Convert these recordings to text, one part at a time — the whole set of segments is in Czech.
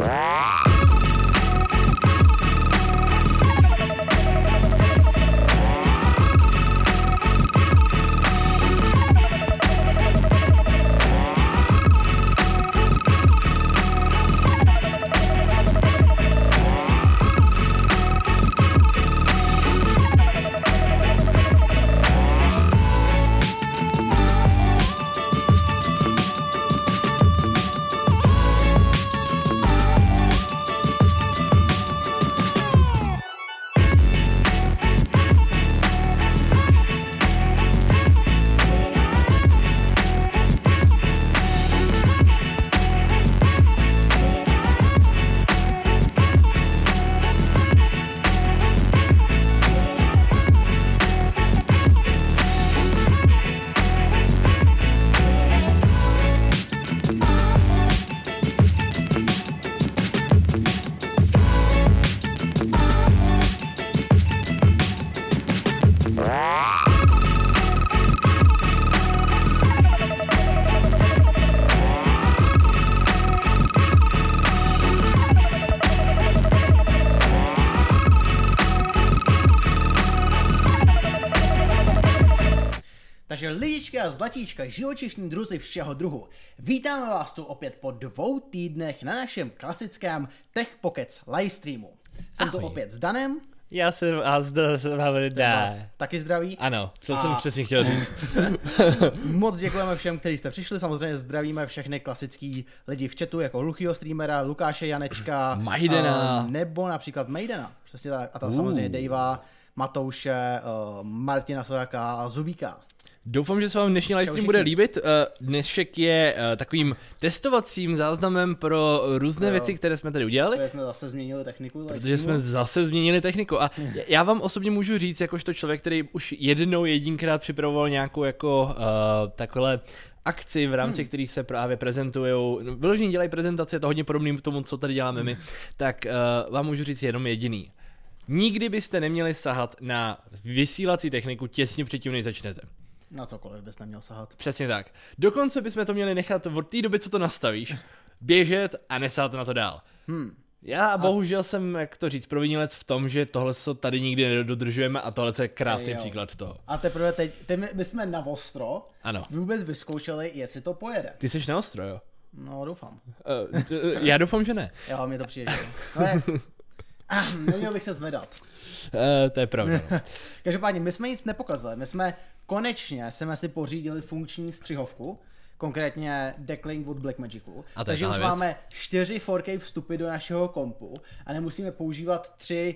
Takže lidičky a zlatíčka, živočišní druzy všeho druhu. Vítáme vás tu opět po 2 týdnech na našem klasickém Tech Pockets livestreamu. Jsem tu opět s Danem. Já jsem vás dá. Taky zdraví. Ano, to jsem přesně chtěl říct. Moc děkujeme všem, kteří jste přišli. Samozřejmě zdravíme všechny klasický lidi v chatu, jako hluchýho streamera, Lukáše Janečka, Majdena. Nebo například Majdena. Přesně tak. A tam samozřejmě Davea, Matouše, Martina Sojaka a Zubíka. Doufám, že se vám dnešní livestream bude líbit. Dnešek je takovým testovacím záznamem pro různé věci, které jsme tady udělali. Protože jsme zase změnili techniku. Protože jsme zase změnili techniku. A já vám osobně můžu říct, jakožto člověk, který už jedinkrát připravoval nějakou jako takhle akci, v rámci který se právě prezentujou, vyloženě dělají prezentace, je to hodně podobný tomu, co tady děláme my, tak vám můžu říct jenom jediný. Nikdy byste neměli sahat na vysílací techniku těsně předtím, než začnete. Na cokoliv bys neměl sahat. Přesně tak. Dokonce bychom to měli nechat od té doby, co to nastavíš, běžet a nesahat na to dál. Já bohužel jsem, jak to říct, provinilec v tom, že tohle co tady nikdy nedodržujeme a tohle je krásný příklad toho. A teprve teď my jsme na ostro. Ano. Vůbec vyzkoušeli, jestli to pojede. Ty jsi na ostro, jo? No, doufám. Já doufám, že ne. Jo, mě to přijde. No neměl bych se zvedat. To je pravda. Každopádně, my jsme nic nepokazili. My jsme konečně si pořídili funkční střihovku, konkrétně Decklink od Blackmagicu. Takže už máme 4 4K vstupy do našeho kompu a nemusíme používat 3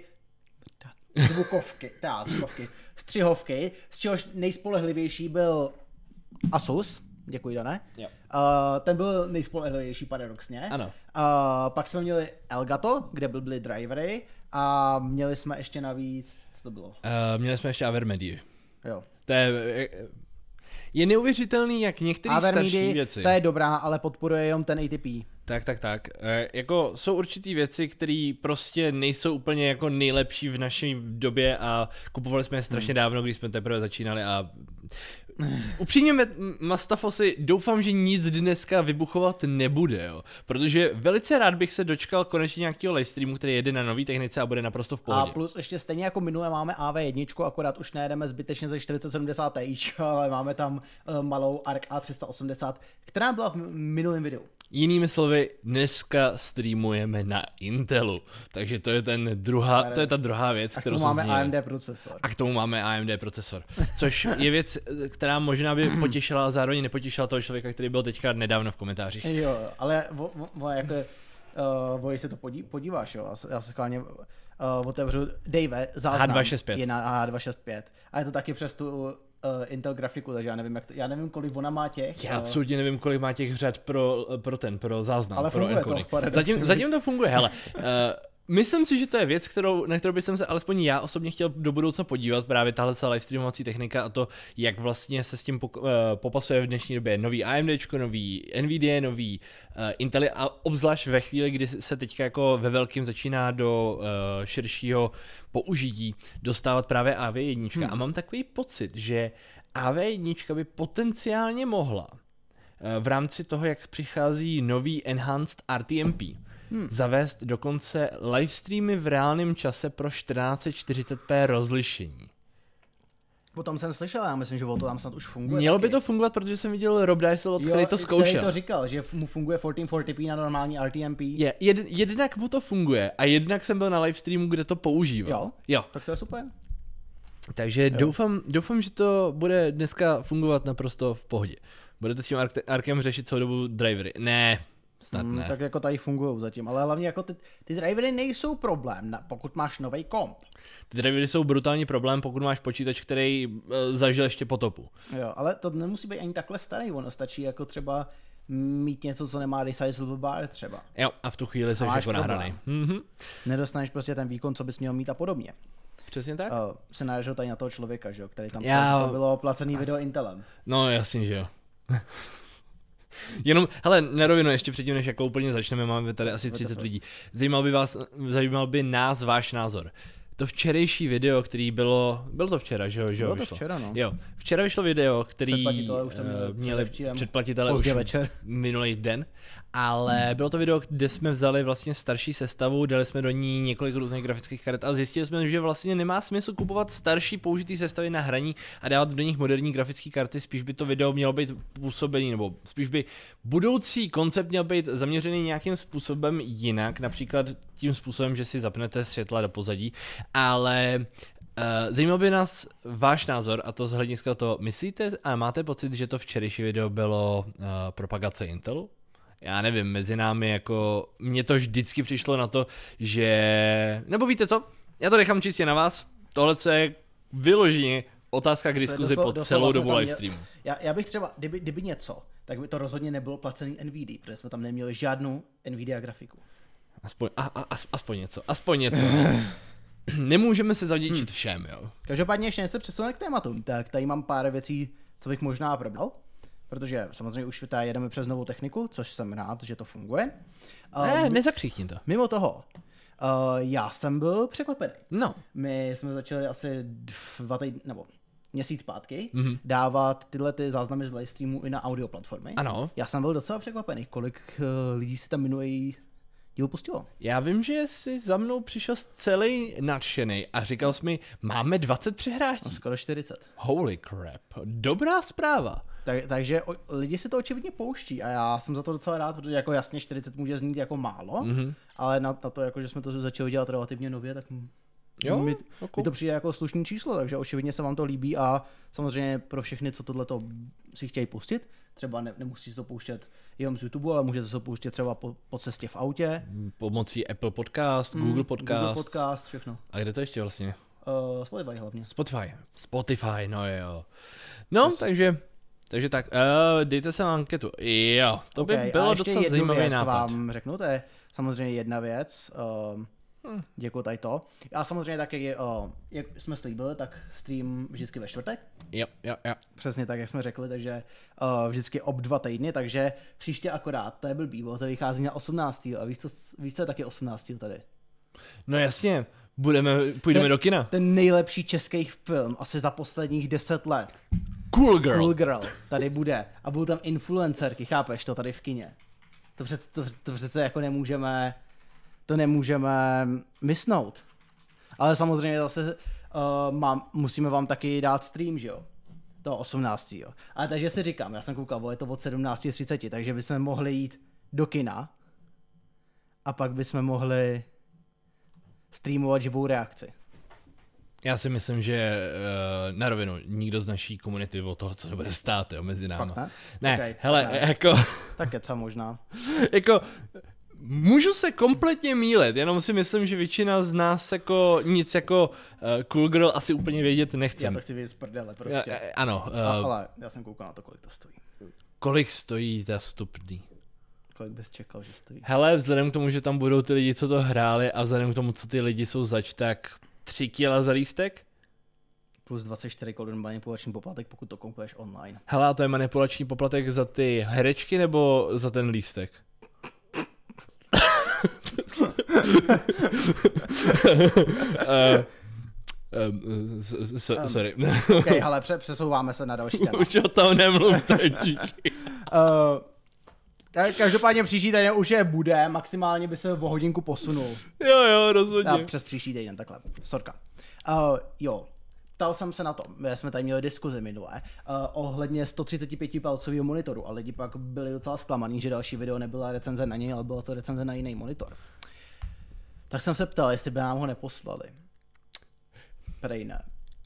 střihovky, z čehož nejspolehlivější byl Asus. Děkuji, Dané. Ten byl nejspolehlivější paradoxně. Ano. Pak jsme měli Elgato, kde byly drivery a měli jsme ještě navíc, co to bylo? Měli jsme ještě Avermedii. Jo. To je neuvěřitelný, jak některé starší věci. To je dobrá, ale podporuje jenom ten ATP. Tak. Jako jsou určitý věci, které prostě nejsou úplně jako nejlepší v naší době a kupovali jsme je strašně dávno, když jsme teprve začínali a upřímně Mastafosy, doufám, že nic dneska vybuchovat nebude, jo. Protože velice rád bych se dočkal konečně nějakého livestreamu, který jede na nový technice a bude naprosto v pohodě. A plus ještě stejně jako minule máme AV1, akorát už nejedeme zbytečně ze 4070 Ti, ale máme tam malou ARC A380, která byla v minulém videu. Jinými slovy, dneska streamujeme na Intelu, takže to je ta druhá věc, kterou jsem zmínil. A k tomu máme AMD procesor, což je věc, která možná by potěšila a zároveň nepotěšila toho člověka, který byl teďka nedávno v komentářích. Jo, ale když se to podíváš, jo, já se schválně otevřu Dave, záznam H265. Je na H265 a je to taky přes tu Intel grafiku, takže já nevím, kolik ona má těch. Já absolutně nevím, kolik má těch řad pro záznam, ale pro encoding. Zatím to funguje, hele. Myslím si, že to je věc, na kterou bych se alespoň já osobně chtěl do budoucna podívat, právě tahle livestreamovací technika a to, jak vlastně se s tím popasuje v dnešní době nový AMDčko, nový Nvidia, nový Intel a obzvlášť ve chvíli, kdy se teďka jako ve velkým začíná do širšího použití dostávat právě AV1 a mám takový pocit, že AV1 by potenciálně mohla v rámci toho, jak přichází nový Enhanced RTMP, zavést dokonce livestreamy v reálném čase pro 1440p rozlišení. Potom jsem slyšel, já myslím, že o to tam snad už funguje. Mělo by to fungovat, protože jsem viděl Rob Diesel, který to zkoušel. Který to říkal, že mu funguje 1440p na normální RTMP. Jednak mu to funguje a jednak jsem byl na livestreamu, kde to používal. Jo. Tak to je super. Takže doufám, že to bude dneska fungovat naprosto v pohodě. Budete s tím Arkem řešit celou dobu drivery? Ne, snad ne. Tak jako tady fungují zatím, ale hlavně jako ty drivery nejsou problém, pokud máš nový komp. Ty drivery jsou brutální problém, pokud máš počítač, který zažil ještě potopu. Jo, ale to nemusí být ani takhle starý, ono stačí jako třeba mít něco, co nemá resizable bar třeba. Jo, a v tu chvíli jsi jako nahraný. Nedostaneš prostě ten výkon, co bys měl mít a podobně. Přesně tak. Se narážel tady na toho člověka, že jo, který tam psal, že to bylo placený video Intelem. No jasně, že jo. Jenom, hele, na rovinu, ještě předtím, než jako úplně začneme, máme tady asi 30 lidí. Zajímal by nás váš názor. To včerejší video, který bylo to včera, že jo? Bylo to včera, no. Jo, včera vyšlo video, který předplatitelé už tam měli předplatitelé už večer. Minulý den, ale bylo to video, kde jsme vzali vlastně starší sestavu, dali jsme do ní několik různých grafických karet, ale zjistili jsme, že vlastně nemá smysl kupovat starší použitý sestavy na hraní a dávat do nich moderní grafické karty, spíš by to video mělo být působený, nebo spíš by budoucí koncept měl být zaměřený nějakým způsobem jinak, například tím způsobem, že si zapnete světla do pozadí, ale zajímal by nás váš názor a to z hlediska toho, myslíte a máte pocit, že to včerejší video bylo propagace Intelu? Já nevím, mezi námi jako, mně to vždycky přišlo na to, že, nebo víte co, já to nechám čistě na vás, tohle je vyloženě otázka k diskuzi po celou dobu livestreamu. Já bych třeba, kdyby něco, tak by to rozhodně nebylo placený NVIDIA, protože jsme tam neměli žádnou NVIDIA grafiku. Aspoň něco. Nemůžeme se zavděčit všem, jo. Každopádně ještě se přesuneme k tématu. Tak tady mám pár věcí, co bych možná probral, protože samozřejmě už tady jedeme přes novou techniku, což jsem rád, že to funguje. Nezakřichni to. Mimo toho, já jsem byl překvapený. No. My jsme začali asi 2 týdny, nebo měsíc zpátky, dávat tyhle ty záznamy z livestreamu i na audio platformy. Ano. Já jsem byl docela překvapený, kolik lidí si tam minulý díl pustilo. Já vím, že jsi za mnou přišel celý nadšenej a říkal jsi mi, máme 20 přehrátí. No, skoro 40. Holy crap, dobrá zpráva. Takže lidi si to očividně pouští a já jsem za to docela rád, protože jako jasně 40 může znít jako málo, ale na to, jako, že jsme to začali dělat relativně nově, tak mi to přijde jako slušný číslo, takže očividně se vám to líbí a samozřejmě pro všechny, co tohleto si chtějí pustit, třeba nemusí si to pouštět jenom z YouTube, ale můžete se to pouštět třeba po cestě v autě. Pomocí Apple Podcast, Google Podcast, všechno. A kde to ještě vlastně? Spotify hlavně. Spotify, no jo. No, takže tak, dejte se anketu. Jo, to by bylo docela zajímavý nápad. Vám řeknu, to je samozřejmě jedna věc. Děkuji tady to. A samozřejmě taky, jak jsme slíbili, tak stream vždycky ve čtvrtek. Jo. Přesně tak, jak jsme řekli, takže vždycky 2 týdny, takže příště akorát, to je blbý, to vychází na 18. A víš, co je taky 18. tady? No jasně, půjdeme do kina. Ten nejlepší český film asi za posledních 10 let. Cool Girl tady bude. A budou tam influencerky, chápeš to tady v kině. To přece jako nemůžeme mysnout. Ale samozřejmě zase musíme vám taky dát stream, že jo? To 18. Jo. Ale takže si říkám, já jsem koukal, je to od 17:30, takže bychom mohli jít do kina a pak bychom mohli streamovat živou reakci. Já si myslím, že na rovinu nikdo z naší komunity o toho, co to bude stát, jo, mezi náma. Fakt, ne, okay, hele, ne. jako... Tak keca možná. Jako... Můžu se kompletně mýlit, jenom si myslím, že většina z nás jako nic jako Cool Girl asi úplně vědět nechce. Já to chci vědět z prdele prostě. Ano. Ale já jsem koukal na to, kolik to stojí. Kolik stojí ta vstupný? Kolik bys čekal, že stojí? Hele, vzhledem k tomu, že tam budou ty lidi, co to hráli a vzhledem k tomu, co ty lidi jsou zač, tak 3 kila za lístek? Plus 24 korun manipulační poplatek, pokud to koupuješ online. Hele, a to je manipulační poplatek za ty herečky nebo za ten lístek? Sorry. Ok, ale přesouváme se na další téma. Už o tom nemluv, díky. Každopádně příští týden už je bude, maximálně by se o hodinku posunul. Jo, rozhodně. A přes příští týden, takhle, sorka. Jo, ptal jsem se na to, my jsme tady měli diskuzi minule, ohledně 135 palcového monitoru a lidi pak byli docela zklamaný, že další video nebyla recenze na něj, ale byla to recenze na jiný monitor. Tak jsem se ptal, jestli by nám ho neposlali. Prej ne.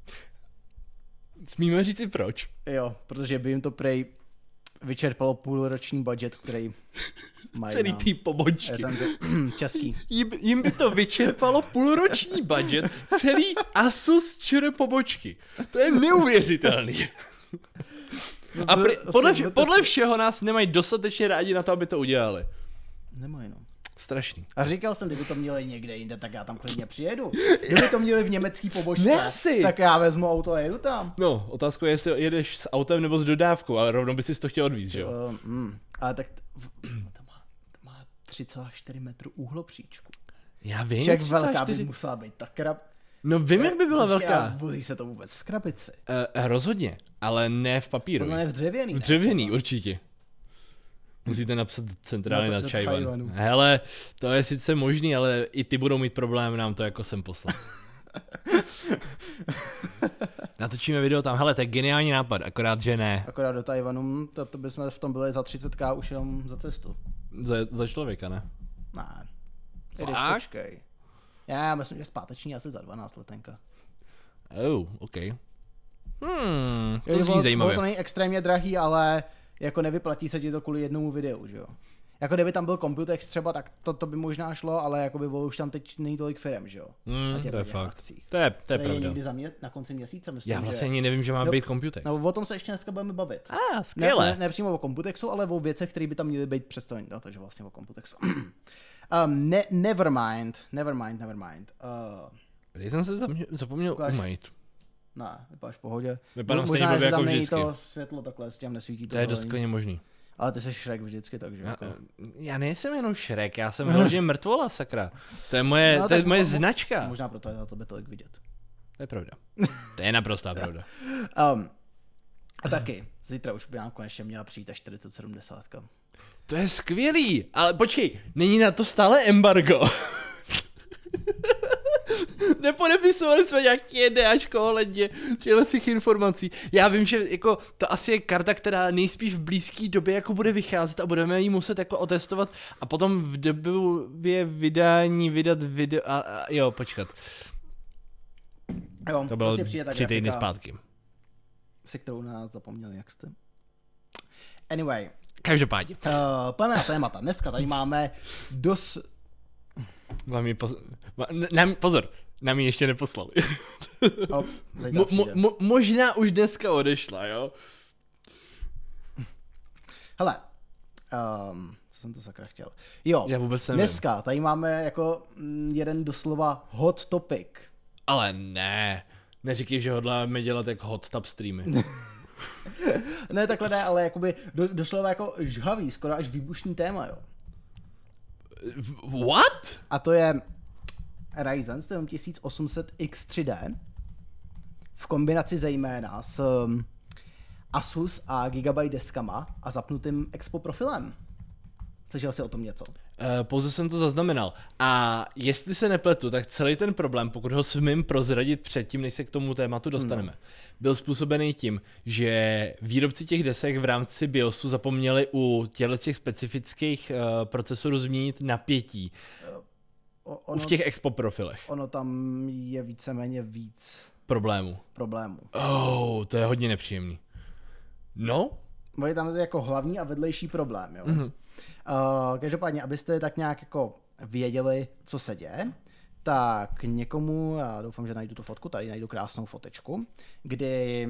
Smíme říct i proč. Jo, protože by jim to prej vyčerpalo půlroční budget, který mají celý ty pobočky. Český. Jim by to vyčerpalo půlroční budget, celý Asus ČR pobočky. To je neuvěřitelný. A podle všeho nás nemají dostatečně rádi na to, aby to udělali. Nemají, no. Strašný. A říkal jsem, kdyby to měli někde jinde, tak já tam klidně přijedu. Kdyby to měli v německý pobočce, tak já vezmu auto a jedu tam. No, otázka je, jestli jedeš s autem nebo s dodávkou, ale rovnou by si to chtěl odvízt, že jo? Ale tak to má 3,4 metru úhlopříčku. Já vím, jak velká by musela být ta No vím, jak by byla velká. Vozí se to vůbec v krabici? Rozhodně, ale ne v papíru. Ne v dřevěný. V dřevěný, určitě. Musíte napsat centrálně na Tchaiwan. Hele, to je sice možný, ale i ty budou mít problém nám to jako sem poslat. Natočíme video tam, hele, to je geniální nápad, akorát, že ne. Akorát do Tchaiwanu, to bychom v tom byli za 30k už jenom za cestu. Za člověka, ne? Ne. Jdeš, počkej. Já myslím, že zpáteční asi za 12 letenka. Oh, ok. To zní zajímavě. To není extrémně drahý, ale jako nevyplatí se ti to kvůli jednomu videu, že jo. Jako kdyby tam byl Computex třeba, tak to by možná šlo, ale jako by už tam teď není tolik firem, že jo. To je fakt. Akcích. To je pravda. Někdy na konci měsíce, myslím, já vlastně ani nevím, že má být Computex. No o tom se ještě dneska budeme bavit. Skvěle. Ne přímo o Computexu, ale o věcech, které by tam měly být představeny, no, takže vlastně o Computexu. Nevermind. Prý jsem se zapomněl umýt. Ne, vypadáš v pohodě. Vypadám stejně blbě jako vždycky. To světlo takhle, s tím nesvítí to je dost klidně možný. Ale ty jsi Shrek vždycky, takže já nejsem jenom Shrek, já jsem vyloženě mrtvola, sakra. To je moje, značka. Možná proto je na tobě tolik vidět. To je pravda. To je naprostá pravda. A taky, zítra už by nám konečně měla přijít ta 4070. To je skvělý, ale počkej, není na to stále embargo. Nepodepisovali jsme nějaký NDAčko ohledně těch informací. Já vím, že jako to asi je karta, která nejspíš v blízké době jako bude vycházet a budeme ji muset jako otestovat a potom v době vydání vydat video a jo, počkat. Jo, to bylo 3 týdny zpátky. Se kterou na nás zapomněli, jak jste. Anyway. Každopádně. Plná témata. Dneska tady máme Pozor, nám ji ještě neposlali. Možná už dneska odešla, jo? Hele, co jsem to sakra chtěl? Jo, já vůbec nevím. Dneska tady máme jako jeden doslova hot topic. Ale ne, neříkej, že hodláme dělat jak hot tub streamy. Ne, takhle ne, ale jakoby doslova jako žhavý, skoro až výbušný téma, jo. What? A to je Ryzen 7800 X3D v kombinaci zejména s Asus a Gigabyte deskama a zapnutým Expo profilem. Slyšel jsi o tom něco? Pouze jsem to zaznamenal. A jestli se nepletu, tak celý ten problém, pokud ho smím prozradit předtím, než se k tomu tématu dostaneme, byl způsobený tím, že výrobci těch desek v rámci BIOSu zapomněli u těch specifických procesorů změnit napětí v těch Expo profilech. Ono tam je víceméně víc problémů. Oh, to je hodně nepříjemný. No? Je tam jako hlavní a vedlejší problém, jo. Mm-hmm. Každopádně, abyste tak nějak jako věděli, co se děje, tak někomu, já doufám, že najdu tu fotku, tady najdu krásnou fotečku, kdy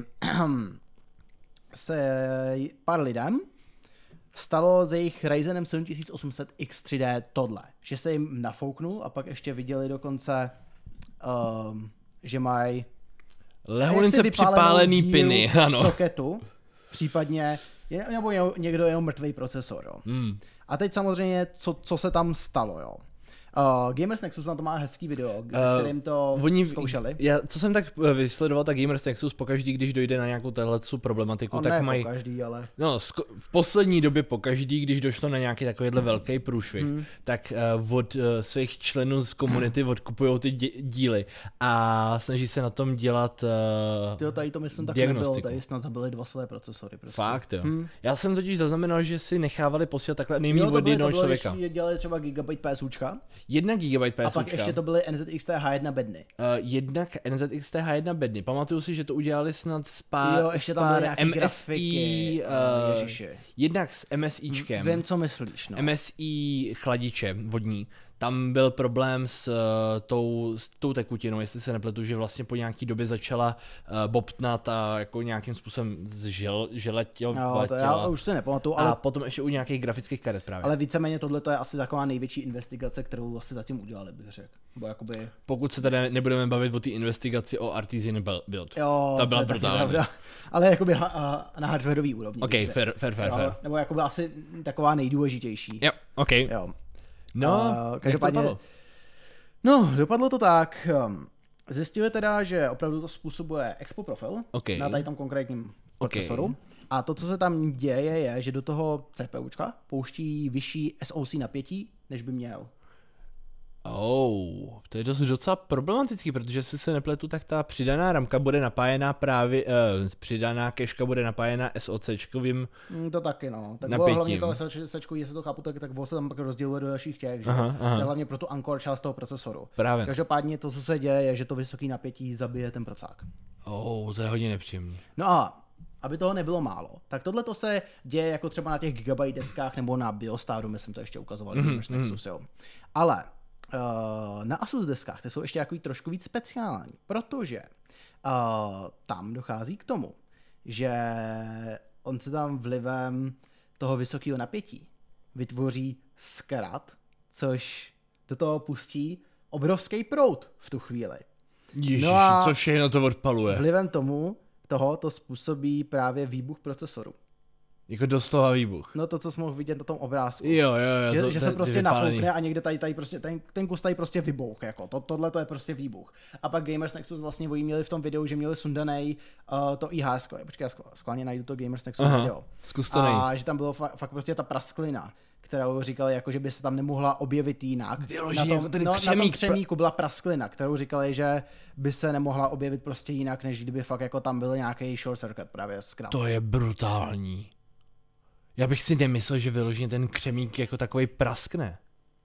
se pár lidem stalo s jejich Ryzenem 7800 X3D tohle, že se jim nafouknul a pak ještě viděli dokonce, že mají lehonce připálený piny, ano. Soketu, případně nebo někdo jenom mrtvý procesor, jo. A teď samozřejmě, co se tam stalo, jo. Gamers Nexus na to má hezký video, kterým to zkoušeli. Co jsem tak vysledoval, tak Gamers Nexus pokaždý, když dojde na nějakou téhletu problematiku, tak mají... pokaždý, ale... No, v poslední době pokaždý, když došlo na nějaký takovýhle velký průšvih, tak od svých členů z komunity odkupujou ty díly a snaží se na tom dělat tady to myslím tak nebylo, tady snad zabili 2 své procesory. Prostě. Fakt jo. Já jsem totiž zaznamenal, že si nechávali posílat takhle nejméně od jednoho člověka. Když dělali třeba Gigabyte PSUčka. 1 GB PSUčka. A pak ještě to byly NZXT H1 bedny. Jednak NZXT H1 bedny. Pamatuju si, že to udělali snad s ještě tam byly nějaký grafiky. Jednak s MSIčkem. Vím, co myslíš. No. MSI chladiče vodní. Tam byl problém s tou tekutinou, jestli se nepletu, že vlastně po nějaký době začala bobtnat a jako nějakým způsobem želetěla. To já už to nepamatuju. Ale... A potom ještě u nějakých grafických karet právě. Ale víceméně tohle je asi taková největší investigace, kterou asi zatím udělali, bych řekl. Jakoby... Pokud se tady nebudeme bavit o té investigaci o Artisan build. Jo, ta byla brutální. Ale jakoby na hardwareový úrovni. OK, fair. Nebo jakoby asi taková nejdůležitější. Jo, OK. Jo. No, každopádně, dopadlo to tak. Zjistili teda, že opravdu to způsobuje Expo profil na tady tom konkrétním procesoru. A to, co se tam děje, je, že do toho CPUčka pouští vyšší SoC napětí, než by měl. To je docela problematický, protože jestli se nepletu, tak ta přidaná ramka bude napájená právě, přidaná keška bude napájená SoCčkovým to taky no, tak napětím. Hlavně to SoCčko, jestli to chápu, tak se tam pak rozděluje do dalších těch, že? To je hlavně pro tu Ancore část toho procesoru. Právě. Každopádně to, co se děje, je, že to vysoké napětí zabije ten procák. To je hodně nepříjemný. No a aby toho nebylo málo, tak tohle to se děje jako třeba na těch Gigabyte deskách nebo na Biostaru, myslím to ještě ukazovali Nexus, jo. Ale na Asus deskách ty jsou ještě jako trošku víc speciální, protože tam dochází k tomu, že on se tam vlivem toho vysokého napětí vytvoří zkrat, což do toho pustí obrovský proud v tu chvíli. Ježiši, co všechno to odpaluje. Vlivem to způsobí právě výbuch procesoru. Jako doslova výbuch. No to, co jsme mohli vidět na tom obrázku. Jo. Že se prostě nafoukne a někde tady prostě, ten kus tady prostě vybouch, jako tohle to je prostě výbuch. A pak Gamers Nexus vlastně měli v tom videu, že měli sundanej to IHS. Počkej, já schválně najdu to Gamers Nexus video. Zkus to a že tam bylo fakt prostě ta prasklina, kterou říkali, jako, že by se tam nemohla objevit jinak. Na tom křemíku byla prasklina, kterou říkali, že by se nemohla objevit prostě jinak, než kdyby fakt jako tam byl nějaký short circuit právě zkrát. To je brutální. Já bych si nemyslel, že vyloženě ten křemík jako takovej praskne.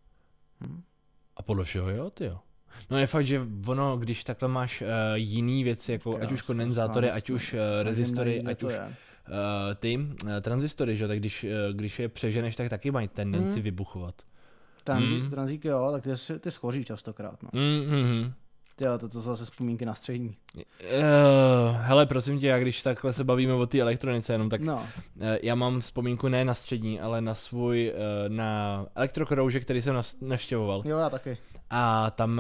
A podle všeho jo, tyjo. No je fakt, že ono, když takhle máš jiný věci, jako ať už kondenzátory, ať už rezistory, ať už ty tranzistory, že? Tak když je přeženeš, tak taky mají tendenci vybuchovat. Tranzík jo, tak ty schoří častokrát. No. To jsou zase vzpomínky na střední. Hele, prosím tě, když takhle se bavíme o té elektronice jenom, tak já mám vzpomínku ne na střední, ale na svůj, na elektrokroužek, který jsem navštěvoval. Jo, já taky. A tam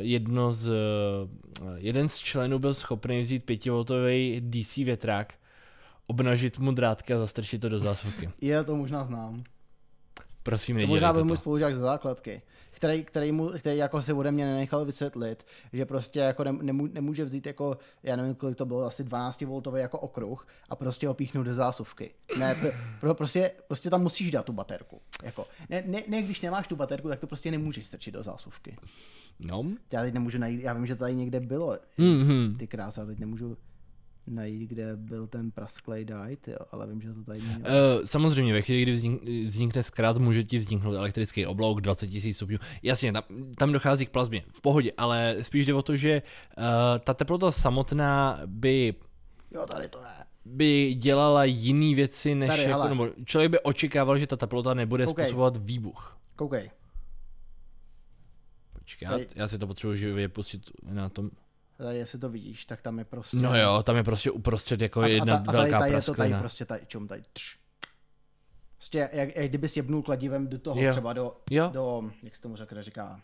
jeden z členů byl schopný vzít 5V DC větrák, obnažit mu drátky a zastrčit to do zásuvky. To možná znám. Prosím, nedělejte to. Možná byl můj spolužák ze základky, který jako si ode mě nenechal vysvětlit, že prostě jako nemůže vzít jako, já nevím, kolik to bylo, asi 12V jako okruh a prostě ho píchnout do zásuvky. Ne, prostě tam musíš dát tu baterku. Jako, ne, když nemáš tu baterku, tak to prostě nemůžeš strčit do zásuvky. No. Já teď nemůžu najít, já vím, že tady někde bylo, ty krásy, já teď nemůžu najít, kde byl ten prasklej diet, ale vím, že to tady mělo. Samozřejmě, ve chvíli, kdy vznikne zkrat, může ti vzniknout elektrický oblouk 20 000 stupňů. Jasně, tam dochází k plazmě, v pohodě, ale spíš jde o to, že ta teplota samotná by... Jo, tady to je. By dělala jiný věci, než tady, jako, nebo člověk by očekával, že ta teplota nebude způsobovat výbuch. Koukej. Počkej, já si to potřebuji živě pustit na tom... Tady, jestli to vidíš, tak tam je prostě... No jo, tam je prostě uprostřed jako jedna velká prasklina. Je to tady prostě tady, Prostě jak kdyby jebnul kladivem do toho třeba do, jak se tomu říká?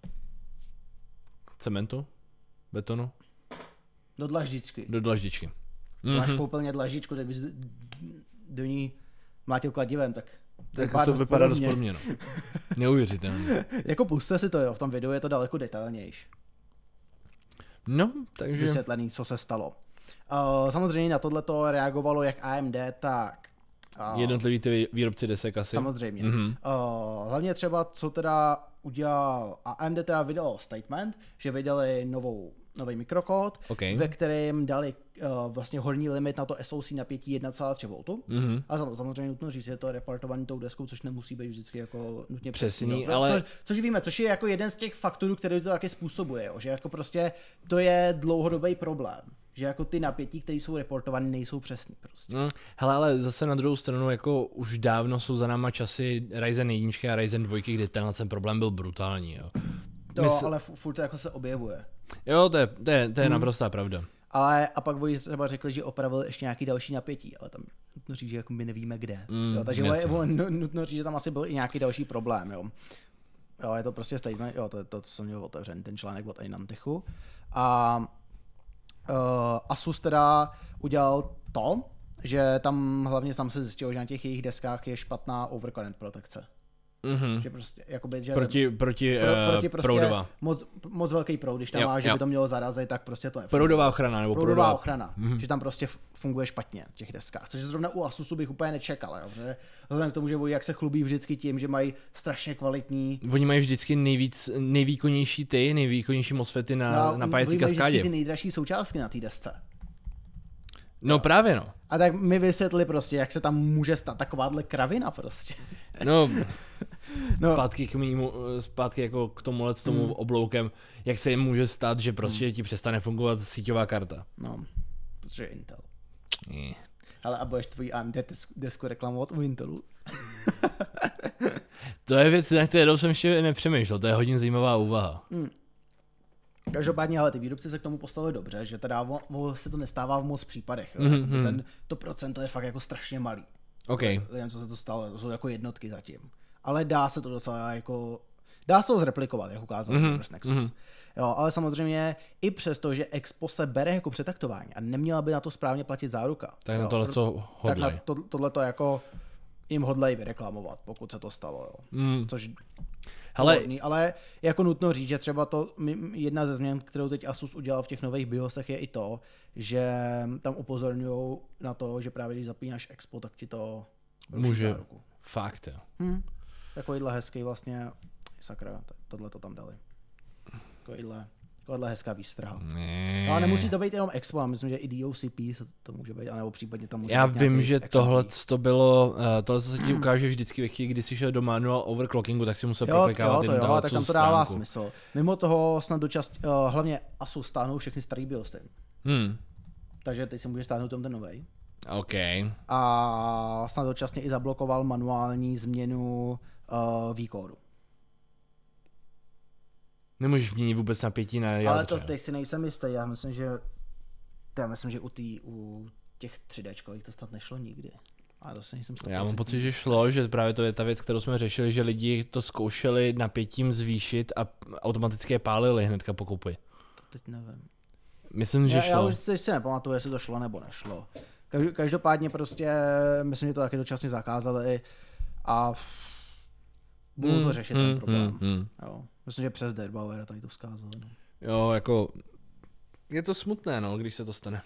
Cementu? Betonu? Do dlaždičky. Máš koupelně dlaždičku, tak bys do ní mlátil kladivem, tak Tak to vypadá dost podobně, no. Neuvěřitelné. Jako puste si to, jo, v tom videu je to daleko detailnější. No, takže... Vysvětlený, co se stalo. Samozřejmě na tohleto reagovalo jak AMD, tak... jednotlivý ty výrobci desek asi. Samozřejmě. Hlavně třeba, co teda udělal AMD, teda vydal statement, že vydali nový mikrokód, ve kterém dali vlastně horní limit na to SoC napětí 1,3 V. A samozřejmě nutno říct, je to reportovaný tou deskou, což nemusí být vždycky jako nutně přesný. Ale... Což víme, což je jako jeden z těch faktorů, který to taky způsobuje, jo? Že jako prostě to je dlouhodobý problém. Že jako ty napětí, které jsou reportované, nejsou přesný prostě. Hele, ale zase na druhou stranu, jako už dávno jsou za náma časy Ryzen 1 a Ryzen 2, kde ten problém byl brutální, jo. Ale furt to jako se objevuje. Jo, to je naprostá pravda. Ale a pak oni třeba řekli, že opravil ještě nějaký další napětí, ale tam nutno říct, že jako my nevíme kde. Jo, takže nutno říct, že tam asi byl i nějaký další problém, jo. Jo, je to prostě statement, jo, to jsem měl otevřený, ten článek od Anantychu. A Asus teda udělal to, že tam hlavně se zjistilo, že na těch jejich deskách je špatná overcurrent protekce. Že prostě, jakoby, že proti prostě proudová. Moc velký proud, když tam má, že by to mělo zarazit, tak prostě to nefunguje. Proudová ochrana nebo proudová ochrana, že tam prostě funguje špatně v těch deskách, což zrovna u Asusu bych úplně nečekal, jo, že vzhledem k tomu, že oni jak se chlubí vždycky tím, že mají strašně kvalitní. Oni mají vždycky nejvýkonnější MOSFETy na pájecí kaskádě. Oni mají ty nejdražší součástky na té desce. No právě no. A tak mi vysvětli prostě, jak se tam může stát takováhle kravina prostě. No. Zpátky jako k tomuhle s tomu obloukem, jak se jim může stát, že prostě ti přestane fungovat síťová karta. No, protože Intel. Ale a budeš tvojí AMD desku reklamovat u Intelu? To je věc, na kterou jsem ještě nepřemýšlel, to je hodně zajímavá úvaha. Každopádně, ale ty výrobci se k tomu postavili dobře, že teda se to nestává v moc případech. To procento je fakt jako strašně malý. Nevím, co se to stalo, to jsou jako jednotky zatím. Ale dá se to docela jako, dá se to zreplikovat, jak ukázal Nexus. Jo, ale samozřejmě i přesto, že Expo se bere jako přetaktování a neměla by na to správně platit záruka. Tak na tohle co hodlej. Tak na tohle to jako jim hodlej vyreklamovat, pokud se to stalo. Jo. Což ale jako nutno říct, že třeba to jedna ze změn, kterou teď Asus udělal v těch nových BIOSech, je i to, že tam upozorňují na to, že právě když zapínáš Expo, tak ti to může záruku. Fakt, jo. Takovýhle hezký vlastně, sakra, tohle to tam dali. Takovýhle hezká výstraha. Ale nemusí to být jenom Expo, a myslím, že i DOCP se to může být, anebo případně tam může Já být vím, že tohle se ti ukáže vždycky ve chvíli, kdy jsi šel do manual overclockingu, tak si musel proklikávat jenom dávat tak tam to dává smysl. Mimo toho snad hlavně Asus stáhnou všechny starý BIOSy. Takže teď si můžeš stáhnout ten novej. OK. A snad dočasně i zablokoval manuální změnu výkódu. Nemůžeš měnit vůbec napětí na jádře. Ale to teď si nejsem jistý, já myslím, že u těch 3Dčkových to snad nešlo nikdy. Ale to si nejsem jistý. Já mám pocit, že šlo, že právě to je ta věc, kterou jsme řešili, že lidi to zkoušeli napětím zvýšit a automaticky je pálili hnedka po koupi. To teď nevím. Myslím, že šlo. Já už teď si nepamatuju, jestli to šlo nebo nešlo. Každopádně prostě, myslím, že to taky dočasně zakázali a budou to řešit ten problém. Jo. Myslím, že přes Deadbauer tady to vzkázali. No. Jo, jako je to smutné, no, když se to stane.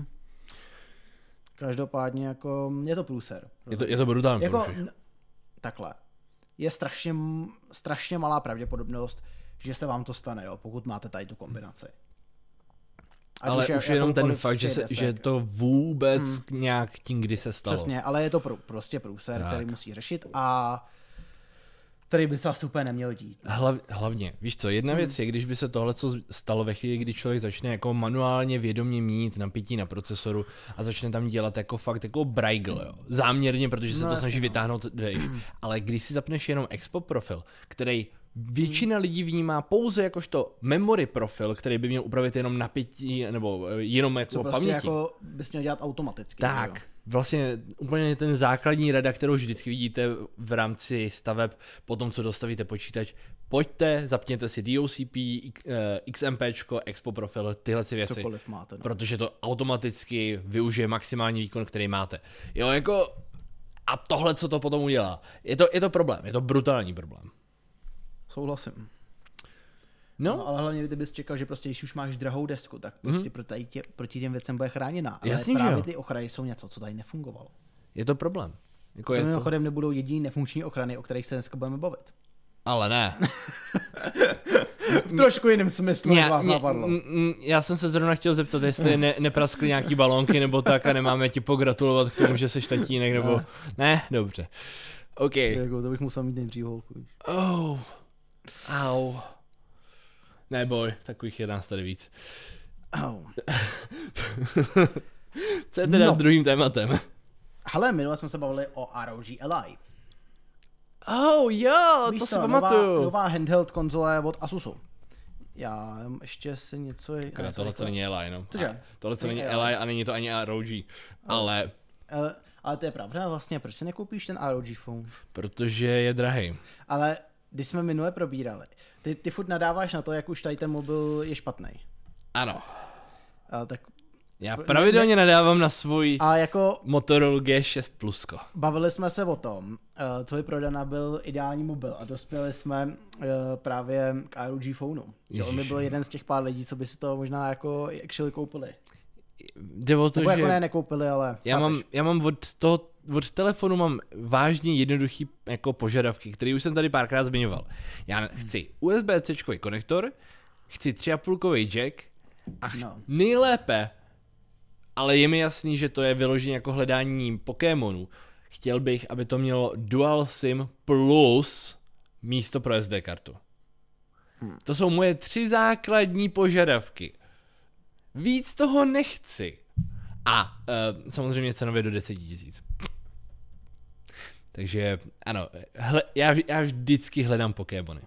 Každopádně jako je to průser. Je to brutální jako, průšvih. Takhle. Je strašně malá pravděpodobnost, že se vám to stane, jo, pokud máte tady tu kombinaci. Ale už jenom ten fakt, že to vůbec nějak tím, kdy se stalo. Přesně, ale je to prostě průser, který musí řešit a který by se asi úplně neměl dít. Hlavně, víš co, jedna věc je, když by se tohle stalo ve chvíli, kdy člověk začne jako manuálně vědomě měnit napětí na procesoru a začne tam dělat jako fakt jako brajgl, jo. Záměrně, protože se to snaží vytáhnout, ale když si zapneš jenom Expo profil, který většina lidí vnímá pouze jakožto memory profil, který by měl upravit jenom napětí nebo jenom jako prostě paměti. Jako bys měl dělat automaticky. Tak, jo? Vlastně úplně ten základní rada, kterou vždycky vidíte v rámci staveb, po tom, co dostavíte počítač, pojďte, zapněte si DOCP, XMPčko, Expo profil, tyhle věci. Cokoliv máte. No. Protože to automaticky využije maximální výkon, který máte. Jo, jako A tohle, co to potom udělá. Je to problém, je to brutální problém. Souhlasím. No, ale hlavně ty bys čekal, že prostě, když už máš drahou desku, tak prostě proti těm věcem bude chráněná. Ale jasně, právě ty ochrany jsou něco, co tady nefungovalo. Je to problém. Jako to mimochodem nebudou jediný nefunkční ochrany, o kterých se dneska budeme bavit. Ale ne. V trošku jiném smyslu, vás napadlo. Já jsem se zrovna chtěl zeptat, jestli nepraskly nějaký balónky nebo tak a nemáme ti pogratulovat k tomu, že seš tatínek, nebo... Ne, dobře. OK. Jako, to bych musel mít nejdřív holku. Oh. Au. Neboj, takových je nás tady víc. Au. Co je teda druhým tématem? Hele, minule jsme se bavili o ROG Ally. Oh jo, víš to si pamatuju. Nová handheld konzole od Asusu. Já ještě si něco... Tohle to není Ally, no. Cože? Tohle to není Ally a není to ani ROG, ale to je pravda vlastně, proč si nekoupíš ten ROG phone? Protože je drahý. Ale když jsme minule probírali, ty furt nadáváš na to, jak už tady ten mobil je špatný. Ano. Tak já pravidelně nadávám na svůj jako Motorola G6 Plusko. Bavili jsme se o tom, co vyprodaná byl ideální mobil a dospěli jsme právě k ROG phoneu. On by byl jeden z těch pár lidí, co by si to možná jako actually koupili. Jde o to, nebo že... jako nekoupili, ale... Já mám od telefonu mám vážně jednoduchý jako požadavky, který už jsem tady párkrát zmiňoval. Já chci USB-C konektor, chci 3,5 jack a nejlépe, ale je mi jasný, že to je vyloženě jako hledání Pokémonů. Chtěl bych, aby to mělo Dual SIM plus místo pro SD kartu. To jsou moje 3 základní požadavky. Víc toho nechci. A samozřejmě cenově do 10 000. Takže ano, já vždycky hledám Pokémony.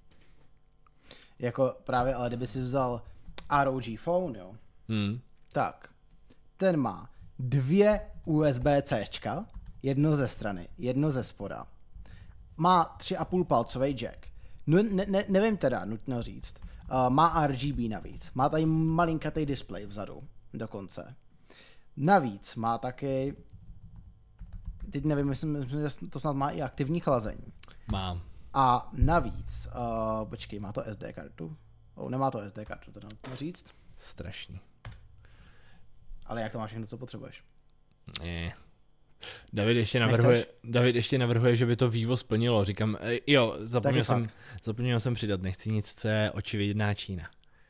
Jako právě, ale kdyby si vzal ROG phone, jo, tak ten má 2 USB-Cčka, jedno ze strany, jedno ze spoda. Má 3,5 palcový jack. No, nevím teda, nutno říct. Má RGB navíc. Má tady malinkatý displej vzadu dokonce. Navíc má taky, teď nevím, myslím, že to snad má i aktivní chlazení. Mám. A navíc, počkej, má to SD kartu? Nemá to SD kartu, to dám říct. Strašný. Ale jak to máš všechno, co potřebuješ? Ne. David ještě navrhuje, že by to Vivo splnilo. Říkám, jo, zapomněl jsem přidat, nechci nic, co je očividná Čína.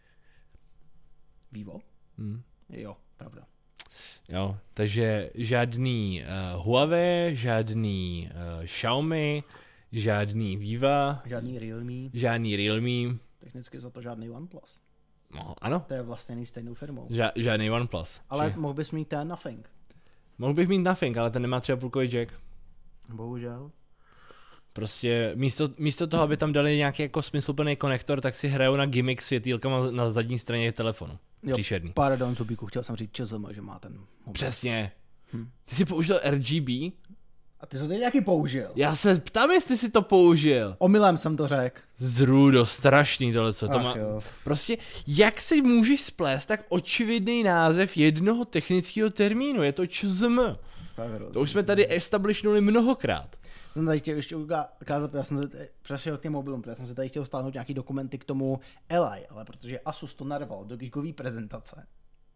Vivo? Jo, pravda. Jo, takže žádný Huawei, žádný Xiaomi, žádný Viva. Žádný Realme. Realme. Technicky za to žádný OnePlus. No, ano. To je vlastně stejnou firmou. Žádný OnePlus. Ale mohl bys mít ten Nothing. Mohl bych mít Nothing, ale ten nemá 3,5 jack. Bohužel. Prostě místo toho, aby tam dali nějaký jako smysluplný konektor, tak si hrajou na gimmick světýlkama na zadní straně telefonu. Příšerný. Pardon, Zubíku, chtěl jsem říct ČZM, že má ten mobil. Přesně. Ty jsi použil RGB? A ty jsi to teď taky použil. Já se ptám, jestli jsi to použil. Omylem jsem to řekl. Zrůdo, strašný tohle, co to má. Jo. Prostě, jak si můžeš splést tak očividný název jednoho technického termínu? Je to ČZM. To už jsme tady establishnuli mnohokrát. Jsem tady chtěl ještě ukázat, já jsem přešel k těm mobilům, protože jsem se tady chtěl stáhnout nějaký dokumenty k tomu Ally, ale protože Asus to narval do geekové prezentace.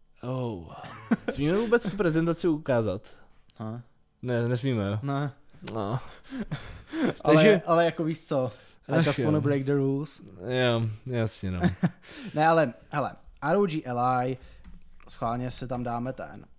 Smíme vůbec tu prezentaci ukázat? Ne, nesmíme, jo? Ne. No. ale jako víš co, I just wanna break the rules. Jo, jasně no. Ne, ale hele, ROG Ally, schválně si tam dáme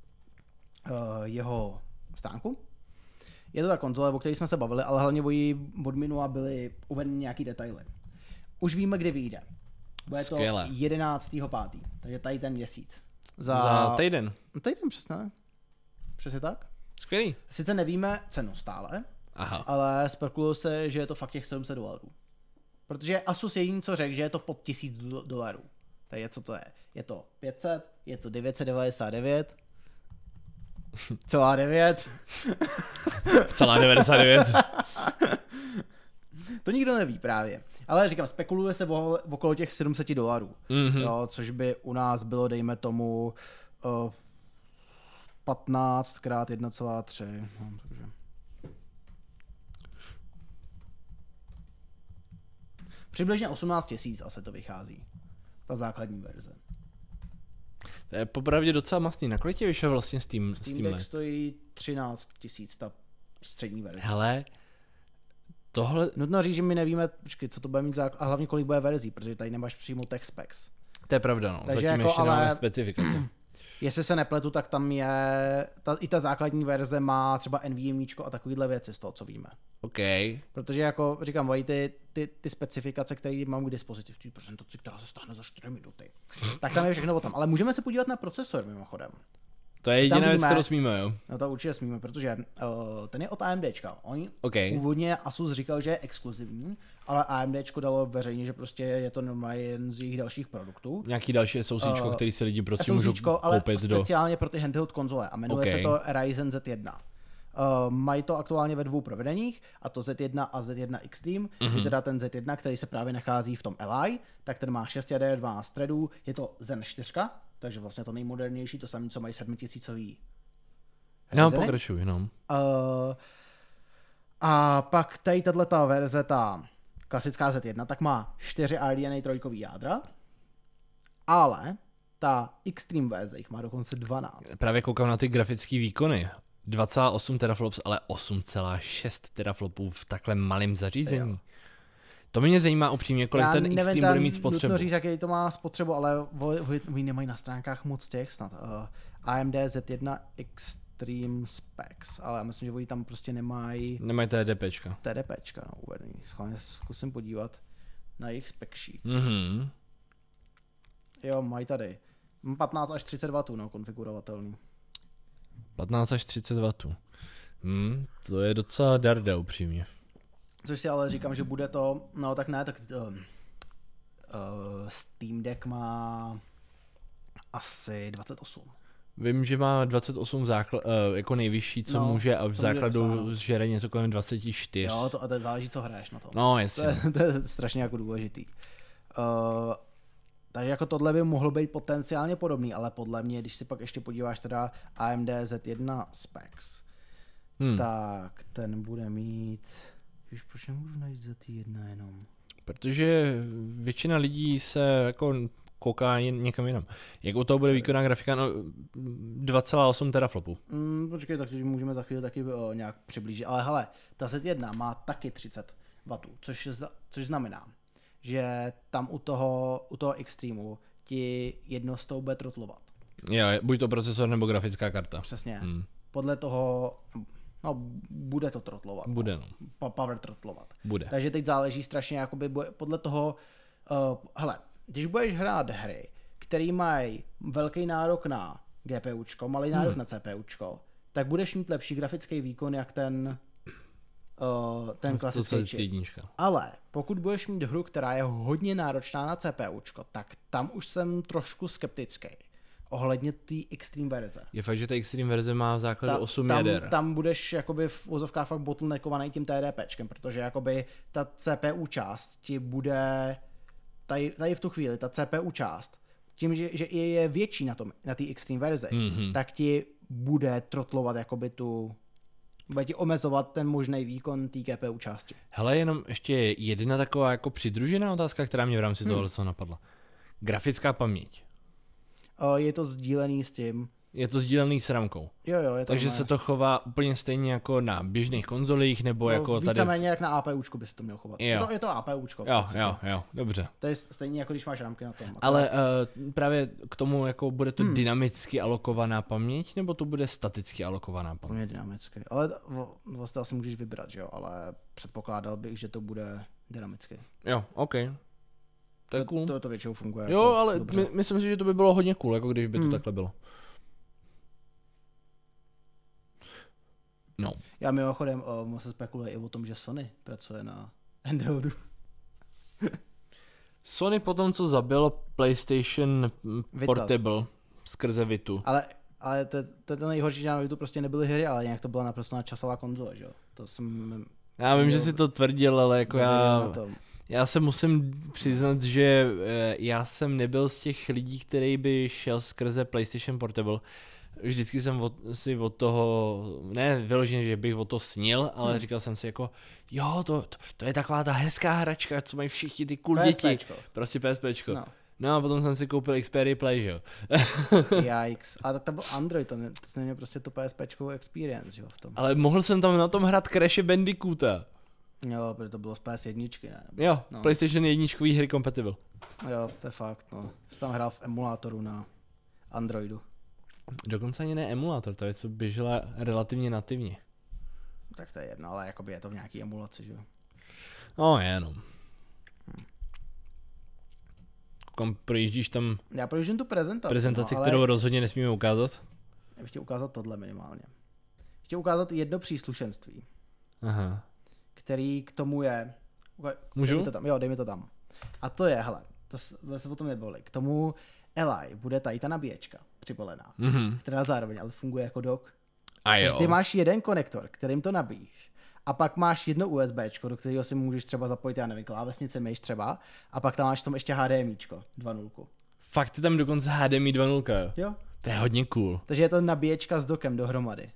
jeho stránku. Je to ta konzole, o které jsme se bavili, ale hlavně o její od minula byly uvedeny nějaký detaily. Už víme, kdy vyjde. Bude to 11.5. Takže tady ten měsíc. Za týden. Týden, přesně. Přesně tak. Skvělý. Sice nevíme cenu stále, ale spekuluje se, že je to fakt těch $700. Protože Asus jediný, co řekl, že je to pod $1,000. Takže co to je? Je to 500, je to 999, celá 9. Celá 99. To nikdo neví právě. Ale říkám, spekuluje se okolo těch $700. Jo, což by u nás bylo, dejme tomu, 15 x 1,3. Přibližně 18 000 asi to vychází. Ta základní verze. To je popravdě docela mastný. Na kolik tě vyšel vlastně Steam Deck stojí 13 000, ta střední verze. Hele, tohle... Nutno říct, že my nevíme, počkej, co to bude mít a hlavně kolik bude verzí, protože tady nemáš přímo tech specs. To je pravda, no. Takže zatím jako, ještě nemáme specifikace. Jestli se nepletu, tak tam je, i ta základní verze má třeba NVMEčko a takovýhle věci z toho, co víme. OK. Protože jako říkám, ty specifikace, které mám k dispozici v té prezentaci, která se stáhne za 4 minuty, tak tam je všechno o tom. Ale můžeme se podívat na procesor mimochodem. To je jediná věc, kterou smíme, jo? No to určitě smíme, protože ten je od AMDčka. Oni okay. Původně Asus říkal, že je exkluzivní, ale AMDčko dalo veřejně, že prostě je to normálně jen z jejich dalších produktů. Nějaký další SoCčko, který si lidi prostě můžou koupit ale speciálně pro ty handheld konzole a jmenuje se to Ryzen Z1. Mají to aktuálně ve 2 provedeních, a to Z1 a Z1 Extreme. Je teda ten Z1, který se právě nachází v tom Li, tak ten má 6 jader, 12 threadů, je to Zen 4, takže vlastně to nejmodernější, to samé, co mají 7000 No, pokračuj, no. A pak tady tato verze, ta klasická Z1, tak má 4 RDNA 3 jádra, ale ta Extreme verze jich má dokonce 12. Právě koukám na ty grafické výkony. 2,8 teraflops, ale 8,6 teraflopů v takhle malém zařízení. Jo. To mě zajímá upřímně, kolik ten Extreme bude mít spotřebu. Nutno říct, jaký to má spotřebu, ale oni nemají na stránkách moc těch snad. AMD Z1 Extreme Specs, ale já myslím, že oni tam prostě nemají... Nemají TDPčka. TDPčka, no, uvedený. Schválně zkusím podívat na jejich spec sheet. Jo, mají tady. 15 až 30 W, no, konfigurovatelný. 15 až 30 W. To je docela darda, upřímně. Což si ale říkám, že bude to, no tak ne, tak Steam Deck má asi 28. Vím, že má 28 jako nejvyšší, co může, a v základu žere něco kolem 24. Jo, a to záleží, co hraješ na tom. No, jasně. To je strašně jako důležitý. Takže jako tohle by mohlo být potenciálně podobný, ale podle mě, když si pak ještě podíváš teda AMD Z1 Specs, tak ten bude mít... Víš, proč nemůžu najít Z1 jenom? Protože většina lidí se jako kouká někam jinam. Jak u toho bude výkonná grafika? No 2,8 teraflopů. Počkej, tak můžeme za chvíli taky nějak přiblížit. Ale hele, ta Z1 má taky 30 W, což znamená, že tam u toho Extremeu ti jednostou bude trotlovat. Jo, buď to procesor nebo grafická karta. Přesně. Podle toho... No, bude to trotlovat. Bude, no. Power trotlovat. Bude. Takže teď záleží strašně, jakoby podle toho, hele, když budeš hrát hry, které mají velký nárok na GPUčko, malý nárok na CPUčko, tak budeš mít lepší grafický výkon, jak ten klasický čip. Ale pokud budeš mít hru, která je hodně náročná na CPUčko, tak tam už jsem trošku skeptický. Ohledně té Extreme verze. Je fakt, že ta Extreme verze má v základu 8 jader. Tam budeš jakoby v uvozovkách fakt bottleneckovaný tím TDPčkem, protože jakoby ta CPU část ti bude, tady v tu chvíli, ta CPU část, tím, že je větší na té Extreme verzi, tak ti bude trotlovat jakoby bude ti omezovat ten možný výkon té GPU části. Hele, jenom ještě jedna taková jako přidružená otázka, která mě v rámci tohohle napadla. Grafická paměť. Je to sdílený s tím. Je to sdílený s ramkou. Jo, je to. Takže se to chová úplně stejně jako na běžných konzolích, nebo jako tady... Víceméně jak na APUčku by se to mělo chovat. Je to APUčko. Jo, dobře. To je stejně jako když máš ramky na tom. Ale právě k tomu, jako bude to dynamicky alokovaná paměť, nebo to bude staticky alokovaná paměť? Mě dynamicky. Ale vlastně asi můžeš vybrat, že jo, ale předpokládal bych, že to bude dynamicky. Jo, OK. To je cool. To většinou funguje. Jo, jako ale myslím si, že to by bylo hodně cool, jako když by to takhle bylo. No. Já mimochodem se spekuluje i o tom, že Sony pracuje na handheldu. Sony potom, co zabilo PlayStation Portable skrze Vitu. Ale to je to nejhorší, že na Vitu prostě nebyly hry, ale nějak to byla naprosto nadčasová konzole, že jo? Já vím, že jsi to tvrdil, ale jako já se musím přiznat, že já jsem nebyl z těch lidí, který by šel skrze PlayStation Portable. vždycky jsem si od toho, ne vyloženě, že bych o to snil, ale říkal jsem si jako, jo, to je taková ta hezká hračka, co mají všichni ty cool děti. Prostě PSPčko. No a potom jsem si koupil Xperia Play, že jo. Yikes. A to byl Android, to neměl prostě tu PSPčkovou experience, že jo, v tom. Ale mohl jsem tam na tom hrát Crashe Bandicoota. Jo, protože to bylo z PS1, ne? Jo, no. PlayStation 1 hry compatible. Jo, to je fakt, no. Jsi tam hrál v emulátoru na Androidu. Dokonce ani ne emulátor, to je co běžela relativně nativně. Tak to je jedno, ale jakoby je to v nějaký emulaci, že jo? No, jenom. Projíždíš tam... Já projíždím tu prezentaci, no, kterou rozhodně nesmíme ukázat. Já bych chtěl ukázat tohle minimálně. Chtěl ukázat jedno příslušenství. Aha. Který k tomu je... Můžu? Dej mi to tam. Jo, dej mi to tam. A to je, hele, to se o tom neboli. K tomu Eli bude tady ta nabíječka připolená, která zároveň ale funguje jako dock. A jo. Takže ty máš jeden konektor, kterým to nabíjíš. A pak máš jedno USBčko, do kterého si můžeš třeba zapojit, já nevím, klávesnice, myš třeba. A pak tam máš v tom ještě HDMIčko 2.0. Fakt je tam dokonce HDMI 2.0, jo? Jo. To je hodně cool. Takže je to nabíječka s dockem dohromady.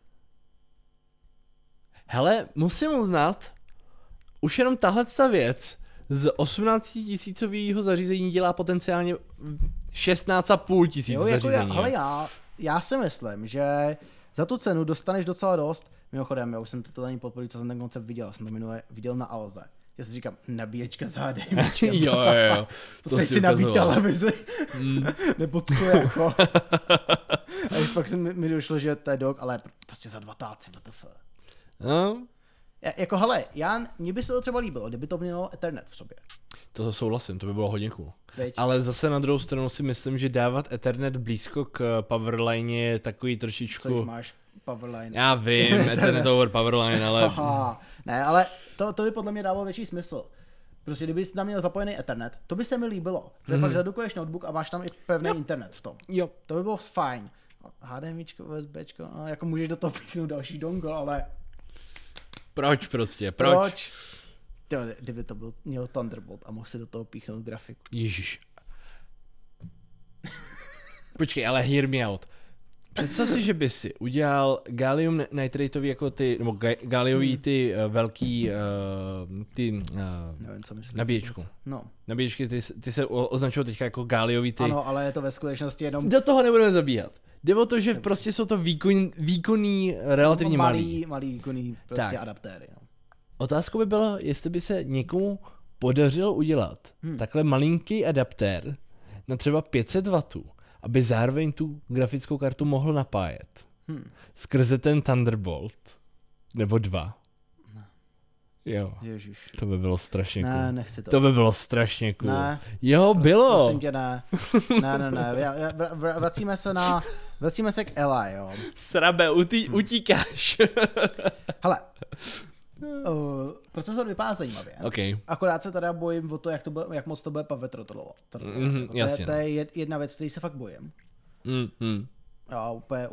Hele, musím uznat, už jenom tahle věc z 18 000 zařízení dělá potenciálně 16 500 zařízení. Ale já si myslím, že za tu cenu dostaneš docela dost. Mimochodem, já už jsem to ani podpořil, co jsem ten koncept viděl. Jsem to minule viděl na Alze. Já si říkám, nabíječka z HDMI. jo. Potřebuješ si nabít televizi. Nebo co jako. A už pak mi došlo, že to je dock, ale prostě za 2 táci, WTF. No. Jako hele, mně by se to třeba líbilo, kdyby to mělo Ethernet v sobě. To souhlasím, to by bylo hodně cool. Veď. Ale zase na druhou stranu si myslím, že dávat Ethernet blízko k Powerline je takový trošičku... Což máš Powerline. Já vím, Ethernet over Powerline, ale... Aha. Ne, ale to by podle mě dávalo větší smysl. Prostě kdyby jsi tam měl zapojený Ethernet, to by se mi líbilo. Protože pak zadukuješ notebook a máš tam i pevný internet v tom. Jo. To by bylo fajn. HDMIčko, USBčko, no, jako můžeš do toho píchnout další dongle, ale... Proč prostě, proč? Kdyby to měl Thunderbolt a mohl si do toho píchnout grafiku. Ježiš. Počkej, ale hear me out. Představ si, že by si udělal gallium nitrateový jako ty, nebo galliový ty velký, nevím, co myslím. nabíječku. No. Nabíječky, ty se označují teďka jako galliový ty. Ano, ale je to ve skutečnosti jenom... Do toho nebudeme zabíhat. Jde o to, že prostě jsou to výkonný, relativně malý výkonný prostě adaptéry. No. Otázkou by bylo, jestli by se někomu podařilo udělat takhle malinký adaptér na třeba 500 W, aby zároveň tu grafickou kartu mohl napájet. Skrze ten Thunderbolt. Nebo 2. Ne. Jo. Ježiš. To by bylo strašně cool. Ne, nechci to. To by bylo strašně cool. Ne. Jo, bylo. Prosím tě, ne. Ne. Vracíme se k Eli, jo. Srabe, utíkáš. Hele. Procesor vypadá zajímavě. Okay. Akorát se teda bojím o to, jak moc to bude power throttlovat. To je jedna věc, který se fakt bojím. Já úplně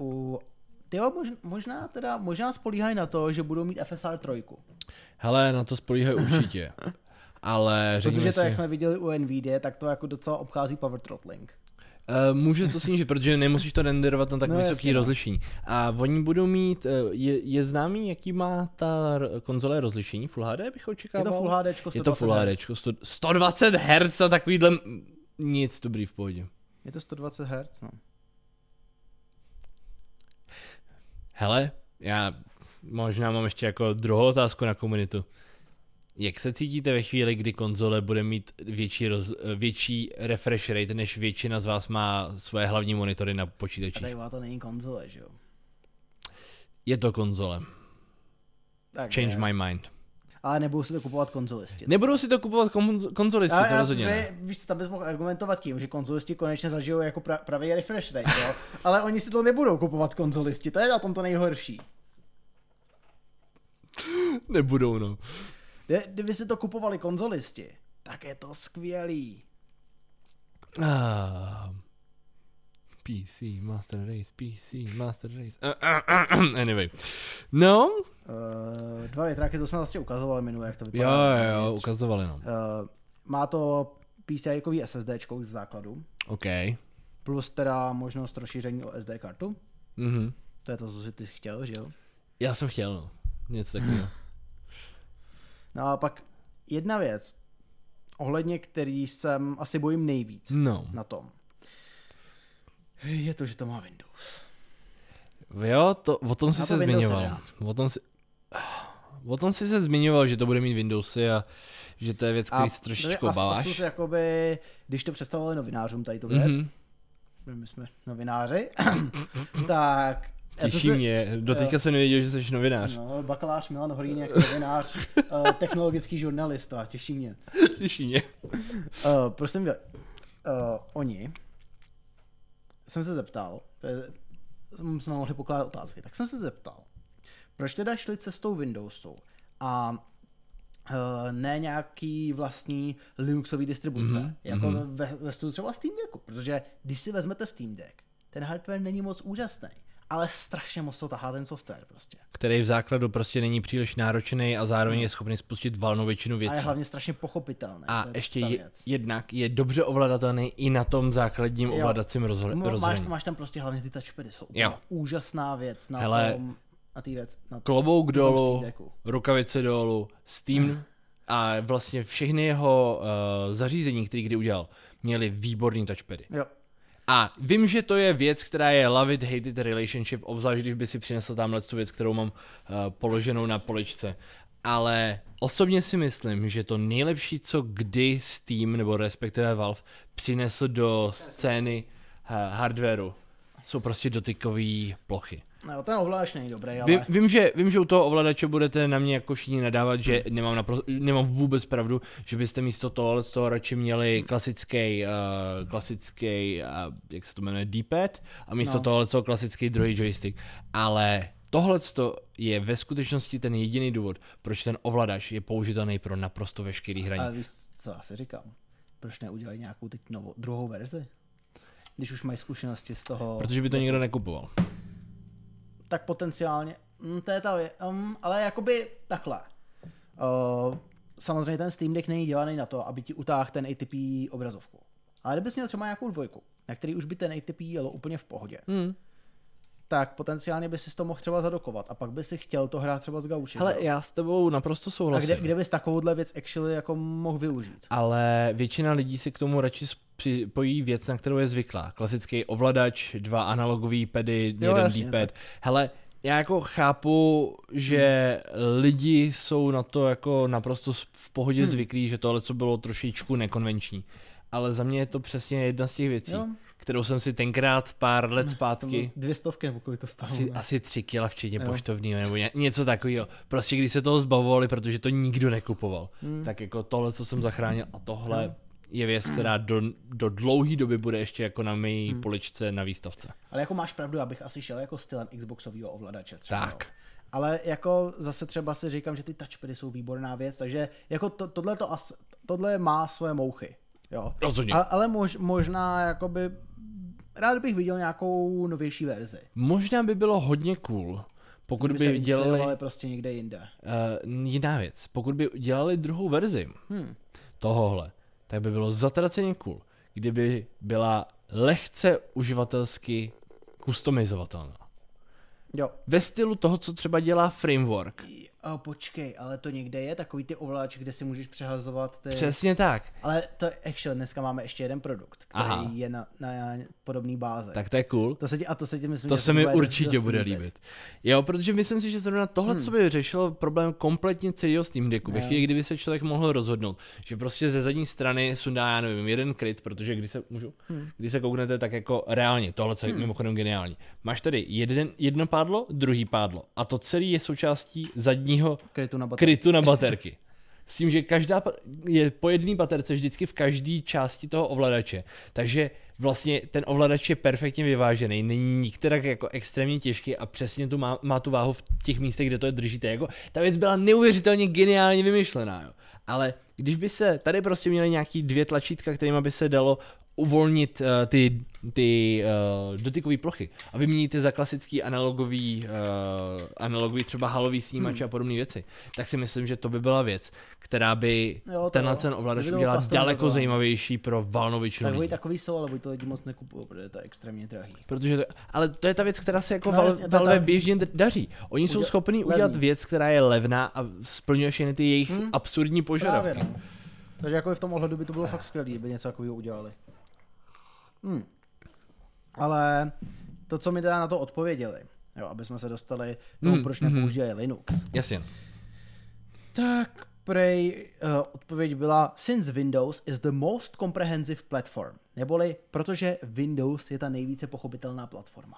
možná spolíhají na to, že budou mít FSR 3. Hele, na to spolíhají určitě. Ale protože to, jak jsme viděli u Nvidia, tak to jako docela obchází power throttling. Může to snížit, protože nemusíš to renderovat na tak vysoký rozlišení. A oni budou mít, je známý, jaký má ta konzole rozlišení? Full HD bych očekával? Je to Full HD, 120 Je to Full HD, 120 Hz a takovýhle nic, dobrý, v pohodě. Je to 120 Hz, no. Hele, já možná mám ještě jako druhou otázku na komunitu. Jak se cítíte ve chvíli, kdy konzole bude mít větší refresh rate, než většina z vás má svoje hlavní monitory na počítačích? A tady to není konzole, že jo? Je to konzole. Tak Change my mind. Ale nebudou si to kupovat konzolisti. Nebudou si to kupovat konzolisti, to rozhodně ne. Víš co, tam bys mohl argumentovat tím, že konzolisti konečně zažijou jako pravý refresh rate, jo? Ale oni si to nebudou kupovat konzolisti, to je na tom to nejhorší. Nebudou, no. Kdyby si to kupovali konzolisti, tak je to skvělý. PC Master Race. Anyway. No. 2 větráky, to jsme vlastně ukazovali minule, jak to vypadá. Jo, ukazovali, no. Má to PCI-kový SSDčko v základu. OK. Plus teda možnost rozšíření o SD kartu. To je to, co jsi ty chtěl, že jo? Já jsem chtěl, no. Něco takového. No a pak jedna věc, ohledně který jsem asi bojím nejvíc na tom, je to, že to má Windows. Jo, o tom jsi se zmiňoval. O tom jsi se zmiňoval, že to bude mít Windowsy a že to je věc, který se trošičku obáváš. A jakoby, když to představovali novinářům tady tu věc, my jsme novináři, tak... Těší mě, doteďka jsem nevěděl, že jsi novinář. No, bakalář Milan Horýnek, novinář, technologický žurnalista, těší mě. Těší mě. Prosím tě, oni, jsem se zeptal, jsme mohli pokládat otázky, tak jsem se zeptal, proč teda šli cestou Windowsu a ne nějaký vlastní Linuxový distribuce, jako ve stylu třeba Steam Decku, protože když si vezmete Steam Deck, ten hardware není moc úžasný, ale strašně moc to tahá ten software prostě. Který v základu prostě není příliš náročný a zároveň je schopný spustit valnou většinu věcí. A je hlavně strašně pochopitelný. A ještě jednak je dobře ovladatelný i na tom základním ovladacím rozhraní. Máš tam prostě hlavně ty touchpady, jsou úžasná věc na tom, na té věc. Klobouk dolů, rukavice dolů, Steam a vlastně všechny jeho zařízení, který kdy udělal, měli výborný touchpady. Jo. A vím, že to je věc, která je love it, hate it relationship, obzvlášť když by si přinesl tamhle tu věc, kterou mám položenou na poličce. Ale osobně si myslím, že to nejlepší, co kdy Steam, nebo respektive Valve, přinesl do scény hardwareu, jsou prostě dotykové plochy. No, ten ovladač není dobrý, ale... Vím, že u toho ovladače budete na mě jako všichni nadávat, že nemám vůbec pravdu, že byste místo toho radši měli klasický, jak se to jmenuje, D-pad a místo toho klasický druhý joystick. Ale tohle je ve skutečnosti ten jediný důvod, proč ten ovladač je použitelný pro naprosto veškerý hraní. Ale víš, co já si říkám? Proč neudělají nějakou teď druhou verzi? Když už mají zkušenosti z toho... Protože by to nikdo nekupoval. Tak potenciálně, to je ta věc, ale jakoby takhle. Samozřejmě ten Steam Deck není dělaný na to, aby ti utáhl ten ATP obrazovku. Ale kdybys měl třeba nějakou dvojku, na který už by ten ATP jelo úplně v pohodě, tak potenciálně by si to mohl třeba zadokovat a pak by si chtěl to hrát třeba s gaučem. Ale já s tebou naprosto souhlasím. A kde bys takovouhle věc actually jako mohl využít? Ale většina lidí si k tomu radši připojí věc, na kterou je zvyklá. Klasický ovladač, 2 analogový pady, jeden D-pad. Hele, já jako chápu, že lidi jsou na to jako naprosto v pohodě zvyklí, že tohle co bylo trošičku nekonvenční. Ale za mě je to přesně jedna z těch věcí, kterou jsem si tenkrát pár let zpátky... 200 nebo kolik to stálo. Asi 3 kila včetně poštovního nebo něco takového. Prostě když se toho zbavovali, protože to nikdo nekupoval. Tak jako tohle, co jsem zachránil a tohle je věc, která do dlouhé doby bude ještě jako na mé poličce na výstavce. Ale jako máš pravdu, abych asi šel jako stylem Xboxového ovladače třeba. Tak. Ale jako zase třeba si říkám, že ty touchpady jsou výborná věc, takže jako tohle má svoje mouchy. Jo. Rozhodně. Ale možná jakoby rád bych viděl nějakou novější verzi. Možná by bylo hodně cool, pokud by dělali prostě někde jinde. Jiná věc, pokud by dělali druhou verzi tohohle, tak by bylo zatraceně cool, kdyby byla lehce uživatelsky customizovatelná. Jo. Ve stylu toho, co třeba dělá Framework. Počkej, ale to někde je takový ty ovladač, kde si můžeš přehazovat ty... Přesně tak. Ale to actually dneska máme ještě jeden produkt, který je na podobný báze. Tak to je cool. To se ti myslím, to se mi určitě bude líbit. Jo, protože myslím si, že zrovna tohle, co by řešilo problém kompletně celého Steam Decku, ve chvíli, kdyby se člověk mohl rozhodnout, že prostě ze zadní strany sundá, já nevím, jeden kryt, protože když se kouknete, tak jako reálně, tohle je mimochodem geniální. Máš tady jedno pádlo, druhý pádlo a to celé je součástí zadního krytu na baterky. S tím, že každá je po jedné baterce vždycky v každé části toho ovladače. Takže vlastně ten ovladač je perfektně vyvážený, není nikterak jako extrémně těžký a přesně tu má tu váhu v těch místech, kde to je držíte. Jako, ta věc byla neuvěřitelně geniálně vymyšlená. Jo. ale když by se tady prostě měly nějaký 2 tlačítka, kterými by se dalo uvolnit ty dotykové plochy a vyměnit za klasický analogový třeba halový snímač a podobné věci, tak si myslím, že to by byla věc, která by tenhle ovladač udělala daleko zajímavější pro valnou většinu lidí. Takový jsou, ale to lidi moc nekupují, protože to je extrémně drahý. Ale to je ta věc, která se jako Valve běžně daří. Oni jsou schopní udělat věc, která je levná a splňuje všechny ty jejich absurdní požadavky. Právě, no. Takže jako v tom ohledu by to bylo fakt skvělé, kdyby něco takového udělali. Ale to, co mi teda na to odpověděli, jo, aby jsme se dostali tomu, proč nepoužívají Linux. Jasně. Tak prej odpověď byla since Windows is the most comprehensive platform. Neboli protože Windows je ta nejvíce pochopitelná platforma.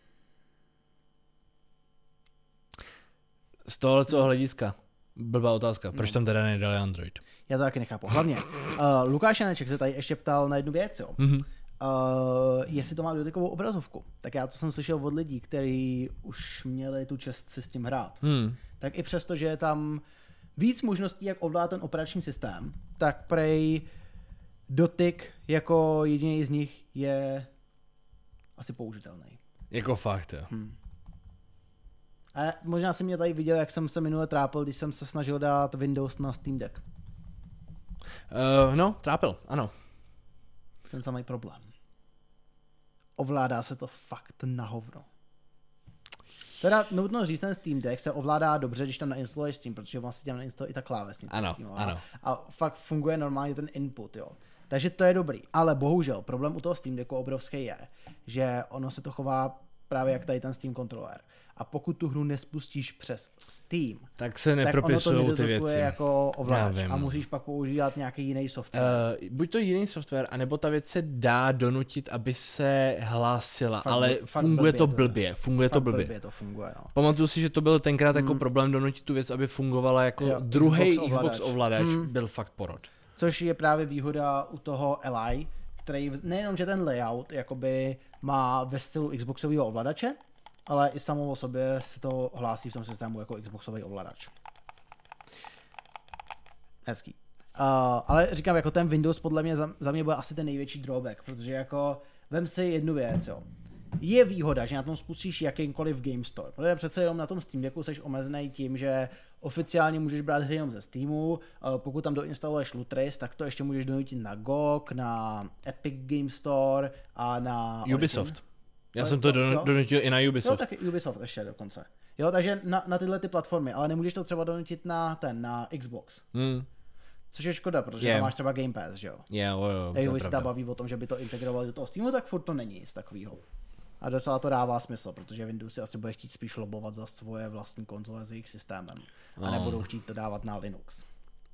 Z tohoto hlediska. Blbá otázka. Proč tam teda nedali Android? Já to taky nechápu. Hlavně, Lukáš Janeček se tady ještě ptal na jednu věc, jo. Jestli to má dotykovou obrazovku. Tak já to jsem slyšel od lidí, kteří už měli tu čest si s tím hrát. Tak i přesto, že je tam víc možností, jak ovládat ten operační systém, tak prej dotyk jako jediný z nich je asi použitelný. Jako fakt, jo. A možná si mě tady viděl, jak jsem se minule trápil, když jsem se snažil dát Windows na Steam Deck. No, trápil, ano. Ten samý problém. Ovládá se to fakt na hovno. Teda nutno říct, ten Steam Deck se ovládá dobře, když tam nainstaluješ Steam, protože vlastně tam nainstaluje i ta klávesnice. Ano, Steam, ano. A fakt funguje normálně ten input, jo. Takže to je dobrý. Ale bohužel, problém u toho Steam Decku obrovský je, že ono se to chová právě jak tady ten Steam kontroler. A pokud tu hru nespustíš přes Steam, tak se nepropisují ty věci. Jako ovladač a musíš pak používat nějaký jiný software. Buď to jiný software, anebo ta věc se dá donutit, aby se hlásila, ale funguje to blbě. Funguje to blbě. To funguje, no. Pamatuju si, že to byl tenkrát jako problém donutit tu věc, aby fungovala jako druhý Xbox ovladač. Byl fakt porod. Což je právě výhoda u toho Li, který nejenom, že ten layout jakoby má ve stylu Xboxového ovladače, ale i samou o sobě se to hlásí v tom systému jako Xboxový ovladač. Hezký. Ale říkám, jako ten Windows podle mě za mě bude asi ten největší drawback, protože jako vem si jednu věc, jo. Je výhoda, že na tom spustíš jakýmkoliv Game Store, protože přece jenom na tom Steam Decku seš omezený tím, že oficiálně můžeš brát hry jenom ze Steamu, pokud tam doinstaluješ Lutris, tak to ještě můžeš donutit na GOG, na Epic Game Store a na Ubisoft. Já jsem to donutil i na Ubisoft. Jo, taky Ubisoft ještě dokonce. Jo, takže na tyhle ty platformy, ale nemůžeš to třeba donutit na Xbox. Což je škoda, protože tam máš třeba Game Pass, že jo? Jo, když se baví o tom, že by to integrovali do toho Steamu, tak furt to není nic takového. A docela to dává smysl, protože Windows si asi bude chtít spíš lobovat za svoje vlastní konzole s jejich systémem. A nebudou chtít to dávat na Linux.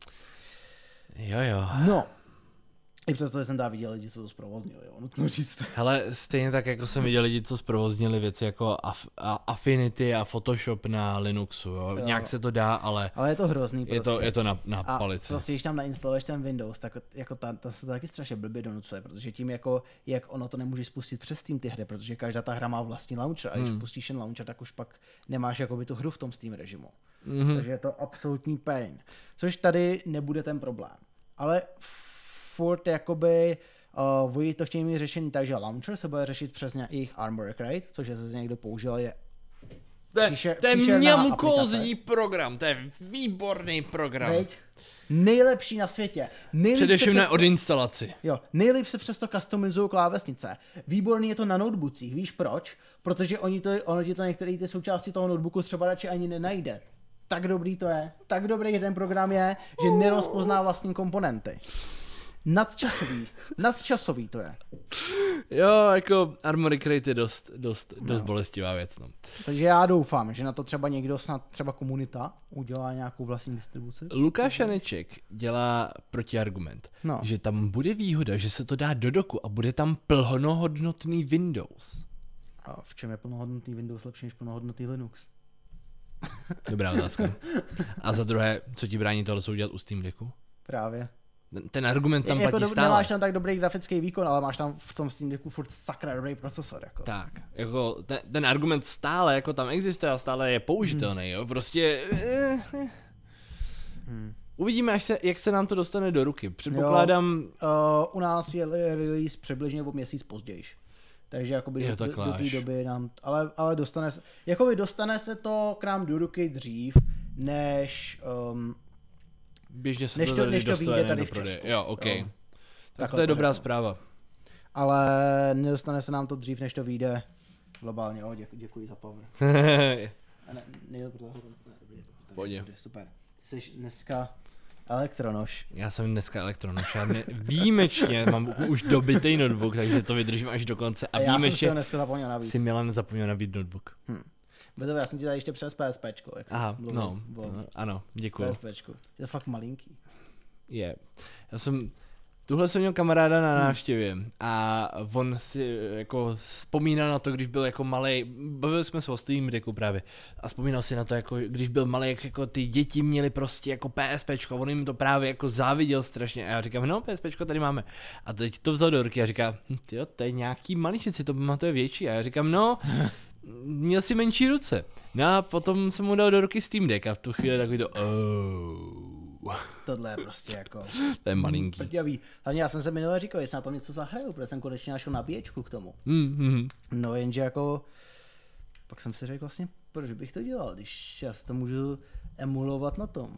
Jo. No. I přesto jsem tam viděl lidi, co to zprovoznili, jo, nutno říct. Hele, stejně tak, jako jsem viděl lidi, co zprovoznili věci jako Affinity a Photoshop na Linuxu, jo. Nějak se to dá, ale je to hrozný prostě. Je to na palici. A prostě, když tam nainstaluješ ten Windows, tak jako to se taky strašně blbě donucuje, protože tím jako, jak ono to nemůže spustit přes Steam ty hry, protože každá ta hra má vlastní launcher a když pustíš ten launcher, tak už pak nemáš jakoby tu hru v tom Steam režimu. Takže je to absolutní pain. Což tady nebude ten problém. Ale furt jakoby oni to chtějí mít řešení tak, že launcher se bude řešit přes jejich Armor Crate, což je se někdo použil, je to je mňamkozní program, to je výborný program. Veď? Nejlepší na světě. Především na odinstalaci. Jo, nejlíp se přesto customizují klávesnice. Výborný je to na notebookcích, víš proč? Protože ono ti to některé ty součásti toho notebooku třeba radši ani nenajde. Tak dobrý to je. Tak dobrý ten program je, že nerozpozná vlastní komponenty. Nadčasový to je. Jo, jako Armory Crate je dost bolestivá věc, no. Takže já doufám, že na to třeba někdo, snad třeba komunita, udělá nějakou vlastní distribuci. Lukáš Janeček dělá protiargument, že tam bude výhoda, že se to dá do doku a bude tam plnohodnotný Windows. A v čem je plnohodnotný Windows lepší než plnohodnotný Linux? Dobrá otázka. A za druhé, co ti brání tohle udělat u Steam Decku? Právě. Ten argument tam platí stále. Nemáš tam tak dobrý grafický výkon, ale máš tam v tom Steam Decku furt sakra dobrý procesor. Jako. Tak, jako ten argument stále jako tam existuje a stále je použitelný, jo, prostě... Uvidíme, jak se nám to dostane do ruky. Předpokládám... U nás je release přibližně o měsíc později. Takže jakoby do té doby nám... Ale dostane se to k nám do ruky dřív, než... Běžně se než to vyjde tady v Česku. Jo, OK. Tak to je dobrá zpráva. Ale nedostane se nám to dřív, než to vyjde globálně. Děkuji za power. Pohodě. Super. Ty jsi dneska elektronoš. Já jsem dneska elektronoš. Já výjimečně mám už dobitej notebook, takže to vydržím až do konce. A já výjimečně jsem si dneska zapomněl nabít. Si Milan zapomněl nabít notebook. Já jsem ti tady ještě přes PSPčko. Aha, ano, děkuju. PSPčko. Je to fakt malinký. Je. Tuhle jsem měl kamaráda na návštěvě a on si jako vzpomínal na to, když byl jako malej, bavili jsme se o Steam Decku právě a vzpomínal si na to, jako když byl malej, jak jako ty děti měly prostě jako PSPčko, on jim to právě jako záviděl strašně a já říkám, no PSPčko tady máme a teď to vzal do ruky a říká, tyjo, to je nějaký maličci, to je větší a já říkám, no, měl si menší ruce. No a potom jsem mu dal do ruky Steam Deck a v tu chvíli takový to Tohle je prostě jako... To je malinký. Prťavý. Hlavně já jsem se minule říkal, jestli na tom něco zahraju, protože jsem konečně našel nabíječku k tomu. No jenže jako... Pak jsem si řekl vlastně, proč bych to dělal, když já si to můžu emulovat na tom.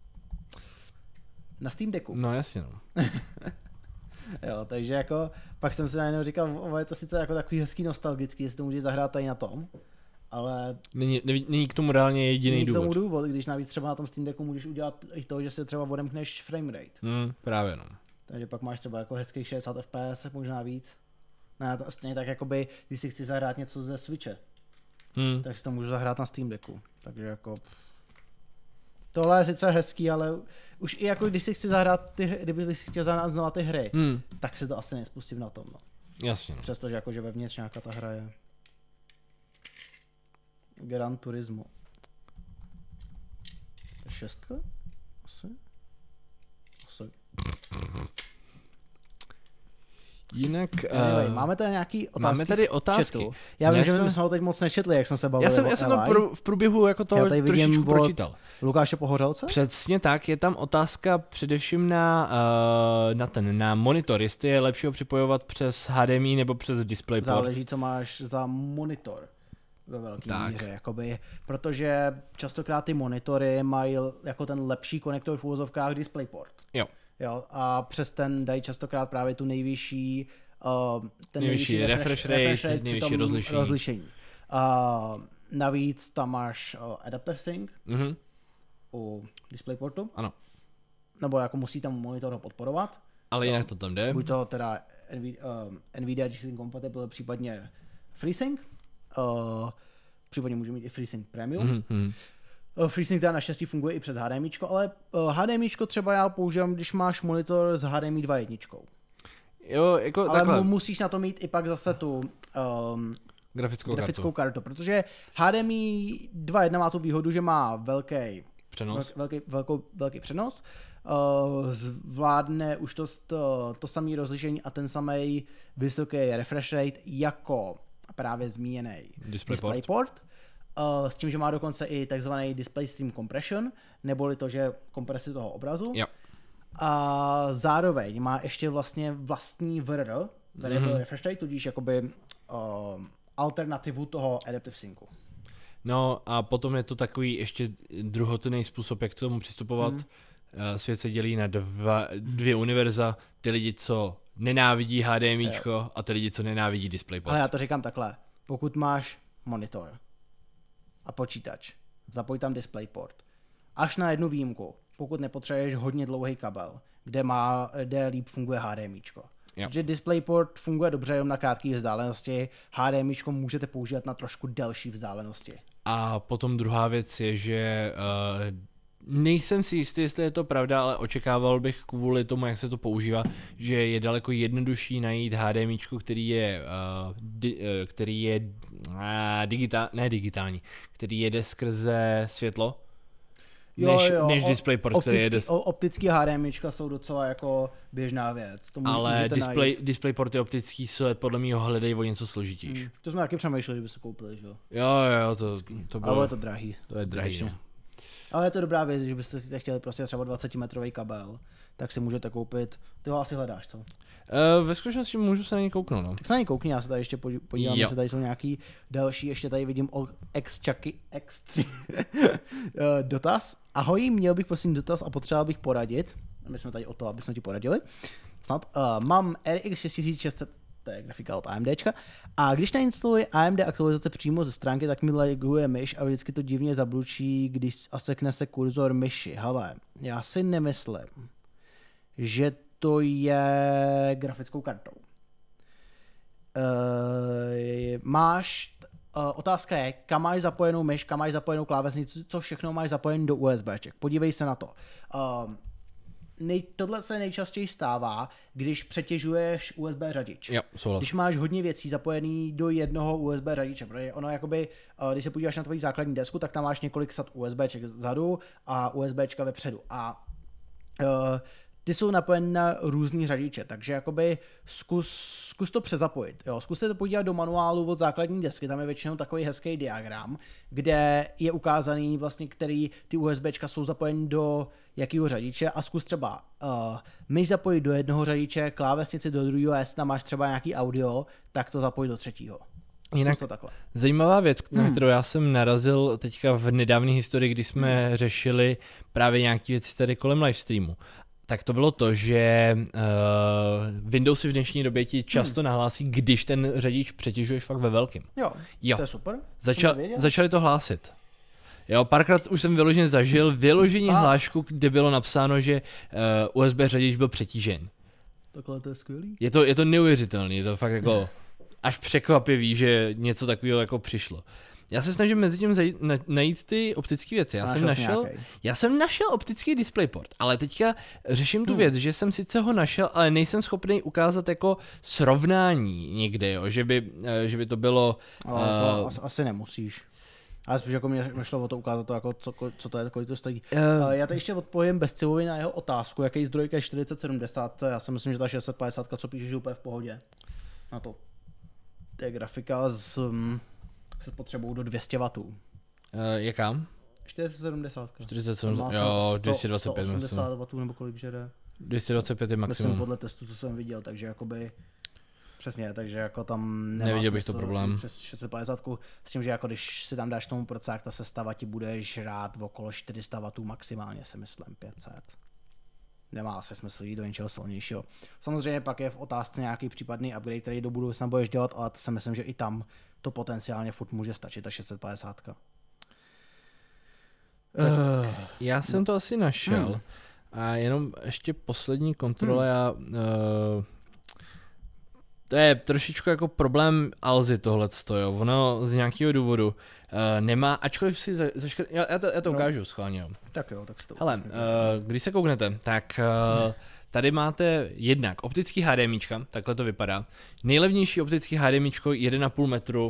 Na Steam Decku. No jasně no. Jo, takže jako... Pak jsem si najednou říkal, je to sice jako takový hezký nostalgický, jestli to můžeš zahrát tady na tom. Ale není k tomu reálně jediný důvod. Není k tomu důvod, když navíc třeba na tom Steam Decku můžeš udělat i to, že se třeba odemkneš framerate. Právě no. Takže pak máš třeba jako hezkých 60 fps, možná víc. Ne, to stejně tak jakoby, když si chci zahrát něco ze Switche, tak si to můžu zahrát na Steam Decku. Takže jako... Tohle je sice hezký, ale už i jako když si chci zahrát kdybych si chtěl zahrát znova ty hry, tak si to asi nespustím na tom, no. Jasně. No. Přestože jakože vevnitř nějaká ta hra je. Gran Turismo. To je 6? Asi. Jinak... máme tady nějaký otázky. Máme tady otázky. Chatu. Já vím, že jsme ho teď moc nečetli, jak jsme se bavili. Já jsem to v průběhu jako to trošičku pročítal. Lukáše Pohořelce? Přesně tak, je tam otázka především na monitor, jestli je lepší ho připojovat přes HDMI nebo přes DisplayPort. Záleží, co máš za monitor. Ve velké míře, jakoby, protože častokrát ty monitory mají jako ten lepší konektor v úvozovkách DisplayPort. Jo, a přes ten dají častokrát právě tu nejvyšší nejvyšší refresh rate, nejvyšší rozlišení. Navíc tam máš Adaptive Sync u DisplayPortu. Ano. Nebo jako musí tam monitor ho podporovat. Ale jinak to tam jde. Buď to teda NVIDIA G-Sync Compatible, případně FreeSync. Případně může mít i FreeSync Premium. FreeSync teda naštěstí funguje i přes HDMIčko, ale HDMIčko třeba já používám, když máš monitor s HDMI 2.1. Jo, jako ale takhle. Musíš na to mít i pak zase tu grafickou kartu, protože HDMI 2.1 má tu výhodu, že má velký přenos, zvládne už to samé rozlišení a ten samý vysoký refresh rate jako právě zmíněný DisplayPort. S tím, že má dokonce i takzvaný Display Stream Compression, neboli to, že kompresi toho obrazu. Jo. A zároveň má ještě vlastně vlastní VRR, Variable Refresh Rate, tudíž jakoby alternativu toho Adaptive Syncu. No a potom je to takový ještě druhotný způsob, jak k tomu přistupovat. Svět se dělí na dvě univerza, ty lidi, co nenávidí HDMIčko a ty lidi, co nenávidí DisplayPort. Ale já to říkám takhle, pokud máš monitor a počítač, zapoj tam DisplayPort. Až na jednu výjimku, pokud nepotřebuješ hodně dlouhý kabel, kde líp funguje HDMIčko. Protože DisplayPort funguje dobře jenom na krátké vzdálenosti, HDMIčko můžete používat na trošku delší vzdálenosti. A potom druhá věc je, že nejsem si jistý, jestli je to pravda, ale očekával bych kvůli tomu, jak se to používá, že je daleko jednodušší najít HDMIčko, který je digitální, který jede skrze světlo, než DisplayPort, který jede... Optický HDMIčka jsou docela jako běžná věc. Ale DisplayPort je optický, co podle mého hledají o něco složitější. To jsme taky přemýšleli, že by se koupili, že jo? Jo, to bylo... Ale je to drahý. To je drahý, no. Ale je to dobrá věc, že byste si chtěli prostě třeba 20-metrový kabel, tak si můžete koupit. Ty ho asi hledáš, co? Ve skutečnosti můžu se na ně kouknout, no. Tak se na ně koukni, já se tady ještě podívám, jestli tady jsou nějaký další, ještě tady vidím o X3 dotaz. Ahoj, měl bych prosím dotaz a potřeboval bych poradit. My jsme tady o to, aby jsme ti poradili. Snad. Mám RX 6600, to je grafika od AMDčka, a když nainstaluji AMD aktualizace přímo ze stránky, tak mi laguje myš a vždycky to divně zablučí, když sekne se kurzor myši. Hele, já si nemyslím, že to je grafickou kartou. Otázka je, kam máš zapojenou myš, kam máš zapojenou klávesnici, co všechno máš zapojené do USBček. Podívej se na to. Tohle se nejčastěji stává, když přetěžuješ USB řadič. Jo, když máš hodně věcí zapojený do jednoho USB řadiče, protože ono jakoby, když se podíváš na tvoji základní desku, tak tam máš několik sad USBček vzadu a USBčka vepředu. A ty jsou napojené na různý řadiče, takže jakoby zkus to přezapojit. Jo. Zkuste to podívat do manuálu od základní desky, tam je většinou takový hezký diagram, kde je ukázaný vlastně, který ty USBčka jsou zapojeny do jakého řadiče a zkus třeba myš zapojit do jednoho řadiče, klávesnici do druhého a jestli tam máš třeba nějaký audio, tak to zapojit do třetího. Jinak zajímavá věc, na kterou já jsem narazil teďka v nedávné historii, kdy jsme řešili právě nějaké věci tady kolem livestreamu. Tak to bylo to, že Windowsy v dnešní době ti často nahlásí, když ten řadič přetěžuješ fakt ve velkým. Jo, to je super. Začali to hlásit. Jo, párkrát už jsem vyloženě zažil vyložení hlášku, kde bylo napsáno, že USB řadič byl přetížen. Takhle to je skvělý. Je to neuvěřitelný, je to fakt jako až překvapivý, že něco takového jako přišlo. Já se snažím mezi tím najít ty optické věci. Já jsem našel optický DisplayPort, ale teďka řeším tu věc, že jsem sice ho našel, ale nejsem schopný ukázat jako srovnání někde, jo, že by to bylo... Asi nemusíš. Ale spíš jako mě šlo o to ukázat to, jako co to je, kolik to stojí. Já tady ještě odpovím Bezcivovi na jeho otázku, jaký zdroj je 4070. Já si myslím, že ta 650, co píšeš, je úplně v pohodě. Na to. To je grafika se spotřebou do 200 W. Jaká? 470. 470, jo, 225 180 W nebo kolik žere. 225 je maximum. Myslím podle testu, co jsem viděl, takže jakoby... Přesně, takže jako tam neviděl bych to problém. Přes 650, s tím, že jako když si tam dáš tomu procák, ta sestava ti bude žrát v okolo 400 W maximálně, si myslím 500. Nemá asi smysl jít do něčeho silnějšího. Samozřejmě pak je v otázce nějaký případný upgrade, který do budoucna budeš dělat, ale to si myslím, že i tam to potenciálně furt může stačit, ta 650. Já jsem to asi našel. A jenom ještě poslední kontrola, to je trošičku jako problém Alzy tohleto, jo. Ono z nějakého důvodu nemá, ačkoliv si já to ukážu schválně, jo. Tak jo, tak si to hele, když se kouknete, tak tady máte jednak optický HDMIčka, takhle to vypadá. Nejlevnější optický HDMIčko 1,5 metru,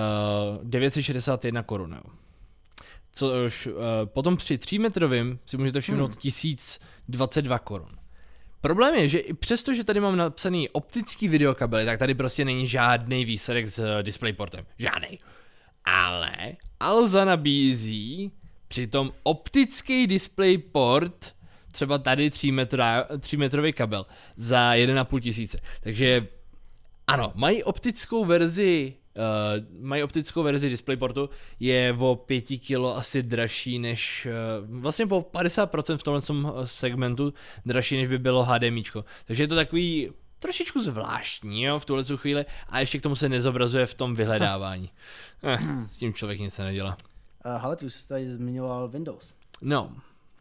961 korun, jo. Což potom při 3 metrovým si můžete všimnout 1022 korun. Problém je, že i přesto, že tady mám napsaný optický videokabely, tak tady prostě není žádný výsledek s DisplayPortem. Žádný. Ale Alza nabízí přitom optický DisplayPort, třeba tady 3 metrový kabel za 1,5 tisíce. Takže ano, mají optickou verzi DisplayPortu, je o 5 kilo asi dražší než, vlastně po 50% v tomhle segmentu dražší, než by bylo HDMIčko. Takže je to takový trošičku zvláštní, jo, v tuhle chvíli a ještě k tomu se nezobrazuje v tom vyhledávání. S tím člověk nic nedělá. Hele, ty už jsi tady zmiňoval Windows. No.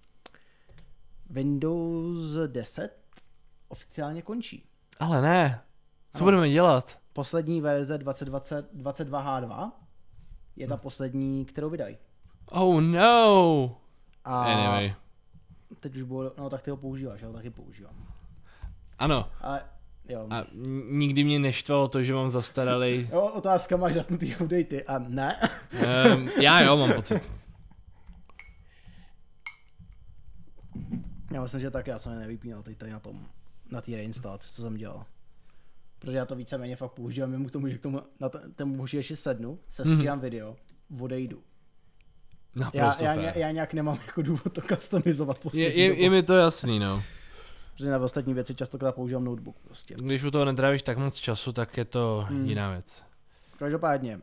Windows 10 oficiálně končí. Ale ne. Co budeme dělat? Poslední verze 22H2 je ta poslední, kterou vydají. Oh no! A anyway. Teď už bylo, no tak ty ho používáš, já ho taky používám. Ano. Jo. A nikdy mě neštvalo to, že mám zastaralý... Jo, otázka, máš zapnutý updaty a ne? Já jo, mám pocit. Já myslím, že tak, já jsem je nevypínal teď tady na té reinstalaci, co jsem dělal. Protože já to víceméně fakt používám, mimo k tomu, že k tomu na ten počítači sednu, sestříhám video, odejdu. Já nějak nemám jako důvod to customizovat. Je mi to jasný, no. Protože na ostatní věci častokrát používám notebook prostě. Když u toho netrávíš tak moc času, tak je to jiná věc. Každopádně,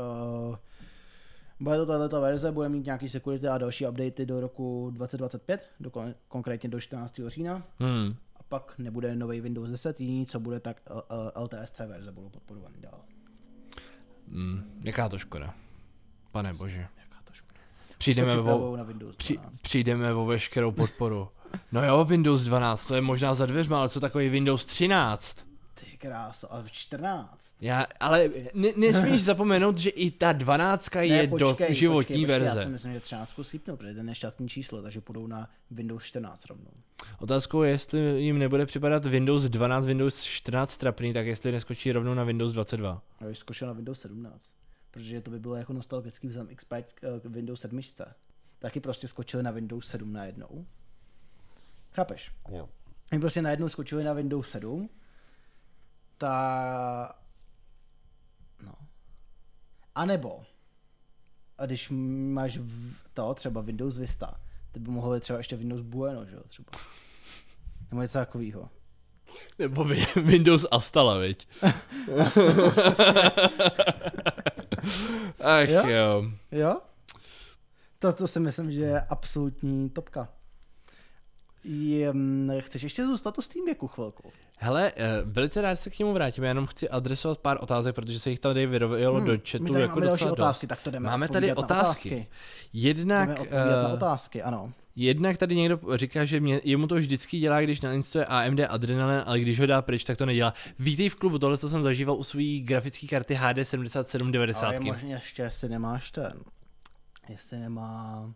bude to tato verze, bude mít nějaký security a další updaty do roku 2025, konkrétně do 14. října. A pak nebude nový Windows 10, jediný, co bude, tak LTSC verze budou podporovaný dál. Jaká to škoda. Pane bože. Jaká to škoda. Přijdeme o veškerou podporu. No jo, Windows 12, to je možná za dveřma, ale co takový Windows 13? Ty kráso, ale 14. Ale nesmíš zapomenout, že i ta 12 je životní verze. Já si myslím, že 13 sípnou, protože to je nešťastný číslo, takže půjdou na Windows 14 rovnou. Otázkou je, jestli jim nebude připadat Windows 12, Windows 14 trapný, tak jestli neskočí rovnou na Windows 22. Já bych skočil na Windows 17, protože to by bylo jako nostalgický vzhledem XP k Windows 7. Taky prostě skočili na Windows 7 najednou. Chápeš? Jo. Oni prostě najednou skočili na Windows 7, A nebo, a když máš třeba Windows Vista, ty by mohl být třeba ještě Windows Bueno, že jo, třeba. Nebo něco takovýho. Nebo Windows Astala, viď? Ach jo. Jo? To si myslím, že je absolutní topka. Chceš ještě zůstat u Steam Decku chvilku? Hele, velice rád se k němu vrátím, já jenom chci adresovat pár otázek, protože se jich tady vyrovilo do chatu. My tady jako máme další otázky, tak to jdeme. Máme tady otázky. Jednak, na otázky, ano. Jednak tady někdo říká, že jemu to vždycky dělá, když nainstaluje AMD Adrenalin, ale když ho dá pryč, tak to nedělá. Vítej v klubu, tohle co jsem zažíval u své grafické karty HD 7790. Ale je možná ještě, jestli nemáš jestli nemá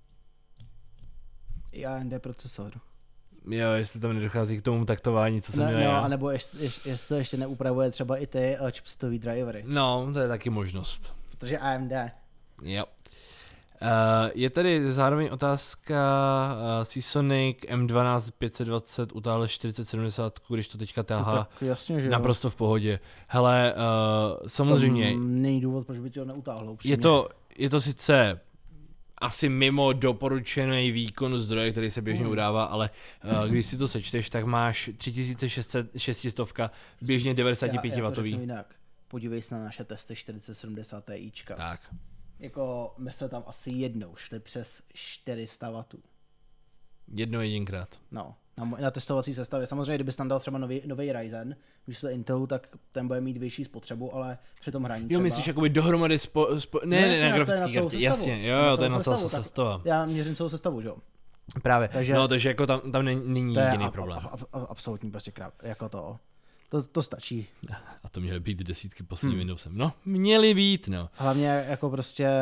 i AMD procesor. Jo, jestli tam nedochází k tomu taktování, co jsem měl já. Anebo jestli to ještě neupravuje třeba i ty chipsetový drivery. No, to je taky možnost. Protože AMD. Jo. Je tady zároveň otázka Seasonic M12 520 utáhle 4070, když to teďka táhá naprosto v pohodě. Hele, samozřejmě... Není důvod, proč by to neutáhlo. Je to sice asi mimo doporučený výkon zdroje, který se běžně udává, ale když si to sečteš, tak máš 3600 běžně 95W. Jinak. Podívej se na naše testy 4070 Tička. Tak. Jako my jsme tam asi jednou šli přes 400 W. Jedinkrát. No, na testovací sestavě. Samozřejmě, kdyby tam dal třeba nový Ryzen, místo Intelu, tak ten bude mít vyšší spotřebu, ale při tom hraní třeba... Jo, myslíš jakoby dohromady ne, na grafický kartě, jasně, jo, to je na celou sestavu. Já měřím celou sestavu, že jo. Právě, takže jako tam není jediný problém. Absolutní prostě jako to stačí. A to měly být desítky posledním Windowsem. No, měly být, no. Hlavně jako prostě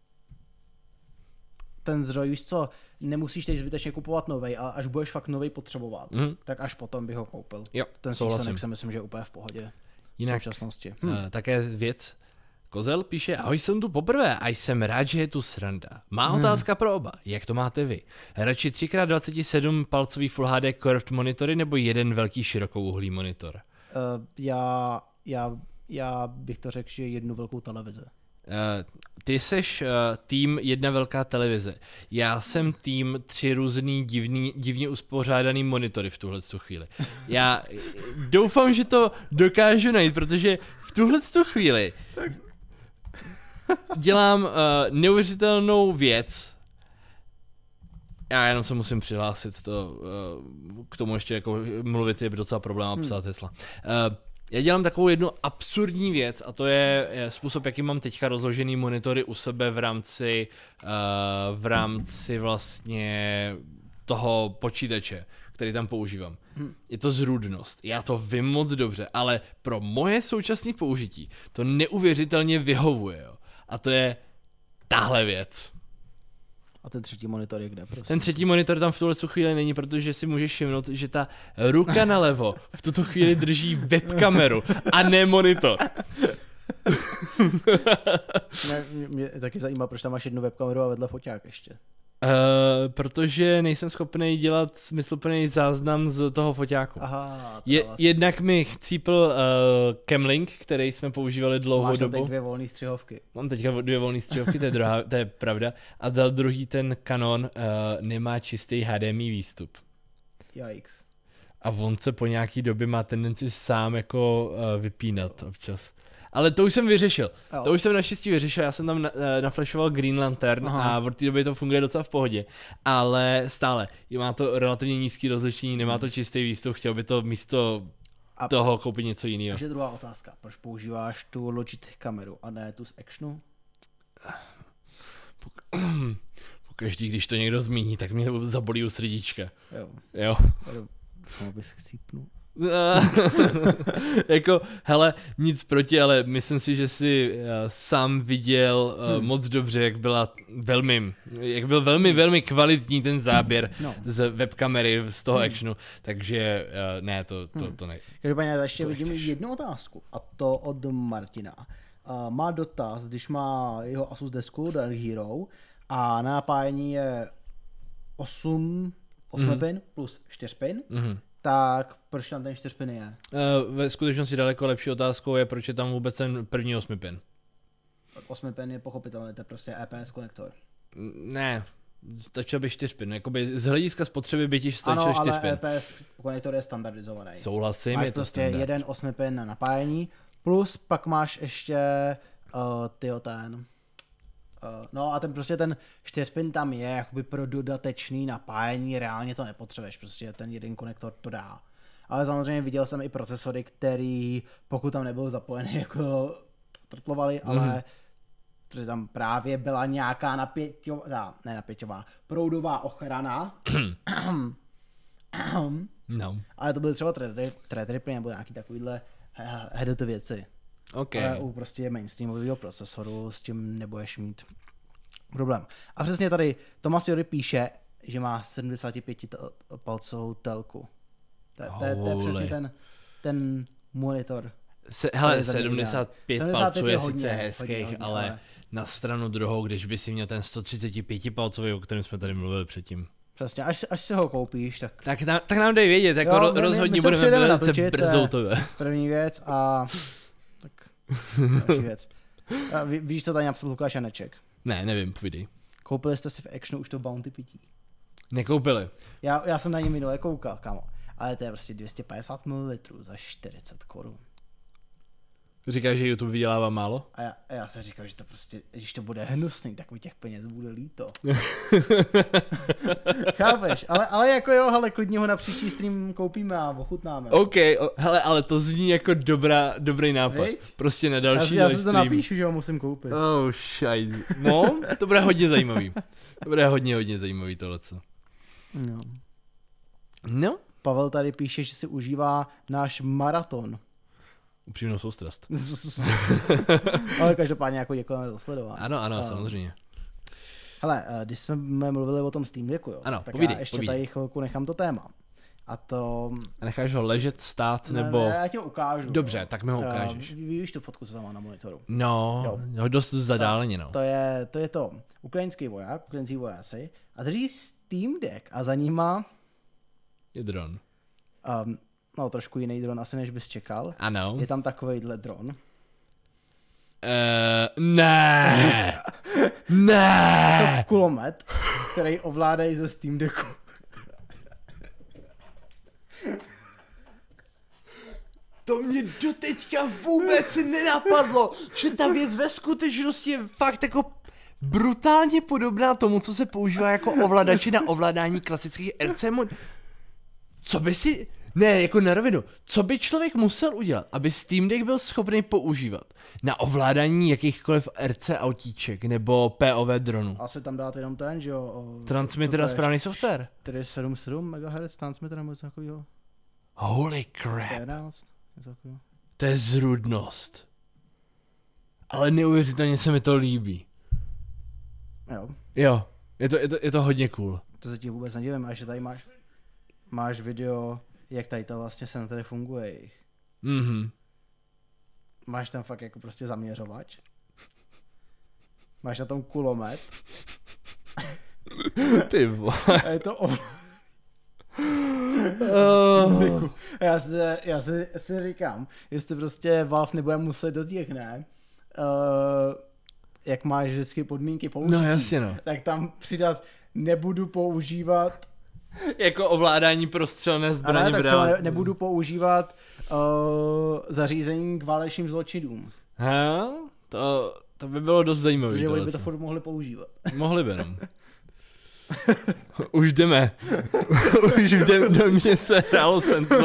ten zdroj, víš co, nemusíš teď zbytečně kupovat novej, a až budeš fakt novej potřebovat, tak až potom bych ho koupil. Jo, ten Seasonic si myslím, že je úplně v pohodě. Jinak, v současnosti. Také věc. Kozel píše, ahoj, jsem tu poprvé a jsem rád, že je tu sranda. Má otázka pro oba, jak to máte vy? Radši 3x27 palcový Full HD curved monitory nebo jeden velký širokouhlý monitor? Já bych to řekl, že jednu velkou televizi. Ty seš tým jedna velká televize. Já jsem tým 3 různý divně uspořádaný monitory v tuhle chvíli. Já doufám, že to dokážu najít, protože v tuhle chvíli dělám neuvěřitelnou věc. Já jenom se musím přihlásit, k tomu ještě jako mluvit je docela problém a psát hesla. Já dělám takovou jednu absurdní věc a to je způsob, jaký mám teďka rozložený monitory u sebe v rámci vlastně toho počítače, který tam používám. Je to zrůdnost. Já to vím moc dobře, ale pro moje současné použití to neuvěřitelně vyhovuje. Jo. A to je tahle věc. A ten třetí monitor je kde? Prosím? Ten třetí monitor tam v tuhle chvíli není, protože si můžeš všimnout, že ta ruka nalevo v tuto chvíli drží webkameru a ne monitor. Mě taky zajímá, proč tam máš jednu webkameru a vedle foťák ještě. Protože nejsem schopný dělat smysluplný záznam z toho foťáku. Aha, jednak mi chcípl Camlink, který jsme používali dlouhou dobu. Máš dobu. teď 2 volné střihovky. Mám teďka 2 volné střihovky, to je pravda. A za druhý ten Canon nemá čistý HDMI výstup. Yikes. A on se po nějaký době má tendenci sám jako vypínat občas. Ale to už jsem vyřešil. Jo. To už jsem naštěstí vyřešil, já jsem tam naflashoval Green Lantern a v té době to funguje docela v pohodě. Ale stále, má to relativně nízký rozlišení, nemá to čistý výstup, chtěl by to místo toho koupit něco jiného. Takže druhá otázka, proč používáš tu Logitech kameru a ne tu z Actionu? Pokaždý, když to někdo zmíní, tak mě zabolí u srdíčka. Jo. No, bys chcípnul. Jako, hele, nic proti, ale myslím si, že si sám viděl moc dobře, jak byl velmi kvalitní ten záběr z webkamery z toho Actionu, takže ne, to ne. Každopádně já ještě vidím jednu otázku, a to od Martina. Má dotaz, když má jeho Asus desku Dark Hero a na napájení je 8 pin plus 4 pin, tak proč tam ten 4 pin je? Ve skutečnosti daleko lepší otázkou je, proč je tam vůbec ten první 8 pin. 8 pin je pochopitelné, to je prostě EPS konektor. Ne, stačil by 4 pin. Jakoby z hlediska spotřeby by ti stačil 4 pin. Ano, ale EPS konektor je standardizovaný. Souhlasím, máš je to prostě standard. jeden 8 pin na napájení, plus pak máš ještě no a ten 4 pin tam je jakoby pro dodatečný napájení, reálně to nepotřebuješ, prostě ten jeden konektor to dá. Ale samozřejmě viděl jsem i procesory, který pokud tam nebyl zapojený, jako trtlovali, ale protože tam právě byla nějaká proudová ochrana. No. Ale to byly třeba threadripy nebo nějaký takovýhle headety věci. Okay. Ale u prostě mainstreamového procesoru s tím nebudeš mít problém. A přesně tady Tomas Jory píše, že má 75 palcovou telku. To je přesně ten monitor. Hele, 75 palců je sice hezkých, ale na stranu druhou, když by si měl ten 135 palcový, o kterém jsme tady mluvili předtím. Přesně, až si ho koupíš, tak nám dej vědět, jako rozhodně budeme velice brzo tebe. První věc a tak další věc. A víš, co tady napsal Lukáš Janeček? Ne, nevím, povídej. Koupili jste si v Actionu už to Bounty pití? Nekoupili. Já jsem na ně minule koukal, kámo. Ale to je prostě 250 ml za 40 korun. Říkáš, že YouTube vydělává málo? A já jsem říkal, že to prostě, když to bude hnusný, tak mi těch peněz bude líto. Chápeš? Ale jako jo, hele, klidně ho na příští stream koupíme a ochutnáme. OK, hele, ale to zní jako dobrý nápad. Víč? Prostě na další já si to napíšu, že ho musím koupit. Oh, šajz. No, to bude hodně zajímavý. To bude hodně zajímavý tohleto. No. Pavel tady píše, že si užívá náš maraton. Upřímnou soustrast. Ale každopádně jako děkujeme za sledování. Ano, samozřejmě. Hele, když jsme mluvili o tom Steam Decku, jo, ano, tak povídej, já ještě tady chvilku nechám to téma. A to... A necháš ho ležet, stát, nebo... Ne, já ti ho ukážu. Dobře, tak mi ho ukážeš. Víš tu fotku, co tam má na monitoru? No, dost zadáleně, no. To je to ukrajinský voják, ukrajinský vojáci a drží Steam Deck a za ním má... Je dron. No, trošku jiný dron asi, než bys čekal. Ano. Je tam takovejhle dron. Ne. Ne. To kulomet, který ovládají ze Steam Decku. To mě doteďka vůbec nenapadlo, že ta věc ve skutečnosti je fakt jako brutálně podobná tomu, co se používá jako ovladači na ovládání klasických RC mod. Co by si... Ne, jako na rovinu. Co by člověk musel udělat, aby Steam Deck byl schopný používat na ovládání jakýchkoliv RC autíček nebo POV dronů? Asi tam dát jenom ten, že jo? Transmitter a správný software. 477 MHz transmitter nebo něco takového. Holy crap. 11, něco takového. To je zrůdnost. Ale neuvěřitelně se mi to líbí. Jo, je to hodně cool. To se ti vůbec nedivím, a že tady máš video, jak tady to vlastně se na tady funguje. máš tam fakt jako prostě zaměřovač. Máš na tom kulomet. Ty vole. A je to Já si říkám, jestli prostě Valve nebude muset do těch, jak máš vždycky podmínky použití, no jasně, no. Tak tam přidat nebudu používat jako ovládání prostřelné zbraně. Tak třeba nebudu používat zařízení k válečným zločinům. To by bylo dost zajímavé. Takže oni by to furt mohli používat. Mohli by, no. Už jdeme. Už do mě se hrálo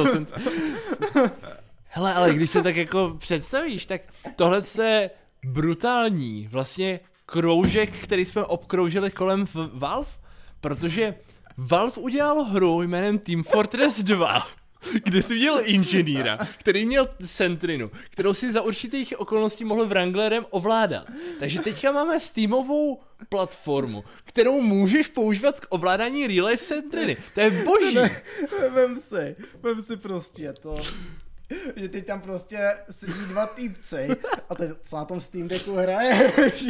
Hele, ale když se tak jako představíš, tak tohle je brutální vlastně kroužek, který jsme obkroužili kolem Valve, protože Valve udělal hru jménem Team Fortress 2, kde jsi viděl inženýra, který měl Sentrinu, kterou si za určitých okolností mohl Wranglerem ovládat. Takže teďka máme Steamovou platformu, kterou můžeš používat k ovládání real life Sentriny. To je boží. Vem si prostě to, že teď tam prostě sedí dva týpci a teď co na tom Steam Decku hraješ.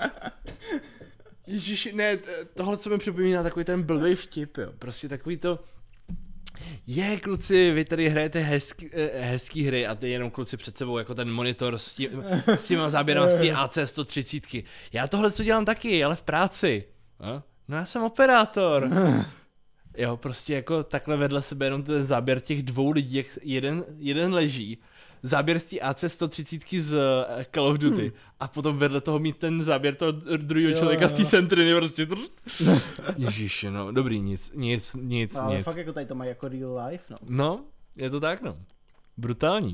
Ježiši, ne, tohle co mi připomíná takový ten blbej vtip, jo. Prostě takový to, kluci, vy tady hrajete hezký hry a ty jenom kluci před sebou jako ten monitor s těma záběrama z té AC130. Já tohle co dělám taky, ale v práci. No já jsem operátor. Jo, prostě jako takhle vedle sebe jenom ten záběr těch dvou lidí, jak jeden leží, záběr z té AC130 z Call of Duty a potom vedle toho mít ten záběr toho druhého člověka z té Sentriny prostě. Ježiši, no, dobrý, nic. Ale fakt jako tady to mají jako real life, no. No, je to tak, no. Brutální.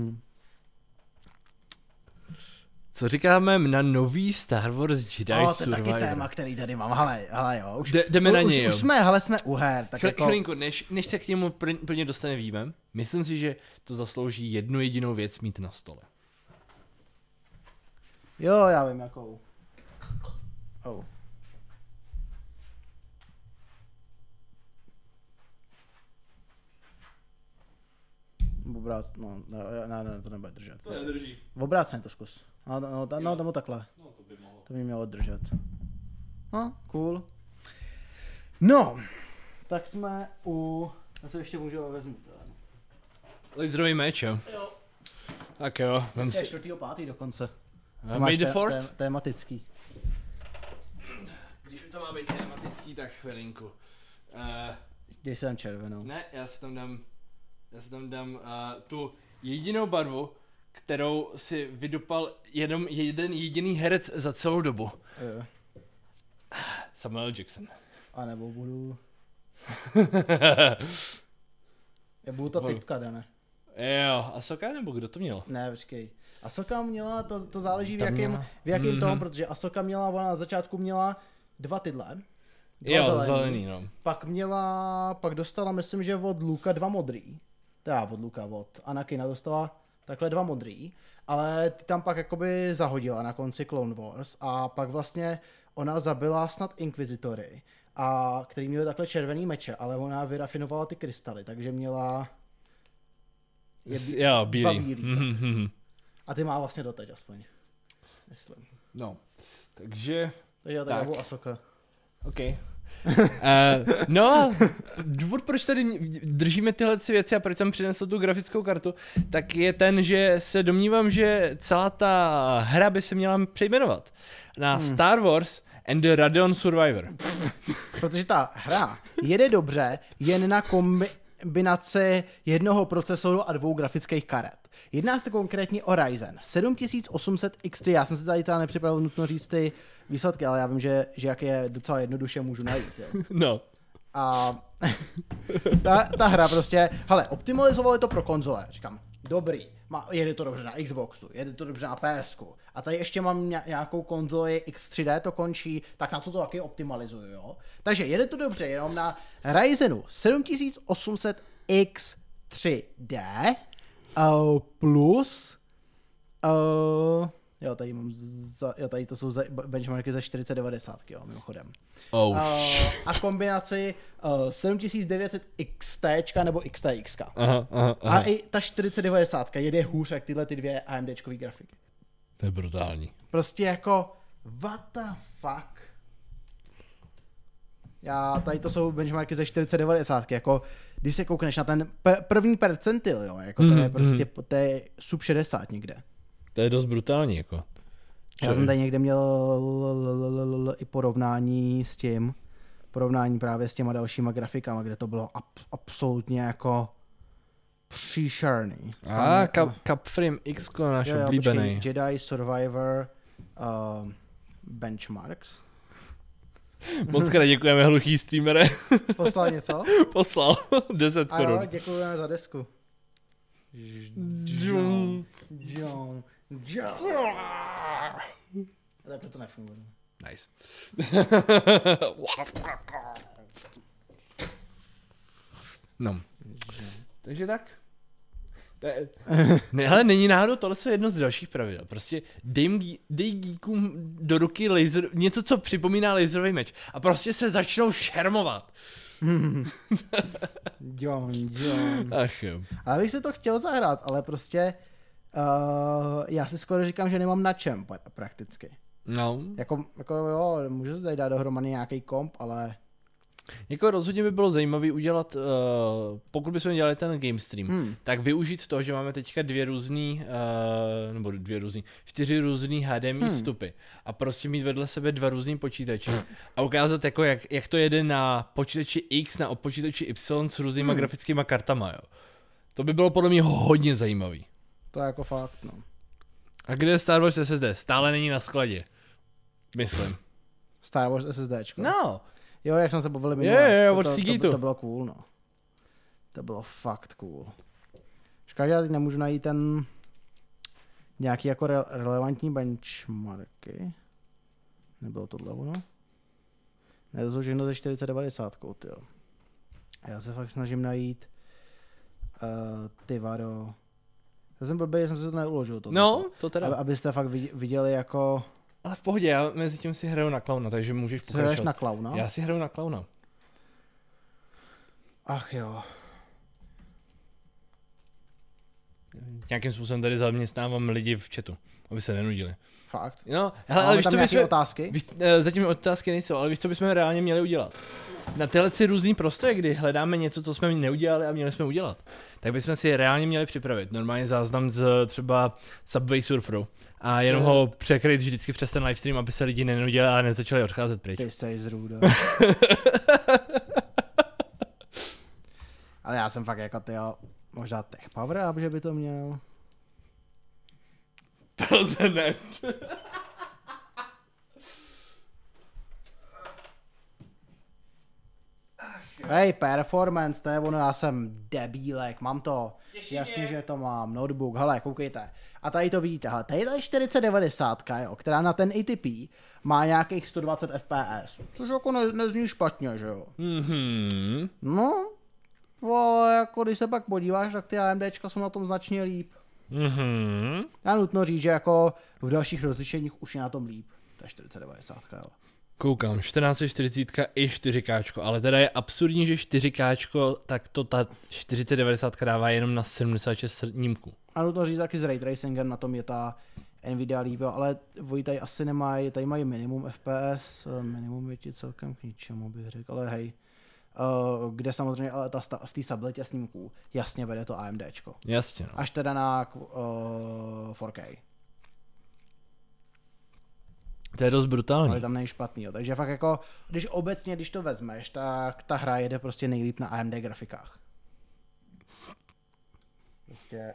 Co říkáme na nový Star Wars Jedi Survivor? To je taky téma, který tady mám. Hele jo. Jdeme na něj, jo. Už jsme u her. Tak chvilinku, než se k němu plně dostaneme, myslím si, že to zaslouží jednu jedinou věc mít na stole. Jo, já vím jakou. Ne, to nebude držet. To nedrží. Obráceně to zkus. No, takhle. No, to by mohlo. To by mělo držet. No, cool. No, tak jsme u... Já se ještě můžu vezmu. Laserový meč, jo. Tak jo. Dneska je 4.5. dokonce. May the Fourth? Tematický. Když to má být tematický, tak chvilinku. Dej si tam červenou. Ne, já si tam dám tu jedinou barvu, kterou si vydupal jenom jeden jediný herec za celou dobu. Samuel Jackson. A nebo budu... Já budu ta typka, ne? Jo, Ahsoka nebo kdo to měl? Ne, počkej. Ahsoka měla, to záleží v jakém tom, protože Ahsoka měla, ona na začátku měla 2 tyhle. Zelený, no. Pak dostala, myslím, že od Luka 2 modrý. Teda od Anakina dostala takhle 2 modrý, ale ty tam pak jakoby zahodila na konci Clone Wars a pak vlastně ona zabila snad Inquisitory, a který měli takhle červený meče, ale ona vyrafinovala ty krystaly, takže měla bílý. A ty má vlastně doteď aspoň, myslím. No, takže tak. Ahsoka. OK. No, důvod, proč tady držíme tyhle věci a proč jsem přinesl tu grafickou kartu, tak je ten, že se domnívám, že celá ta hra by se měla přejmenovat na Star Wars and the Radeon Survivor. Protože ta hra jede dobře jen na kombinaci jednoho procesoru a 2 grafických karet. Jedná se konkrétně o Ryzen 7800 X3, já jsem si tady teda nepřipravil nutno říct ty výsledky, ale já vím, že jak je docela jednoduše můžu najít. Jo. No. A ta hra prostě, hele, optimalizovali to pro konzole, říkám, dobrý, jede to dobře na Xboxu, jede to dobře na PSku, a tady ještě mám nějakou konzoli X3D, to končí, tak na to taky optimalizuju, jo. Takže jede to dobře jenom na Ryzenu 7800 X3D plus Jo, tady to jsou benchmarky za 4090, jo, mimochodem. A kombinaci 7900 XT nebo XTX. Aha. A i ta 4090 jede hůř jak tyhle ty dvě AMDčkový grafiky. To je brutální. Prostě jako, what the fuck? Tady to jsou benchmarky ze 4090, jako když se koukneš na ten první percentil, jo, jako to je prostě, to je sub 60 někde. To je dost brutální, jako. Já jsem tady někde měl i porovnání právě s těma dalšíma grafikama, kde to bylo absolutně jako příšerný. Capframe X, náš oblíbený. Jedi Survivor Benchmarks. Moc krát děkujeme, hluchý streamere. Poslal něco? Poslal 10 korun. A jo, děkujeme za desku. Takhle to nefunguje. Nice. No. Takže tak. Ne, ale není náhodou tohle je jedno z dalších pravidel. Prostě dej geekům do ruky laser, něco, co připomíná laserový meč. A prostě se začnou šermovat. John. Ach jo. Ale bych se to chtěl zahrát, ale prostě já si skoro říkám, že nemám na čem prakticky. No. Jako jo, můžu se tady dát dohromady nějaký komp, ale... Jako rozhodně by bylo zajímavé udělat, pokud bychom dělali ten game stream, tak využít to, že máme teďka 4 různý HDMI vstupy a prostě mít vedle sebe 2 různý počítače a ukázat jako jak to jede na počítači X, na počítači Y s různýma grafickýma kartama, jo. To by bylo podle mě hodně zajímavý. To je jako fakt, no. A kde je Star Wars SSD? Stále není na skladě. Myslím. Star Wars SSDčko? No. Jo, jak jsme se bavili minule. Od Seagate. To bylo cool, no. To bylo fakt cool. Škoda, že já teď nemůžu najít ten nějaký jako relevantní benchmarky. Nebylo tohle ono? Ne, to jsou všechno ze 4090, tyjo. Já se fakt snažím najít ty vado. Já jsem blbý, že jsem si to neuložil. No, to teda. Abyste fakt viděli jako... Ale v pohodě, já mezi tím si hraju na klauna, takže můžeš pokračovat. Ty hraješ na klauna? Já si hraju na klauna. Ach jo. Nějakým způsobem tady zaměstnávám lidi v chatu, aby se nenudili. Fakt? No, hele, ale víš, co bychom... otázky? Zatím otázky nejsou, ale víš, co bychom reálně měli udělat? Na tyhle různý prostory, kdy hledáme něco, co jsme neudělali a měli jsme udělat, tak bychom si reálně měli připravit. Normálně záznam z třeba Subway Surferu. A jenom ho překryt vždycky přes ten livestream, aby se lidi nenudili a nezačali odcházet pryč. Ty seš zrůda. Ale já jsem fakt jako možná Tech Power, že by to měl. To se ne. Hej, performance, to je ono, já jsem debílek, mám to. Jasně, že to mám, notebook, hele, koukejte. A tady to vidíte, hele, tady je 4090, jo, která na ten ATP má nějakých 120 fps, což jako nezní špatně, že jo. Mhm. No, ale jako když se pak podíváš, tak ty AMDčka jsou na tom značně líp. Mhm. Já nutno říct, že jako v dalších rozlišeních už je na tom líp. To je 4090, jo. Koukám, 1440 i 4K, ale teda je absurdní, že 4K, tak to ta 4090 dává jenom na 76 snímků. A nutno říct, taky s ray tracingem na tom je ta Nvidia líp, ale oni tady asi nemají, tady mají minimum FPS, minimum je ti celkem k ničemu, bych řekl, ale hej. Kde samozřejmě ale v té tabletě snímků jasně vede to AMDčko. Jasně, no. Až teda na 4K. To je dost brutální. Ale tam není špatný, jo. Takže fakt jako, když to vezmeš, tak ta hra jede prostě nejlíp na AMD grafikách. Prostě...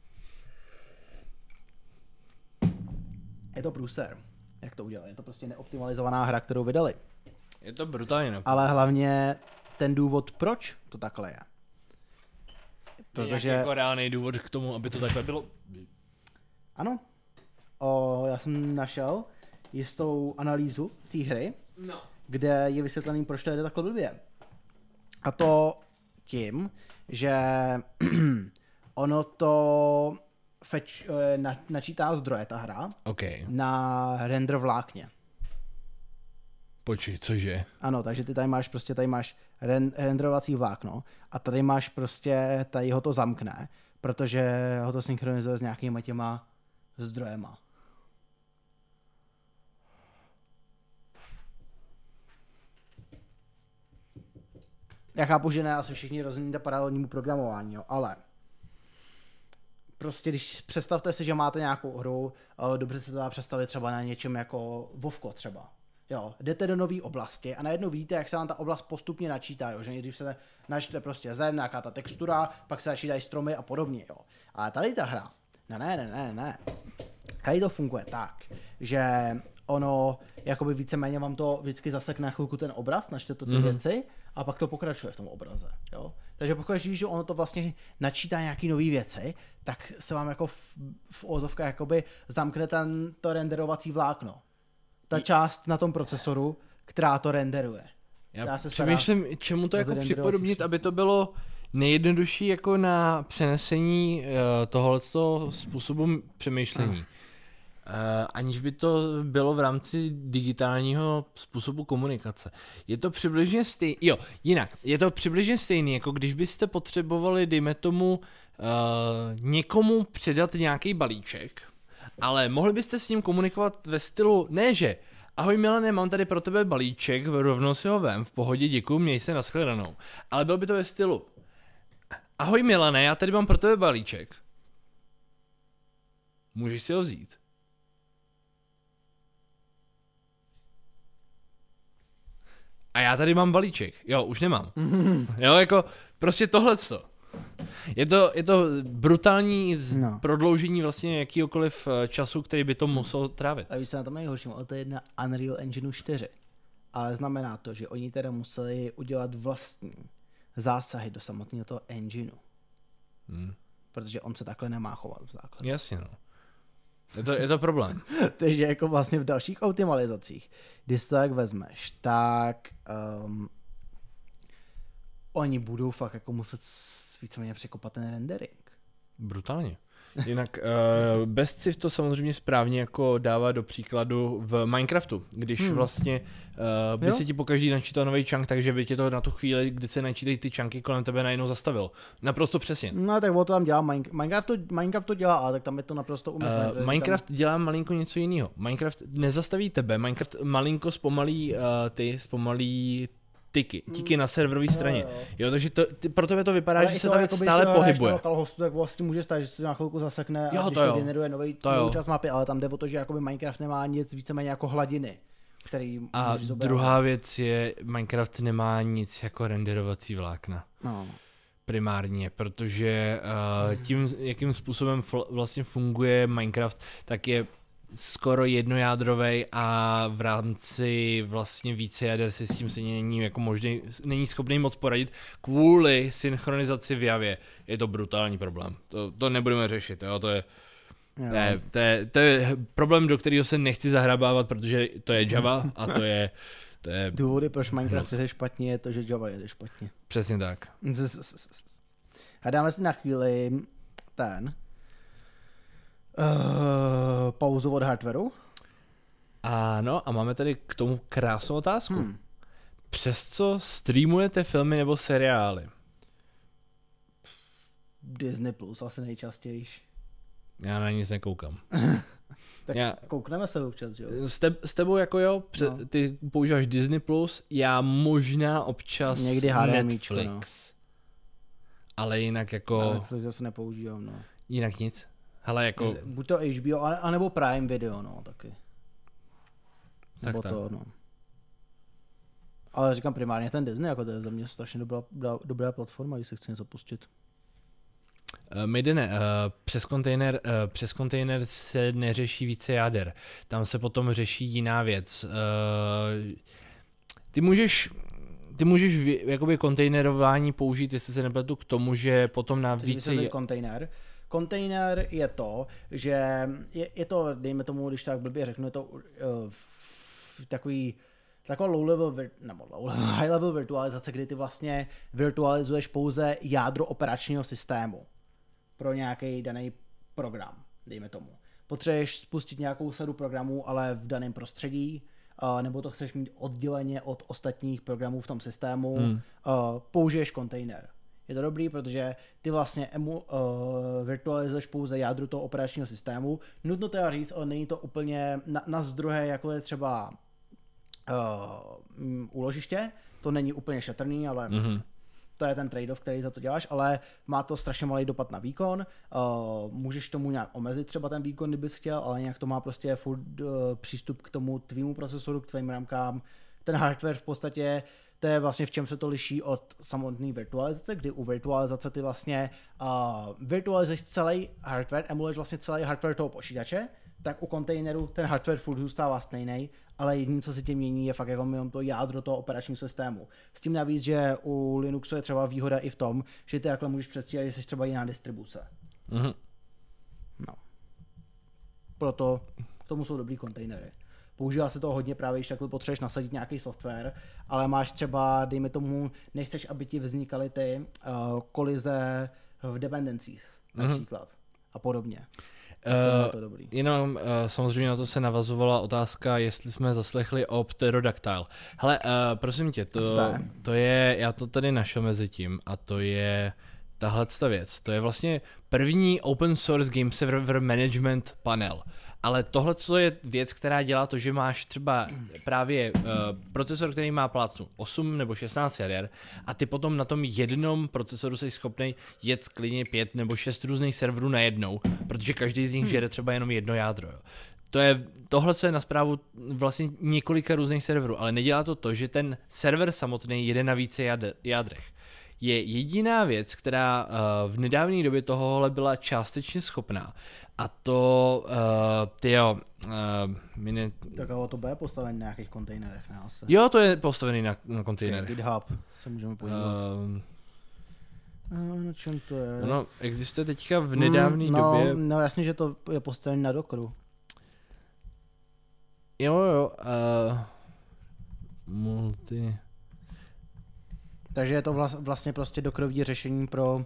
Je to průser, jak to udělali. Je to prostě neoptimalizovaná hra, kterou vydali. Je to brutálně, no. Ale hlavně ten důvod, proč to takhle je. Protože... jako reálný důvod k tomu, aby to takhle bylo. Ano. Já jsem našel jistou analýzu té hry, kde je vysvětlený, proč to jde takhle blbě. A to tím, že ono to načítá zdroje ta hra na render vlákně. Počkej, cože? Ano, takže ty tady máš renderovací vlákno a tady máš prostě, tady ho to zamkne, protože ho to synchronizuje s nějakýma těma zdrojema. Já chápu, že ne, asi všichni rozumíte paralelnímu programování, jo, ale prostě když představte si, že máte nějakou hru, dobře se to dá představit třeba na něčem jako Vovko třeba. Jo, jdete do nové oblasti a najednou vidíte, jak se vám ta oblast postupně načítá, jo, že nejdřív se načte prostě zem, nějaká ta textura, pak se načítají stromy a podobně, jo. Ale tady ta hra, ne. Tady to funguje tak, že ono jakoby víceméně vám to vždycky zasekne na chvilku ten obraz, načte to ty věci a pak to pokračuje v tom obraze, jo. Takže pokud když ono to vlastně načítá nějaký nový věci, tak se vám jako v ozovkách jakoby zamkne to renderovací vlákno. Ta část na tom procesoru, která to renderuje. Já přemýšlím, čemu to jako připodobnit, aby to bylo nejjednodušší jako na přenesení tohoto způsobu přemýšlení. Aniž by to bylo v rámci digitálního způsobu komunikace. Je to přibližně stejný, je to přibližně stejný, jako když byste potřebovali, dejme tomu, někomu předat nějaký balíček, ale mohli byste s ním komunikovat ve stylu, ne že, ahoj Milane, mám tady pro tebe balíček, rovnou si ho vem, v pohodě, děkuju, měj se, nashledanou. Ale bylo by to ve stylu, ahoj Milane, já tady mám pro tebe balíček. Můžeš si ho vzít. A já tady mám balíček. Jo, už nemám. Jo, jako prostě tohleto. Je to brutální prodloužení vlastně jakýhokoliv času, který by to musel trávit. A víš, co na tom nejhorším, ale to je na Unreal Engine 4. Ale znamená to, že oni teda museli udělat vlastní zásahy do samotného toho engineu. Protože on se takhle nemá chovat v základu. Jasně, no. Je to problém. Takže jako vlastně v dalších optimalizacích, když to tak vezmeš, tak oni budou fakt jako muset víceméně překopat ten rendering. Brutálně. Jinak Best to samozřejmě správně jako dává do příkladu v Minecraftu, když vlastně by se ti pokaždý načítal nový chunk, takže by tě to na tu chvíli, kdy se načítají ty chunky kolem tebe, najednou zastavil. Naprosto přesně. No tak o to tam dělá Minecraft to dělá, ale tak tam je to naprosto umyslné. Minecraft dělá malinko něco jiného. Minecraft nezastaví tebe, Minecraft malinko zpomalí tiky na serverové straně. Jo, takže pro tebe to vypadá, ale že se ta věc stále pohybuje. Kalhostu, tak vlastně může stát, že se na chvilku zasekne a když to generuje nový čas mapy, ale tam jde o to, že jakoby Minecraft nemá nic víceméně jako hladiny, který a druhá věc je, Minecraft nemá nic jako renderovací vlákna. No. Primárně, protože tím, jakým způsobem vlastně funguje Minecraft, tak je skoro jednojádrovej a v rámci vlastně více jader si s tím stejně není schopný moc poradit kvůli synchronizaci v Javě. Je to brutální problém. To nebudeme řešit, jo? To je problém, do kterého se nechci zahrabávat, protože to je Java a to je důvody, proč Minecraft jde špatně, je to, že Java jede špatně. Přesně tak. A dáme si na chvíli pauzu od hardwareu. Ano, a máme tady k tomu krásnou otázku. Přes co streamujete filmy nebo seriály? Disney Plus asi nejčastěji. Já na nic nekoukám. Tak koukneme se občas, jo? S tebou jako jo, ty používáš Disney Plus, já možná občas někdy Netflix. No. Ale jinak jako... Na Netflix zase nepoužívám, no. Jinak nic. Hele, jako... Buď to HBO, anebo Prime Video, no, taky. Nebo tak. to, no. Ale říkám primárně ten Disney, jako to je za mě strašně dobrá platforma, když se chci něco pustit. Maidene, přes kontejner se neřeší více jáder. Tam se potom řeší jiná věc. Ty můžeš jakoby kontejnerování použít, jestli se nepletu, k tomu, že potom na více... Kontejner je to, že je to, dejme tomu, když tak blbě řeknu, je to taková high level virtualizace, kdy ty vlastně virtualizuješ pouze jádro operačního systému pro nějaký daný program, dejme tomu. Potřebuješ spustit nějakou sadu programů, ale v daném prostředí, nebo to chceš mít odděleně od ostatních programů v tom systému, použiješ kontejner. Je to dobrý, protože ty vlastně virtualizuješ pouze jádro toho operačního systému. Nutno teda říct, ale není to úplně na zdroje, jako je třeba úložiště. To není úplně šetrný, ale to je ten trade-off, který za to děláš, ale má to strašně malý dopad na výkon. Můžeš tomu nějak omezit třeba ten výkon, kdybys chtěl, ale nějak to má prostě furt přístup k tomu tvýmu procesoru, k tvým rámkám. Ten hardware v podstatě, to je vlastně v čem se to liší od samotné virtualizace, kdy u virtualizace ty vlastně virtualizuješ celý hardware, emuluješ vlastně celý hardware toho počítače, tak u kontejneru ten hardware furt zůstává stejný, ale jediné, co se tím mění, je fakt jako jenom to jádro toho operačního systému. S tím navíc, že u Linuxu je třeba výhoda i v tom, že ty takhle můžeš předstírat, že jsi třeba jiná distribuce. No. Proto k tomu jsou dobrý kontejnery. Používá se to hodně právě, když takhle potřebuješ nasadit nějaký software, ale máš třeba, dejme tomu, nechceš, aby ti vznikaly ty kolize v dependencích například a podobně. Jenom samozřejmě na to se navazovala otázka, jestli jsme zaslechli o Pterodactyl. Hele, prosím tě, to je, já to tady našel mezi tím, a to je tahleta věc. To je vlastně první open source game server management panel. Ale tohle je věc, která dělá to, že máš třeba právě procesor, který má plácnu 8 nebo 16 jader a ty potom na tom jednom procesoru jsi schopný jet klidně 5 nebo 6 různých serverů najednou, protože každý z nich žere třeba jenom jedno jádro. Jo. Tohle je na správu vlastně několika různých serverů, ale nedělá to, že ten server samotný jede na více jádrech. Je jediná věc, která v nedávné době tohohle byla částečně schopná. A to, Tak ale to bude postavený na nějakých kontejnerech, ne? Asi. Jo, to je postavený na kontejnerech. GitHub se můžeme podívat. Na čem to je? No, existuje teďka v nedávné době... No jasně, že to je postavený na Dockeru. Jo, Takže je to vlastně prostě Dockerový řešení pro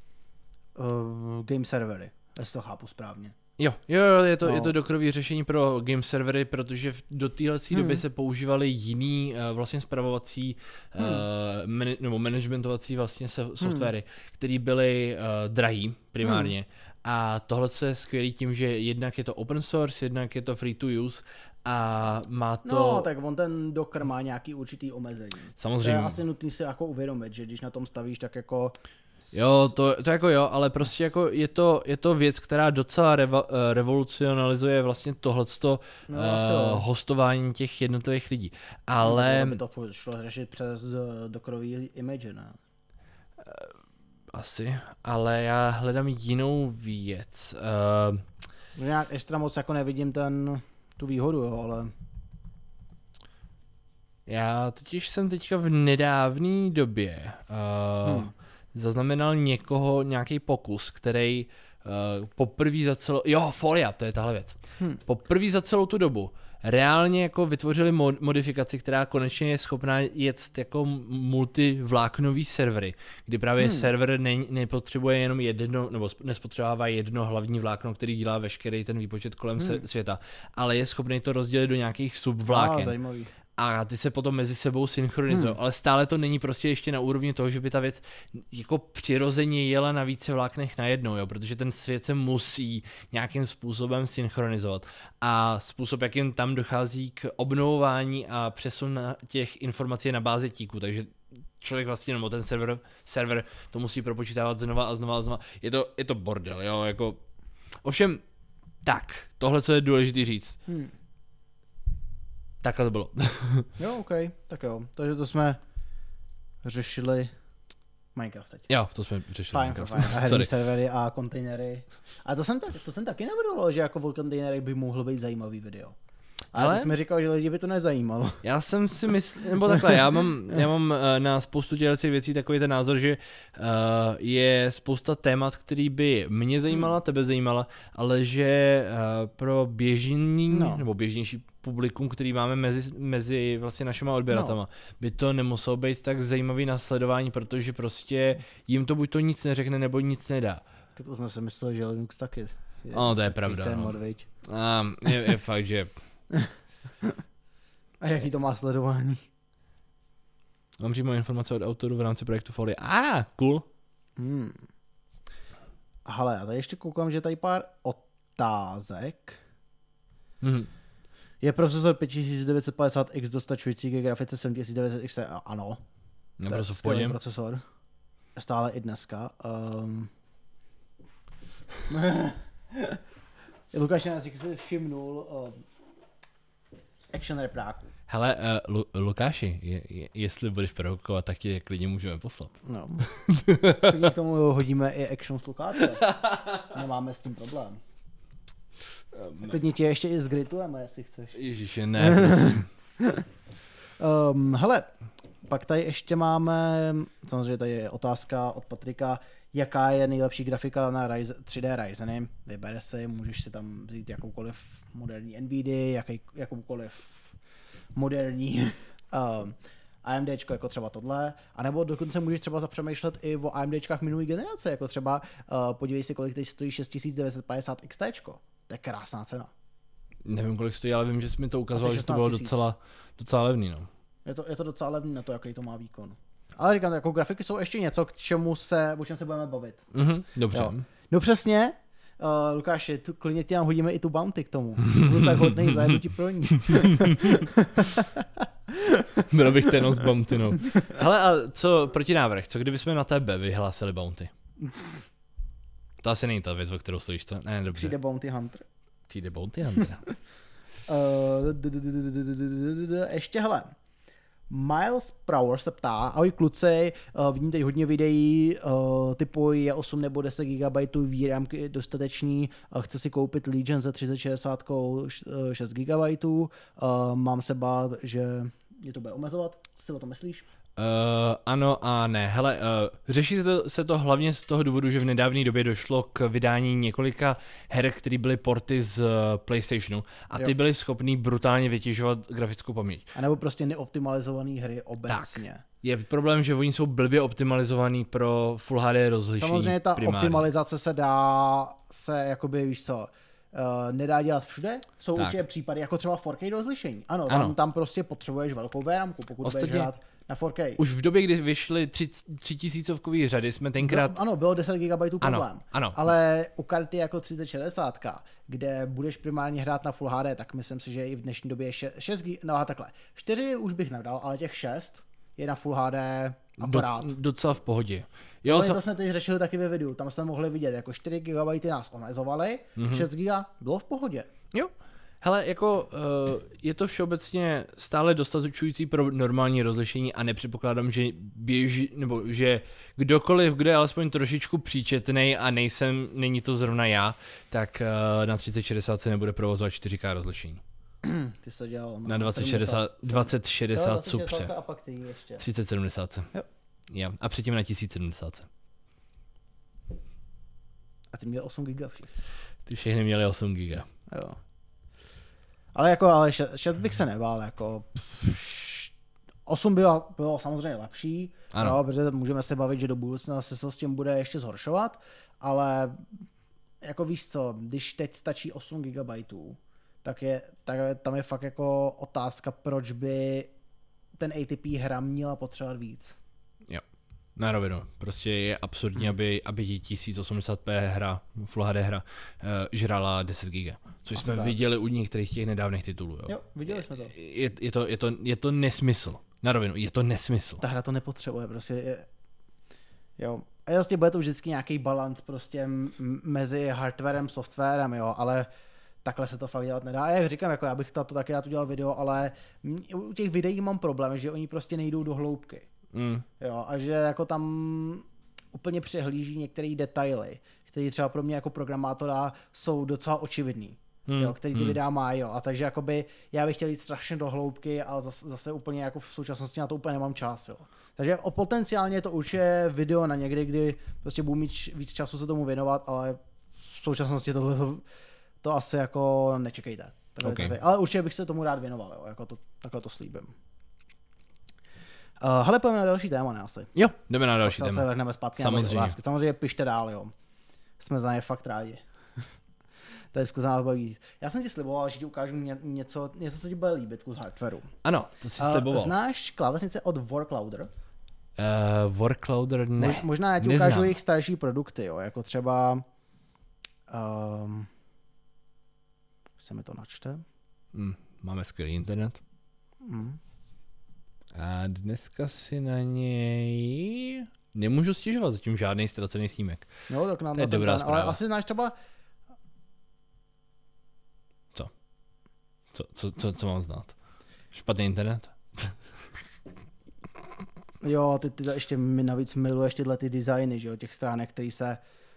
game servery, jestli to chápu správně. Jo, je to Dockerový řešení pro game servery, protože do téhle doby se používaly jiný vlastně spravovací nebo managementovací vlastně softwary, které byly drahý primárně. A tohle je skvělý tím, že jednak je to open source, jednak je to free to use a má to... No, tak on ten Docker má nějaký určitý omezení. Samozřejmě. To je asi nutný si jako uvědomit, že když na tom stavíš, tak jako... Jo, to jako jo, ale prostě jako je to věc, která docela revolucionalizuje vlastně tohleto hostování těch jednotlivých lidí. Ale... by to šlo řešit přes Dockerový image, ne? Asi, ale já hledám jinou věc. Nějak extra moc jako nevidím tu výhodu, jo, ale... Já totiž jsem teďka v nedávné době zaznamenal nějaký pokus, který poprvé za celou... Jo, Folia, to je tahle věc. Poprvé za celou tu dobu reálně jako vytvořili modifikaci, která konečně je schopná jet jako multivláknový servery, kdy právě server nepotřebuje jenom jedno, nebo nespotřebává jedno hlavní vlákno, který dělá veškerý ten výpočet kolem světa, ale je schopný to rozdělit do nějakých subvláken. Zajímavý. A ty se potom mezi sebou synchronizují, ale stále to není prostě ještě na úrovni toho, že by ta věc jako přirozeně jela na více vláknech najednou, jo, protože ten svět se musí nějakým způsobem synchronizovat. A způsob, jakým tam dochází k obnovování a přesun těch informací na bázi tíku, takže člověk vlastně, nebo ten server to musí propočítávat znova a znova. Je to bordel, jo, jako... Ovšem, tak, tohle, co je důležité říct. Takhle to bylo. Jo, OK, tak jo. Takže to jsme řešili Minecraft teď. Jo, to jsme řešili Minecraft. Fajn. A herní servery a kontejnery. A to jsem taky navrhoval, že jako o kontejnerech by mohlo být zajímavý video. Ale ty jsi mi říkal, že lidi by to nezajímalo. Já jsem si myslel, nebo takhle, já mám na spoustu těch věcí takový ten názor, že je spousta témat, který by mě zajímala, tebe zajímala, ale že pro nebo běžnější publikum, který máme mezi vlastně našima odběratama, by to nemuselo být tak zajímavý na sledování, protože prostě jim to buď to nic neřekne, nebo nic nedá. To jsme si mysleli, že Linux taky. To je pravda. Ten mod, viď? Je fakt, že... A jaký to má sledování? Mám přímo informace od autorů v rámci projektu Folie. Cool. Hele, já tady ještě koukám, že tady pár otázek. Je procesor 5950X dostačující ke grafice 7900X? Ano. Naprosto v pohodě. Procesor. Stále i dneska. Lukáš, já si všimnul action repráku. Hele, Lukáši, jestli budeš provokovat, tak tě klidně můžeme poslat. No. K tomu hodíme i action sluchátka. Nemáme s tím problém. Klidně tě ještě i zgritujeme, jestli chceš. Ježiši, ne, prosím. Hele, pak tady ještě máme, samozřejmě tady je otázka od Patrika, jaká je nejlepší grafika na 3D Ryzeny. Vybere si, můžeš si tam vzít jakoukoliv moderní NVIDIA, jakoukoliv moderní AMDčko, jako třeba tohle, anebo dokonce můžeš třeba zapřemýšlet i o AMDčkách minulý generace, jako třeba podívej si, kolik teď stojí 6950 XT. To je krásná cena. Nevím, kolik stojí, ale vím, že jsi mi to ukazoval, že to bylo docela levný, no. Je to docela levný na to, jaký to má výkon. Ale říkám, jako grafiky jsou ještě něco, o čem se budeme bavit. Dobře. Jo. No přesně, Lukáši, klidně ti nám hodíme i tu bounty k tomu. Budu tak hodnej, zajedu ti pro ní. Byl bych ten z bounty, no. Hele, a co protinávrh? Co kdybychom na tebe vyhlásili bounty? To asi není ta věc, o kterou stojíš, to? Ne, dobře. Přijde Bounty Hunter. Ještě hele. Miles Prower se ptá, ahoj kluci, vidím tady hodně videí, typu je 8 nebo 10 GB VRAM dostatečný, chce si koupit Legion za 3060 6 GB, mám se bát, že mě to bude omezovat, co si o tom myslíš? Ano a ne. Hele, řeší se to hlavně z toho důvodu, že v nedávné době došlo k vydání několika her, které byly porty z PlayStationu a ty byly schopný brutálně vytěžovat grafickou paměť. A nebo prostě neoptimalizované hry obecně. Tak. Je problém, že oni jsou blbě optimalizovaný pro Full HD rozlišení. Samozřejmě ta optimalizace se dá, jakoby, víš co, nedá dělat všude. Jsou určitě případy, jako třeba 4K rozlišení. Ano. Tam prostě potřebuješ velkou VRAMku, pokud budeš hrát na 4K. Už v době, kdy vyšly 3000 řady, jsme tenkrát... Ano, bylo 10 GB problém. Ano. Ale u karty jako 3060, kde budeš primárně hrát na Full HD, tak myslím si, že i v dnešní době 6 GB, no a takhle. 4 už bych nedal, ale těch 6 je na Full HD akorát. Docela v pohodě. Jo, to jsme teď řešili taky ve videu, tam jsme mohli vidět, jako 4 GB nás omezovaly, 6 GB bylo v pohodě. Jo. Hele, jako je to všeobecně stále dostačující pro normální rozlišení a nepředpokládám, že běží, nebo že kdokoliv, kdo je alespoň trošičku příčetnej a není to zrovna já, tak na 3060 se nebude provozovat 4K rozlišení. Ty jsi to dělal na 2060 Supře. A pak ty ještě. 3070. Jo. Ja. A předtím na 1070. A ty měl 8 GB všichni. Ty všechny měli 8 GB. Jo. Ale 6 bych se nebál, jako 8 bylo samozřejmě lepší, no, protože můžeme se bavit, že do budoucna se s tím bude ještě zhoršovat, ale jako víš co, když teď stačí 8 GB, tak tam je fakt jako otázka, proč by ten ATP hra měla potřebovat víc. Jo, na rovinu. Prostě je absurdní, aby 1080p hra, Full HD hra, žrala 10 GB. Což jsme viděli u některých těch nedávných titulů. Jo, viděli jsme to. Je to nesmysl. Na rovinu, je to nesmysl. Ta hra to nepotřebuje, prostě jo. A jasně bude to vždycky nějaký balans prostě mezi hardwarem, softwarem, jo, ale takhle se to fakt dělat nedá. A jak říkám, jako já bych to taky rád udělal video, ale u těch videí mám problém, že oni prostě nejdou do hloubky. Jo, a že jako tam úplně přehlíží některé detaily, které třeba pro mě jako programátora jsou docela očividný. Jo, který ty videa mají, jo. A takže jakoby já bych chtěl jít strašně do hloubky a zase úplně jako v současnosti na to úplně nemám čas, jo. Takže potenciálně je to určitě video na někdy, kdy prostě budu mít víc času se tomu věnovat, ale v současnosti to asi jako nečekejte. Okay. Ale určitě bych se tomu rád věnoval, jo. Jako takhle to slíbím. Hele, pojďme na další téma, ne asi. Jo, jdeme na další téma. Se vrhneme zpátky na otázky. Samozřejmě pište dál, jo. Jsme za ně fakt rádi. To je zkusit baví. Já jsem ti sliboval, že ti ukážu něco, co ti bude líbit kus hardwareu. Ano, to si sliboval. Znáš klávesnice od Worklouder? Worklouder ne. Možná já ti ukážu jejich starší produkty, jo, jako třeba se mi to načte. Máme skvělý internet. A dneska si na něj nemůžu stěžovat, zatím žádný ztracený snímek. No, tak nám to je dobrá zpráva. Ale asi znáš třeba... Co mám znát? Špatný internet? Jo, ty ještě mi navíc miluješ tyhle ty designy, že jo, těch stránek, který se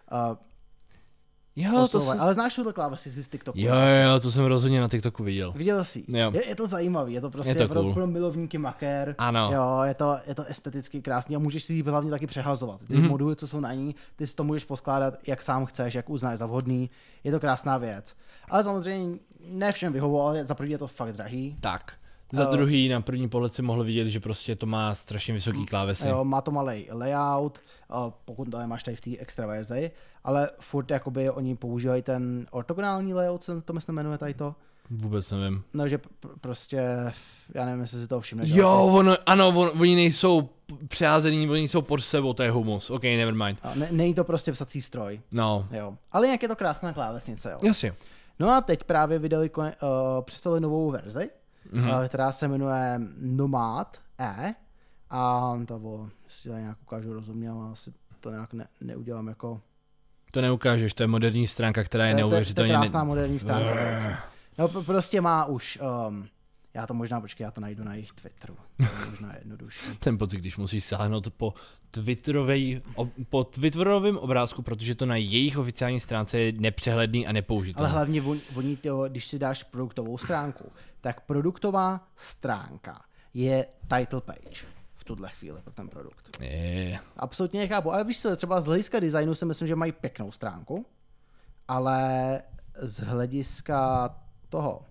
ale znáš tuhle klávesnici z TikToku? Jo, to jsem rozhodně na TikToku viděl. Viděl jsi? Je to zajímavý, je to prostě pro milovníky maker. Ano. Jo, je to esteticky krásný a můžeš si ji hlavně taky přehazovat. Ty moduly, co jsou na ní, ty si to můžeš poskládat, jak sám chceš, jak uznáš za vhodný. Je to krásná věc. Ale samozřejmě ne všem vyhovuje, ale za první je to fakt drahý. Tak. Za druhý, na první pohled si mohl vidět, že prostě to má strašně vysoký klávesy. Jo, má to malý layout, pokud to máš tady v té extra verzi, ale furt jakoby oni používají ten ortogonální layout, se to myslím jmenuje tady to. Vůbec nevím. No, že prostě, já nevím, jestli si toho všimneš. Jo, oni nejsou přeházení, oni jsou pod sebou, to je humus. OK, never mind. Není to prostě psací stroj. No. Jo. Ale jinak je to krásná klávesnice, jo. Jasně. No a teď právě vydali, představili novou verzi, která se jmenuje Nomad E. A to si to nějak ukážu rozumět, ale asi to nějak neudělám jako... To neukážeš, to je moderní stránka, která je neuvěřitelně... To je krásná moderní stránka. No prostě má už... já to možná, já to najdu na jejich Twitteru. To je možná jednodušší. Ten pocit, když musíš sáhnout po Twitterovém obrázku, protože to na jejich oficiální stránce je nepřehledný a nepoužitelný. Ale hlavně voní to, když si dáš produktovou stránku, tak produktová stránka je title page v tuhle chvíli pro ten produkt. Absolutně nechápu. Ale víš co, třeba z hlediska designu si myslím, že mají pěknou stránku, ale z hlediska toho...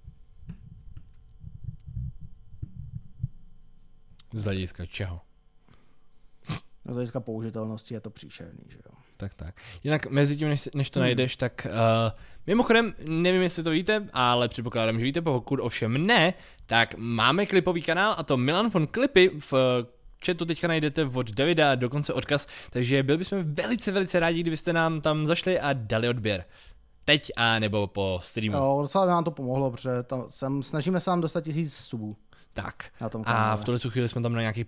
Z hlediska čeho? Z hlediska použitelnosti je to příšerný, že jo. Tak. Jinak mezi tím, než to najdeš, tak mimochodem, nevím, jestli to víte, ale předpokládám, že víte, pokud ovšem ne, tak máme klipový kanál a to Milan von Klipy v chatu teďka najdete od Davida, dokonce odkaz, takže byli bychom velice, velice rádi, kdybyste nám tam zašli a dali odběr. Teď a nebo po streamu. Jo, docela by nám to pomohlo, protože snažíme se nám dostat 1000 subů. Tak. A v tuhle chvíli jsme tam na nějakých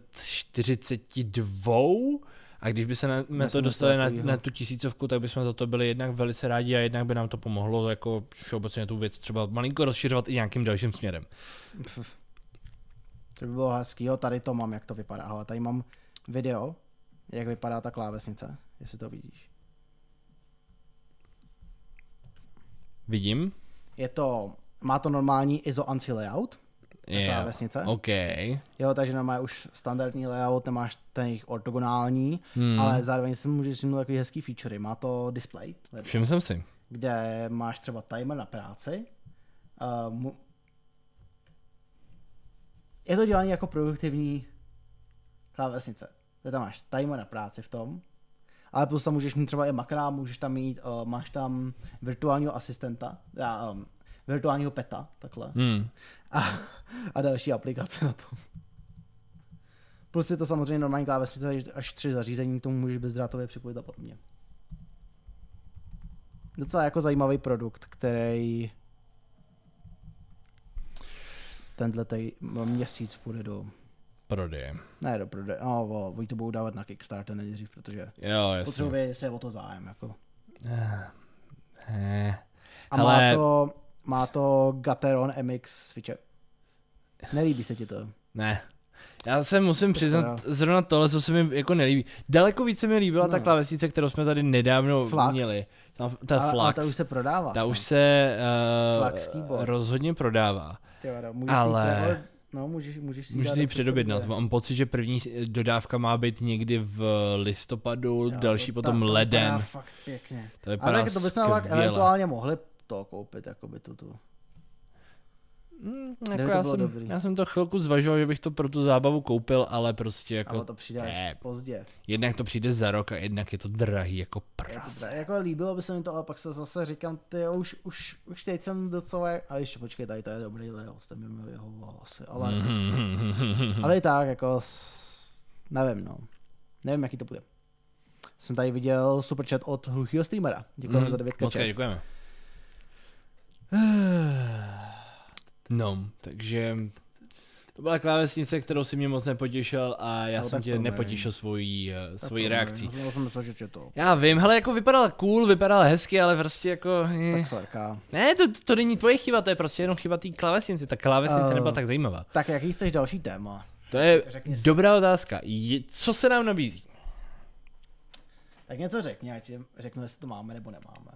542 a když by se to dostali na tu 1000, tak bychom za to byli jednak velice rádi a jednak by nám to pomohlo jako všeobecně tu věc třeba malinko rozšiřovat i nějakým dalším směrem. To by bylo hezký, jo, tady to mám, jak to vypadá, ale tady mám video, jak vypadá ta klávesnice, jestli to vidíš. Vidím. Má to normální ISO ANSI layout, klávesnice. OK. Jo, takže normálně už standardní layout, nemáš ten jejich ortogonální, ale zároveň si můžeš si mít takový hezký featurey. Má to display. Všiml jsem si. Kde máš třeba timer na práci. Je to dělané jako produktivní klávesnice. Tam máš timer na práci v tom, ale plus tam můžeš mít třeba i makra, můžeš tam mít, máš tam virtuálního asistenta, virtuálního peta, takhle. A další aplikace na to. Plus je to samozřejmě normální klávesnice, až 3 zařízení, k tomu můžeš bezdrátově připojit a podobně. Docela jako zajímavý produkt, který tenhletej měsíc půjde do prodeje. Ne do prodeje, oni to budou dávat na Kickstarter nejdřív, protože potřebuje se o to zájem. Jako. A má to Gateron MX switche. Nelíbí se ti to? Ne. Já se musím přiznat, zrovna tohle, co se mi jako nelíbí. Daleko více mi líbila ta klávesnice, kterou jsme tady nedávno měli. Ta Flux. Ale ta už se prodává. Ta už se rozhodně prodává. Můžeš si ji předobjednat. Mám pocit, že první dodávka má být někdy v listopadu, další potom leden. To vypadá fakt pěkně. To vypadá ale to bychom eventuálně mohli to koupit, jakoby tu. Jako já jsem to chvilku zvažoval, že bych to pro tu zábavu koupil, ale prostě jako... Ale to přijde až pozdě. Jednak to přijde za rok a jednak je to drahý jako prase. Jako líbilo by se mi to, ale pak se zase říkám, ty už teď jsem docela... Ale ještě počkej, tady to je dobrý Leo, jste mi měl jeho asi, ale... ale i tak, jako... Nevím, no. Nevím, jaký to bude. Jsem tady viděl super chat od hluchýho streamera. Děkujeme za 9 kaček. Moc děkujeme. No, takže to byla klávesnice, kterou si mě moc nepotěšil a já jsem tě nepotěšil svojí reakcí. Já vím, hele, jako vypadala cool, vypadala hezky, ale prostě jako... Tak slarka. Ne, to není tvoje chyba, to je prostě jenom chyba té klávesnice. Ta klávesnice nebyla tak zajímavá. Tak jaký chceš další téma? To je dobrá otázka. Co se nám nabízí? Tak něco řekni, ať řeknu, jestli to máme nebo nemáme.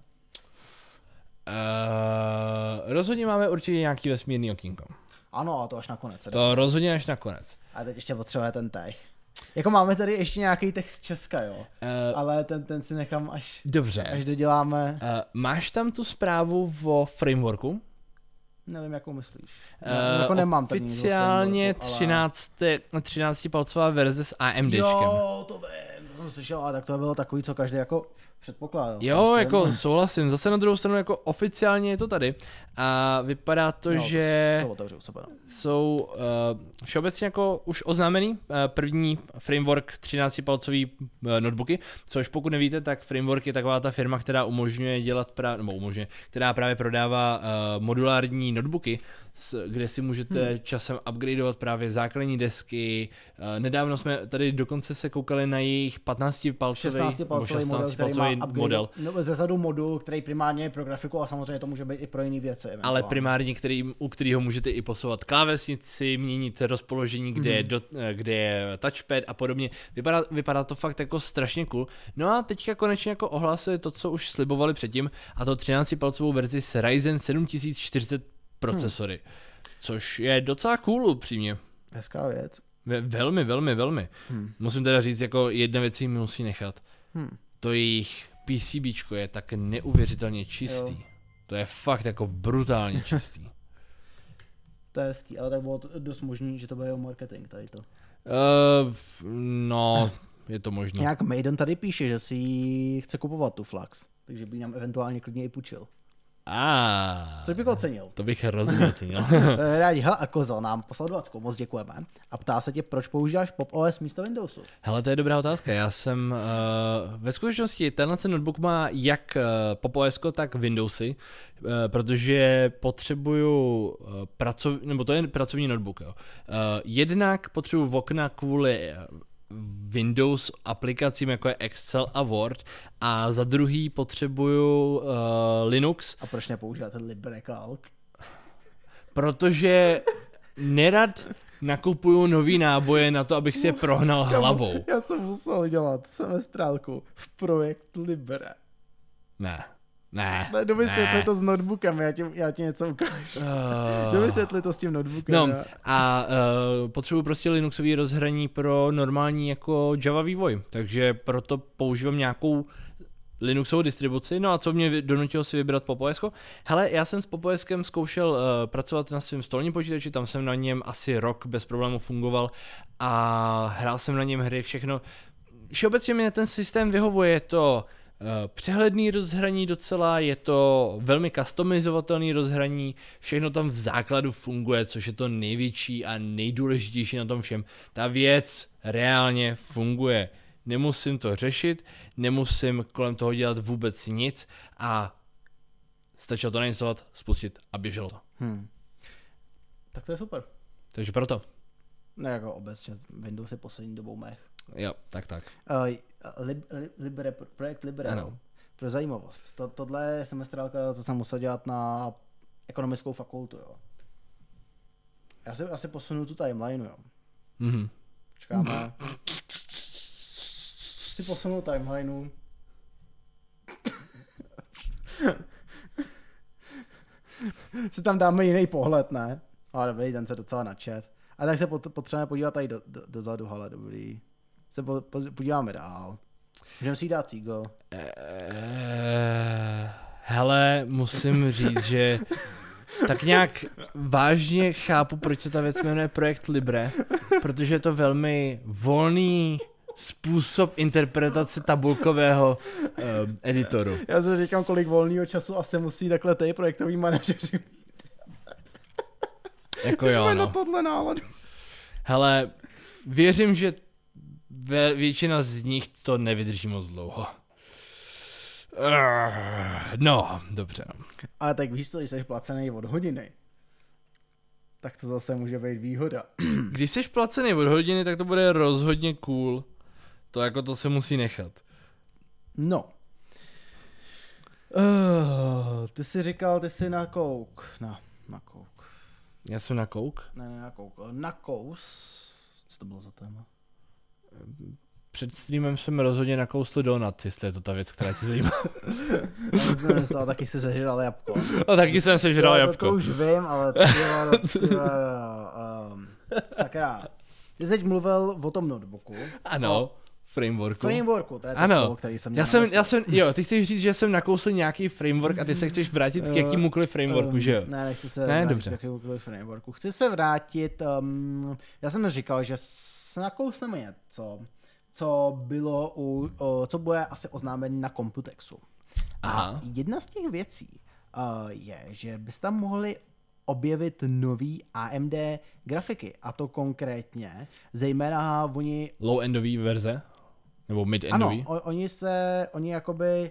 Rozhodně máme určitě nějaký vesmírný okýnko. Ano, a to až nakonec. To rozhodně až nakonec. A teď ještě potřebuje ten tech. Jako máme tady ještě nějaký tech z Česka, jo. Ale ten si nechám až, dobře. Až doděláme. Máš tam tu zprávu o frameworku? Nevím, jakou myslíš. Jako nemám tady oficiálně 13-palcová verze s AMDčkem. Jo, to vím, to jsem slyšel, a tak to bylo takový, co každý jako předpokládal. Jo, jako souhlasím. Zase na druhou stranu jako oficiálně je to tady. A vypadá to, že jsou všeobecně jako už oznámený první framework 13-palcový notebooky, což pokud nevíte, tak framework je taková ta firma, která umožňuje dělat která právě prodává modulární notebooky, kde si můžete časem upgradeovat právě základní desky. Nedávno jsme tady dokonce se koukali na jejich 16-palcový model. Ze zadu modul, který primárně je pro grafiku a samozřejmě to může být i pro jiné věci. Ale primárně, u kterého můžete i posouvat klávesnici, měnit rozpoložení, kde je touchpad a podobně. Vypadá to fakt jako strašně cool. No a teďka konečně jako ohlásili to, co už slibovali předtím, a to 13-palcovou verzi s Ryzen 7040 procesory, což je docela cool upřímně. Hezká věc. Velmi, velmi, velmi. Musím teda říct, jako jedna věc jim musí nechat. To jejich PCBčko je tak neuvěřitelně čistý. Jo. To je fakt jako brutálně čistý. To je hezký, ale tak bylo dost možný, že to bude jeho marketing tady to. No, je to možné. Nějak Maiden tady píše, že si chce kupovat tu Flux, takže by nám eventuálně klidně i půjčil. Což bych ocenil. To bych hrozně ocenil. Rádi, hele, a Kozel nám poslal 20, moc děkujeme. A ptá se tě, proč používáš Pop OS místo Windowsu? Hele, to je dobrá otázka. Já jsem ve skutečnosti tenhle notebook má jak Pop OS, tak Windowsy, protože potřebuju nebo to je pracovní notebook. Jo. Jednak potřebuju okna kvůli Windows aplikacím, jako je Excel a Word, a za druhý potřebuju Linux. A proč nepoužíváte LibreCalc? Protože nerad nakupuju nový náboje na to, abych si je prohnal hlavou. Já jsem musel dělat semestrálku v projekt Libre. Ne, dovysvětli to s notebookem, já ti něco ukážu. Dovysvětli to s tím notebookem. No, a potřebuji prostě Linuxový rozhraní pro normální jako Java vývoj, takže proto používám nějakou Linuxovou distribuci. No a co mě donutilo si vybrat Pop OS? Hele, já jsem s Pop OSkem zkoušel pracovat na svém stolním počítači, tam jsem na něm asi rok bez problémů fungoval a hrál jsem na něm hry, všechno. Všeobecně mi ten systém vyhovuje, je to přehledný rozhraní docela, je to velmi customizovatelný rozhraní, všechno tam v základu funguje, což je to největší a nejdůležitější na tom všem. Ta věc reálně funguje. Nemusím to řešit, nemusím kolem toho dělat vůbec nic a stačilo to nainstalovat, spustit a běželo to. Tak to je super. Takže proto. No jako obecně Windows je poslední dobou mech. Jo, tak. Projekt Libre, ano. Pro zajímavost. Tohle je semestrálka, co jsem musel dělat na ekonomickou fakultu, jo. Já si asi posunu tu timeline, jo. Počkáme. Si posunu timelineu. Si tam dáme jiný pohled, ne? Ale dobrý, ten se docela načet. A tak se potřebujeme podívat tady dozadu, hele, dobrý. Se podíváme dál. Můžeme si jí dát cígo. Hele, musím říct, že tak nějak vážně chápu, proč se ta věc jmenuje Projekt Libre, protože je to velmi volný způsob interpretace tabulkového editoru. Já si říkám, kolik volného času asi musí takhle ty projektový manažeři mít. Jako jo, na tohle návadu. Hele, věřím, že většina z nich to nevydrží moc dlouho. No, dobře. Ale tak víš co, když jsi placený od hodiny, tak to zase může být výhoda. Když jsi placený od hodiny, tak to bude rozhodně cool. To jako to se musí nechat. No. Ty jsi říkal, ty jsi na kouk. Na kouk. Já jsem na kouk? Ne, na kouk. Na kous. Co to bylo za téma? Před streamem jsem rozhodně nakousl donut, jestli je to ta věc, která tě zajímá. Taky jsi sežral jabko. No taky jsem sežral jabko. To už vím, ale sakra. Ty jsi teď mluvil o tom notebooku. Ano, frameworku, to je to slovo, který jsem měl. Jo, ty chceš říct, že jsem nakousl nějaký framework a ty se chceš vrátit k jakýmukoliv frameworku, že jo? Ne, nechci se vrátit k jakýmukoliv frameworku. Chci se vrátit, já jsem říkal, že se nakousneme něco, co bylo co bude asi oznámení na Computexu. Aha. A jedna z těch věcí je, že bys tam mohli objevit nový AMD grafiky, a to konkrétně, zejména oni... Low-endový verze? Nebo mid-endový? Ano, oni jakoby...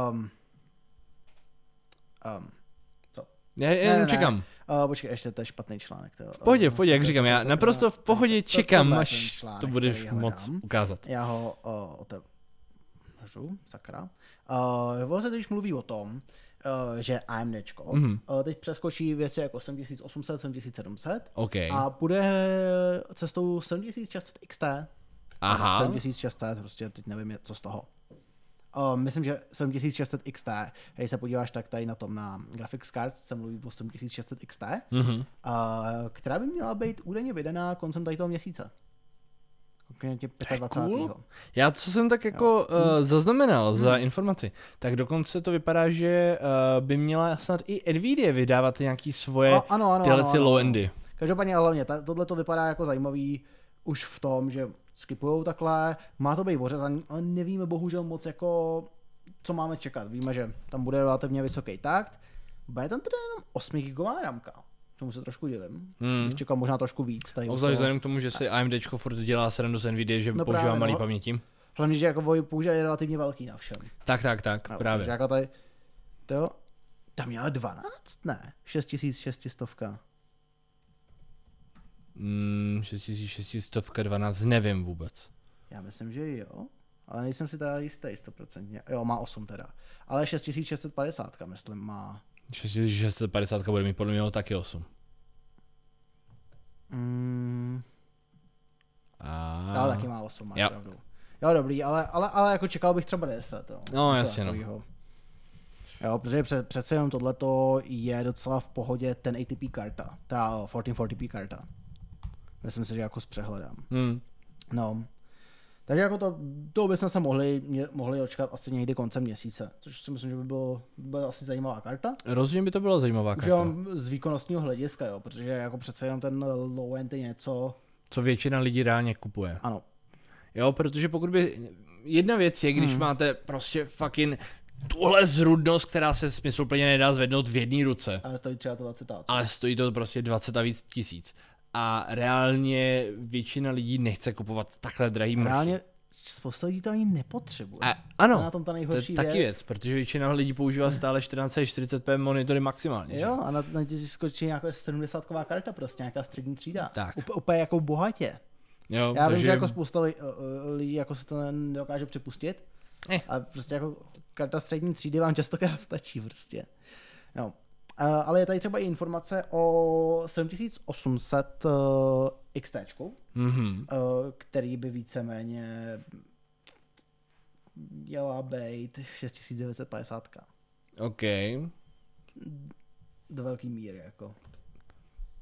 Já jen čekám. Počkej, ještě to je špatný článek. V pohodě, jak říkám, já naprosto v pohodě čekám, až to budeš moc ukázat. Já ho otevřu, sakra. Se teď mluví o tom, že AMDčko teď přeskočí věci jako 7800, 7700 a půjde cestou 7600 XT. Aha. 7600, prostě teď nevím, co z toho. Myslím, že 7600 XT, když se podíváš, tak tady na tom na graphics card se mluví o 7600 XT, která by měla být údajně vydaná koncem tady toho měsíce. Konkrétně 25. Cool. Já, co jsem tak jako zaznamenal za informaci, tak dokonce to vypadá, že by měla snad i Nvidia vydávat nějaký svoje tyhle low-endy. Každopádně hlavně, tohle to vypadá jako zajímavý už v tom, že skipujou takhle, má to být ořezaný, ale nevíme bohužel moc jako, co máme čekat. Víme, že tam bude relativně vysoký takt, bude tam teda jenom 8 GB ramka, čemu se trošku divím. Čekám možná trošku víc. Vzhledem k tomu, že si AMDčko furt dělá srandu z Nvidia, že používá malý paměti. Hlavně, že jako používají relativně velký na všem. Tak, no, právě. Jako tady, tam měla 12? Ne, 6600. 6600, 12, nevím vůbec. Já myslím, že jo, ale nejsem si teda jistý 100%. Jo, má 8 teda. Ale 6650, myslím, má. 6650 bude mít podle mě taky 8. Ale taky má 8, máš pravdu. Jo, dobrý, ale jako čekal bych třeba 10. Jo. No, jasně, no. Jo, protože přece jenom tohleto je docela v pohodě 1080p karta, ta 1440p karta. Myslím si, že jako s přehledem. No. Takže jako to bychom se mohli očekat asi někdy koncem měsíce, což si myslím, že by byla asi zajímavá karta. Rozhodně by to byla zajímavá karta. Z výkonnostního hlediska, jo, protože jako přece jenom ten low-end je něco... Co většina lidí reálně kupuje. Ano. Jo, protože pokud by... Jedna věc je, když máte prostě fucking tuhle zrudnost, která se smysluplně nedá zvednout v jedné ruce. Ale stojí třeba to 20 000. Ale stojí to prostě 20 a víc tisíc. A reálně většina lidí nechce kupovat takhle drahý mrchy. Reálně spousta lidí to ani nepotřebuje. Ano, na tom ta nejhorší to je taky věc, protože většina lidí používá stále 1440p monitory maximálně. Jo, a na ti skočí nějaká 70ková karta prostě, nějaká střední třída. Tak. Úplně jako bohatě. Jo, já vím, že jako spousta lidí jako se to nedokáže připustit. A prostě jako karta střední třídy vám častokrát stačí prostě. No. Ale je tady třeba i informace o 7800 XT, který by víceméně měla být 6950. OK. Do velký míry jako.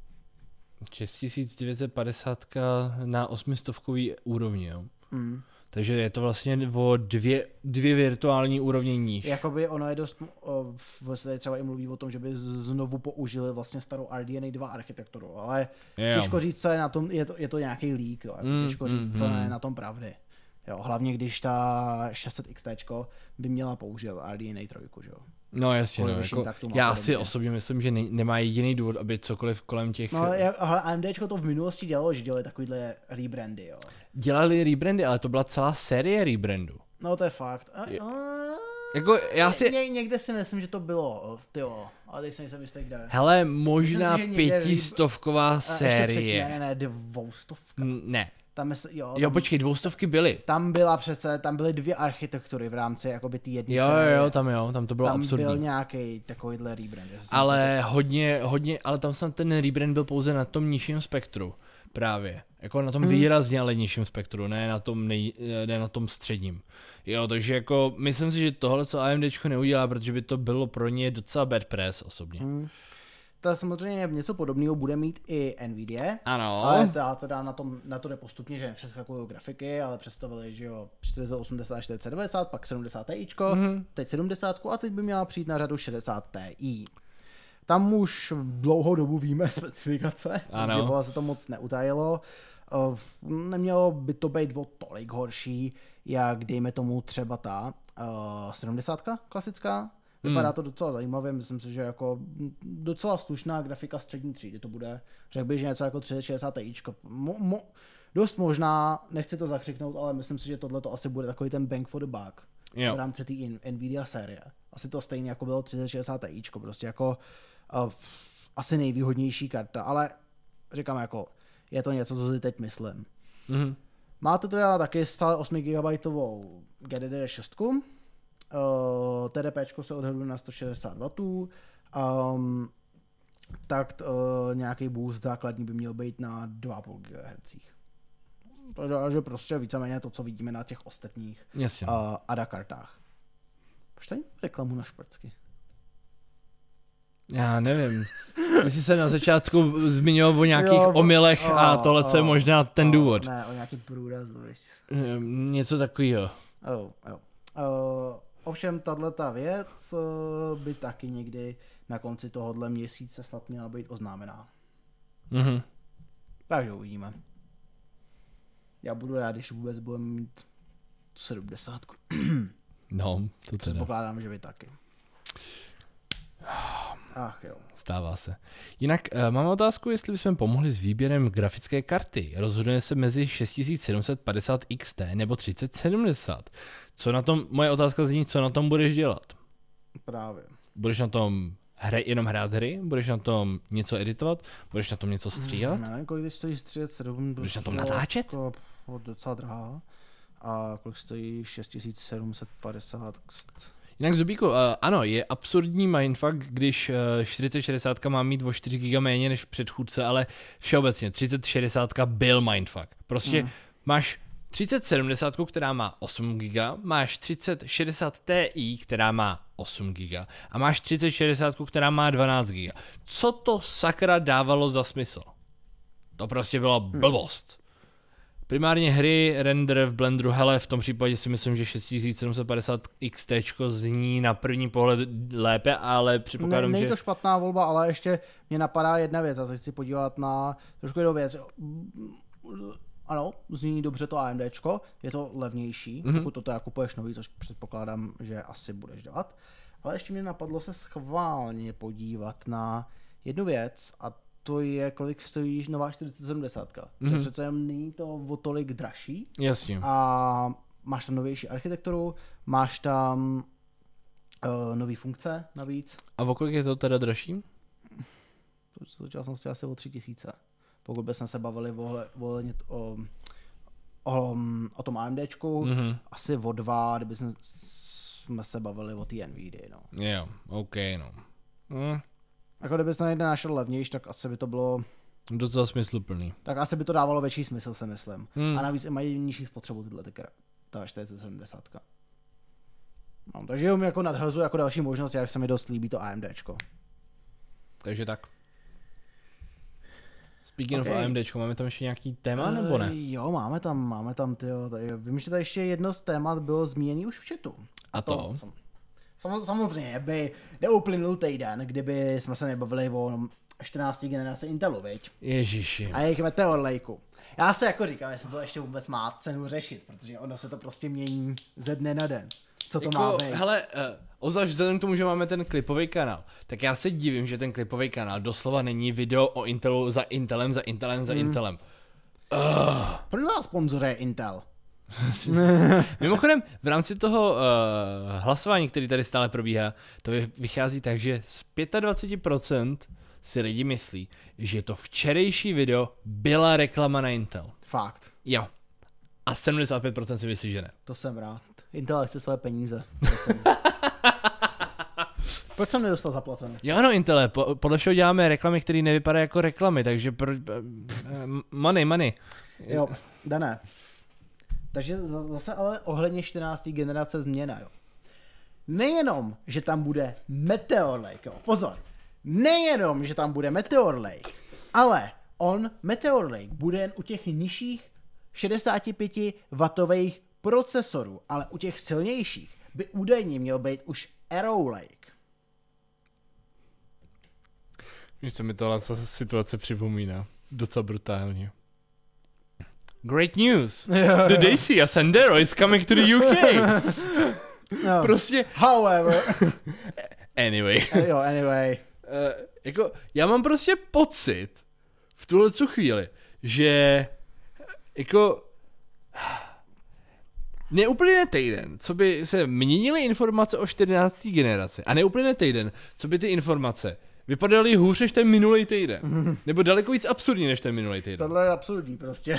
6950 na 800 úrovni, jo. Takže je to vlastně o dvě virtuální úrovně níž. Jakoby ono je dost, vlastně třeba i mluví o tom, že by znovu použili vlastně starou RDNA 2 architekturu, ale těžko říct, co je na tom, je to nějaký leak, jo, těžko říct, co je na tom pravdy. Jo, hlavně když ta 600 XT by měla použít RDNA 3, že jo. No jasně, no, jako, já si osobně myslím, že nemá jediný důvod, aby cokoliv kolem těch... No, ale AMDčko to v minulosti dělalo, že dělali takovýhle rebrandy, jo. Dělali rebrandy, ale to byla celá série rebrandů. No to je fakt. Jako já si... Někde si myslím, že to bylo, tyjo, ale teď jsem jistý, kde. Hele, možná 500 série. Ještě ne, 200. Ne. Tam počkej, 200 byly. Tam byly 2 architektury v rámci jakoby ty jedné série. Tam to bylo absurdní. Tam byl nějaký takovýhle rebrand. Ale hodně, ale tam ten rebrand byl pouze na tom nižším spektru. Právě. Jako na tom výrazně ale nižším spektru, ne na tom středním. Jo, takže jako myslím si, že tohle, co AMDčko neudělá, protože by to bylo pro ně docela bad press osobně. To samozřejmě něco podobného bude mít i Nvidia. Ano. Ale teda na to jde postupně, že nepřeskakují grafiky, ale představili, že jo, 4080, 4090, pak 70 Ti, teď 70 a teď by měla přijít na řadu 60 Ti. Tam už dlouhou dobu víme specifikace, takže se to moc neutajilo. Nemělo by to být o tolik horší, jak dejme tomu třeba ta 70 klasická. Vypadá to docela zajímavě, myslím si, že jako docela slušná grafika střední třídy to bude. Řekl bych, že něco jako 3060 Ti. Dost možná, nechci to zakřiknout, ale myslím si, že tohle to asi bude takový ten bang for the buck v rámci té Nvidia série. Asi to stejně jako bylo 3060 Ti, prostě jako asi nejvýhodnější karta, ale říkám jako, je to něco, co si teď myslím. Máte teda taky stále 8 GB GDDR6, TDPčko se odhaduje na 160 W, tak nějaký boost základní by měl být na 2,5 GHz. Takže prostě víceméně to, co vidíme na těch ostatních ADA kartách. Proč tady reklamu na šprcky? Já nevím. Jsi se na začátku zmiňoval o nějakých omylech a tohle je možná ten důvod. Ne, o nějaký průrazu, víš. Něco takového. Ovšem, tato věc by taky někdy na konci tohohle měsíce snad měla být oznámená. Takže uvidíme. Já budu rád, když vůbec budeme mít tu 70. No, to teda. Předpokládám, že vy taky. Ach jo. Stává se. Jinak máme otázku, jestli bychom pomohli s výběrem grafické karty. Rozhoduje se mezi 6750 XT nebo 3070. Co na tom, moje otázka zní, co na tom budeš dělat? Právě. Budeš na tom jenom hrát hry? Budeš na tom něco editovat? Budeš na tom něco stříhat? Nevím, kolik stojí 37. Budeš na tom natáčet? To docela drahá. A kolik stojí 6750 Jinak Zubíku, ano, je absurdní mindfuck, když 4060 má mít o 4 GB méně než předchůdce, ale všeobecně 3060 byl mindfuck. Prostě máš 3070, která má 8 GB, máš 3060 Ti, která má 8 GB a máš 3060, která má 12 GB. Co to sakra dávalo za smysl? To prostě byla blbost. Primárně hry, render v Blenderu, hele, v tom případě si myslím, že 6750 XT zní na první pohled lépe, ale předpokládám, že... Není to špatná volba, ale ještě mě napadá jedna věc, a chci podívat na trošku jinou věc. Ano, zní dobře to AMDčko, je to levnější, pokud to teda kupuješ nový, což předpokládám, že asi budeš dělat. Ale ještě mě napadlo se schválně podívat na jednu věc, a to je, kolik stojí nová 4070. Že přece jenom není to o tolik dražší. Jasně. A máš tam novější architekturu, máš tam nový funkce navíc. A o kolik je to teda dražší? V současnosti asi o 3000. Pokud bychom se bavili o tom AMDčku, asi o 2, kdyby jsme se bavili o té Nvidia. No. Jo, OK, no. Jako kdyby to někde našel levnější, tak asi by to bylo... Docela smysluplný. Tak asi by to dávalo větší smysl, se myslím. A navíc mají nižší spotřebu tyhle ta 4070. No, takže jo, mi jako nadhazuji jako další možnost, jak se mi dost líbí to AMDčko. Takže tak. Speaking of AMDčko, máme tam ještě nějaký téma, nebo ne? Jo, máme tam, tyjo. Vím, že tady ještě jedno z témat bylo zmíněný už v chatu. A to? Samozřejmě, by neuplynul týden, kdyby jsme se nebavili o 14. generaci Intelu, viď? Ježiši. A jejich Meteor Lakeu. Já se jako říkám, jestli to ještě vůbec má cenu řešit, protože ono se to prostě mění ze dne na den. Co to má být? Hele, ozvlášť vzhledem k tomu, že máme ten klipový kanál, tak já se divím, že ten klipový kanál doslova není video o Intelu za Intelem. Proč nás sponzoruje Intel? Mimochodem, v rámci toho hlasování, který tady stále probíhá, to vychází tak, že z 25% si lidi myslí, že to včerejší video byla reklama na Intel. Fakt. Jo. A 75% si myslí, že ne. To jsem rád. Intel chce své peníze. Proč jsem nedostal zaplacené? Jo, no Intele, podle všeho děláme reklamy, které nevypadají jako reklamy, takže money. Jo, dané. Takže zase ale ohledně 14. generace změna, jo. Nejenom, že tam bude Meteor Lake, jo, pozor. Nejenom, že tam bude Meteor Lake, ale Meteor Lake bude jen u těch nižších 65W procesorů, ale u těch silnějších by údajně měl být už Arrow Lake. Víš, co mi tohle situace připomíná. Docela brutálně. Great news! The Daisy a Sandero is coming to the UK! No. Prostě... However... Anyway. Jako, já mám prostě pocit v tuhle chvíli, že jako neuplyne týden, co by se měnily informace o 14. generaci a neuplyne týden, co by ty informace vypadaly hůř než ten minulý týden. Nebo daleko víc absurdní než ten minulý týden. Tohle je absurdní prostě.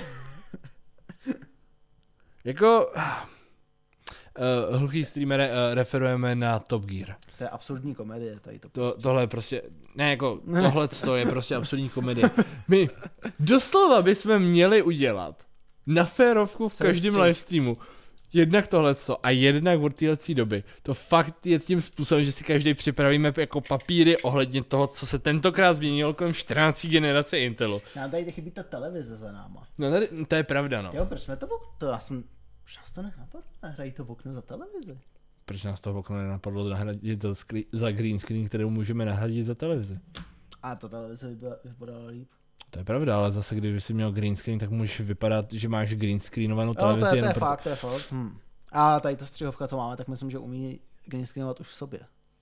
Jako... Hluchý streamere, referujeme na Top Gear. To je absurdní komedie, tady to prostě. Tohle je prostě, ne jako, tohle je prostě absurdní komedie. My doslova bychom měli udělat na férovku v každém livestreamu jednak tohleto a jednak od této doby. To fakt je tím způsobem, že si každý připravíme jako papíry ohledně toho, co se tentokrát změnilo kolem 14. generace Intelu. Nám tady chybí ta televize za náma. No tady, to je pravda, no. Jo, proč jsme to já jsem... Už nás to nenapadlo, nahrají to v okno za televizi. Proč nás to v okno nenapadlo nahradit za green screen, kterou můžeme nahradit za televizi? A ta televize vypadala líp. To je pravda, ale zase když jsi měl green screen, tak můžeš vypadat, že máš green screenovanou televizi. To je fakt. A tady ta střihovka, co máme, tak myslím, že umí green screenovat už v sobě.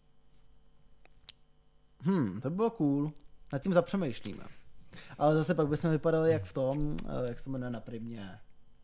To by bylo cool. Nad tím zapřemýšlíme. Ale zase pak bychom vypadali jak v tom, jak se to jmenuje na primě.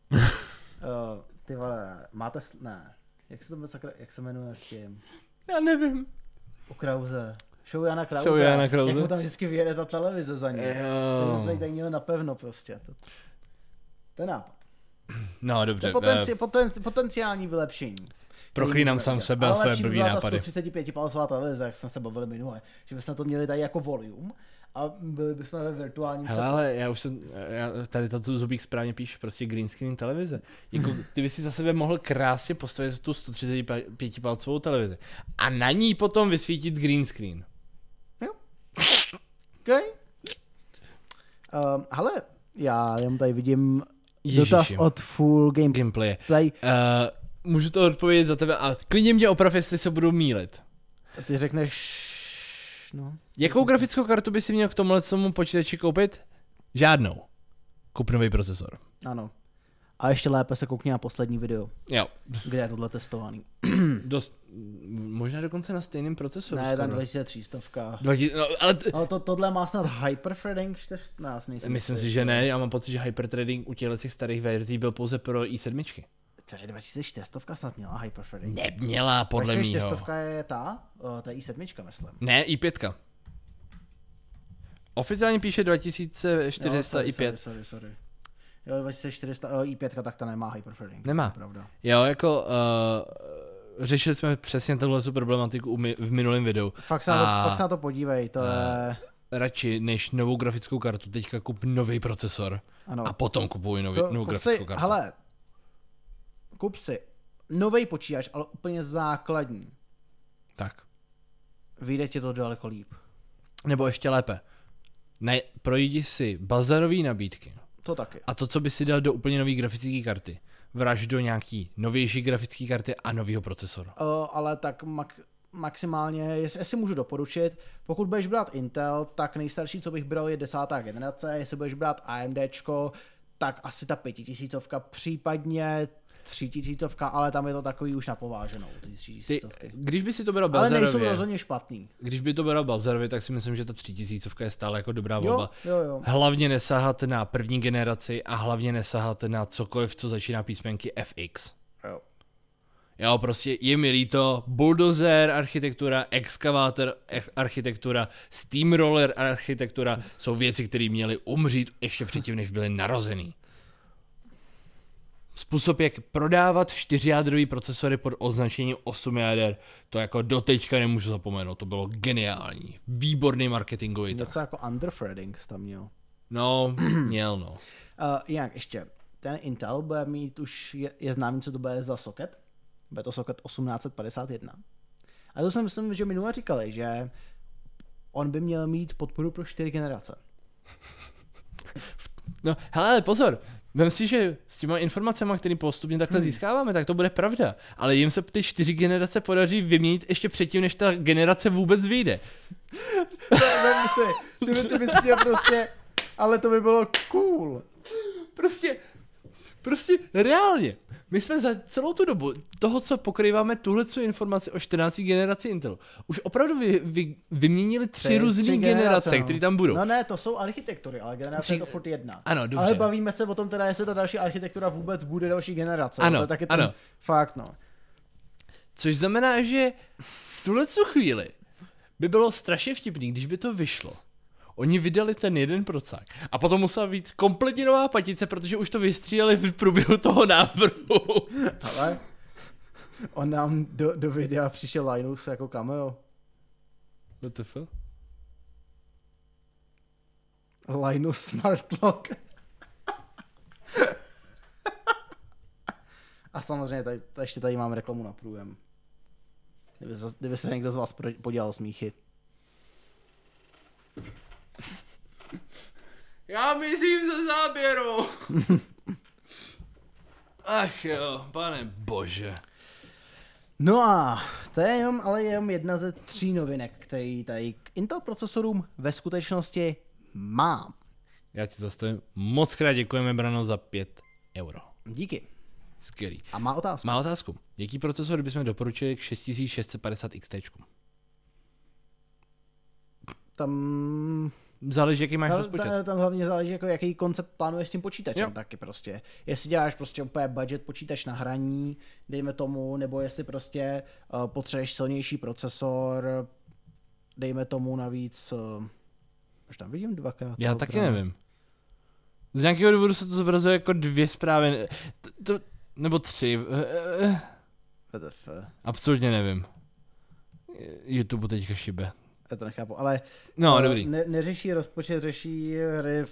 Ty vole, máte, ne, jak se jmenuje s tím? Já nevím. U Krause. Show Jana Krause. Jak mu tam vždycky vyjede ta televize za ně. To se tady měl napevno prostě. To je nápad. No dobře. Potenciální vylepšení. Proklínám sám sebe a své blbý nápady. Ale 135 palcová televize, jak jsme se bavili minule. Že bychom to měli tady jako volume. A byli bychom ve virtuálním setu. Ale tady to Zubík správně píše, prostě green screen televize. Jako, ty bys si za sebe mohl krásně postavit tu 135 palcovou televizi. A na ní potom vysvítit green screen. Jo. Okay. Hele, já jen tady vidím dotaz od Full Gameplay. Můžu to odpovědět za tebe a klidně mě oprav, jestli se budu mýlit. A ty řekneš... No. Jakou grafickou kartu by si měl k tomuhle počítači koupit? Žádnou. Kup nový procesor. Ano. A ještě lépe se koukni na poslední video. Jo. Kde je tohle testovaný. Možná dokonce na stejném procesoru. Ne, tam 2300. Ale tohle má snad hyperthreading? Myslím si, že ne. Já mám pocit, že hyperthreading u těchto starých verzí byl pouze pro i7. To je 2400 snad měla hyperthreading. Neměla, podle mýho. 2400 je ta je i7, myslím. Ne, i5. Oficiálně píše 2400 i5. Sorry. Jo, 2400 i5, tak ta nemá hyperthreading. Nemá. Pravda. Jo, jako řešili jsme přesně tuhle problematiku v minulém videu. Fakt se na to podívej, to je... Radši než novou grafickou kartu, teďka kup nový procesor. Ano. A potom kupuj novou grafickou kartu. Hele, kup si novej počítač, ale úplně základní. Tak. Vyjde ti to daleko líp. Nebo ještě lépe. projdi si bazarové nabídky. To taky. A to, co by si dal do úplně nové grafické karty. Vraž do nějaký novější grafické karty a nového procesoru. Ale tak maximálně, jestli můžu doporučit, pokud budeš brát Intel, tak nejstarší, co bych bral, je 10. generace, jestli budeš brát AMDčko, tak asi ta 5000, případně 3000, ale tam je to takový už napováženou, ty 3000. Když by si to bral bazarově, ale nejsou rozhodně špatný. Když by to bral bazarově, tak si myslím, že ta 3000 je stále jako dobrá volba. Jo. Hlavně nesahat na první generaci a hlavně nesahat na cokoliv, co začíná písmenky FX. Jo, prostě je mi líto, Bulldozer architektura, Excavator architektura, Steamroller architektura jsou věci, které měly umřít ještě předtím, než byly narozený. Způsob, jak prodávat 4jádrový procesory pod označením 8 jader, to jako doteďka nemůžu zapomenout, to bylo geniální. Výborný marketingový tah. Něco jako underthreading tam měl. No, měl no. Jinak ještě, ten Intel bude mít už, je známý, co to bude za socket. Bude to socket 1851. A to jsem myslím, že minule říkali, že on by měl mít podporu pro 4 generace. No, hele, ale pozor, vem si, že s těma informacemi, které postupně takhle získáváme, tak to bude pravda. Ale jim se ty 4 generace podaří vyměnit ještě předtím, než ta generace vůbec vyjde. Vem si, ty bys měl prostě, ale to by bylo cool. Prostě reálně, my jsme za celou tu dobu toho, co pokrýváme tuhletu informaci o 14. generaci Intelu, už opravdu vyměnili 3 různé generace, no. Které tam budou. No ne, to jsou architektury, ale generace je to furt jedna. Ano, dobře. Ale bavíme se o tom teda, jestli ta další architektura vůbec bude další generace. Ano, to je taky ten fakt, no. Což znamená, že v tuhletu chvíli by bylo strašně vtipný, když by to vyšlo. Oni vydali ten jeden procák a potom musela být kompletně nová patice, protože už to vystříleli v průběhu toho návrhu. Ale on nám do videa přišel Linus jako cameo. WTF? Linus Smart Lock. A samozřejmě ještě tady mám reklamu na průjem. Kdyby se někdo z vás podělal smíchy. Já mizím ze záběru. Ach jo, pane bože. No a to je jenom jedna ze 3 novinek, který tady k Intel procesorům ve skutečnosti mám. Já ti zastavím. Moc krát děkujeme, Brano, za 5 €. Díky. Skvělý. A má otázku. Má otázku. Jaký procesor bychom doporučili k 6650 XT? Tam záleží, jaký máš rozpočet. Tam hlavně záleží, jako jaký koncept plánuješ s tím počítačem, jo. Taky prostě. Jestli děláš prostě úplně budget počítač na hraní, dejme tomu, nebo jestli prostě potřebuješ silnější procesor, dejme tomu navíc, už tam vidím 2K. Já taky nevím. Z nějakého důvodu se to zobrazuje jako 2 zprávy, nebo 3. Absolutně nevím. YouTube teďka šibe. Já to nechápu, ale no, dobrý. Neřeší rozpočet, řeší hry.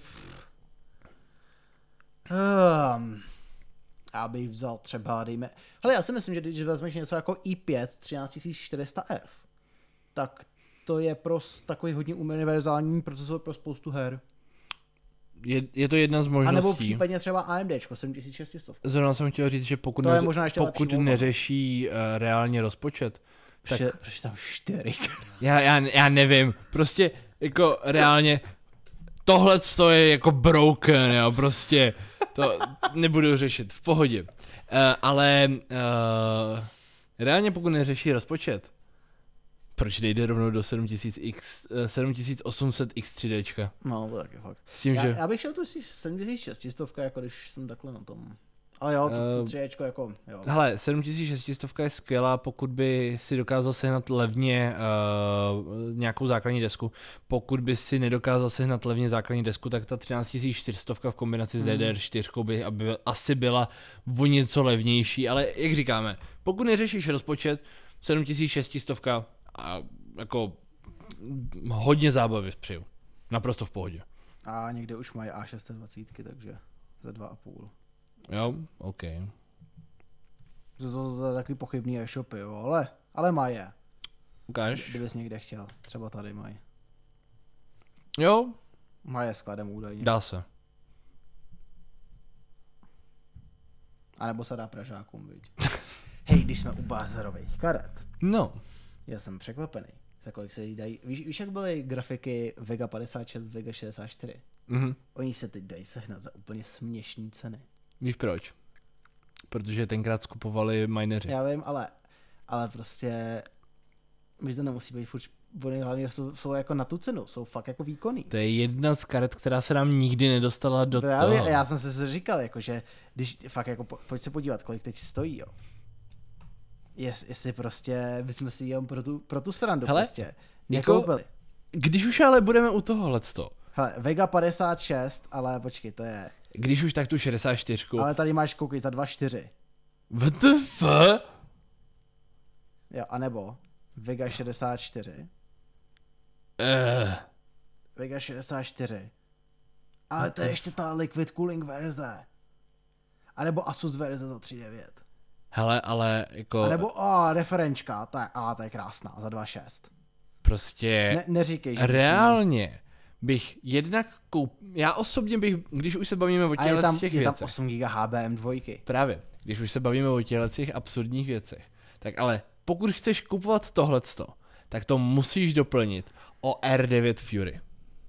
Já bych vzal třeba, dejme. Ale já si myslím, že když vezmeš něco jako i5 13400F, tak to je takový hodně univerzální procesor pro spoustu her. Je to jedna z možností. A nebo případně třeba AMDčko 7600. Zrovna jsem chtěl říct, že pokud neřeší reálně rozpočet, Proč tam 4? Já nevím, prostě jako reálně tohle je jako broken, jo, prostě to nebudu řešit, v pohodě. Ale reálně pokud neřeší rozpočet, proč nejde rovnou do 7800 X3D? No, to taky fakt. S tím, já bych šel tu 7600, jako když jsem takhle na tom. Ale jo, to 3Ečko jako, jo. Hele, 7600 je skvělá, pokud by si dokázal sehnat levně nějakou základní desku. Pokud by si nedokázal sehnat levně základní desku, tak ta 13400 v kombinaci s DDR4 by asi byla o něco levnější, ale jak říkáme, pokud neřešíš rozpočet, 7600 a jako hodně zábavy přeju. Naprosto v pohodě. A někde už mají A620, takže za 2,5. Jo, OK. To je takový pochybný e-shopy, jo, ale mají je. Ukáž. Kdybys někde chtěl, třeba tady mají. Jo, Má je skladem údajně. Dá se. A nebo se dá Pražákům, viď? Hej, když jsme u bázerových karet. No. Já jsem překvapený. Za kolik se jí dají. Víš, jak byly grafiky Vega 56, Vega 64? Oni se teď dají sehnat za úplně směšný ceny. Víš proč? Protože tenkrát skupovali mineři. Já vím, ale prostě my to nemusí být furt, oni hlavně jsou jako na tu cenu, jsou fakt jako výkonný. To je jedna z karet, která se nám nikdy nedostala do Právě, toho. já jsem si říkal, jakože, když fakt jako pojď se podívat, kolik teď stojí, jo. Jestli prostě bychom si jen pro tu srandu hele, prostě nekoupili. Když už ale budeme u tohohleto. Hele, Vega 56, ale počkej, to je... Když už tak tu 64. Ale tady máš, koukej, za 2,4. What the f? Jo, anebo Vega 64. Vega 64. Ale to je ještě ta Liquid Cooling verze. A nebo Asus verze za 3,9. Hele, ale jako... A nebo referenčka, ta je krásná, za 2,6. Prostě... Neříkej, že reálně bych jednak já osobně bych, když už se bavíme o těch věcech... je tam 8 GB HBM2. Právě, když už se bavíme o těch absurdních věcech. Tak ale pokud chceš kupovat tohleto, tak to musíš doplnit o R9 Fury.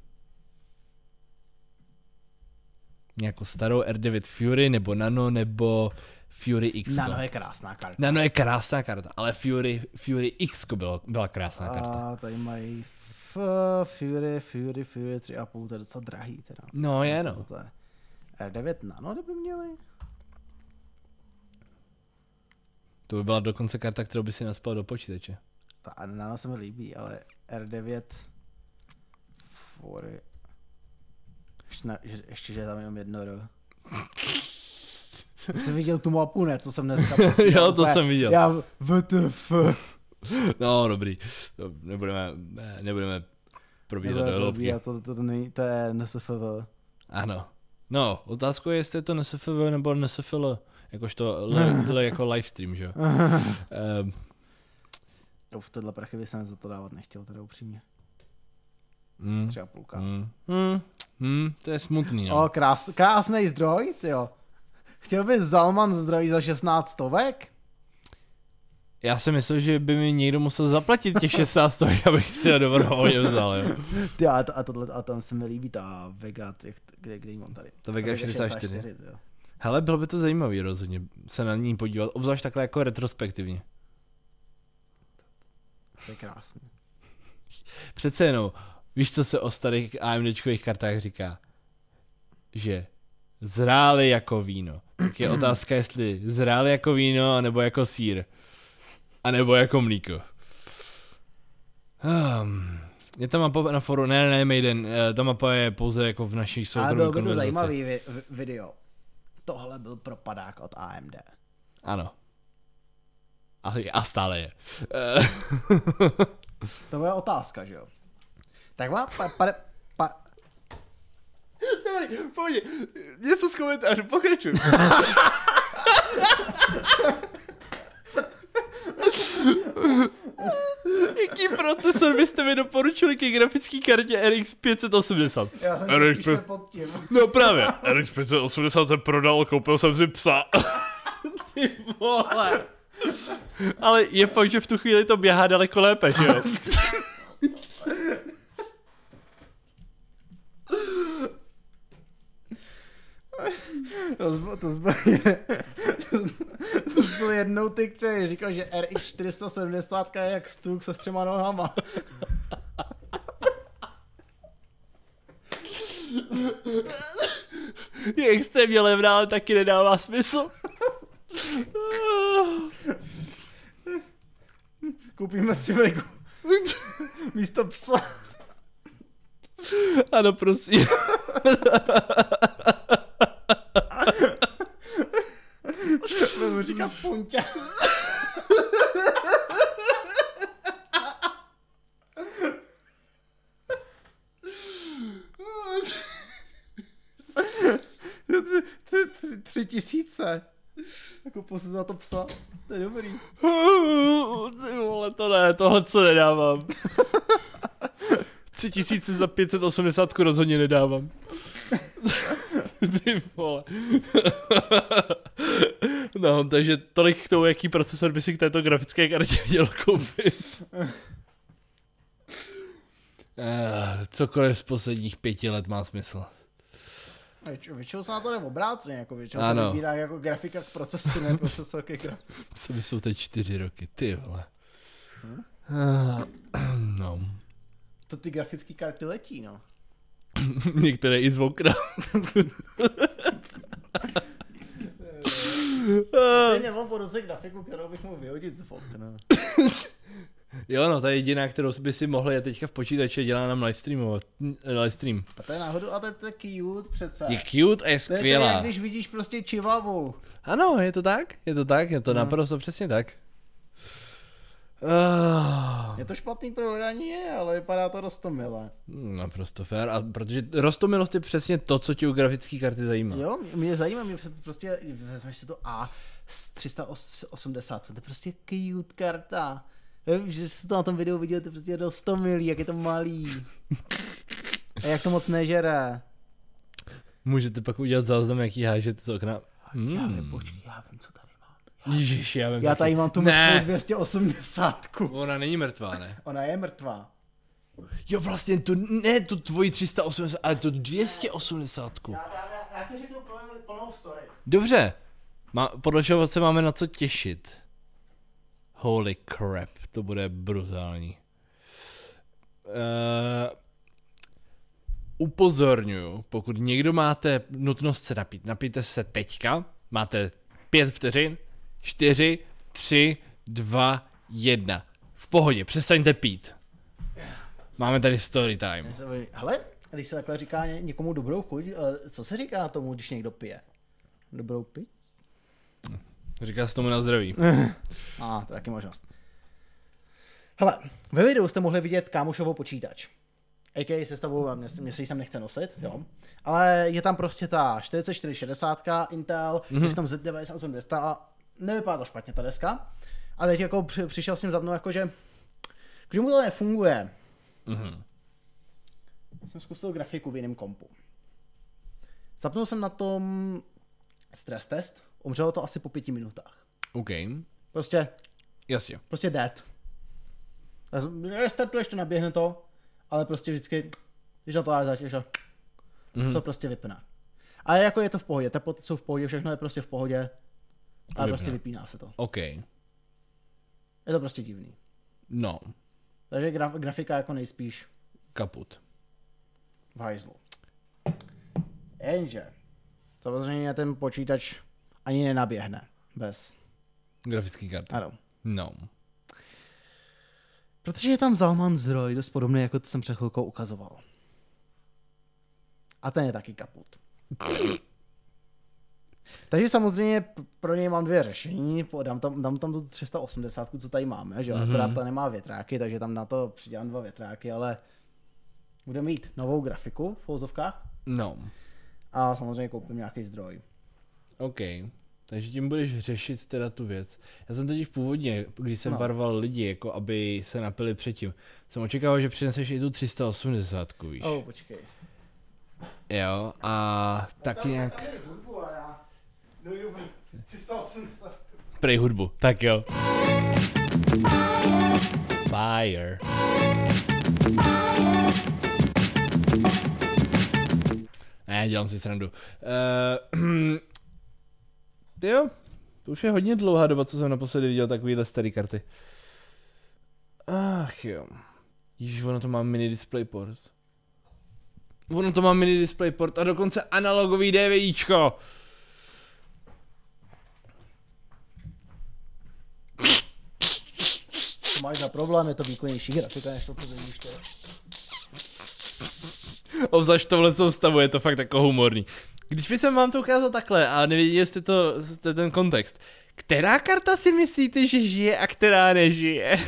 Nějakou starou R9 Fury, nebo Nano, nebo Fury X. Nano je krásná karta. Nano je krásná karta, ale Fury X byla krásná karta. A tady mají Fury 3,5, to je docela drahý teda. No je no. To je? R9 Nano kdyby měli? To by byla dokonce karta, kterou by si naspal do počítače. Ta Nano se mi líbí, ale R9 Fury... Ještě, že je tam jenom jedno R. Jsi viděl tu mapu, ne? Co jsem dneska posílal. Jo, to jsem viděl. Já WTF. No, dobrý. To nebudeme probírat do hloubky. To je NSFV. Ano. No, otázkou je, jestli je to NSFV nebo NSFL. Jakožto jako livestream, že jo. V tohle prachy by jsem za to dávat nechtěl, teda upřímně. 3,5. To je smutný, no. Krásný zdroj, tyjo. Chtěl bys Zalman zdroj za 16 stovek? Já si myslím, že by mi někdo musel zaplatit těch 16 stovek, abych si ho dobrovolně vzal, jo. Ty, a tam se mi líbí ta Vega, kde ji mám tady. Ta Vega 64. Hele, bylo by to zajímavý rozhodně se na ní podívat, obzvlášť takhle jako retrospektivně. To je krásný. Přece jenom, víš, co se o starých AMDčkových kartách říká? Že zrály jako víno. Tak je otázka, jestli zrály jako víno, anebo jako sýr. A nebo jako mlíko. Je tam mapa na foru, ne, Maiden, ta mapa je pouze jako v naší soukromé konverzaci. Ale byl by to zajímavý video. Tohle byl propadák od AMD. Ano. A stále je. To je otázka, že jo? Tak má Dobrý, pojď, něco z komentářů, pokračuj. Jaký procesor byste mi doporučili ke grafické kartě RX 580? Já jsem RX pod tím. No právě, RX 580 jsem prodal, koupil jsem si psa. Ty vole. Ale je fakt, že v tu chvíli to běhá daleko lépe, že jo? To byl jednou ty, který říkal, že RX 470 je jak stůl se 3 nohama. Je extrémně levná, ale taky nedává smysl. Koupíme si Vegu. Místo psa. Ano, prosím. Budu říkat Punťa. Tři tisíce. Jako posud za to psa. To je dobrý. Ty vole, to ne, tohle co nedávám. 3000 za 580 rozhodně nedávám. Ty vole. No, takže tolik k tomu, jaký procesor by si k této grafické kartě měl koupit. Cokoliv z posledních 5 let má smysl. Většinou se na to jde obráceně, jako většinou se vybírá jako grafika k procesu, ne procesor ke grafice. Co by jsou teď 4 roky, ty vole. No. To ty grafické karty letí, no. Některé i z okna. Teď nemám po ruce grafiku, kterou bych mohl vyhodit z okna. Jo, no, ta jediná, kterou by si mohli je teďka v počítači, dělá nám livestream. A to je náhodou, a to je cute přece. Je cute a je skvělá. To je jak když vidíš prostě čivavu. Ano, je to tak, je to naprosto přesně tak. Je to špatný prohraní, ale vypadá to roztomilé. Naprosto fér, a protože roztomilost je přesně to, co ti u grafické karty zajímá. Jo, mě zajímá, mě prostě, vezmeš si to A z 380, to je prostě cute karta. Že jsi to na tom videu viděl, to je prostě roztomilý, jak je to malý. A jak to moc nežere. Můžete pak udělat záznam, jaký hážete z okna. Já vím, počkej, já vím, co tady mám. Ježiš, já vím. Já tady mám tu mrtvou 280. Ona není mrtvá, ne? Ona je mrtvá. Jo, vlastně, tu tvoji 380, ale tu 280. Já ti řeknu plnou story. Dobře. Podle čeho se máme na co těšit. Holy crap, to bude brutální. Upozorňuju, pokud někdo máte nutnost se napít, napijte se teďka, máte 5 vteřin, 4, 3, 2, 1. V pohodě, přestaňte pít. Máme tady story time. Hele, když se takhle říká někomu dobrou chuť, co se říká tomu, když někdo pije? Dobrou pít? Říká se tomu na zdraví. To je taky možnost. Hele, ve videu jste mohli vidět kámošovo počítač. A.k.a. sestavu, mě se ji sem nechce nosit, jo. Ale je tam prostě ta 4460 Intel, je v tom Z90 deska a nevypadá to špatně ta deska. A teď jako přišel s ním za mnou jakože mu to nefunguje. Jsem zkusil grafiku v jiném kompu. Zapnul jsem na tom stres test, umřelo to asi po 5 minutách. OK. Prostě. Jasně. Prostě dead. Restartuješ to, naběhne to, ale prostě vždycky, když na to dáš zač, to prostě vypne. Ale jako je to v pohodě, teploty jsou v pohodě, všechno je prostě v pohodě, ale prostě vypíná se to. OK. Je to prostě divný. No. Takže grafika jako nejspíš kaput. V hajzlu. Jenže, samozřejmě ten počítač ani nenaběhne bez grafický karty. Ano. No. Protože je tam Zalman zdroj, dost podobný, jako to jsem před chvilkou ukazoval. A ten je taky kaput. Takže samozřejmě pro něj mám 2 řešení. Dám tam tu 380, co tady máme, že? Akorát ta nemá větráky, takže tam na to přidělám 2 větráky, ale bude mít novou grafiku v fouzovkách. No. A samozřejmě koupím nějaký zdroj. OK. Takže tím budeš řešit teda tu věc. Já jsem totiž původně, když jsem varoval lidi, jako aby se napili předtím, jsem očekával, že přineseš i tu 380, víš. Počkej. Jo, a tak nějak... No jo, 380. Prej hudbu, tak jo. Fire. Ne, dělám si srandu. Jo, to už je hodně dlouhá doba, co jsem naposledy viděl takovýhle starý karty. Ach jo. Ježiš, ono to má mini DisplayPort. Ono to má mini DisplayPort a dokonce analogový DVIčko. To máš za problém, je to výkonnější grafika, než to vidíš teda. Obzvlášť v tomhle stavu je to fakt jako humorný. Když bych vám to ukázal takhle a nevěděli jste ten kontext, která karta si myslíte, že žije a která nežije?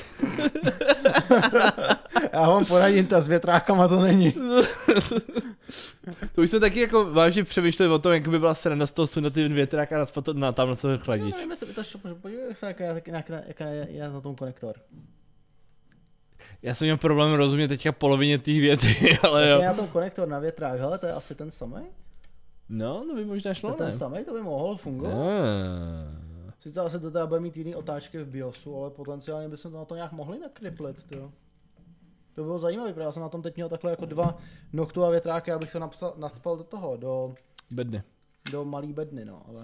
Já vám poradím, ta s větrákama to není. To už jsme taky jako vážně přemýšleli o tom, jak by byla sranda z toho sundat ten větrák a na tam na toho chladič. No, nevím, podívej se, jaká je na tom konektor. Já jsem měl problém rozumět teďka polovině té věty, ale jo. Tak je na tom konektor na větrák, hele, to je asi ten samý? No, to by možná šlo, ten samý, to by mohl fungovat. Sice asi to teda bude mít jiný otáčky v BIOSu, ale potenciálně by se na to nějak mohli nakriplit, tyjo. To bylo zajímavé, protože já jsem na tom teď měl takhle jako 2 noktu a větráky, abych to naspal do toho, do... Bedny. Do malý bedny, no, ale...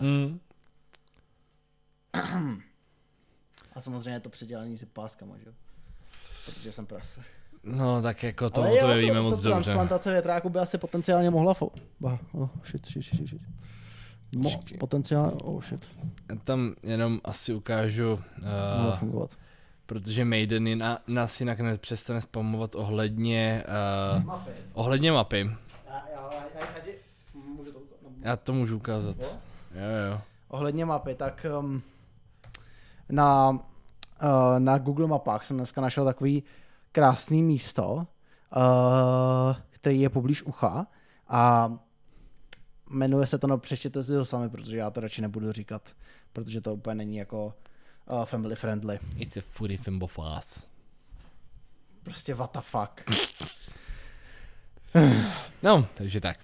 A samozřejmě to předělání si páskama, že jo? Protože jsem prase. No, tak jako to víme moc dobře. Transplantace větráku by asi potenciálně mohla shit. Potenciálně, shit. Já tam jenom asi ukážu, mohla fungovat. Protože Maiden nás jinak nepřestane spamovat ohledně mapy. Já to můžu ukázat. Jo. Ohledně mapy, tak na Google mapách jsem dneska našel takový krásný místo, který je poblíž ucha a jmenuje se to, no přečtěte si to sami, protože já to radši nebudu říkat, protože to úplně není jako family friendly. It's a footy fimbofas. Prostě what the fuck. No, takže tak.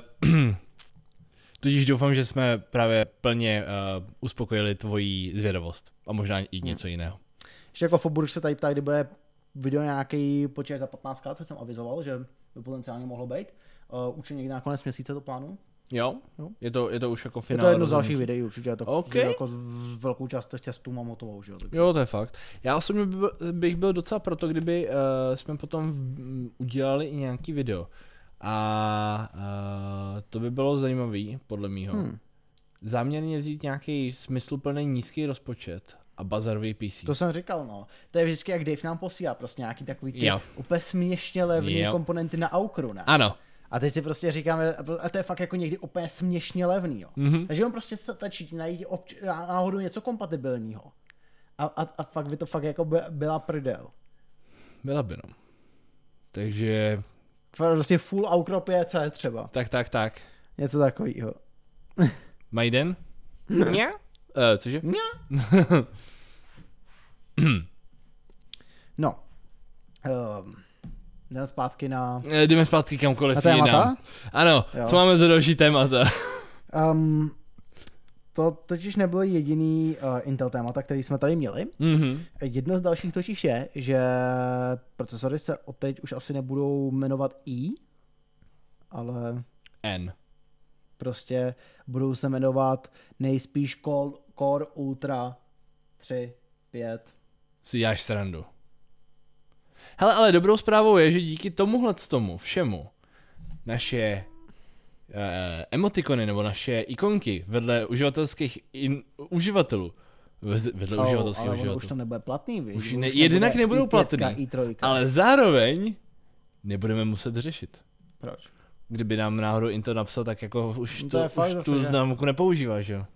Tudíž doufám, že jsme právě plně uspokojili tvoji zvědavost a možná i něco jiného. Ještě jako Foburg se tady ptá, kdy bude video nějaký počet za 15krát, co jsem avizoval, že by potenciálně mohlo být. Už někdy na konec měsíce to plánu. Jo? Je to už jako finále. Je to jedno z dalších videí určitě, to okay. Jako velkou část těch testů mám hotovou, že jo. Takže. Jo, to je fakt. Já osobně bych byl docela proto, kdyby jsme potom udělali i nějaký video. A to by bylo zajímavý, podle mýho. Záměrně vzít nějaký smysluplný nízký rozpočet a bazarový PC. To jsem říkal, no. To je vždycky, jak Dave nám posílá, prostě nějaký takový ty úplně směšně levný komponenty na Aukru, ne? Ano. A teď si prostě říkáme, a to je fakt jako někdy úplně směšně levný, jo. Takže on prostě stačí najít náhodou něco kompatibilního. A fakt by to fakt jako byla prdel. Byla by, no. Takže... Prostě full Aukro PC třeba. Tak. Něco takovýho. Maiden? Ne. Cože? Ne. No. Jdeme zpátky kamkoliv jinam. Ano, jo. Co máme za další témata? To totiž nebylo jediný Intel témata, který jsme tady měli. Jedno z dalších totiž je, že procesory se odteď už asi nebudou jmenovat i, ale N. Prostě budou se jmenovat nejspíš Core Ultra 3, 5. Si děláš srandu. Hele, ale dobrou zprávou je, že díky tomu všemu naše emotikony nebo naše ikonky vedle uživatelských uživatelů ale už to nebude platný, víš? Už jednak nebudou platný, ale zároveň nebudeme muset řešit. Proč? Kdyby nám náhodou Intel napsal, tak jako už to tu známku nepoužíváš, jo?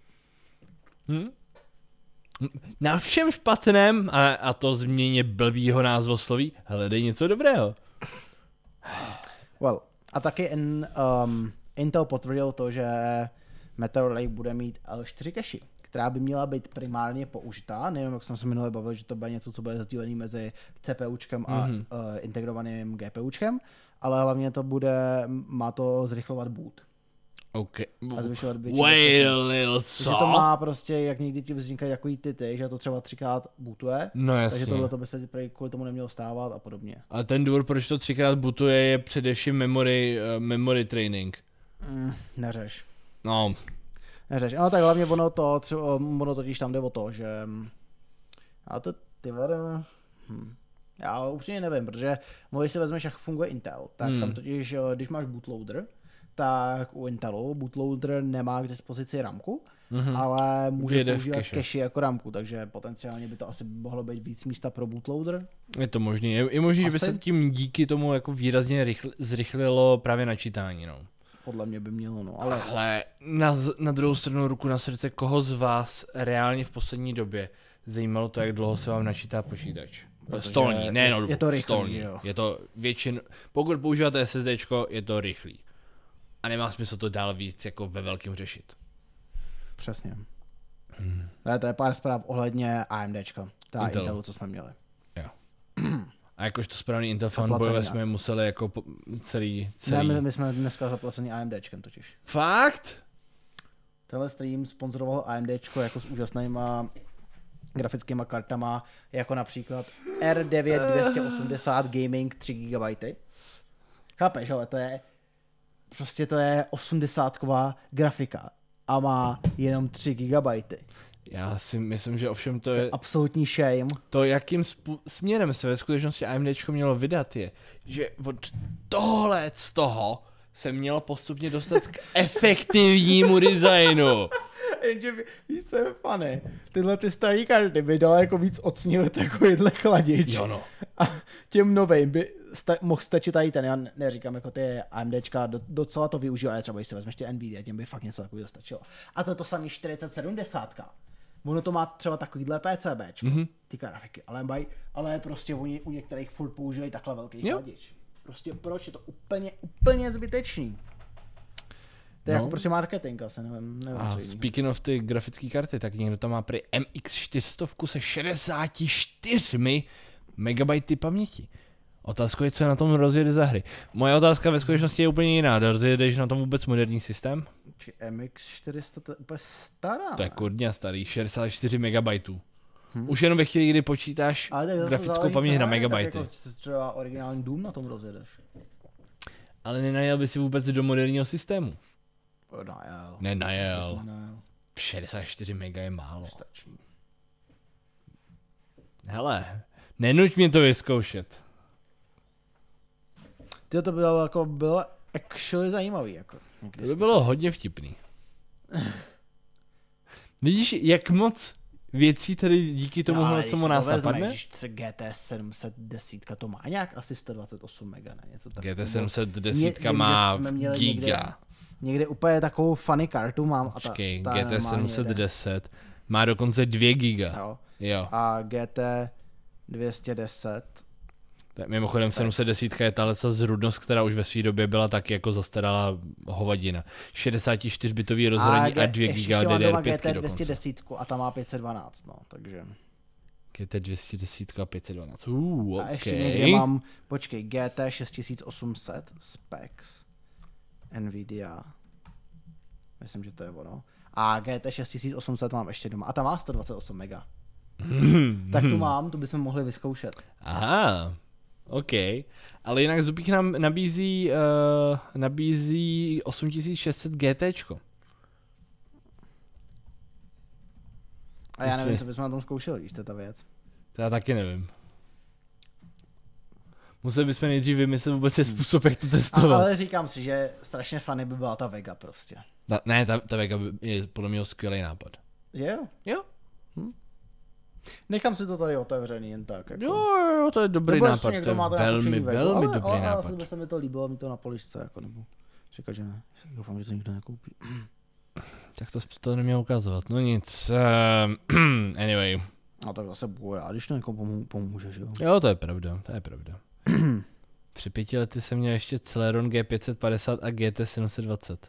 Na všem špatném, a to změně blbýho názvosloví, hledej něco dobrého. Well, a taky Intel potvrdil to, že Meteor Lake bude mít L4 cache, která by měla být primárně použitá. Nevím, jak jsem se minule bavil, že to bude něco, co bude sdílený mezi CPUčkem a integrovaným GPUčkem, ale hlavně má to zrychlovat boot. Okay. A zvyšovat co? Že to má prostě, jak někdy ti vznikají takový ty, že to třeba 3x bootuje. No jasně. Takže tohle by se kvůli tomu nemělo stávat a podobně. Ale ten důvod, proč to 3x bootuje, je především memory training. Neřeš. No. Neřeš. Ale tak hlavně ono totiž tam jde o to, že... A to ty vada... Já upřímně nevím, protože když si vezmeš, jak funguje Intel, tak tam totiž, když máš bootloader, tak u Intelu bootloader nemá k dispozici ramku, ale může používat cache jako ramku, takže potenciálně by to asi mohlo být víc místa pro bootloader. Je to možné. Je možné, že by se tím díky tomu jako výrazně zrychlilo právě načítání, no. Podle mě by mělo, no. Ale na druhou stranu ruku na srdce, koho z vás reálně v poslední době zajímalo to, jak dlouho se vám načítá počítač? Stolní, ne notebook, je to rychlý, stolní. Jo. Je to pokud používáte SSDčko, je to rychlý. A nemá smysl to dál víc jako ve velkým řešit. Přesně. To je pár zpráv ohledně AMDčka. Intelu, co jsme měli. Jo. A jakož to správný Intel fanboyové jsme museli jako celý... Ne, my jsme dneska zaplaceni AMDčkem totiž. Fakt? Tenhle stream sponzoroval AMDčko jako s úžasnýma grafickýma kartama, jako například R9 280 Gaming 3 GB. Chápeš, ale to je 80ková grafika a má jenom 3 GB. Já si myslím, že ovšem to je absolutní shame. To, jakým směrem se ve skutečnosti AMDčko mělo vydat, je, že od tohle z toho se mělo postupně dostat k efektivnímu designu. Jenže víš, co je funny. Tyhle ty staré karty by daleko víc ocenili takovýhle chladič. Jo no. A těm novým by mohl stačit tady ten, já neříkám, jako ty AMDčka docela to využívají, ale třeba když si vezmeš ty Nvidia, těm by fakt něco takového stačilo. A to samý 4070. Ono to má třeba takovýhle PCBčko, ty grafiky, ale prostě oni u některých furt používají takhle velký chladič. Prostě proč je to úplně zbytečný. To je jako prostě marketing, asi nevím a speaking of ty grafické karty, tak někdo tam má prý MX400 se 64 MB paměti. Otázka je, co je na tom rozjede za hry. Moje otázka ve skutečnosti je úplně jiná. Rozjedeš na tom vůbec moderní systém? MX400 to je úplně stará. To je kurňa starý, 64 MB. Už jenom ve chvíli, kdy počítáš grafickou paměť na megabajty. Jako třeba originální Doom na tom rozjedeš. Ale nenajel by si vůbec do moderního systému. Nenajel. 64 MB je málo. Stačí. Hele, nenuť mě to vyzkoušet. To bylo actually zajímavý. Jako, to by bylo hodně vtipný. Vidíš, jak moc věcí tady díky tomu, co mu nás napadne? GT 710 to má nějak asi 128 mega, ne? Něco tak. GT 710 má giga. Někde úplně takovou funny kartu mám. Počkej, GT 710 má dokonce 2 giga. Jo. A GT 210. Mimochodem 710 je tahle zrudnost, která už ve své době byla taky jako zastaralá hovadina. 64-bitový rozhraní a 2 giga DDR5 GT 210 a tam má 512, no, takže. GT 210 a 512, A ještě někde mám, GT 6800 specs. Nvidia. Myslím, že to je ono. A GT 6800 mám ještě doma. A tam má 128 mega. Tak tu mám, tu bychom mohli vyzkoušet. Aha, OK. Ale jinak Zubík nám nabízí 8600 GTčko. A já nevím, co bychom na tom zkoušeli, víš, to je ta věc. To já taky nevím. Museli bychom nejdřív vymyslet vůbec způsob, jak to testovat. Ale říkám si, že strašně funny by byla ta Vega prostě. Ta Vega je podle mě skvělý nápad. Že jo? Jo. Nechám si to tady otevřený jen tak. Jako. Jo, to je dobrý nápad. To je velmi dobrý nápad. Ale asi by se mi to líbilo, mít to na poličce, jako, nebo říkat, že ne. Doufám, že to nikdo nekoupí. Tak to neměl ukazovat. No nic. Anyway. A tak zase budu rád, když to někomu pomůže, že jo? Jo, to je pravda. Při 5 lety jsem měl ještě Celeron G550 a GT 720.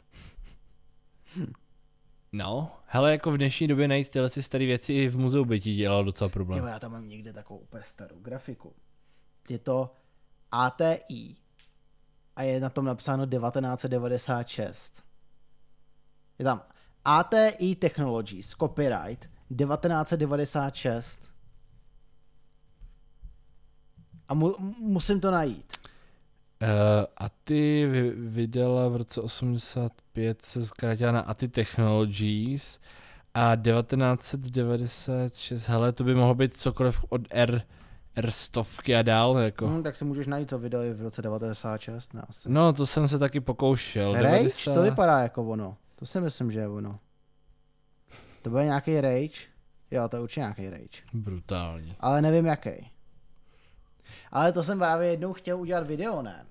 No, hele, jako v dnešní době najít tyhle staré věci i v muzeu by ti dělalo docela problém. Já tam mám někde takovou úplně starou grafiku. Je to ATI a je na tom napsáno 1996. Je tam ATI Technologies, copyright 1996. A musím to najít. A ty vydala v roce 85 se zkrátila na ATI Technologies a 1996, hele, to by mohlo být cokoliv od R100 a dál, jako. Tak si můžeš najít, co vydali v roce 96, ne asi. No, to jsem se taky pokoušel. Rage? To vypadá jako ono. To si myslím, že je ono. To bude nějaký Rage? Jo, to je určitě nějaký Rage. Brutální. Ale nevím jaký. Ale to jsem právě jednou chtěl udělat video, ne?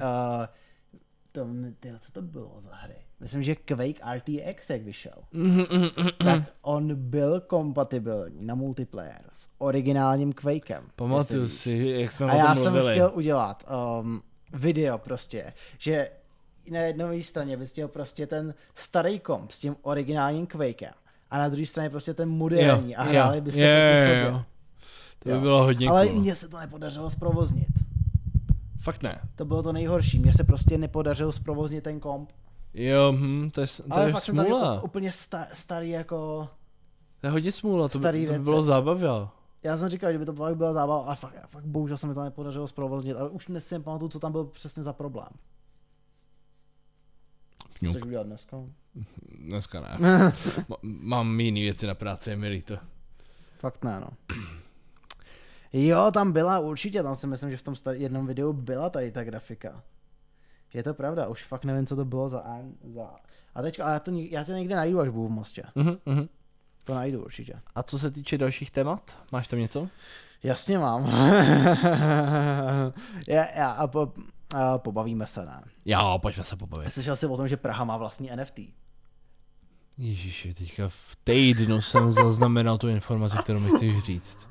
Co to bylo za hry? Myslím, že Quake RTX, jak vyšel, tak on byl kompatibilní na multiplayer s originálním Quakem. Pamatuju si, jak jsme o tom mluvili. A já jsem chtěl udělat video prostě, že na jedné straně bys chtěl prostě ten starý komp s tím originálním Quakem a na druhé straně prostě ten moderní a hráli byste proti sobě. To by bylo hodně ale cool. mně se to nepodařilo zprovoznit. Fakt ne. To bylo to nejhorší, mně se prostě nepodařilo zprovoznit ten komp. Jo, to je Ale fakt jsem tam smůla. jako úplně starý jako... To je hodně smůla, to by věci. bylo zábavě. Já jsem říkal, že by to byla zábava, ale fakt bohužel se mi to nepodařilo zprovoznit, ale už si nepamatuju, co tam byl přesně za problém. Chceš udělat dneska? Dneska ne. Mám jiný věci na práci, je mi líto. Fakt ne, no. Jo, tam byla určitě, tam si myslím, že v tom jednom videu byla tady ta grafika. Je to pravda, už fakt nevím, co to bylo za... A teďka, ale já to někde najdu, až budu v Mostě. To najdu určitě. A co se týče dalších témat, máš tam něco? Jasně mám. Pobavíme se, ne? Jo, pojďme se pobavit. Slyšel jsi o tom, že Praha má vlastní NFT? Ježiši, teďka v týdnu jsem zaznamenal tu informaci, kterou mi chceš říct.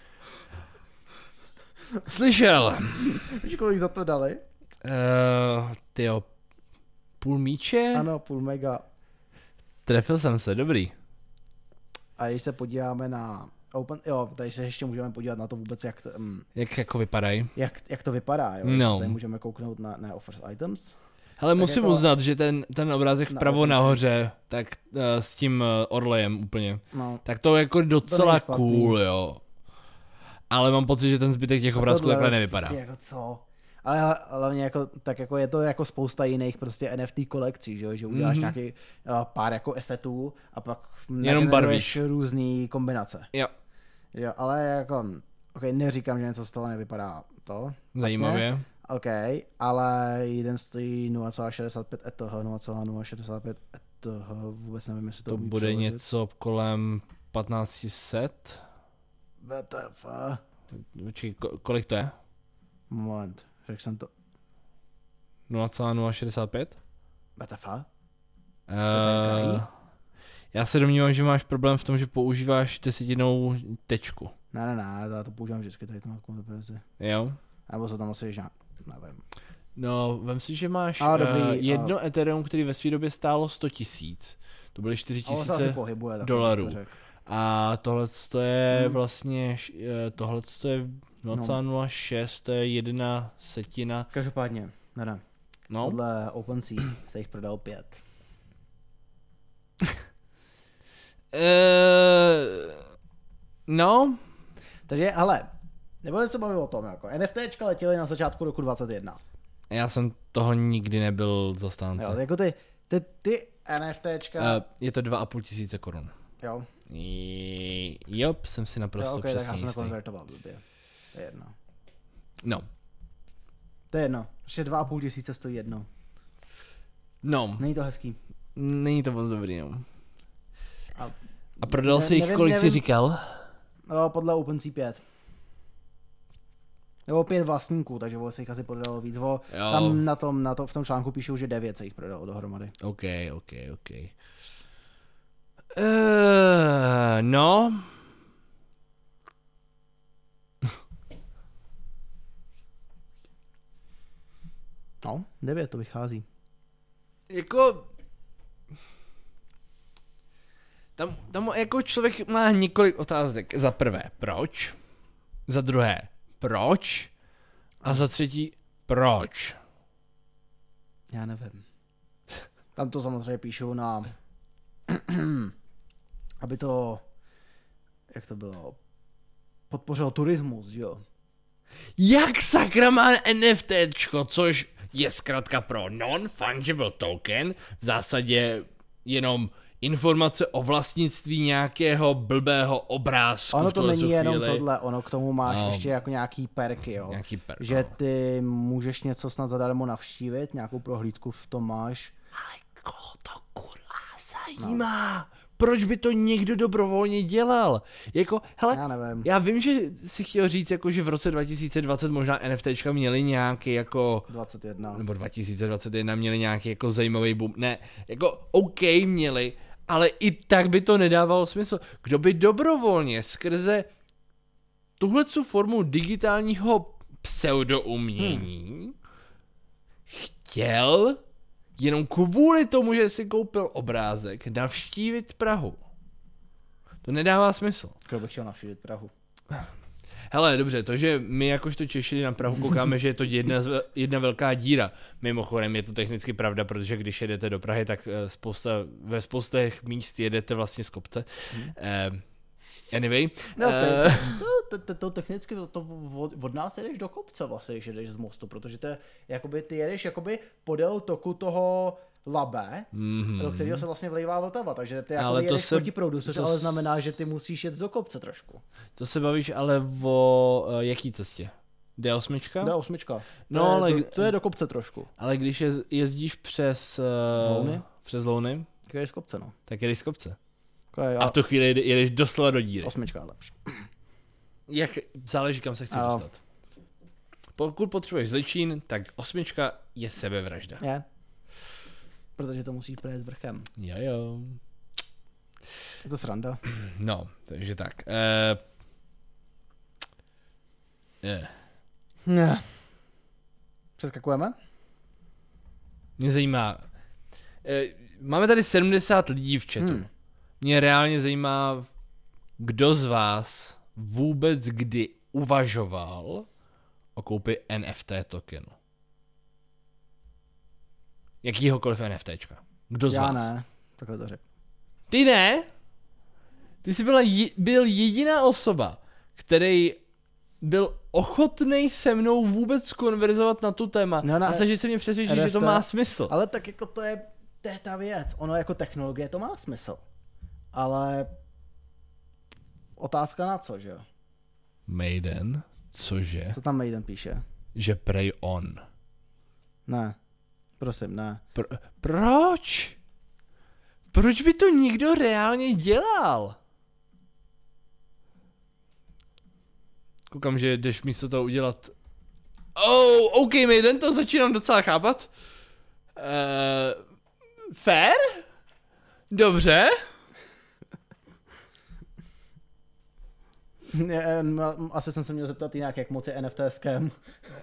Slyšel. Víš, kolik za to dali? Tyjo, půl míče? Ano, půl mega. Trefil jsem se, dobrý. A když se podíváme na tady se ještě můžeme podívat na to vůbec, Jak jako vypadají? Jak to vypadá, jo? No. Tady můžeme kouknout na offers items. Hele, musím jako, uznat, že ten obrázek vpravo nahoře, tak s tím orlejem úplně, tak to je jako docela cool, jo. Ale mám pocit, že ten zbytek těch obrázků takhle nevypadá. Prostě jako co? Ale hlavně jako, tak jako je to jako spousta jiných prostě NFT kolekcí, že uděláš nějaký pár jako assetů a pak jenom barvíš různý kombinace. Jo. Jo, ale jako, neříkám, že něco z toho nevypadá to. Zajímavě. OK, ale jeden stojí 0,65 ETH, 0,065 ETH, vůbec nevím, jestli to bude přeložit. Něco kolem 1500. WTF. Počkej, kolik to je? Moment, řekl jsem to. 0,065? WTF? Já se domnívám, že máš problém v tom, že používáš desetinou tečku. Ne, já to používám vždycky, tady to na verzi. Jo? Nebo se tam asi nevím. No, vem si, že máš jedno Ethereum, který ve své době stálo 100 000. To byly 4 000 dolarů. A tohle je vlastně, tohle je 0,06, to je 1/1. Každopádně, ne. No. Podle OpenSea se jich prodal 5. No. Takže, ale, nebudeme se bavit o tom, jako NFTčka letěly na začátku roku 2021. Já jsem toho nikdy nebyl zastánce. Jo, jako ty NFTčka... je to 2,5 korun. Jo. Jo, jsem si naprosto přesně tak já jsem jistý. nekonvertoval blbě. To je jedno. No. To je jedno. Ještě 2,5 tisíce stojí jedno. No. Není to hezký. Není to moc dobrý, no. A prodal jsi jich, kolik jsi říkal? No, podle OpenSea 5. Nebo 5 vlastníků, takže se jich asi prodalo víc. Tam v tom článku píšou, že 9 se jich prodalo dohromady. OK. No. No, 9 to vychází. Jako... Tam jako člověk má několik otázek. Za prvé, proč? Za druhé, proč? A za třetí, proč? Já nevím. Tam to samozřejmě píšou na... aby to... Jak to bylo? Podpořilo turismus, že jo? Jak sakra má NFTčko, což je zkrátka pro non-fungible token, v zásadě jenom informace o vlastnictví nějakého blbého obrázku. Ono to není jenom tohle, ono k tomu máš ještě jako nějaký perky, jo. Že ty můžeš něco snad zadarmo navštívit, nějakou prohlídku v tom máš. Ale koho to kurva zajímá? No. Proč by to někdo dobrovolně dělal? Jako, hele, já nevím. Já vím, že si chtěl říct, jako, že v roce 2020 možná NFTčka měli nějaký jako... 21. Nebo 2021 měli nějaký jako zajímavý boom. Ne, jako OK měli, ale i tak by to nedávalo smysl. Kdo by dobrovolně skrze tuhletu formu digitálního pseudoumění chtěl jenom kvůli tomu, že si koupil obrázek, navštívit Prahu. To nedává smysl. Kdo by chtěl navštívit Prahu? Hele, dobře, to, že my jakožto Češi na Prahu koukáme, že je to jedna velká díra. Mimochodem je to technicky pravda, protože když jedete do Prahy, tak ve spoustech míst jedete vlastně z kopce. Anyway. No, to technicky od nás jedeš do kopce vlastně, když jedeš z mostu, protože ty jedeš jakoby podél toku toho Labe, do kterého se vlastně vlejvá Vltava, takže ty jakoby jedeš proti proudu, což ale znamená, že ty musíš jet do kopce trošku. To se bavíš ale o jaký cestě? D8? D8. To je do kopce trošku. Ale když jezdíš přes Louny, tak jedeš z kopce, no. Tak jedeš z kopce. Okay, a v tu chvíli jedeš doslova do díry. 8 je lepší. Jak záleží, kam se chceš dostat. Pokud potřebuješ Zličín, tak 8 je sebevražda. Je. Protože to musíš projet s vrchem. Jo. Je to sranda. No, takže tak. Přeskakujeme? Mě zajímá. Máme tady 70 lidí v chatu. Mě reálně zajímá, kdo z vás vůbec kdy uvažoval o koupi NFT tokenu. Jakýhokoliv NFTčka. Kdo z vás? Já ne, takhle to řekl. Ty ne? Ty jsi byl jediná osoba, který byl ochotnej se mnou vůbec konverzovat na tu téma a snažit se mě přesvědčit, že to má smysl. Ale tak jako to je ta věc. Ono jako technologie to má smysl. Ale otázka na co, že jo? Maiden? Cože? Co tam Maiden píše? Že prej on. Ne. Prosím, ne. Proč? Proč by to někdo reálně dělal? Koukám, že jdeš místo toho udělat... OK, Maiden, to začínám docela chápat. Fair? Dobře. Asi jsem se měl zeptat jinak, jak moc je NFT scam.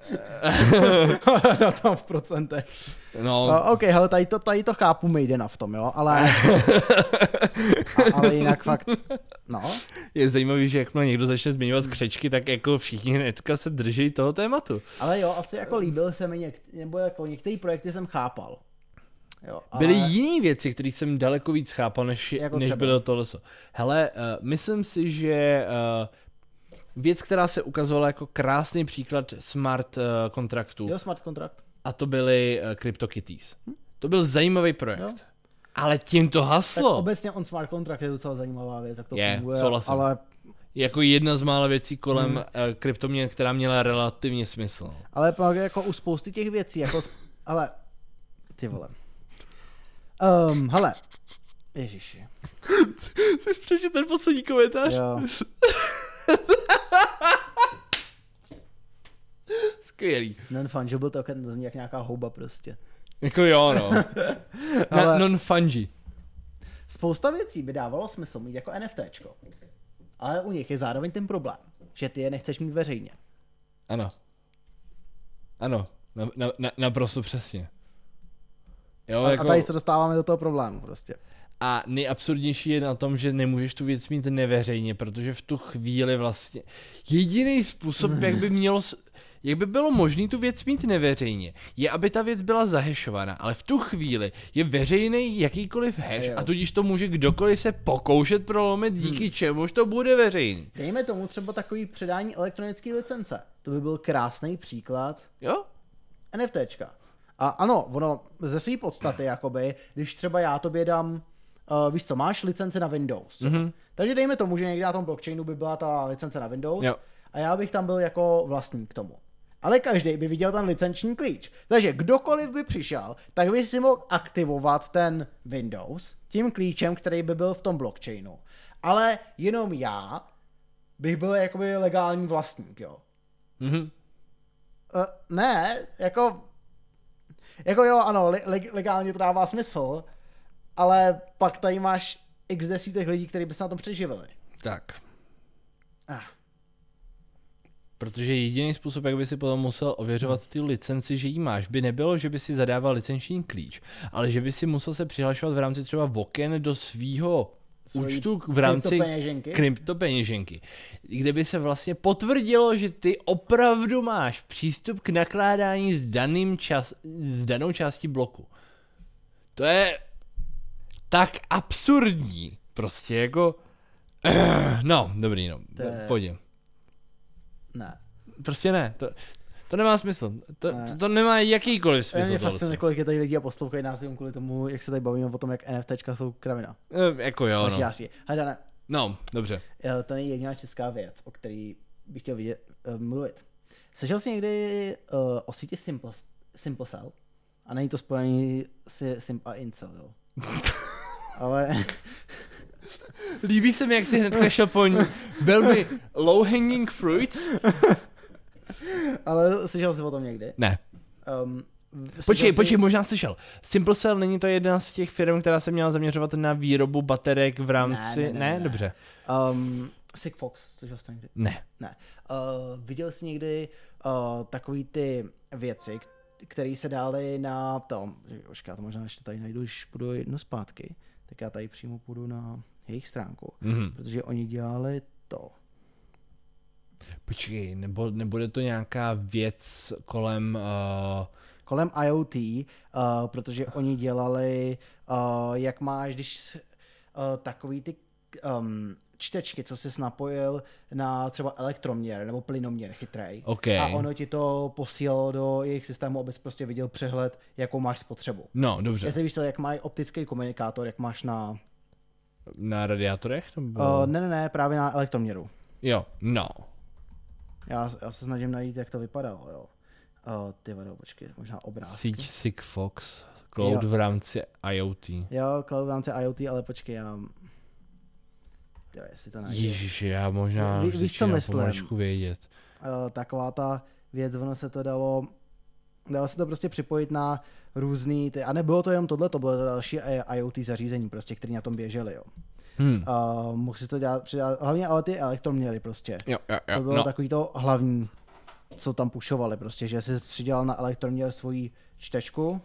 Na tam v procentech. No. OK, hele, tady to chápu Maidena v tom, jo, ale... ale jinak fakt, no. Je zajímavý, že jakmile někdo začne zmiňovat křečky, tak jako všichni hnedka se drží toho tématu. Ale jo, asi jako líbil se mi nebo jako některé projekty jsem chápal. Jo, ale... Byly jiné věci, které jsem daleko víc chápal, než bylo tohle. Hele, myslím si, že věc, která se ukazovala jako krásný příklad smart kontraktů. Jo, smart kontrakt. A to byly CryptoKitties. To byl zajímavý projekt. Jo. Ale tím to haslo. Tak obecně on smart kontrakt je docela zajímavá věc, jak to funguje. Souhlasím. Ale... Jako jedna z mála věcí kolem kryptoměn, která měla relativně smysl. Ale pak jako u spousty těch věcí, jako... ale... Ty vole. Hele. Ježiši. Jsi přečetl ten poslední komentář? Jo. Skvělý. Non-fungible token, to zní jak nějaká houba prostě. Jako jo, no. Ale... Non-fungi. Spousta věcí by dávalo smysl mít jako NFTčko. Ale u nich je zároveň ten problém, že ty je nechceš mít veřejně. Ano. Ano, naprosto přesně. Jo, a tady se dostáváme do toho problému prostě. A nejabsurdnější je na tom, že nemůžeš tu věc mít neveřejně, protože v tu chvíli vlastně jediný způsob, jak by bylo možné tu věc mít neveřejně, je, aby ta věc byla zahashovaná, ale v tu chvíli je veřejný jakýkoliv hash a tudíž to může kdokoliv se pokoušet prolomit, díky čemuž to bude veřejný. Dejme tomu třeba takový předání elektronické licence. To by byl krásný příklad. Jo? NFTčka. A ano, ono ze své podstaty, jakoby, když třeba já tobě dám, víš co, máš licenci na Windows. Takže dejme tomu, že někde na tom blockchainu by byla ta licence na Windows a já bych tam byl jako vlastník k tomu. Ale každý by viděl ten licenční klíč. Takže kdokoliv by přišel, tak by si mohl aktivovat ten Windows tím klíčem, který by byl v tom blockchainu. Ale jenom já bych byl jakoby legální vlastník, jo. Ne, jako jo, ano, legálně to dává smysl, ale pak tady máš x desítek lidí, kteří by se na tom přeživili. Tak. Protože jediný způsob, jak by si potom musel ověřovat ty licenci, že jí máš, by nebylo, že by si zadával licenční klíč, ale že by si musel se přihlašovat v rámci třeba oken do svýho účtu v rámci kryptopeněženky, kde by se vlastně potvrdilo, že ty opravdu máš přístup k nakládání s danou částí bloku. To je tak absurdní, prostě jako no, dobrý, no, pojď. Ne. Prostě ne, to nemá smysl, to nemá jakýkoliv smysl. Mě fascinuje, kolik je tady lidí a poslouchají nás jenom kvůli tomu, jak se tady bavíme o tom, jak NFTčka jsou kravina. Jako jo, no. Hada, ne. No, dobře. To je jediná česká věc, o který bych chtěl mluvit. Slyšel jsi někdy o síti SimpleCell? A není to spojený s Simp a Incel, jo? Ale... Líbí se mi, jak si hnedka šel po velmi low-hanging fruits. Ale slyšel jsi o tom někdy? Ne. Počkej, možná slyšel. SimpleCell, není to jedna z těch firm, která se měla zaměřovat na výrobu baterek v rámci... Ne? Dobře. Sigfox, slyšel jsi to někdy? Ne. Viděl jsi někdy takový ty věci, které se dály na tom... Počkej, já to možná ještě tady najdu, když půjdu jedno zpátky. Tak já tady přímo půjdu na jejich stránku. Protože oni dělali to. Počkej, nebude to nějaká věc kolem... Kolem IoT, protože oni dělali, jak máš, když takový ty čtečky, co jsi napojil na třeba elektroměr nebo plynoměr chytrej. Okay. A ono ti to posílalo do jejich systému, abys prostě viděl přehled, jakou máš spotřebu. No, dobře. Jestli víš, jak mají optický komunikátor, jak máš na... Na radiátorech? Nebo... Ne, právě na elektroměru. Jo, no. Já se snažím najít, jak to vypadalo, jo. Ty vado, počkej, možná obrázky. Síť Sigfox, cloud v rámci IoT. Jo, cloud v rámci IoT, ale počkej, jestli to najde. Ježiši, já možná víš, co myslím? Vědět. Taková ta věc, ono se to dalo se to prostě připojit na různý, a nebylo to jenom tohle, to bylo to další IoT zařízení, prostě, které na tom běžely, jo. Mohl si to přidat, hlavně ale ty elektroměry prostě. Jo, to bylo takový to hlavní, co tam pušovali prostě, že jsi přidělal na elektroměr svoji čtečku.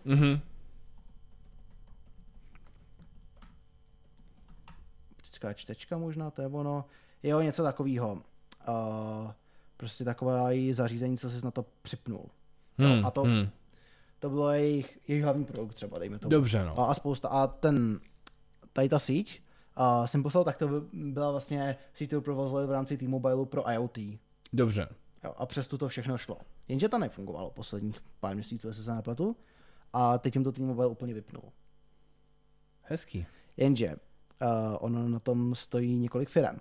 Optická čtečka možná, to je ono. Jo, něco takového. Prostě takové zařízení, co jsi na to připnul. A to bylo jejich hlavní produkt třeba, dejme tomu. Dobře, no. A spousta. A tady ta síť, SimpleCell, tak to byla vlastně síť, kterou provozovali v rámci T-Mobile pro IoT. Dobře. Jo, a přes to všechno šlo. Jenže to nefungovalo posledních pár měsíců, jestli se nepletu. A teď jim to T-Mobile úplně vypnul. Hezký. Jenže ono na tom stojí několik firem,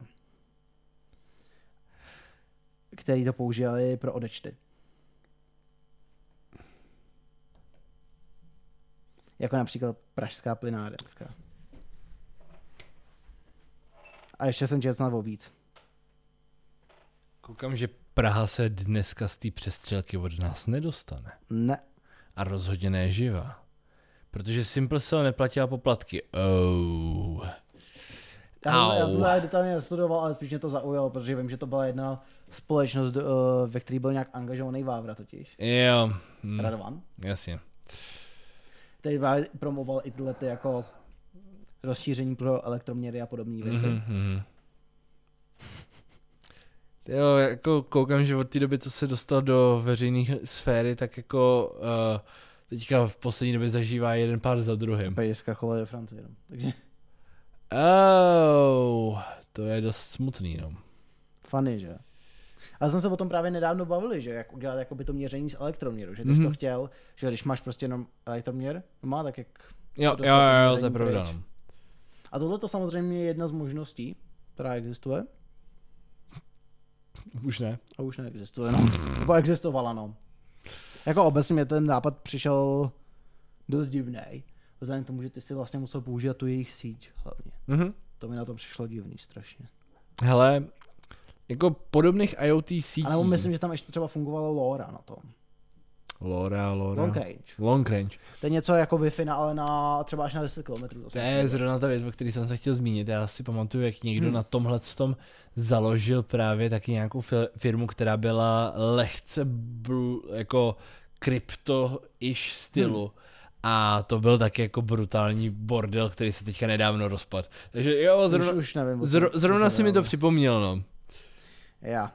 který to používali pro odečty. Jako například Pražská plynárenská. A ještě jsem četl snad o víc. Koukám, že Praha se dneska z té přestřelky od nás nedostane. Ne. A rozhodně ne živá. Protože SimpleCell neplatila poplatky. Já jsem to detailně nestudoval, ale spíš mě to zaujalo, protože vím, že to byla jedna společnost, ve které byl nějak angažovaný Vávra totiž. Jo. Radovan. Jasně. Který promoval i tyhle ty jako rozšíření pro elektroměry a podobné věci. Jo, jako koukám, že od té doby, co se dostal do veřejné sféry, tak jako teďka v poslední době zažívá jeden pár za druhým. Peněžská chola je Francie, no. Takže... to je dost smutný, no. Funny, že? Ale jsme se o tom právě nedávno bavili, že jak udělat jakoby to měření z elektroměru, že ty jsi to chtěl, že když máš prostě jenom elektroměr, má tak jak... Jo, to je pravda. No. A tohle to samozřejmě je jedna z možností, která existuje. Už ne. A už neexistuje, no. Nebo existovala, no. Jako obecně mě ten nápad přišel dost divnej. Vzhledem k tomu, že ty si vlastně musel použít tu jejich síť hlavně. To mi na to přišlo divný strašně. Hele, jako podobných IoT sítí. Ale myslím, že tam ještě třeba fungovalo LoRa na tom. LoRa. Long range. To je něco jako Wi-Fi, ale na třeba až na 10 km. To je zrovna ta věc, o které jsem se chtěl zmínit. Já si pamatuju, jak někdo na tomhle založil právě taky nějakou firmu, která byla lehce jako krypto-ish stylu. A to byl taky jako brutální bordel, který se teďka nedávno rozpad. Takže jo, už nevím, zrovna si mi to připomněl, no. Já.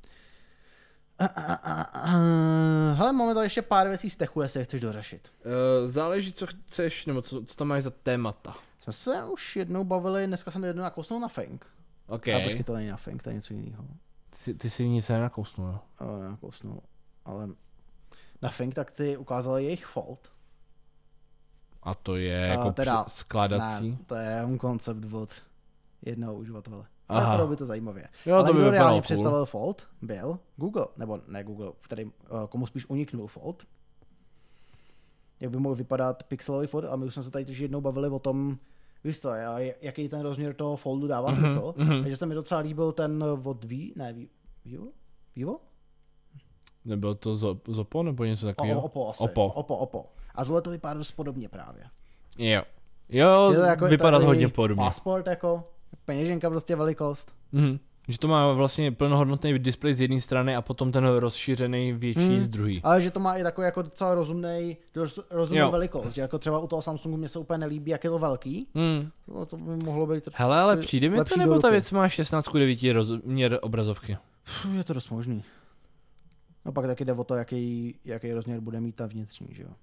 Hele, máme tady ještě pár věcí z techu, jestli je chceš dořešit. Záleží, co chceš, nebo co tam máš za témata. Jsme se už jednou bavili, dneska jsem jednou nakousnul na Fang. OK. A počkej, to není na Fang, to je něco jiného. Ty si nic nenakousnul, no? Nakousnul, ale na Fang tak ty ukázali jejich Fold. A to je jako skládací? Ne, to je koncept od jednoho uživatele. Aha. Vypadalo by to zajímavě. Jo, ale to by kdo reálně cool. představil Fold, byl Google, nebo ne Google, který, komu spíš uniknul Fold. Jak by mohl vypadat pixelový Fold, a my už jsme se tady už jednou bavili o tom, víš to, jaký ten rozměr toho Foldu dává smysl. Takže se mi docela líbil ten od Vivo? Nebyl to Zopo nebo něco takového? Oppo asi. Oppo. A tohle to vypadá dost podobně právě. Jo, jako vypadat hodně podobně. Passport jako, peněženka prostě velikost. Že to má vlastně plnohodnotný displej z jedné strany a potom ten rozšířený větší z druhé. Ale že to má i takový jako docela rozumnou velikost, že jako třeba u toho Samsungu mě se úplně nelíbí, jak je to velký. To by mohlo být. Hele, ale přijde mi to, nebo ta věc má 16:9 rozměr obrazovky? Je to dost možný. No pak taky jde o to, jaký rozměr bude mít ta vnitřní, že jo.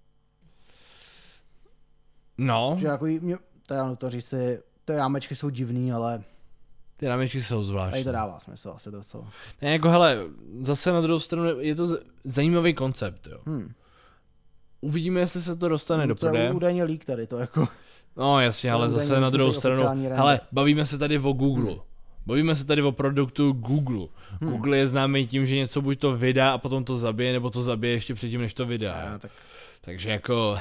No. Že jako teda to říct si, ty rámečky jsou divný, ale ty rámečky jsou zvláštní. Tady to dává smysl asi docela. Ne, jako hele, zase na druhou stranu je to zajímavý koncept, jo. Uvidíme, jestli se to dostane do prodeje. To je údajně leak tady, to jako. No jasně, ale zase na druhou stranu, hele, bavíme se tady o Google. Bavíme se tady o produktu Google. Google je známý tím, že něco buď to vydá a potom to zabije, nebo to zabije ještě předtím, než to vydá. Takže jako,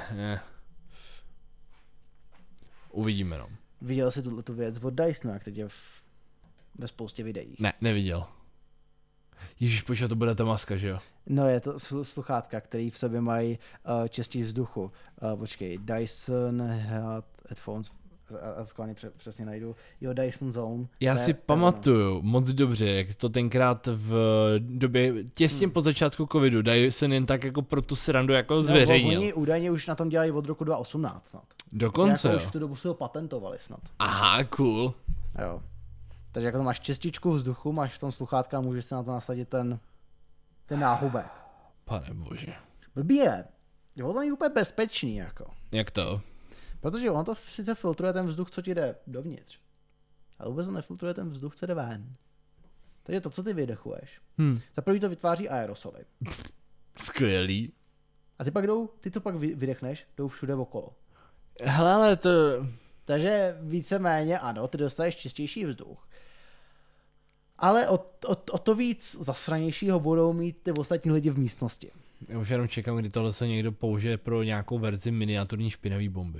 uvidíme, no. Viděl jsi tuto věc od Dysonu, jak teď je ve spoustě videí? Ne, neviděl. Ježíš, počkej, to bude ta maska, že jo? No, je to sluchátka, který v sobě mají čistí vzduchu. Počkej, Dyson Headphones, a skláně přesně najdu. Jo, Dyson Zone. Já si pamatuju moc dobře, jak to tenkrát v době těsně po začátku covidu Dyson jen tak jako pro tu srandu jako zveřejnil. Oni údajně už na tom dělají od roku 2018 snad. Dokonce, jako jo. Už v tu dobu se ho patentovali snad. Aha, cool. Jo. Takže jako to máš čističku vzduchu, máš v tom sluchátka a můžeš si na to nasadit ten náhubek. Pane bože. Blbý je. Jo, to není úplně bezpečný jako. Jak to? Protože on to sice filtruje ten vzduch, co ti jde dovnitř. Ale vůbec to nefiltruje ten vzduch, co jde ven. Takže to, co ty vydechuješ. Za první to vytváří aerosoly. Skvělý. A ty to pak vydechneš, jdou všude okolo. Hele, ale to... Takže víceméně ano, ty dostaneš čistější vzduch. Ale o to víc zasranějšího budou mít ty ostatní lidi v místnosti. Já už jenom čekám, kdy tohle se někdo použije pro nějakou verzi miniaturní špinavý bomby.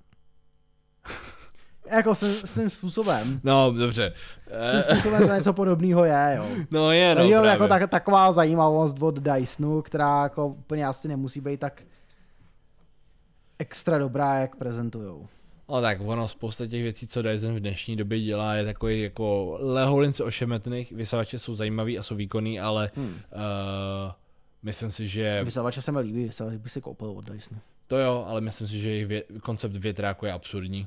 Jako svým způsobem. No, dobře. Svým způsobem to něco podobného je, jo. No je, no, právě. Jako taková zajímavost od Dysonu, která jako úplně asi nemusí být tak extra dobrá, jak prezentujou. No tak ono, spousta těch věcí, co Dyson v dnešní době dělá, je takový jako lehoulince ošemetných. Vysavače jsou zajímavý a jsou výkonný, ale myslím si, že... Vysavače se mi líbí, vysavač by si koupil od Dysonu. To jo, ale myslím si, že jejich koncept větráku je absurdní.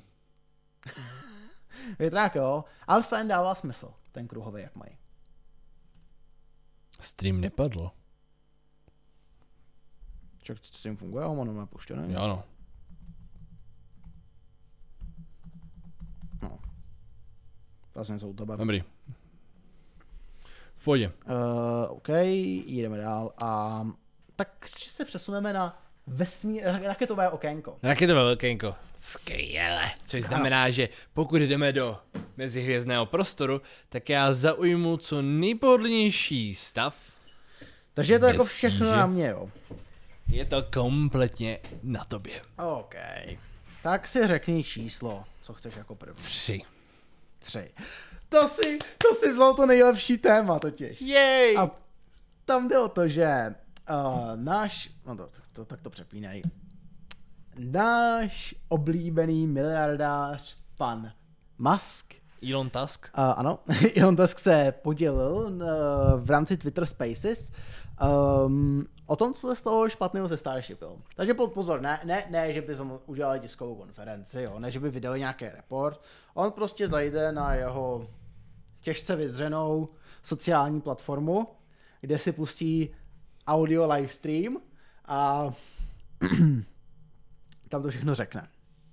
Větrák jo, ale fan dává smysl, ten kruhový, jak mají. Stream nepadlo. Čak, stream funguje, ho mám puštěný. Jo no. No. To jsem se u tebe. Dobrý. V pohodě. OK, jdeme dál a tak se přesuneme na raketové okénko. Raketové okénko. Skvěle. Což znamená, že pokud jdeme do mezihvězdného prostoru, tak já zaujmu co nejpohodlnější stav. Takže je to jako všechno na mě, jo. Je to kompletně na tobě. OK. Tak si řekni číslo, co chceš jako první. 3. To si vzal to nejlepší téma totiž. Jej! A tam jde o to, že náš, no tak to přepínej. Náš oblíbený miliardář pan Musk. Elon Musk. Ano, Elon Musk se podělil v rámci Twitter Spaces O tom, co se stalo špatného se Starship, jo. Takže pozor, ne, že by udělali tiskovou konferenci, jo, ne, že by vydali nějaký report, on prostě zajde na jeho těžce vydřenou sociální platformu, kde si pustí audio livestream a tam to všechno řekne.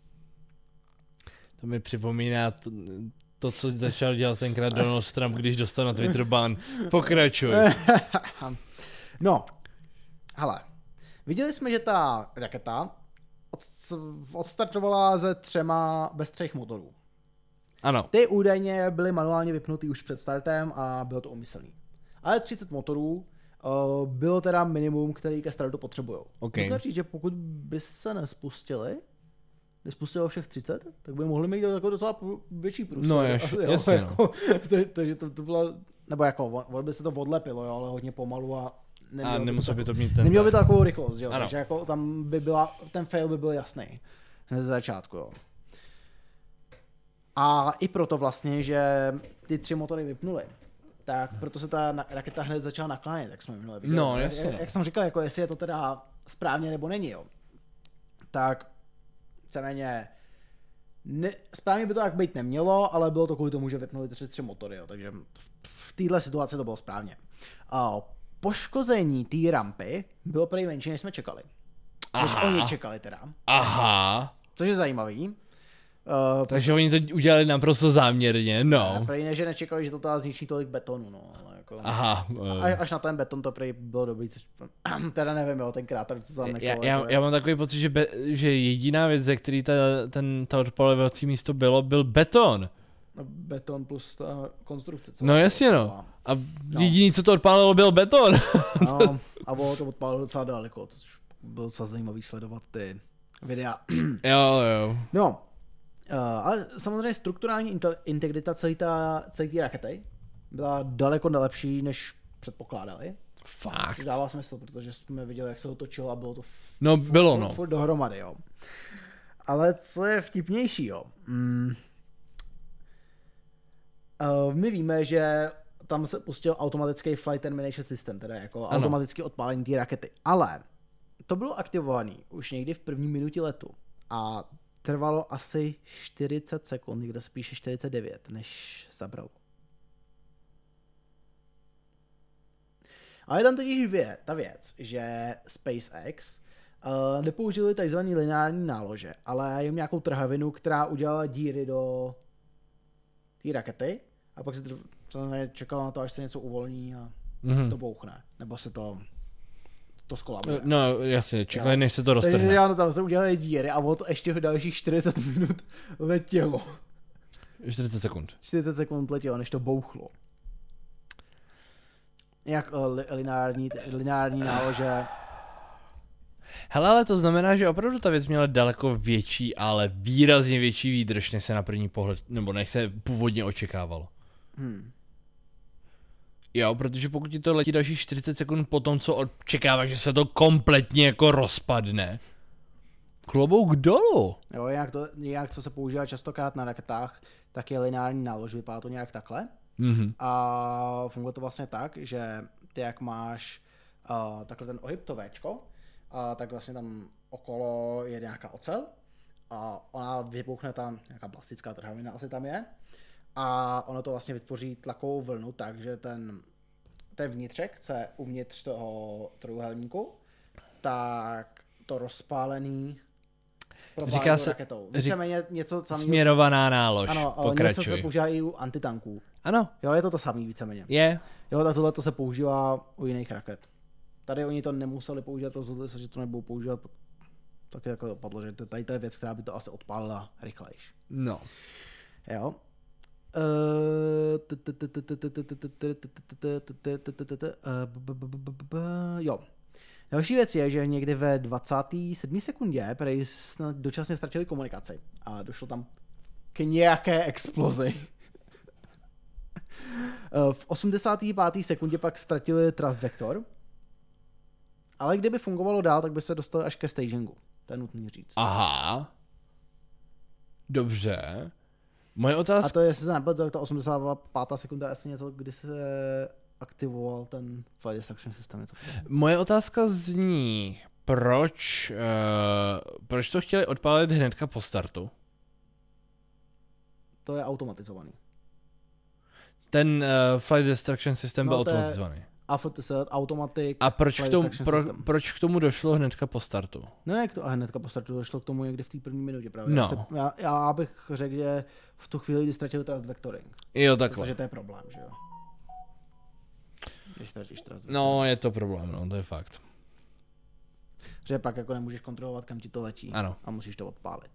To mi připomíná to, co začal dělat tenkrát Donald Trump, když dostal na Twitter ban. Pokračuj. No, hele, viděli jsme, že ta raketa odstartovala bez 3 motorů. Ano. Ty údajně byly manuálně vypnutý už před startem a bylo to úmyslný. Ale 30 motorů bylo teda minimum, který ke startu potřebujou. Okay. Můžu říct, že pokud by se nespustilo všech 30, tak by mohli mít jako docela větší průsled. No jasně. Jako, takže to bylo, nebo jako, on by se to odlepilo, jo, ale hodně pomalu a nemusel by to mít nemělo by to takovou rychlost, jo, takže jako tam by ten fail by byl jasný hned ze začátku, jo. A i proto vlastně, že ty 3 motory vypnuly, tak proto se ta raketa hned začala naklánět, jak jsme minule viděli. No, jasně. Jak jsem říkal, jako jestli je to teda správně nebo není, jo. Tak víceméně správně by to tak být nemělo, ale bylo to kvůli tomu, že vypnuli 3 motory, jo. Takže v této situaci to bylo správně. Poškození té rampy bylo prý menší, než jsme čekali. Než oni čekali teda. Aha. Což je zajímavý. Takže oni to udělali naprosto záměrně, no. Prý ne, že nečekali, že to teda zničí tolik betonu, no. Ale jako, aha. Až na ten beton to prý bylo dobrý, což, teda nevím, jo, ten kráter, co tam nechal. Já mám takový pocit, že jediná věc, ze který ta odpalovací místo byl beton. Beton plus ta konstrukce. No jasně, no. A jediný, co to odpálilo, byl beton. No, a bylo to odpálilo docela daleko, to bylo docela zajímavý sledovat ty videa. Jo. No, ale samozřejmě strukturální integrita celé té rakety byla daleko lepší, než předpokládali. Fakt. Což dává smysl, protože jsme viděli, jak se to točilo a bylo to furt dohromady, jo. Ale co je vtipnější, jo. My víme, že tam se pustil automatický flight termination system, teda jako automatické odpálení té rakety. Ale to bylo aktivované už někdy v první minutě letu a trvalo asi 40 sekund, kde se píše 49, než zabralo. A je tam totiž ta věc, že SpaceX nepoužili takzvaný lineární nálože, ale jim nějakou trhavinu, která udělala díry do té rakety a pak se čekalo na to, až se něco uvolní a to bouchne, nebo se to skolabuje. No jasně, čekali, než se to roztrhne. Takže tam se udělali díry a o to ještě v dalších 40 minut letělo. 40 sekund. 40 sekund letělo, než to bouchlo. Jak lineární nálože. Hele, ale to znamená, že opravdu ta věc měla daleko větší, ale výrazně větší výdrž, než se na první pohled, nebo než se původně očekávalo. Jo, protože pokud ti to letí dalších 40 sekund po tom, co očekáváš, že se to kompletně jako rozpadne, klobouk dolů. Jo, nějak co se používá častokrát na raketách, tak je lineární nálož, vypadá to nějak takhle. A funguje to vlastně tak, že ty jak máš takhle ten ohyb, to Včko, tak vlastně tam okolo je nějaká ocel a ona vypouchne tam, nějaká plastická trhavina asi tam je a ono to vlastně vytvoří tlakovou vlnu tak, že ten vnitřek, co je uvnitř toho trojúhelníku, tak to rozpálený říká se raketou. Něco samého. Směrovaná nálož. Ano, pokračuj. Něco se používá i u antitanků. Ano. Jo, je to samý víceméně. Je. Jo, tak tohle to se používá u jiných raket. Tady oni to nemuseli používat, rozhodli se, že to nebudou používat. Tak jako dopadlo, že tady to je věc, která by to asi odpálila rychlejš. No. Jo. Jo. Další věc je, že někdy ve 27. sekundě prej dočasně ztratili komunikaci a došlo tam k nějaké explozi. V 85. sekundě pak ztratili thrust vektor, ale kdyby fungovalo dál, tak by se dostali až ke stagingu. To je nutný říct. Aha. Dobře. Moje otázka... A to je, jestli se nepletu, tak ta 85. sekunda je asi něco, kdy se aktivoval ten flight destruction system. Moje otázka zní, proč to chtěli odpálit hnedka po startu? To je automatizovaný. Ten flight destruction system byl automatizovaný. AFTS, automatic. A proč k tomu došlo hnedka po startu? No ne, hnedka po startu došlo k tomu někde v té první minutě právě. No. Já bych řekl, že v tu chvíli, kdy ztratil trust vectoring. Jo, takhle. Protože to je problém, že jo. Když ztratíš trust vectoring. No, je to problém, no, to je fakt. Že pak jako nemůžeš kontrolovat, kam ti to letí. Ano. A musíš to odpálit.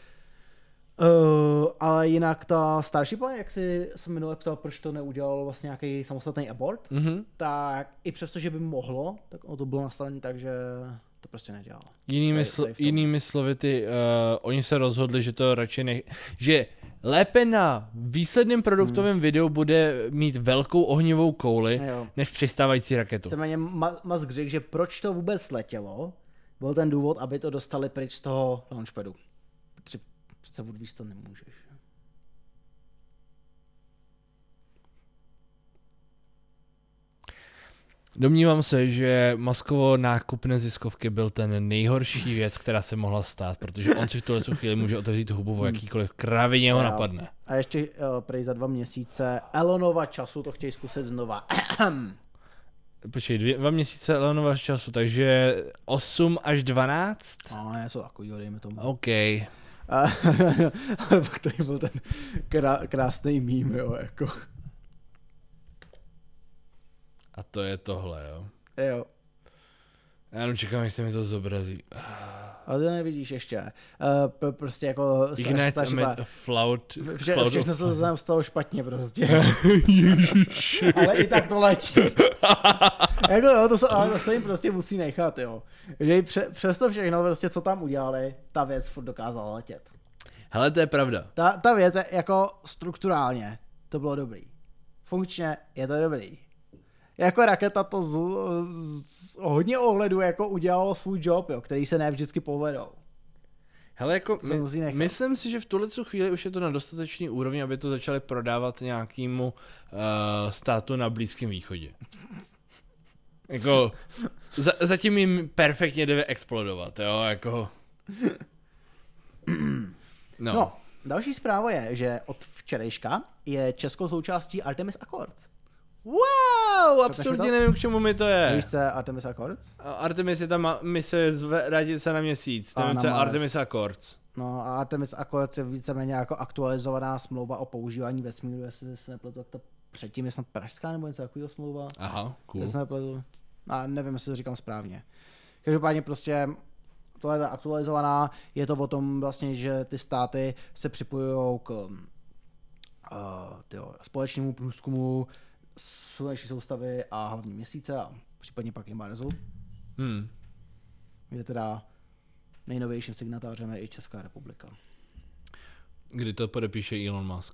Ale jinak ta Starship, jak si jsem minule ptal, proč to neudělal vlastně nějaký samostatný abort, tak i přesto, že by mohlo, tak to bylo nastavené tak, že to prostě nedělal. Jinými slovy, oni se rozhodli, že to radši že lépe na výsledném produktovém videu bude mít velkou ohnivou kouli, než přistávající raketu. Víceméně Musk řekl, že proč to vůbec letělo, byl ten důvod, aby to dostali pryč z toho launchpadu. Protože přece odvízt to nemůžeš. Domnívám se, že Muskovo nákup neziskovky byl ten nejhorší věc, která se mohla stát, protože on si v tuhle chvíli může otevřít hubu o jakýkoliv kravině ho napadne. A ještě prej za 2 měsíce Elonova času to chtějí zkusit znova. Počkej, 2 měsíce Elonova času, takže 8 až 12? No, něco takovýho, dejme tomu. OK. Ale pak tady byl ten krásný mím, jo, jako. A to je tohle, jo? Jo. Já jenom čekám, jestli mi to zobrazí. Ale to nevidíš ještě. Prostě jako... Ignites amid a flout. Všechno se to stalo špatně prostě. Ale i tak to letí. Jako jo, to se jim prostě musí nechat, jo. Že přesto všechno, prostě, co tam udělali, ta věc furt dokázala letět. Hele, to je pravda. Ta věc je jako strukturálně, to bylo dobrý. Funkčně je to dobrý. Jako raketa to z hodně ohledu jako udělalo svůj job, jo, který se ne vždycky povedou. Hele, jako myslím si, že v tuhle chvíli už je to na dostatečný úrovni, aby to začali prodávat nějakému státu na Blízkém východě. Jako, zatím jim perfektně jde explodovat, jo, jako. No, další zpráva je, že od včerejška je českou součástí Artemis Accords. Wow, absolutně nevím, k čemu mi to je. Víš, co je Artemis Accords? Artemis je tam mise vrátit se na měsíc, nevím, co je Artemis Accords. No a Artemis Accords je víceméně jako aktualizovaná smlouva o používání vesmíru, jestli se nepletu, tak to předtím je snad pražská nebo něco takového smlouva. Aha, cool. Jestli se nepletu. A nevím, jestli to říkám správně. Každopádně prostě tohle je aktualizovaná, je to o tom vlastně, že ty státy se připojují k společnému průzkumu sluneční soustavy a hlavní měsíce a případně pak i Marsu. Je teda nejnovějším signatářem je i Česká republika. Kdy to podepíše Elon Musk?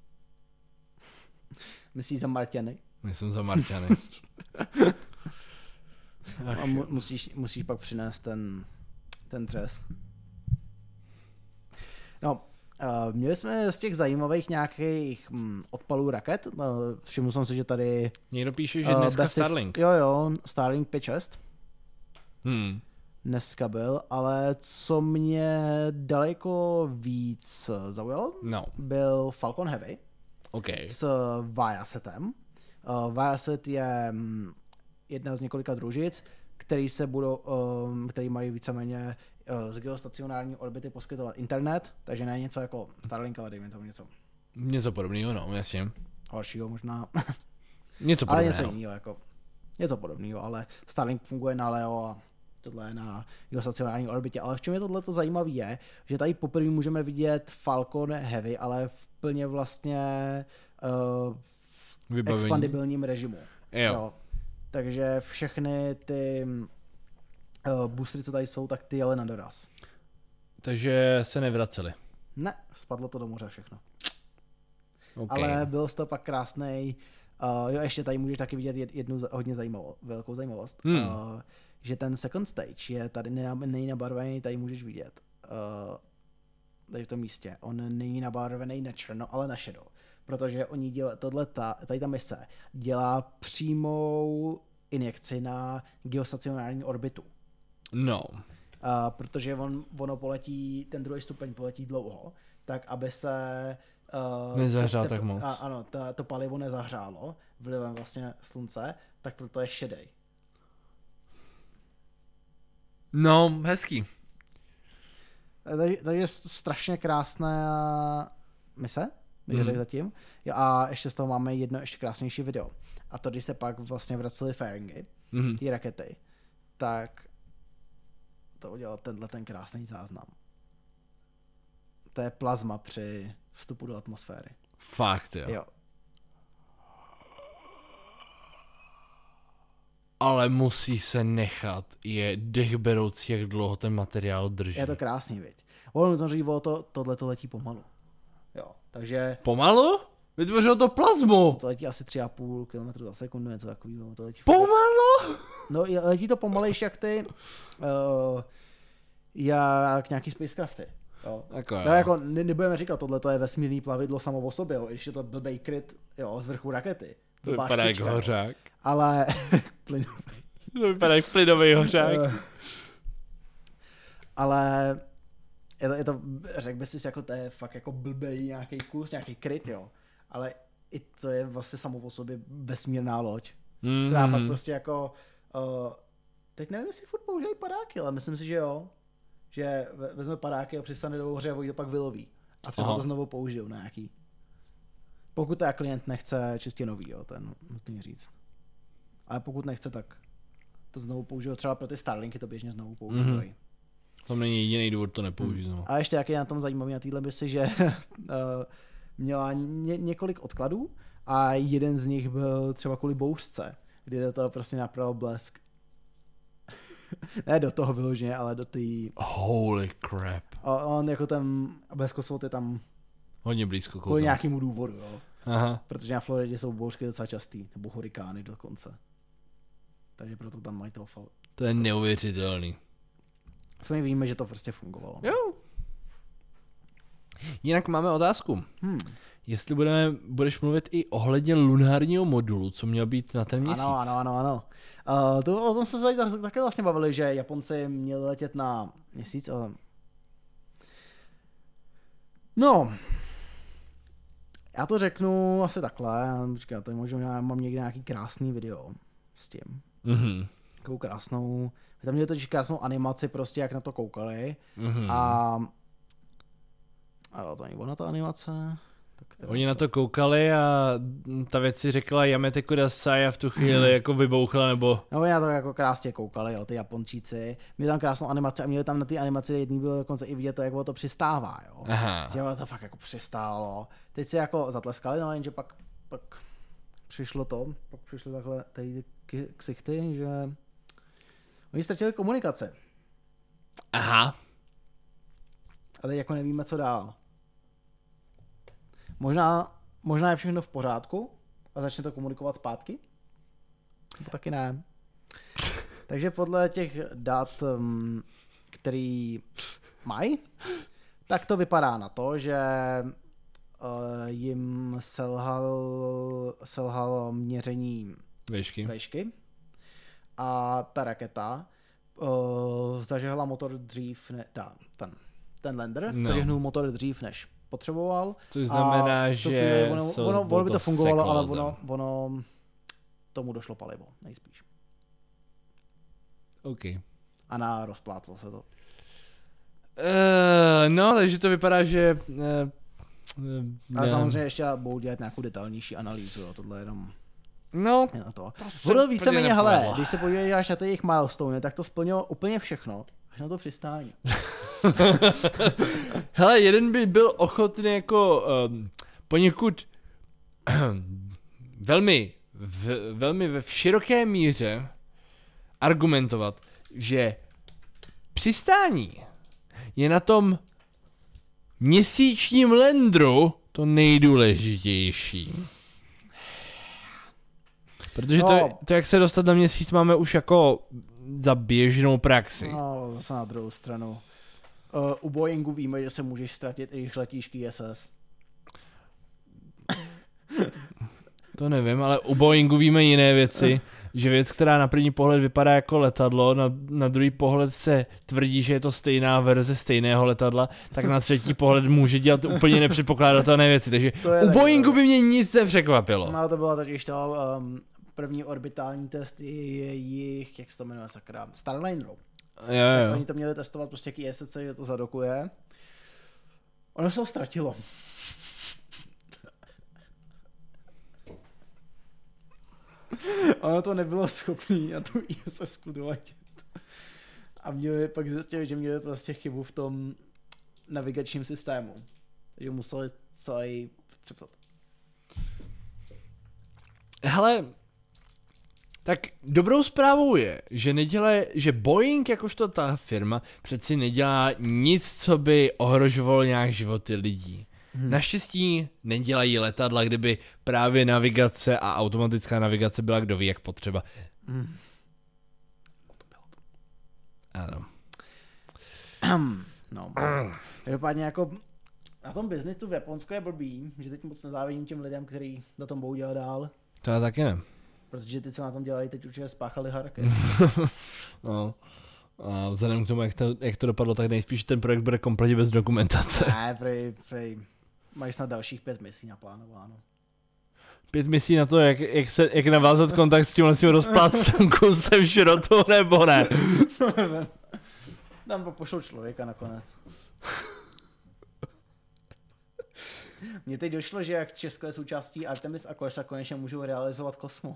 Myslíš za Marťany? Myslím za Marťany. A musíš pak přinést ten třes. No, měli jsme z těch zajímavých nějakých odpalů raket. Všiml jsem si, že tady... Někdo píše, že dneska Starlink. Jo, Starlink 5.6. Dneska byl, ale co mě daleko víc zaujalo, byl Falcon Heavy s Viasetem. Viaset je jedna z několika družic, který mají víceméně z geostacionární orbity poskytovat internet, takže ne něco jako Starlink, ale dejme tomu něco. Něco podobného, no, jasně. Horšího možná. Něco podobného. Ale něco jiného, jako. Něco podobného, ale Starlink funguje na LEO a tohle je na geostacionární orbitě. Ale v čem je tohleto zajímavé je, že tady poprvé můžeme vidět Falcon Heavy, ale v plně vlastně expandibilním režimu. Jo. Takže všechny ty boostery, co tady jsou, tak ty jeli na doraz. Takže se nevraceli. Ne, spadlo to do moře všechno. Okay. Ale byl to pak krásnej. Jo, ještě tady můžeš taky vidět jednu hodně velkou zajímavost. Že ten second stage je tady není nabarvený, tady můžeš vidět. Tady v tom místě. On není nabarvený na černo, ale na šedo. protože oni dělají, tady ta mise dělá přímou injekci na geostacionární orbitu. No. Protože ono poletí, ten druhý stupeň poletí dlouho, tak aby se nezahřál tak moc. Ano, to palivo nezahřálo vlivem vlastně slunce, tak proto je šedej. No, hezký. Takže strašně krásná mise, bych řekl zatím. A ještě z toho máme jedno ještě krásnější video. A to, když se pak vlastně vraceli fairingy, ty rakety, tak to udělal ten krásný záznam. To je plazma při vstupu do atmosféry. Fakt, jo. Jo. Ale musí se nechat, je dechberoucí, jak dlouho ten materiál drží. Je to krásný, viď. Ono to řívo, tohleto letí pomalu. Jo, takže... Pomalu? Vytvořil to plazmu. To letí asi 3,5 km za sekundu, něco takového. To letí pomalu? No, letí to pomalejší jak ty... jak nějaký spacecrafty. Jo. Jako nebudeme říkat, tohle je vesmírný plavidlo samo o sobě, jo, i když je to blbej kryt, jo, z vrchu rakety. To vypadá jak hořák. Ale plynový. To vypadá jak plynový hořák. Ale je to, řekl bys si, jako to je fakt jako blbej nějaký kus, nějaký kryt, jo. Ale i to je vlastně samo o sobě vesmírná loď. Která pak prostě jako, teď nevím, jestli furt používají padáky, ale myslím si, že jo. Že vezme padáky a přistane do hoře a oni to pak vyloví. A třeba to znovu použijou na nějaký. Pokud teda klient nechce čistě nový, jo, to je nutný říct. Ale pokud nechce, tak to znovu použijou. Třeba pro ty Starlinky to běžně znovu používají. Tam není jediný důvod to nepoužít znovu. A ještě jak je na tom zajímavý na téhle misi, že měla několik odkladů a jeden z nich byl třeba kvůli bouřce, kdy do toho prostě napravil blesk. Ne do toho vyloženě, ale do té... Holy crap. A on jako ten bleskosvod je tam hodně blízko koukám. Kvůli nějakému důvodu, jo. Aha. Protože na Floridě jsou bouřky docela častý, nebo hurikány dokonce. Takže proto tam mají toho To je neuvěřitelný. Co my víme, že to prostě fungovalo. Jo. Jinak máme otázku. Jestli budeš mluvit i ohledně lunárního modulu, co měl být na ten měsíc. Ano. O tom jsme se tady také vlastně bavili, že Japonci měli letět na měsíc, ale... No, já to řeknu asi takhle, počkej, tady možná mám někde nějaký krásný video s tím. Takovou krásnou, tam měli totiž krásnou animaci prostě, jak na to koukali. A to není ona ta animace. Oni na to koukali a ta věc si řekla Yamete Kudasai a v tu chvíli jako vybouchla, nebo... No oni na to jako krásně koukali, jo, ty Japončíci. Měli tam krásnou animaci a měli tam na té animaci jedný bylo dokonce i vidět to, jak to přistává, jo. Aha. Že to fakt jako přistálo. Teď si jako zatleskali, no jenže pak přišlo takhle tady ksichty, že oni ztratili komunikace. Aha. A teď jako nevíme, co dál. Možná je všechno v pořádku a začne to komunikovat zpátky? Nebo taky ne. Takže podle těch dat, který mají, tak to vypadá na to, že jim selhalo měření výšky a ta raketa zažehla motor dřív, ten lander zažehnul motor dřív, než potřeboval. Což znamená, že ono by to fungovalo, ale ono tomu došlo palivo, nejspíš. OK. A rozpláclo se to. No, takže to vypadá, že... A samozřejmě ještě budou dělat nějakou detailnější analýzu, jo, tohle jenom... No, to bylo víceméně, hele, když se podíváš na ty jejich milestone, tak to splnilo úplně všechno, až na to přistání. Hele, jeden by byl ochotný jako poněkud velmi v široké míře argumentovat, že přistání je na tom měsíčním landru to nejdůležitější. Protože to, jak se dostat na měsíc, máme už jako za běžnou praxi. No, zase na druhou stranu. U Boeingu víme, že se můžeš ztratit, i když letíš k ISS. To nevím, ale u Boeingu víme jiné věci, že věc, která na první pohled vypadá jako letadlo, na druhý pohled se tvrdí, že je to stejná verze stejného letadla, tak na třetí pohled může dělat úplně nepředpokládatelné věci, takže u Boeingu by mě nic nepřekvapilo. No to bylo totiž to první orbitální test jejich, jak se to jmenuje, sakra, Starlineru. Jo. Oni to měli testovat prostě jaký ISSC, že to zadokuje. Ono se ho ztratilo. Ono to nebylo schopný na tu ISS doletět. A měli pak zjistit, že měli prostě chybu v tom navigačním systému. Takže museli celý přepsat. Hele, tak dobrou zprávou je, že Boeing jakožto ta firma přeci nedělá nic, co by ohrožovalo nějak životy lidí. Naštěstí nedělají letadla, kdyby právě navigace a automatická navigace byla kdo ví jak potřeba. Ano. No. Každopádně jako na tom biznisu v Japonsku je blbý, že teď moc nezávidím těm lidem, kteří na tom budou dělat dál. To já taky ne. Protože ty, co na tom dělají, teď určitě spáchali harky. No. A vzhledem k tomu, jak to dopadlo, tak nejspíš ten projekt bude kompletně bez dokumentace. Ne, prej. Máš snad dalších 5 misí naplánováno. 5 misí na to, jak navázat kontakt s tímhle rozplácem kusem šrotu, nebo ne? Tam pošlou člověka nakonec. Mně teď došlo, že jak Česko je součástí Artemis a Corsa konečně můžou realizovat Kosmo.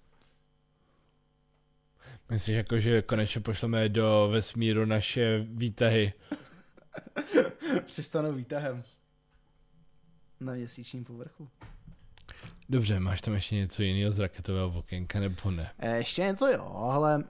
Myslíš jako, že konečně pošleme do vesmíru naše výtahy? Přistanou výtahem. Na měsíčním povrchu. Dobře, máš tam ještě něco jiného z raketového okénka, nebo ne? Ještě něco jo, ale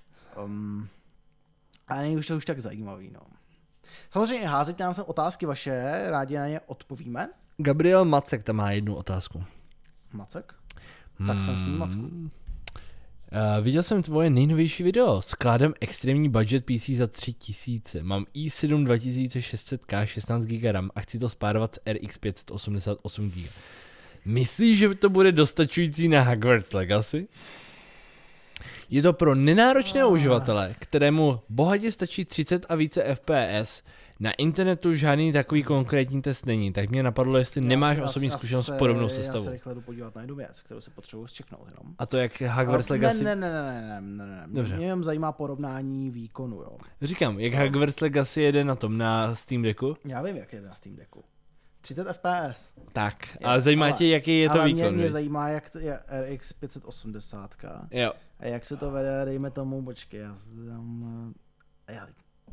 ale není už to už tak zajímavý, no. Samozřejmě házejte nám sem otázky vaše, rádi na ně odpovíme. Gabriel Macek tam má jednu otázku. Macek? Tak jsem s ním Macku. Viděl jsem tvoje nejnovější video s kládem extrémní budget PC za 3000. Mám i7 2600K 16 GB RAM a chci to spárovat s RX 588 GB. Myslíš, že to bude dostačující na Hogwarts Legacy? Je to pro nenáročného uživatele, kterému bohatě stačí 30 a více FPS. Na internetu žádný takový konkrétní test není, tak mě napadlo, jestli nemáš osobní zkušenost s podobnou sestavou. Já se rychle jdu podívat na jednu věc, kterou se potřebuji zčeknout jenom. A to jak Hogwarts Legacy? Ne. Dobře. Mě jenom zajímá porovnání výkonu, jo. Říkám, jak Hogwarts Legacy jede na tom, na Steam Decku? Já vím, jak jede na Steam Decku. 30 FPS. Tak, ale zajímá tě, jaký je to výkon. Ale mě zajímá, jak to je RX 580. Jo. A jak se to vede, dejme tomu, počkej, já tam... Já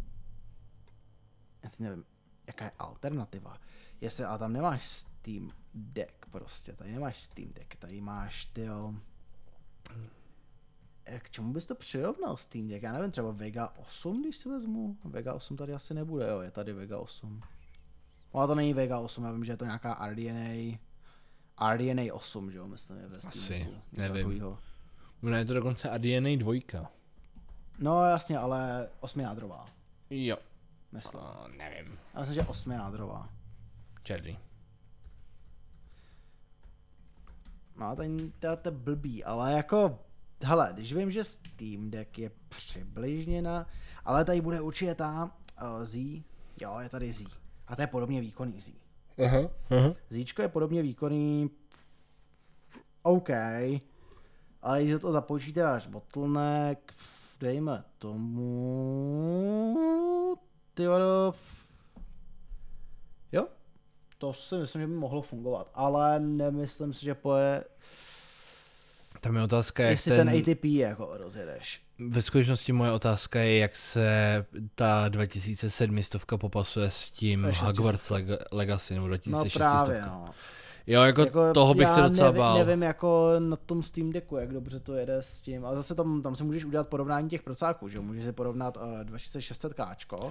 teď nevím, jaká je alternativa. Jestli, ale tam nemáš Steam Deck prostě, tady nemáš Steam Deck, tady máš tyjo... K čemu bys to přirovnal Steam Deck? Já nevím, třeba Vega 8, když si vezmu. Vega 8 tady asi nebude, jo, je tady Vega 8. Ale to není Vega 8, já vím, že je to nějaká RDNA 8, že jo, myslím, je ve Steam asi, Decku, nevím. takovýho. No je to dokonce RDNA 2. No jasně, ale 8jádrová. Jo. Myslím. Nevím. Já myslím, že 8jádrová. Černý. No to je blbý, ale jako, hele, když vím, že Steam Deck je přibližně ale tady bude určitě ta Z, jo, je tady Z. A to je podobně výkonný Z. Zíčko je podobně výkonný, OK, ale když to započítáš bottleneck, dejme tomu, jo, to si myslím, že by mohlo fungovat, ale nemyslím si, že pojede. Tam je otázka, jak jestli ten ATP jako rozjedeš. Ve skutečnosti moje otázka je, jak se ta 2700 popasuje s tím Hogwarts Legacy nebo 2600. No právě, no. Jo, jako toho bych se docela bál. Nevím jako na tom Steam Decku, jak dobře to jede s tím, ale zase tam si můžeš udělat porovnání těch procáků, že jo, můžeš si porovnat 2600K,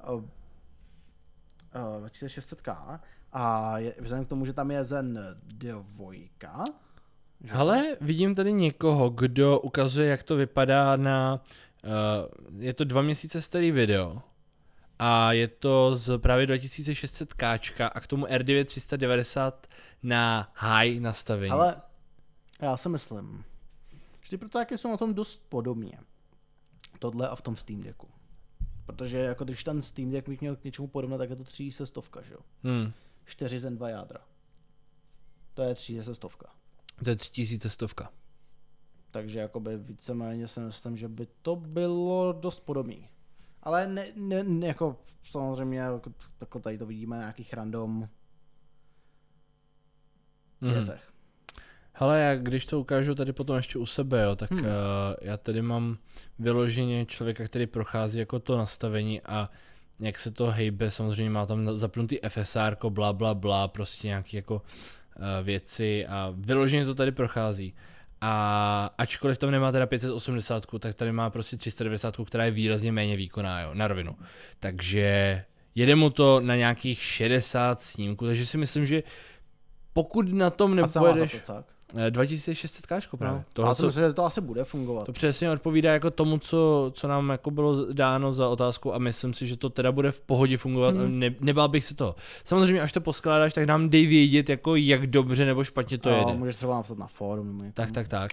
2600K a vzhledem k tomu, že tam je Zen 2, hele, vidím tady někoho, kdo ukazuje, jak to vypadá je to 2 měsíce starý video a je to z právě 2600K a k tomu R9 390 na high nastavení. Ale Já si myslím, že ty procáky jsou na tom dost podobně. Tohle a v tom Steam Decku. Protože jako když ten Steam Deck bych měl k něčemu podobné, tak je to 3100, že jo? 4 Zen 2 jádra. To je 3100. To je 3100. Takže jakoby víceméně si myslím, že by to bylo dost podobný. Ale ne jako samozřejmě jako tady to vidíme na nějakých random věcech. Hele, já když to ukážu tady potom ještě u sebe, jo, tak já tady mám vyloženě člověka, který prochází jako to nastavení a jak se to hejbe, samozřejmě má tam zapnutý FSR, bla bla bla, prostě nějaký jako věci a vyloženě to tady prochází. A ačkoliv tam nemá teda 580, tak tady má prostě 390, která je výrazně méně výkonná, jo, na rovinu. Takže jede mu to na nějakých 60 snímků, takže si myslím, že pokud na tom nepojedeš... 2600 káčko právě. No. Já si myslím, že to asi bude fungovat. To přesně odpovídá jako tomu, co nám jako bylo dáno za otázku a myslím si, že to teda bude v pohodě fungovat. Nebál bych se toho. Samozřejmě, až to poskládáš, tak nám dej vědět, jako jak dobře nebo špatně to jede. Můžeš třeba napsat na fórum. Tak.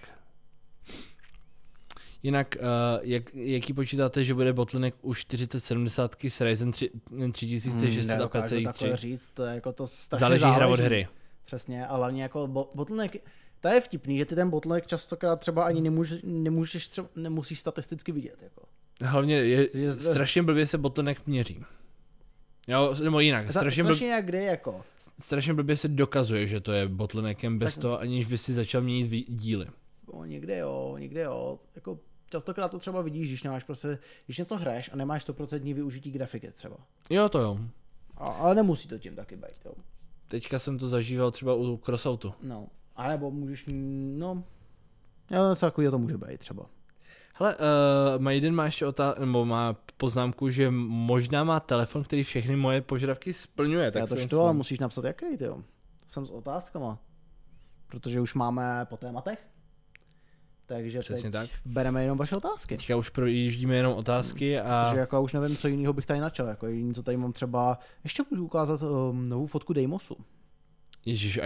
Jinak, jaký počítáte, že bude bottleneck u 4070 s Ryzen 3600 a 5.3? Říct, to je jako to záleží hra od hry. Přesně, ale hlavně jako bottleneck, to je vtipný, že ty ten bottleneck častokrát třeba ani nemusíš statisticky vidět. Jako. Hlavně je strašně blbě se bottleneck měří. Jo, nebo jinak. Strašně blbě se dokazuje, že to je bottleneckem bez toho, aniž by si začal měnit díly. Někde jo. Jako častokrát to třeba vidíš, když nemáš prostě, když něco hraješ a nemáš 100% využití grafiky třeba. Jo, to jo. Ale nemusí to tím taky být, jo. Teďka jsem to zažíval třeba u Crossoutu. No, alebo můžeš, jo, co takového to může být třeba. Hele, Maiden má ještě nebo má poznámku, že možná má telefon, který všechny moje požadavky splňuje. Tak ale musíš napsat jaký, jo. Jsem s otázkama. Protože už máme po tématech. Takže přesně tak. Bereme jenom vaše otázky. Teďka už projíždíme jenom otázky a... Takže jako už nevím, co jiného bych tady načal. Jako jediný, co tady mám třeba... Ještě můžu ukázat novou fotku Deimosu. Ježíš,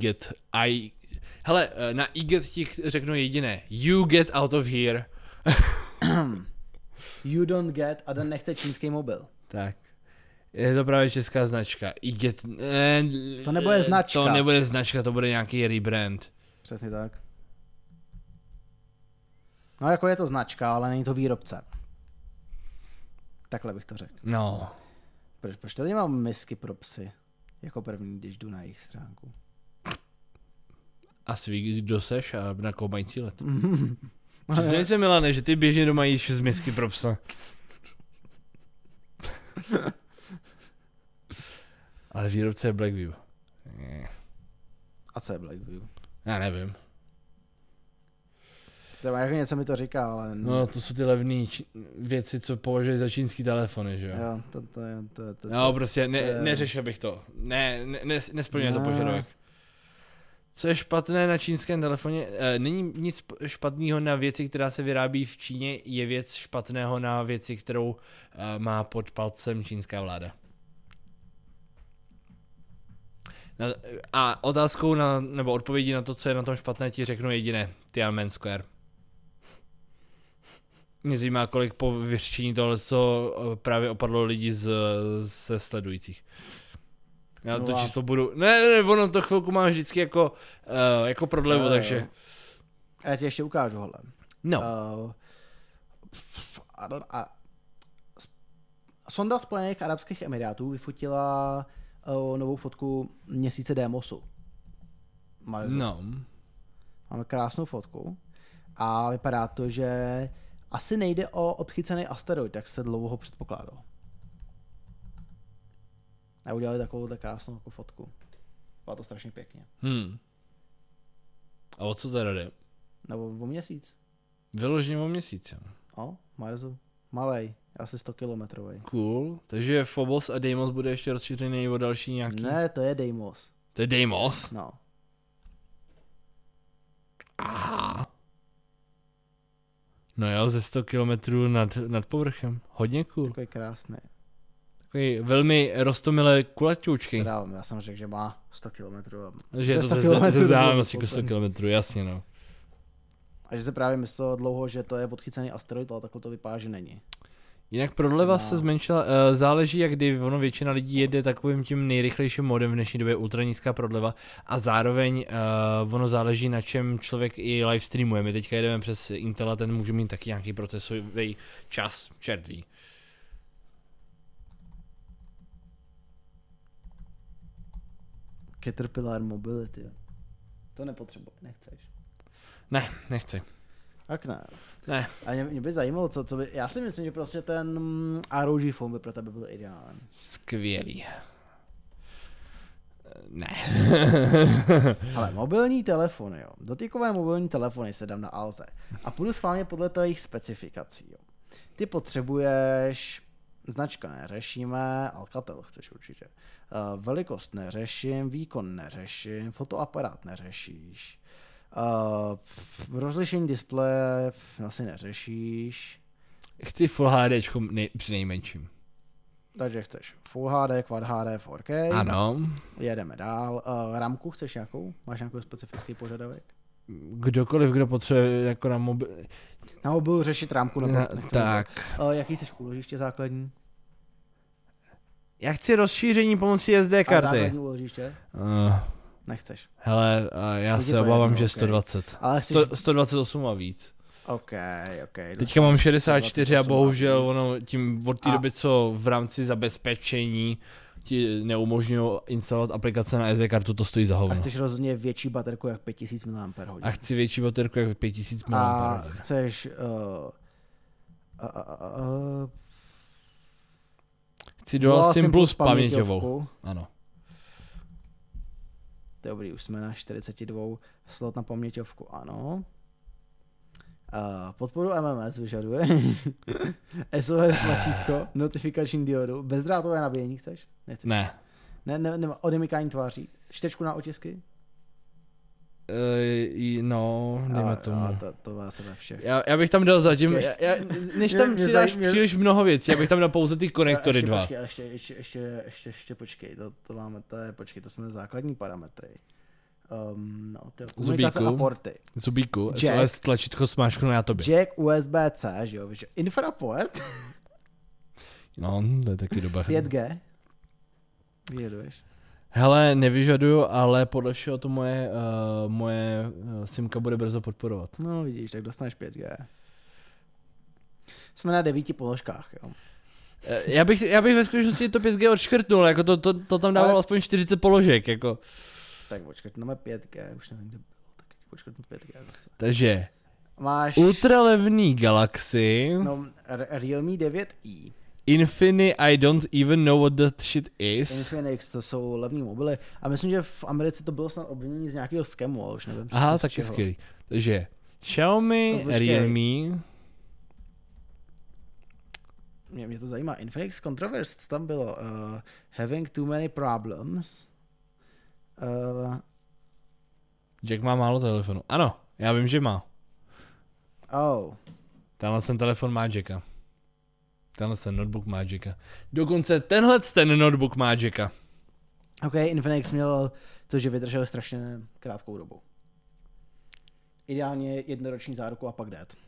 Hele, na iGet ti řeknu jediné. You get out of here. You don't get a ten nechce čínský mobil. Tak. Je to právě česká značka. iGet... To nebude značka. To nebude značka, to bude nějaký rebrand. Přesně tak. No jako je to značka, ale není to výrobce. Takhle bych to řekl. No. Proč tady mám misky pro psy? Jako první, když jdu na jejich stránku. A svý, kdo seš a na koho mají cílet. Přesně se, Milane, že ty běžně doma jíš z misky pro psa. Ale výrobce je Blackview. A co je Blackview? Já nevím. To jako něco mi to říká, ale... No, to jsou ty levné věci, co považují za čínský telefony, že jo? Jo, to. No, prostě neřešil bych to. Nesplňuje to požadavek. Co je špatné na čínském telefoně? Není nic špatného na věci, která se vyrábí v Číně, je věc špatného na věci, kterou má pod palcem čínská vláda. A otázkou nebo odpovědí na to, co je na tom špatné, ti řeknu jediné. Tiananmen Square. Mě zajímá, kolik po vyřešení tohle, co právě opadlo lidi ze sledujících. Já to číslo budu... Ne, ono to chvilku má vždycky jako prodlevu, takže... Já ti ještě ukážu, hele. No. Sonda Spojených arabských emirátů vyfotila novou fotku měsíce Deimosu. No. Máme krásnou fotku a vypadá to, že asi nejde o odchycený asteroid, jak se dlouho předpokládalo. A udělali takovou krásnou jako fotku. Bylo to strašně pěkně. A o co teda jde? Nebo o měsíc. Vyloženě o měsíc, jo. O, Marsu. Malej, asi 100 kilometrový. Cool. Takže Phobos a Deimos bude ještě rozšířený o další nějaký... Ne, to je Deimos. To je Deimos? No. No jo, ze 100 kilometrů nad povrchem. Hodně cool. Takový krásný. Takový velmi roztomilé kulaťoučky. Já jsem řekl, že má 100 kilometrů. Že je to ze vzdálenosti jako 100 kilometrů, jasně no. A že se právě myslelo dlouho, že to je odchycený asteroid, ale takhle to vypadá, že není. Jinak prodleva se zmenšila, záleží jak kdy, ono většina lidí jede takovým tím nejrychlejším modem v dnešní době, ultra nízká prodleva a zároveň ono záleží na čem člověk i live streamuje. My teďka jedeme přes Intel a ten může mít taky nějaký procesový čas, čert ví. Caterpillar Mobility. To nepotřebuje, nechceš. Ne, nechci. Tak ne. Ne. A mě by zajímalo, co by... Já si myslím, že prostě ten ROG Phone by pro tebe byl ideální. Skvělý. Ne. Ale mobilní telefony, jo. Dotykové mobilní telefony se dám na Alze. A půjdu schválně podle těch specifikací, jo. Ty potřebuješ... Značka neřešíme, Alcatel chceš určitě. Velikost neřeším, výkon neřeším, fotoaparát neřešíš. Rozlišení displeje asi neřešíš. Chci Full HD při nejmenším. Takže chceš Full HD, Quad HD, 4K. Ano. Jedeme dál. Ramku chceš nějakou? Máš nějaký specifický požadavek? Kdokoliv, kdo potřebuje jako na mobil... Na mobilu řešit rámku nebo tak. Jaký chceš úložiště základní? Já chci rozšíření pomocí SD karty. A základní úložiště? Nechceš. Hele, já se obávám, že 120. Ale chceš... 128 a víc. OK. Teďka mám 64 a bohužel ono tím od té doby, co v rámci zabezpečení ti neumožňují instalovat aplikace na SD kartu, to stojí za hovno. A chceš rozhodně větší baterku jak 5000 mAh. A chci větší baterku jak 5000 mAh. A chceš... Chci Dual SIM plus paměťovou. Ano. Dobrý, už jsme na 42 slot na paměťovku, ano. Podporu MMS vyžaduje. SOS tlačítko, notifikační diodu, bezdrátové nabíjení chceš? Nechceš? Ne. Ne, odemykání tváří. Čtečku na otisky? No, dejme tomu. To má se ve všech. Já bych tam dal zatím, než tam přidáš příliš mnoho věcí, já bych tam dal pouze ty konektory dva. Ještě počkej, počkej, to jsme základní parametry. Zubíku, a porty. Zubíku, SOS tlačítko smáčknu na tobě. Jack USB-C, že jo, infraport. No, to je taky doba. 5G. Vyjeduješ. Hele, nevyžaduju, ale podle všeho to moje simka bude brzo podporovat. No vidíš, tak dostaneš 5G. Jsme na 9 položkách, jo. Já bych ve skutečnosti to 5G odškrtnul, jako to tam dával aspoň 40 položek, jako. Tak počkejme 5G, už nevím, kde bylo, tak počkejme 5G zase. Takže, máš... ultralevný Galaxy. No, Realme 9i. Infinix, I don't even know what that shit is. Infinix, to jsou levný mobily. A myslím, že v Americe to bylo snad obvinění z nějakého scamu, ale už nevím. Aha, tak je skvělý. Takže Xiaomi, Realme. Mě to zajímá. Infinix Controversy, tam bylo having too many problems. Jack má málo telefonu. Ano, já vím, že má. Oh. Tenhle ten telefon má Jacka. Tenhle ten notebook má Jacka. Dokonce ten notebook má Jacka. OK, Infinix měl to, že vydržel strašně krátkou dobu. Ideálně jednoroční záruku a pak dead.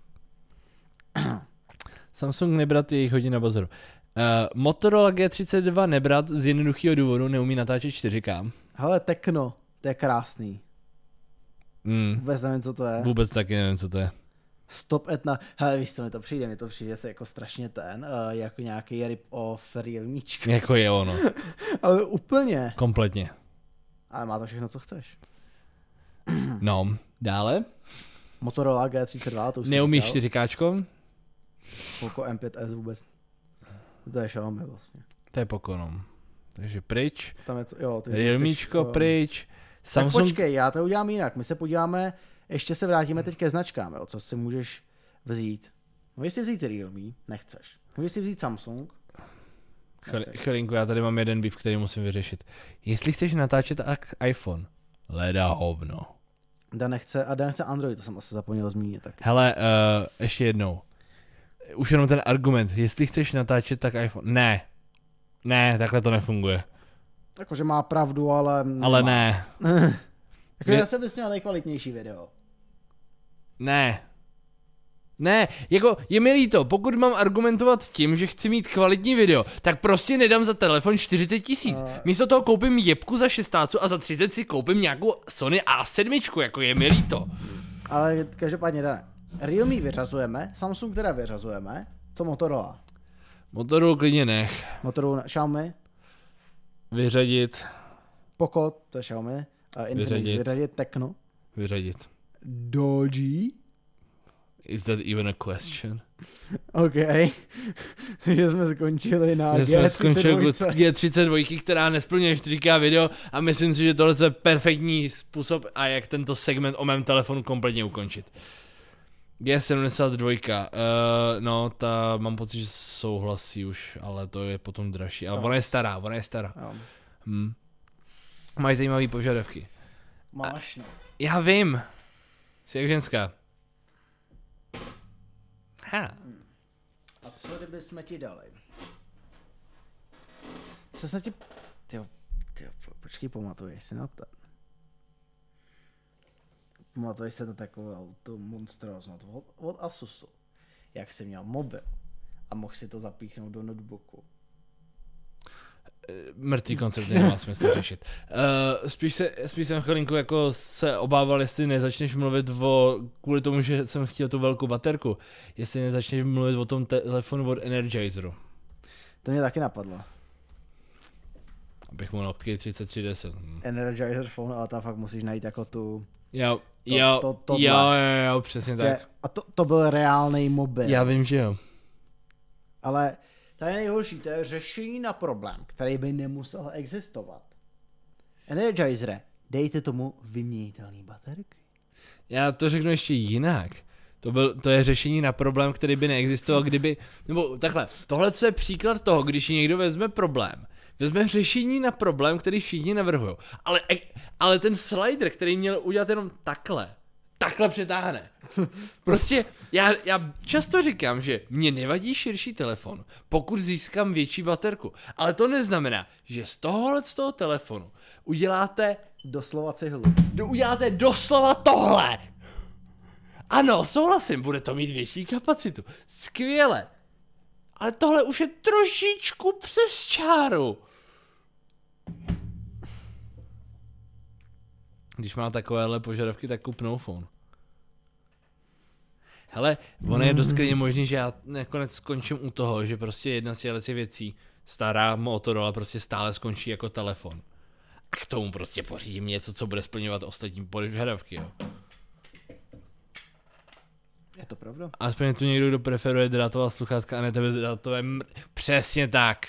Samsung nebrat jejich hodin na bazaru. Motorola G32 nebrat z jednoduchého důvodu, neumí natáčet 4K. Hele, Tecno, to je krásný. Vůbec nevím, co to je. Vůbec taky nevím, co to je. Stop etna. Hele, víš, co mi to přijde se jako strašně jako nějaký rip-off Realmíčko. Jako je ono. Ale úplně. Kompletně. Ale má to všechno, co chceš. No, dále. Motorola G32, to už neumí 4K. Poco M5S vůbec. To je Xiaomi vlastně. To je Poco, no. Takže pryč. Tam je Realmíčko pryč. Samsung... Tak počkej, já to udělám jinak. My se podíváme, ještě se vrátíme teď ke značkám, jo, co si můžeš vzít. Můžeš si vzít Realme, nechceš. Můžeš si vzít Samsung. Chvilinku, já tady mám jeden beef, který musím vyřešit. Jestli chceš natáčet iPhone, leda hovno. Dan nechce Android, to jsem asi zapomněl zmínit. Tak. Hele, ještě jednou. Už jenom ten argument, jestli chceš natáčet, tak iPhone. Ne, takhle to nefunguje. Jakože má pravdu, ale... Ale ne. Jakože já jsem bys měl nejkvalitnější video. Ne, jako je mi líto, pokud mám argumentovat tím, že chci mít kvalitní video, tak prostě nedám za telefon 40 000. Místo toho koupím jebku za 16 a za 30 si koupím nějakou Sony A7, jako je mi líto. Ale každopádně ne. Realme vyřazujeme, Samsung teda vyřazujeme, co Motorola? Motorola klidně nech. Motorola, Xiaomi? Vyřadit. Poco, to je Xiaomi. Infinix, vyřadit Tecno? Vyřadit. Doji? Is that even a question? OK. Takže jsme skončili na G32, která nesplňuje 4K video a myslím si, že tohle je perfektní způsob a jak tento segment o mém telefonu kompletně ukončit. G72, no, ta mám pocit, že souhlasí už, ale to je potom dražší. Ale ona je stará. Máš zajímavý požadavky. Máš, no. Já vím. Jsi jak ženská. A co kdyby jsme ti dali? Co jsme ti... Tyjo, počkej, pamatuješ si na to. Pamatuješ se na takovou tu monstróznost od Asusu. Jak jsi měl mobil a mohl si to zapíchnout do notebooku. Mrtvý koncept nemá smysl řešit. Spíš jsem chvilinku jako se obával, jestli nezačneš mluvit kvůli tomu, že jsem chtěl tu velkou baterku, jestli nezačneš mluvit o tom telefonu od Energizeru. To mě taky napadlo. Abych mohl K3310. Energizer phone, ale tam fakt musíš najít jako tu... Jo, přesně prostě, tak. A to byl reálný mobil. Já vím, že jo. Ale to je nejhorší, to je řešení na problém, který by nemusel existovat. Energizere, dejte tomu vyměnitelné baterky. Já to řeknu ještě jinak. To je řešení na problém, který by neexistoval, kdyby... Nebo takhle, tohle je příklad toho, když někdo vezme problém. Vezme řešení na problém, který všichni navrhují. Ale ten slider, který měl udělat jenom takhle přetáhne. Prostě já často říkám, že mě nevadí širší telefon, pokud získám větší baterku. Ale to neznamená, že z toho telefonu uděláte doslova cihlu. Uděláte doslova tohle. Ano, souhlasím, bude to mít větší kapacitu. Skvěle. Ale tohle už je trošičku přes čáru. Když má takovéhle požadavky, tak kup Phone. Hele, ono je dost klidně možný, že já nakonec skončím u toho, že prostě jedna z těchto věcí, stará Motorola, prostě stále skončí jako telefon. A k tomu prostě pořídím něco, co bude splňovat ostatní požadavky, jo. Je to pravda? Aspoň je tu někdo, kdo preferuje drátová sluchátka a ne tebe drátové Přesně tak.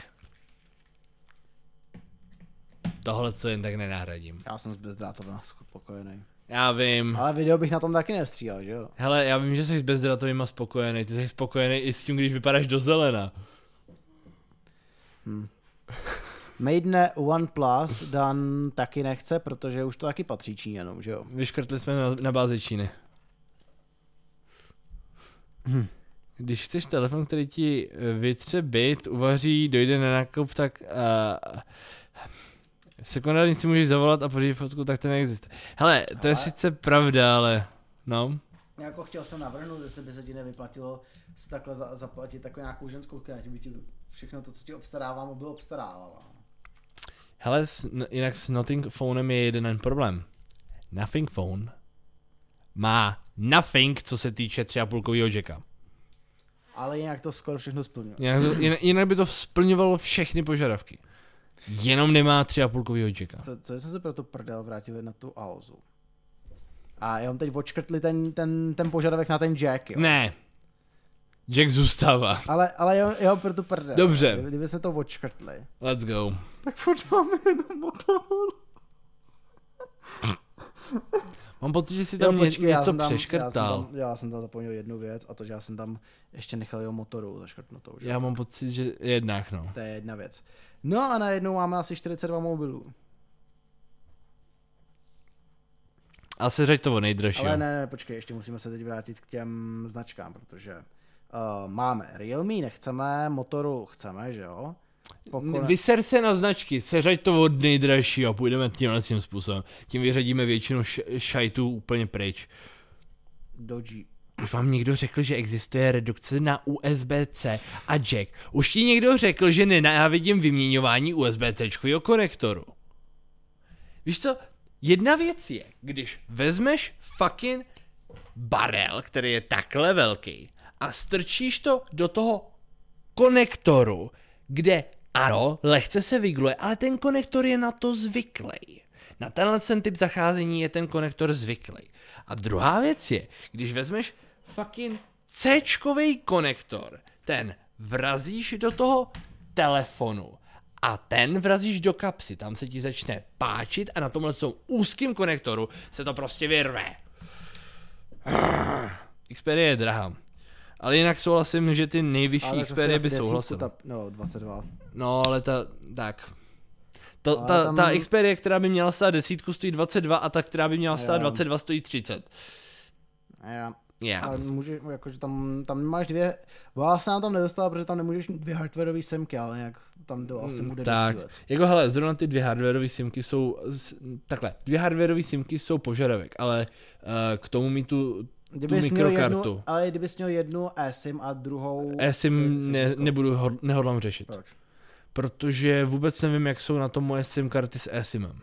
Tohle co jen tak nenahradím. Já jsem s bezdrátovým spokojený. Já vím. Ale video bych na tom taky nestříhal, že jo? Hele, já vím, že jsi s bezdrátovým spokojený. Ty jsi spokojený i s tím, když vypadáš do zelena. Made OnePlus Dan taky nechce, protože už to taky patří Číňanům, že jo? Vyškrtli jsme na bázi Číny. Když chceš telefon, který ti vytře byt, uvaří, dojde na nákup, tak sekundárně si můžeš zavolat a pořídit fotku, tak to neexistuje. Hele, to je sice pravda, ale no. Jako chtěl jsem navrhnout, jestli by se ti nevyplatilo si takhle zaplatit takovou nějakou ženskou, která by ti všechno to, co ti obstarává, mobil obstarávala. Hele, jinak s Nothing Phonem je jeden problém. Nothing Phone má nothing, co se týče 3,5kovýho jacka. Ale jinak to skoro všechno splňuje. Jinak by to splňovalo všechny požadavky. Jenom nemá 3,5kovýho jacka. Co jsem se proto prdel vrátil na tu AOSu? A já mám teď odškrtli ten požadavek na ten jack, jo? Ne. Jack zůstává. Ale jo, proto prdel. Dobře. Kdyby se to odškrtli. Let's go. Tak furt máme jenom Motorola. Mám pocit, že si tam něco přeškrtal. Já jsem tam zapomněl jednu věc a to, že já jsem tam ještě nechal jeho motoru zaškrtnutou. Já mám pocit, že jednak, no. To je jedna věc. No a najednou máme asi 42 mobilů. A se řeď to o nejdražší. Ale ne, počkej, ještě musíme se teď vrátit k těm značkám, protože máme Realme, nechceme, Motoru chceme, že jo? Vyser se na značky, seřaď to od nejdražšího a půjdeme tímhle způsobem. Tím vyřadíme většinu šajtů úplně pryč. Dodgy. Už vám někdo řekl, že existuje redukce na USB-C a jack. Už ti někdo řekl, že nenávidím vyměňování USB-C konektoru. Víš co? Jedna věc je, když vezmeš fucking barel, který je takhle velký a strčíš to do toho konektoru, kde ano, lehce se vygluje, ale ten konektor je na to zvyklý. Na tenhle typ zacházení je ten konektor zvyklý. A druhá věc je, když vezmeš fucking C-čkovej konektor, ten vrazíš do toho telefonu a ten vrazíš do kapsy, tam se ti začne páčit a na tomhle úzkým konektoru se to prostě vyrve. Xperia je drahá. Ale jinak souhlasím, že ty nejvyšší Xperia by souhlasil. No, 22. No, ale ta Xperia, která by měla stát 10, stojí 22 a ta, která by měla stát 22, stojí 30. Yeah. Ale můžeš, jakože tam máš dvě, vlastně nám tam nedostala, protože tam nemůžeš dvě hardwareové simky, ale nějak tam to asi bude tak, docílet. Jako hele, zrovna ty dvě hardwareové simky jsou, takhle, dvě hardwareové simky jsou požadavek, ale k tomu mít tu mikrokartu. Ale kdybys měl jednu eSIM a druhou... eSIM nehodlám řešit. Proč? Protože vůbec nevím, jak jsou na to moje SIM karty s eSIMem.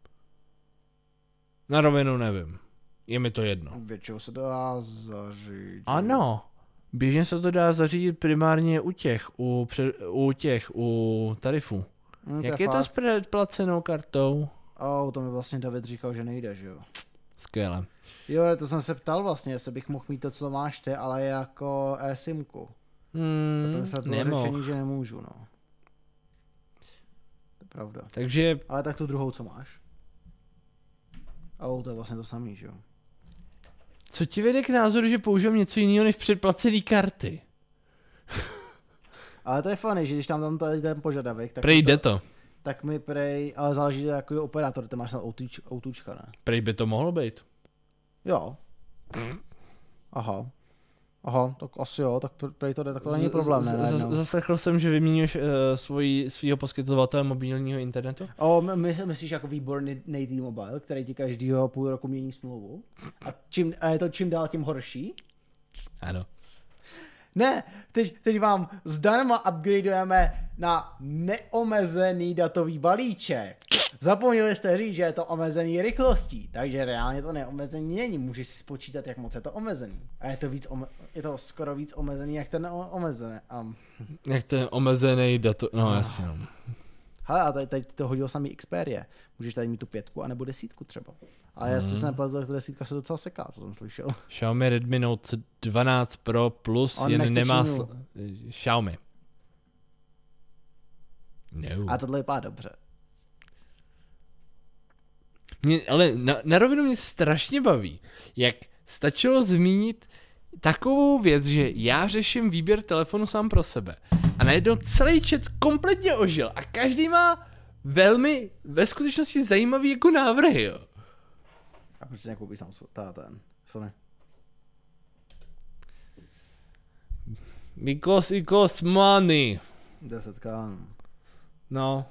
Na rovinu nevím. Je mi to jedno. Většinou se to dá zařídit. Ano, běžně se to dá zařídit primárně u tarifů. Jak je to s předplacenou kartou? To mi vlastně David říkal, že nejde, že jo. Skvěle. Jo, ale to jsem se ptal vlastně, jestli bych mohl mít to, co máš ty, ale jako eSIMku. Potom se bylo řečení, že nemůžu, no. To je pravda. Takže... Ale tak tu druhou, co máš? To je vlastně to samý, že jo. Co ti vede k názoru, že používám něco jiného než předplacený karty? Ale to je funny, že když tam tady ten požadavek, tak... Prej jde to. Tak mi ale záleží jaký operátor, ty máš na outučka, ne? Prej by to mohlo být. Jo. Aha, tak asi jo, tak prej to jde, tak to není problém, ne? Zaslechl jsem, že vyměníš svýho poskytovatele mobilního internetu? Myslíš jako výborný T-Mobile, který ti každýho půl roku mění smlouvu? A je to čím dál tím horší? Ano. Ne, teď vám zdarma upgradeujeme na neomezený datový balíček. Zapomněli jste říct, že je to omezený rychlostí, takže reálně to neomezený není. Můžeš si spočítat, jak moc je to omezený. A je to skoro víc omezený, jak ten neomezený. Jak ten omezený no jasně. No. Hele, a tady to hodilo samý Xperia. Můžeš tady mít tu 5 anebo 10 třeba. A jestli se nepletu, tak ta 10 se docela seká, co jsem slyšel. Xiaomi Redmi Note 12 Pro Plus jen nemá Xiaomi. No. A tohle vypadá dobře. Ale na rovinu mě strašně baví, jak stačilo zmínit takovou věc, že já řeším výběr telefonu sám pro sebe. A najednou celý chat kompletně ožil a každý má velmi ve skutečnosti zajímavý jako návrhy, jo. A proč si nekoupíš Samsung? Sony. Because it costs money. 10K. No.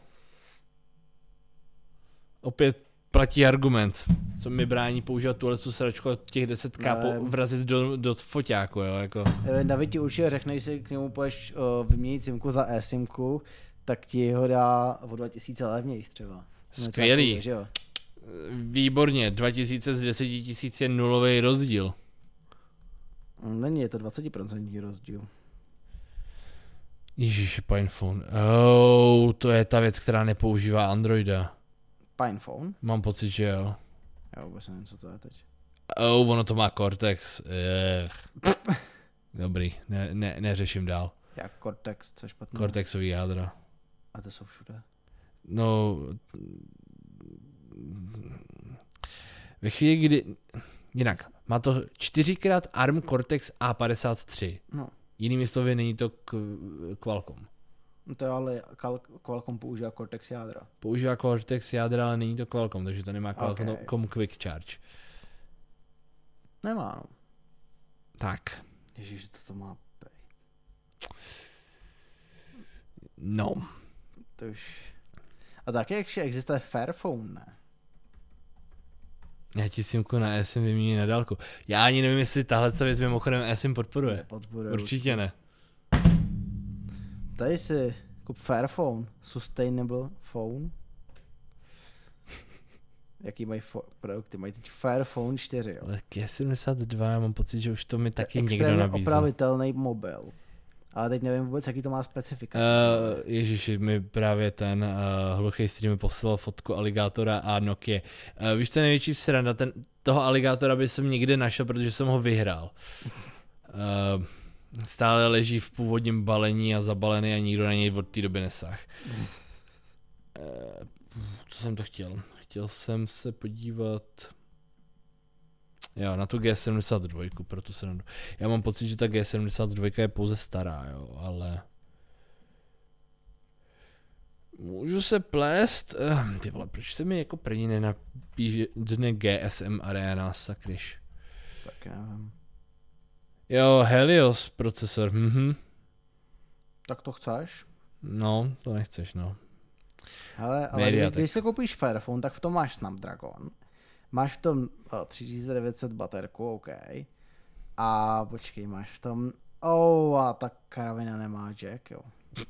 Opět platí argument, co mi brání používat tuhle sračku a těch 10K vrazit do foťáku, jo, jako. David ti určitě řekne, že si k němu půjdeš vyměnit simku za eSimku, tak ti ho dá o 2000 levnější třeba. Skvělý. Výborně, 2000 z 10 000 je nulový rozdíl. Není, je to 20% rozdíl. Ježiši, PinePhone. To je ta věc, která nepoužívá Androida. PinePhone? Mám pocit, že jo. Já vůbec nevím, co to je teď. Ono to má Cortex. Dobrý, neřeším dál. Jak Cortex, co je špatné? Cortexový jádra. A to jsou všude? No... Ve chvíli, kdy... Jinak, má to 4x ARM Cortex A53. No. Jinými slovy, není to Qualcomm. No to je ale Qualcomm používá Cortex jádra. Používá Cortex jádra, ale není to Qualcomm, takže to nemá Qualcomm Quick Charge. Nemá, no. Tak. Ježíš, to má být. No. To už... A taky ještě existuje Fairphone, ne? Já ti simku na eSIM vymění na dálku. Já ani nevím, jestli tahle věc mimochodem eSIM podporuje. Nepodporuje. Určitě ne. Tady si kup Fairphone, Sustainable Phone. Jaký mají produkty? Mají teď Fairphone 4, jo. Ale G72, já mám pocit, že už to mi taky někdo extrémně nabízí. opravitelný mobil. Ale teď nevím vůbec, jaký to má specifikace. Ježiši, mi právě ten hluchý stream poslal fotku aligátora a Nokia. Víš, co je největší sranda? Toho aligátora by jsem někde našel, protože jsem ho vyhrál. Stále leží v původním balení a zabalený a nikdo na něj od té doby nesáh. Co jsem to chtěl? Chtěl jsem se podívat... Jo, na tu G72, proto se nedu. Já mám pocit, že ta G72 je pouze stará, jo, ale... Můžu se plést? Ty vole, proč se mi jako první nenapíše GSM Arena, sakryš? Tak já vím. Jo, Helios procesor, Tak to chceš? No, to nechceš, no. Hele, ale když si koupíš Fairphone, tak v tom máš Snapdragon. Máš v tom 3900 baterku, OK. A počkej, máš v tom... a ta karavina nemá jack, jo.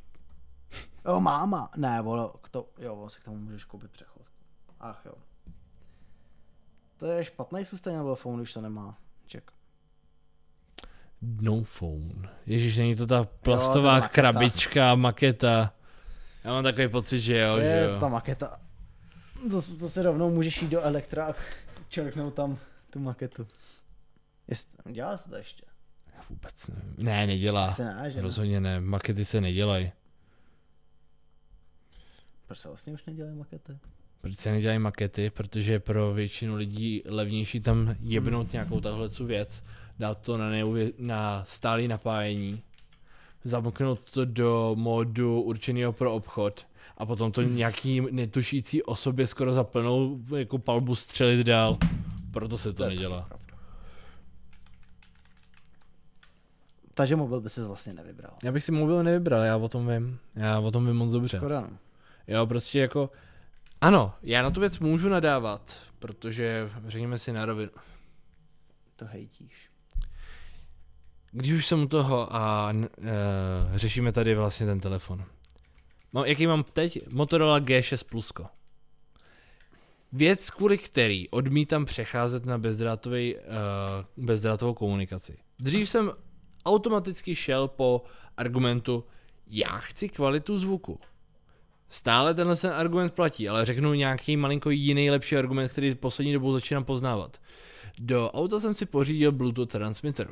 Máma. Ne, vole, se k tomu můžeš koupit přechod. Ach jo. To je špatný sustainable phone, když to nemá jack. No phone. Ježíš, není to ta plastová krabička, maketa. Já mám takový pocit, že jo, že jo. Ta maketa. To se rovnou můžeš jít do Elektra a čerknout tam tu maketu. Dělá se to ještě? Já vůbec nevím. Ne, nedělá. Asi ne, že rozhodně ne. Makety se nedělají. Proč se vlastně už nedělají makety? Proč se nedělají makety? Protože pro většinu lidí levnější tam jebnout nějakou tahlecu věc, dát to na stálý napájení, zamknout to do módu určeného pro obchod a potom to nějaký netušící osobě skoro za plnou jako palbu střelit dál. Proto se to nedělá. Takže mobil by se vlastně nevybral. Já bych si mobil nevybral, já o tom vím moc dobře. Škoda, no. Jo, prostě jako... Ano, já na tu věc můžu nadávat, protože řekněme si na rovinu. To hejtíš. Když už jsem u toho a řešíme tady vlastně ten telefon. Jaký mám teď? Motorola G6 Plusko. Věc, kvůli který odmítám přecházet na bezdrátovou komunikaci. Dřív jsem automaticky šel po argumentu já chci kvalitu zvuku. Stále tenhle ten argument platí, ale řeknu nějaký malinko jiný lepší argument, který poslední dobou začínám poznávat. Do auta jsem si pořídil Bluetooth transmitter.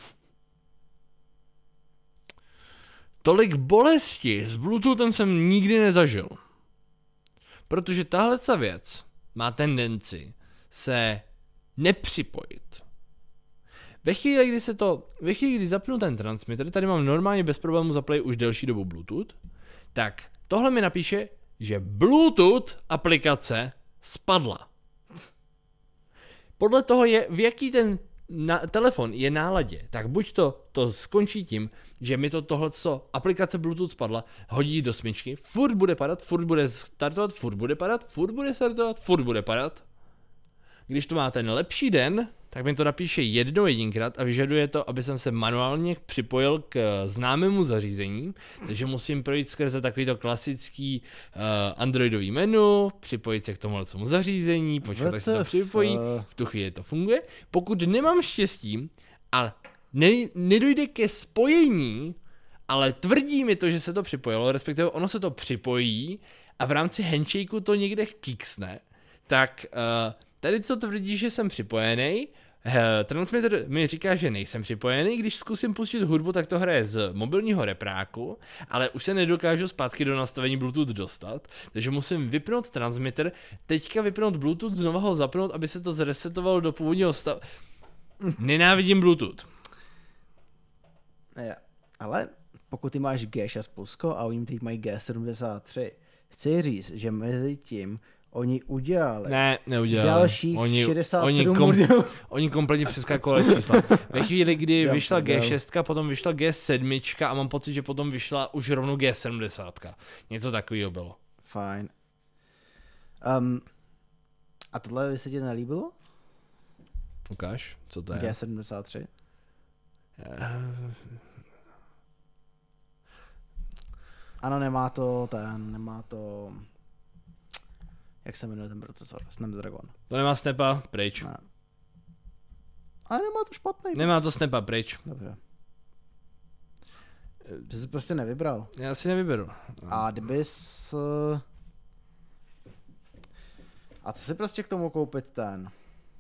Tolik bolesti s Bluetoothem jsem nikdy nezažil. Protože tahle věc má tendenci se nepřipojit. Ve chvíli, kdy zapnu ten transmitter, tady mám normálně bez problému zaplay už delší dobu Bluetooth, tak tohle mi napíše, že Bluetooth aplikace spadla. Podle toho v jaký ten telefon je náladě, tak buď to skončí tím, že mi tohleto aplikace Bluetooth spadla, hodí do smyčky, furt bude padat, furt bude startovat, furt bude padat, furt bude startovat, furt bude padat. Když to má ten lepší den, tak mi to napíše jedinkrát a vyžaduje to, aby jsem se manuálně připojil k známému zařízení, takže musím projít skrze takovýto klasický androidový menu, připojit se k tomuhle zařízení, počkat, až se to připojí, v tu chvíli to funguje. Pokud nemám štěstí a nedojde ke spojení, ale tvrdí mi to, že se to připojilo, respektive ono se to připojí a v rámci handshakeu to někde kiksne, tak tady co tvrdí, že jsem připojený, transmitter mi říká, že nejsem připojený, když zkusím pustit hudbu, tak to hraje z mobilního repráku, ale už se nedokážu zpátky do nastavení Bluetooth dostat, takže musím vypnout transmitter, teďka vypnout Bluetooth, znova ho zapnout, aby se to zresetovalo do původního stavu. Nenávidím Bluetooth. Ale pokud ty máš G6 Plusko a oni teď mají G73, chci říct, že mezi tím oni udělali neudělali. Dalších 67 modelů. Oni kompletně přeskakovali čísla. Ve chvíli, kdy vyšla G6, potom vyšla G7 a mám pocit, že potom vyšla už rovnou G70. Něco takového bylo. Fajn. A tohle by se ti nelíbilo? Ukáž, co to je? G73. Ano, nemá to... Jak se jmenuje ten procesor? Snapdragon. To nemá Snapa, pryč. Ne. Ale nemá to špatný. Nemá to Snapa, pryč. Dobře. Ty jsi prostě nevybral. Já si nevyberu. A kdybys... A co si prostě k tomu koupit ten?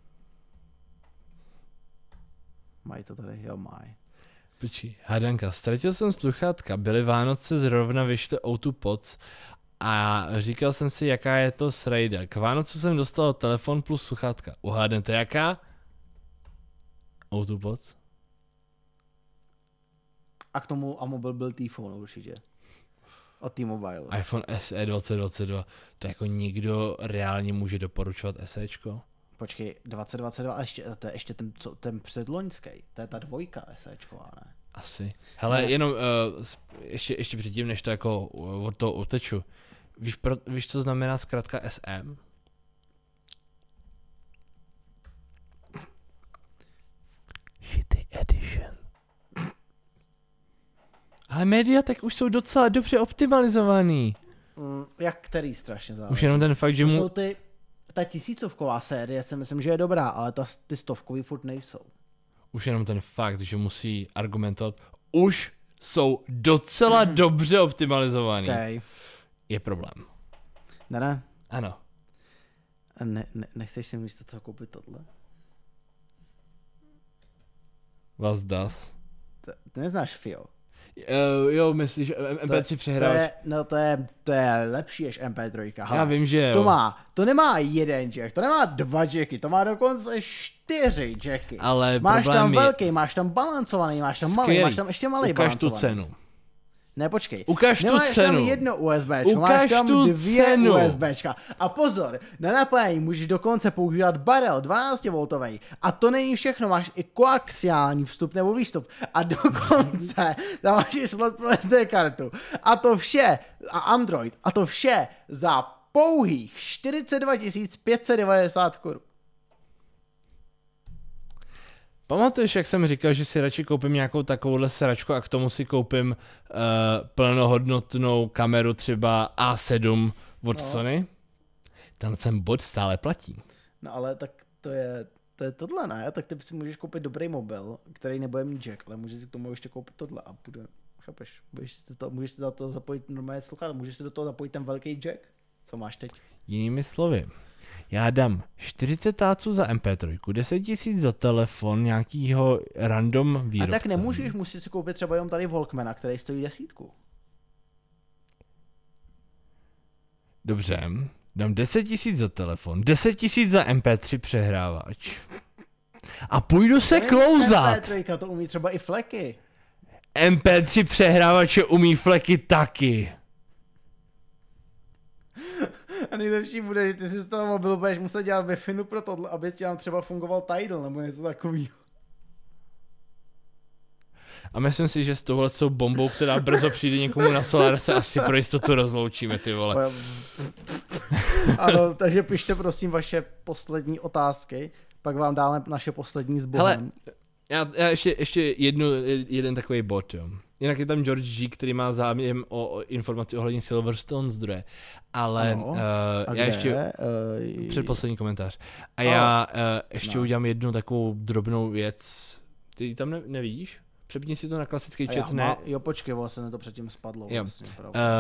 Mají to tady, jo mají. Počkej, hádanka, ztratil jsem sluchátka, byly Vánoce, zrovna vyšly O2 Pods a říkal jsem si, jaká je to srajda. K Vánocu jsem dostal telefon plus sluchátka. Uhádnete jaká? O2 Pods? A k tomu mobil byl T-Phone určitě. Od T-Mobile. iPhone SE 2022. To jako nikdo reálně může doporučovat SEčko? Počkej, 2022 a to je ještě ten předloňský. To je ta 2 SEčková, ne? Asi. Hele, jenom ještě předtím, než to jako od toho uteču. Víš, co znamená zkrátka SM? Shitty Edition. Ale Mediatek už jsou docela dobře optimalizovaný. Jak který strašně záleží. Už jenom ten fakt, že mu... Ta 1000ková série si myslím, že je dobrá, ale ty 100kový furt nejsou. Už jenom ten fakt, že musí argumentovat, už jsou docela dobře optimalizovaný. Okay. Je problém. Ne. Ano. Nechceš si místo toho koupit tohle? Was das? Ty neznáš FIO. Jo, myslíš, že MP3 přehrávač? To je lepší než MP3. Já vím, že jo. To nemá jeden jack, to nemá 2 jacky, to má dokonce 4 jacky. Ale máš tam je... velký, máš tam balancovaný, máš tam malý, máš tam ještě malý balancovaný. Ukaž tu cenu. Ne, počkej. Ukaž tu cenu. Tam jedno USBčko, máš tam 2 USBčka. A pozor, na napájení můžeš dokonce používat barel 12V. A to není všechno, máš i koaxiální vstup nebo výstup. A dokonce tam máš i slot pro SD kartu. A to vše, a Android, a to vše za pouhých 42 590 korun. Pamatuješ, jak jsem říkal, že si radši koupím nějakou takovouhle sračku a k tomu si koupím plnohodnotnou kameru třeba A7 od Sony? Ten bod stále platí. No ale tak to je tohle, ne? Tak ty si můžeš koupit dobrý mobil, který nebude mít jack, ale můžeš si k tomu ještě koupit tohle a bude, chápeš? Můžeš si do toho zapojit normálně sluchátka, můžeš si do toho zapojit ten velký jack, co máš teď. Jinými slovy, já dám 40 táců za MP3, 10 000 za telefon nějakýho random výrobce. A tak nemůžeš, musíš si koupit třeba jenom tady Walkmana, který stojí 10. Dobře, dám 10 000 za telefon, 10 000 za MP3 přehrávač. A půjdu se klouzat. MP3 to umí třeba i fleky. MP3 přehrávače umí fleky taky. A nejlepší bude, že ty si z toho mobilu budeš muset dělat Wi-Fi pro tohle, aby ti tam třeba fungoval Tidal nebo něco takového. A myslím si, že s touhletou bombou, která brzo přijde někomu na Solar, se asi pro jistotu rozloučíme, ty vole. Ano, takže pište prosím vaše poslední otázky, pak vám dáme naše poslední s Bohem. Hele, já ještě jeden takový bod, jo. Jinak je tam George G, který má zájem o informaci ohledně Silverstone zdroje, ale ano, já ještě předposlední komentář. A já ještě udělám jednu takovou drobnou věc. Ty tam nevidíš? Přepni si to na klasický chat, ne? Jo, počkej, vlastně to předtím spadlo. Jo. Vlastně,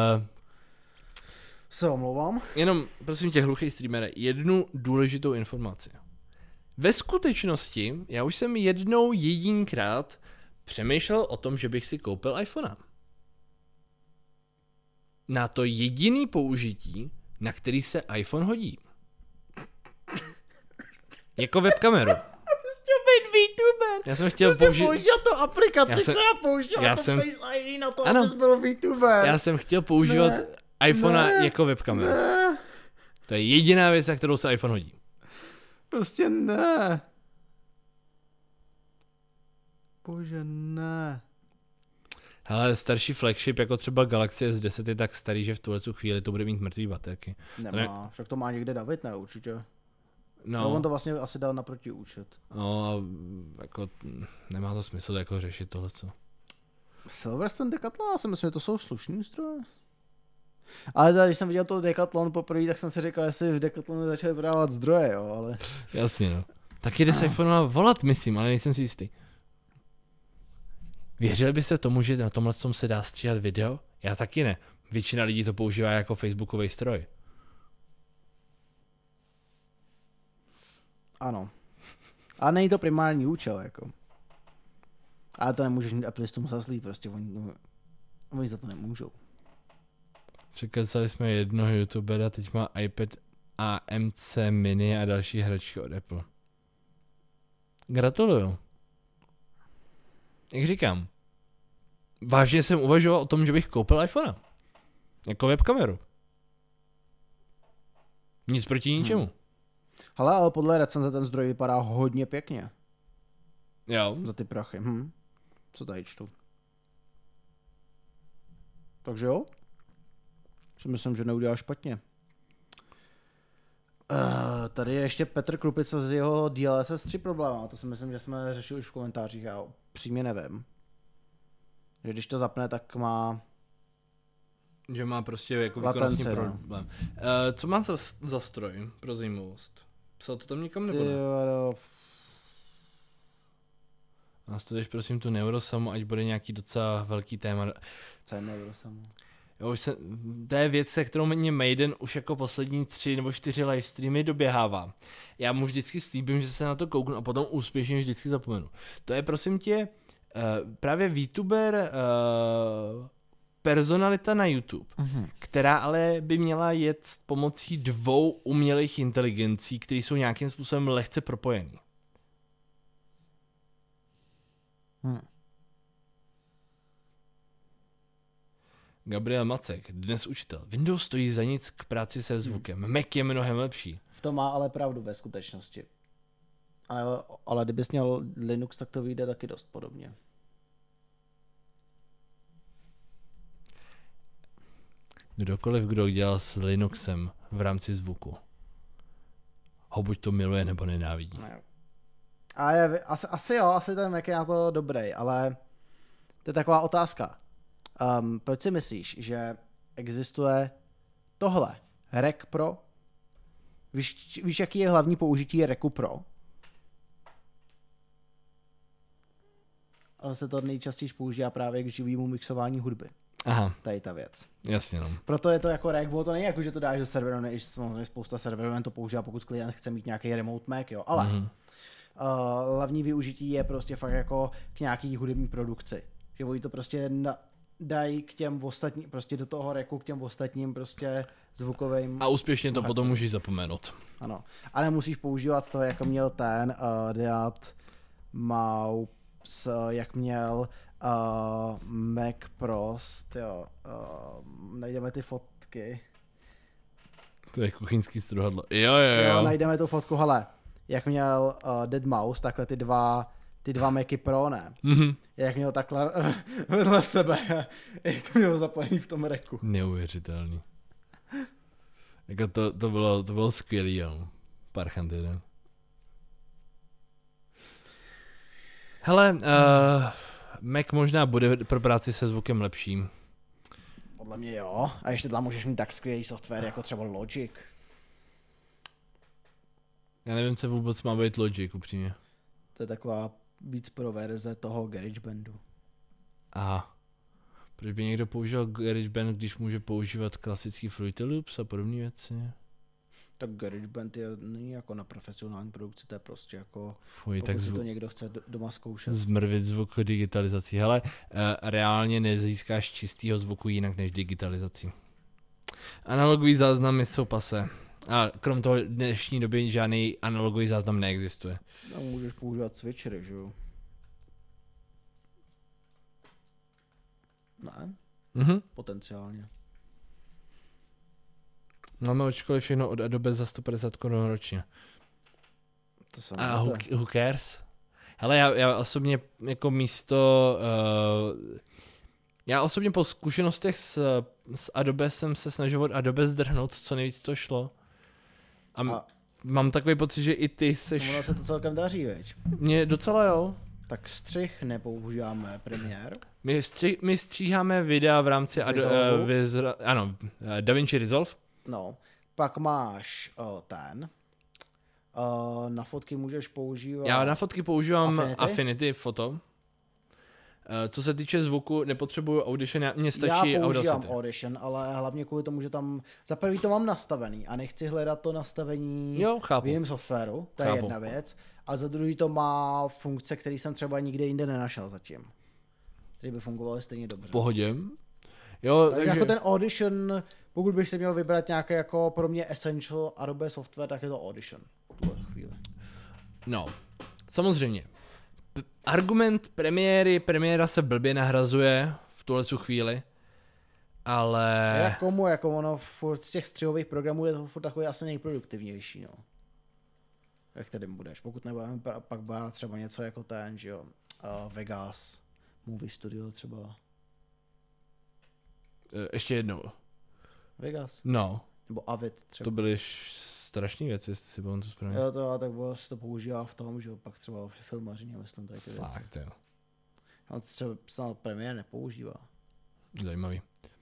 se omlouvám. Jenom, prosím tě, hluchý streamere, jednu důležitou informaci. Ve skutečnosti, já už jsem jedinkrát přemýšlel o tom, že bych si koupil iPhone. Na to jediný použití, na který se iPhone hodí. Jako webkameru. Chtěl být VTuber. Já jsem chtěl používat tu aplikaci, která používala to Face ID na to, abys byl VTuber. Já jsem chtěl používat iPhonea jako webkameru. To je jediná věc, na kterou se iPhone hodí. Prostě ne. Bože, ne. Hele, starší flagship, jako třeba Galaxy S10 je tak starý, že v tuhle chvíli to bude mít mrtvý baterky. Nemá, však to má někde David, ne, určitě. No, on to vlastně asi dal naproti účet. No a jako nemá to smysl jako řešit tohleto. Silverstone, Decathlon, já si myslím, že to jsou slušný zdroje. Ale tady, když jsem viděl to Decathlon poprvé, tak jsem si říkal, jestli v Decathlonu začali prodávat zdroje, jo, ale... Jasně, no. Tak jde s iPhonema volat, myslím, ale nejsem si jistý. Věřili byste tomu, že na tomhle se dá stříhat video? Já taky ne. Většina lidí to používá jako facebookový stroj. Ano. A není to primární účel, jako. Ale to nemůžeš mít Applistům za zlý, prostě oni za to nemůžou. Překecali jsme jednoho youtubera, teď má iPad a MC Mini a další hračky od Apple. Gratuluju. Jak říkám, vážně jsem uvažoval o tom, že bych koupil iPhone. Jako webkameru. Nic proti ničemu. Hele, ale podle recenze ten zdroj vypadá hodně pěkně. Jo. Za ty prachy. Co tady čtu? Takže jo? Si myslím, že neudělá špatně. Tady je ještě Petr Krupica z jeho DLSS 3 problémem. To si myslím, že jsme řešili už v komentářích. Já přímě nevím. Že když to zapne, tak má... Že má prostě jako výkonnostní problém. Co má za stroj pro zajímavost? Psal to tam někam nebo ne? Nastavuješ prosím tu Neurosamu, ať bude nějaký docela velký téma. Co je Neurosamu? Jo, to je věc, se kterou mě Maiden už jako poslední 3 nebo 4 livestreamy doběhává. Já mu vždycky slíbím, že se na to kouknu a potom úspěšně vždycky zapomenu. To je prosím tě právě VTuber personalita na YouTube, která ale by měla jet pomocí 2 umělých inteligencí, které jsou nějakým způsobem lehce propojený. Gabriel Macek, dnes učitel. Windows stojí za nic k práci se zvukem. Mac je mnohem lepší. V tom má ale pravdu ve skutečnosti. Ale kdybys měl Linux, tak to vyjde taky dost podobně. Kdokoliv, kdo dělal s Linuxem v rámci zvuku, ho buď to miluje, nebo nenávidí. No. A asi ten Mac je na to dobrý, ale to je taková otázka. Proč si myslíš, že existuje tohle? Rec Pro? Víš, jaký je hlavní použití Recu Pro? Ale se to nejčastěji používá právě k živému mixování hudby. Aha. Tady ta věc. Jasně, no. Proto je to jako Rec, to není jako, že to dáš do serveru, než samozřejmě spousta serverů jen to používá, pokud klient chce mít nějaký remote Mac, jo. Ale hlavní využití je prostě fakt jako k nějaký hudební produkci. Že oni to prostě dají k těm ostatním, prostě do toho Recu k těm ostatním prostě zvukovým. A úspěšně to potom můžeš zapomenout. Ano. A nemusíš používat to, jako měl ten Dead Mouse, jak měl Mac Pro, najdeme ty fotky. To je kuchyňský struhadlo. Jo. Najdeme tu fotku, hele, jak měl Dead Mouse, takhle ty dva Macy Pro, ne? Jak měl takhle vedle sebe, jak to mělo zapojený v tom Recu. Neuvěřitelný. Jako to bylo skvělý, jo. Parchanty, ne? Hele, Mac možná bude pro práci se zvukem lepším. Podle mě jo. A ještě tam můžeš mít tak skvělý software jako třeba Logic. Já nevím, co vůbec má být Logic, upřímně. To je taková víc pro verze toho GarageBandu. Aha. Proč by někdo používal GarageBand, když může používat klasický Fruity Loops a podobné věci? Tak GarageBand je není jako na profesionální produkci, to je prostě jako tak si to někdo chce doma zkoušet. Zmrvit zvuk digitalizací. Hele, reálně nezískáš čistýho zvuku jinak než digitalizací. Analogový záznamy jsou pase. A krom toho dnešní doby žádný analogový záznam neexistuje. No, můžeš používat switchery, že jo? Ne? Potenciálně. Máme od školy všechno od Adobe za 150 Kč ročně. To se a who cares? Hele, já osobně jako místo... já osobně po zkušenostech s Adobe jsem se snažil od Adobe zdrhnout, co nejvíc to šlo. A mám takový pocit, že i ty seš... Ono se to celkem daří, veď? Mně docela jo. Tak střih nepoužíváme Premiere. My stříháme videa v rámci DaVinci Resolve. No, pak máš na fotky můžeš používat... Já na fotky používám Affinity Photo. Co se týče zvuku, nepotřebuju Audition, mně stačí Audacity. Já používám Audition, ale hlavně kvůli tomu, že tam za prvý to mám nastavený a nechci hledat to nastavení v jiném softwaru, to je jedna věc. A za druhý to má funkce, které jsem třeba nikde jinde nenašel zatím. Které by fungovaly stejně dobře. V pohodě. Jo, takže jako ten Audition, pokud bych si měl vybrat nějaký jako pro mě essential Adobe software, tak je to Audition. V tuhle chvíli. No, samozřejmě. Argument premiéra se blbě nahrazuje v tuhle chvíli, ale... Jak komu, jako ono furt z těch střihových programů je to furt takový asi nejproduktivnější, no. Jak tedy budeš, pokud nebudeme pak brát třeba něco jako ten, že jo, Vegas, Movie Studio třeba. Ještě jednou. Vegas? No. Nebo Avid třeba. To byly strašný věci, jestli si pamatuju správně. Jo, tak se to používá v tom, že jo, pak třeba v filmařině, myslím, tady ty věci. Fakt, jo. No, třeba snad Premiere nepoužívá. Zajímavý.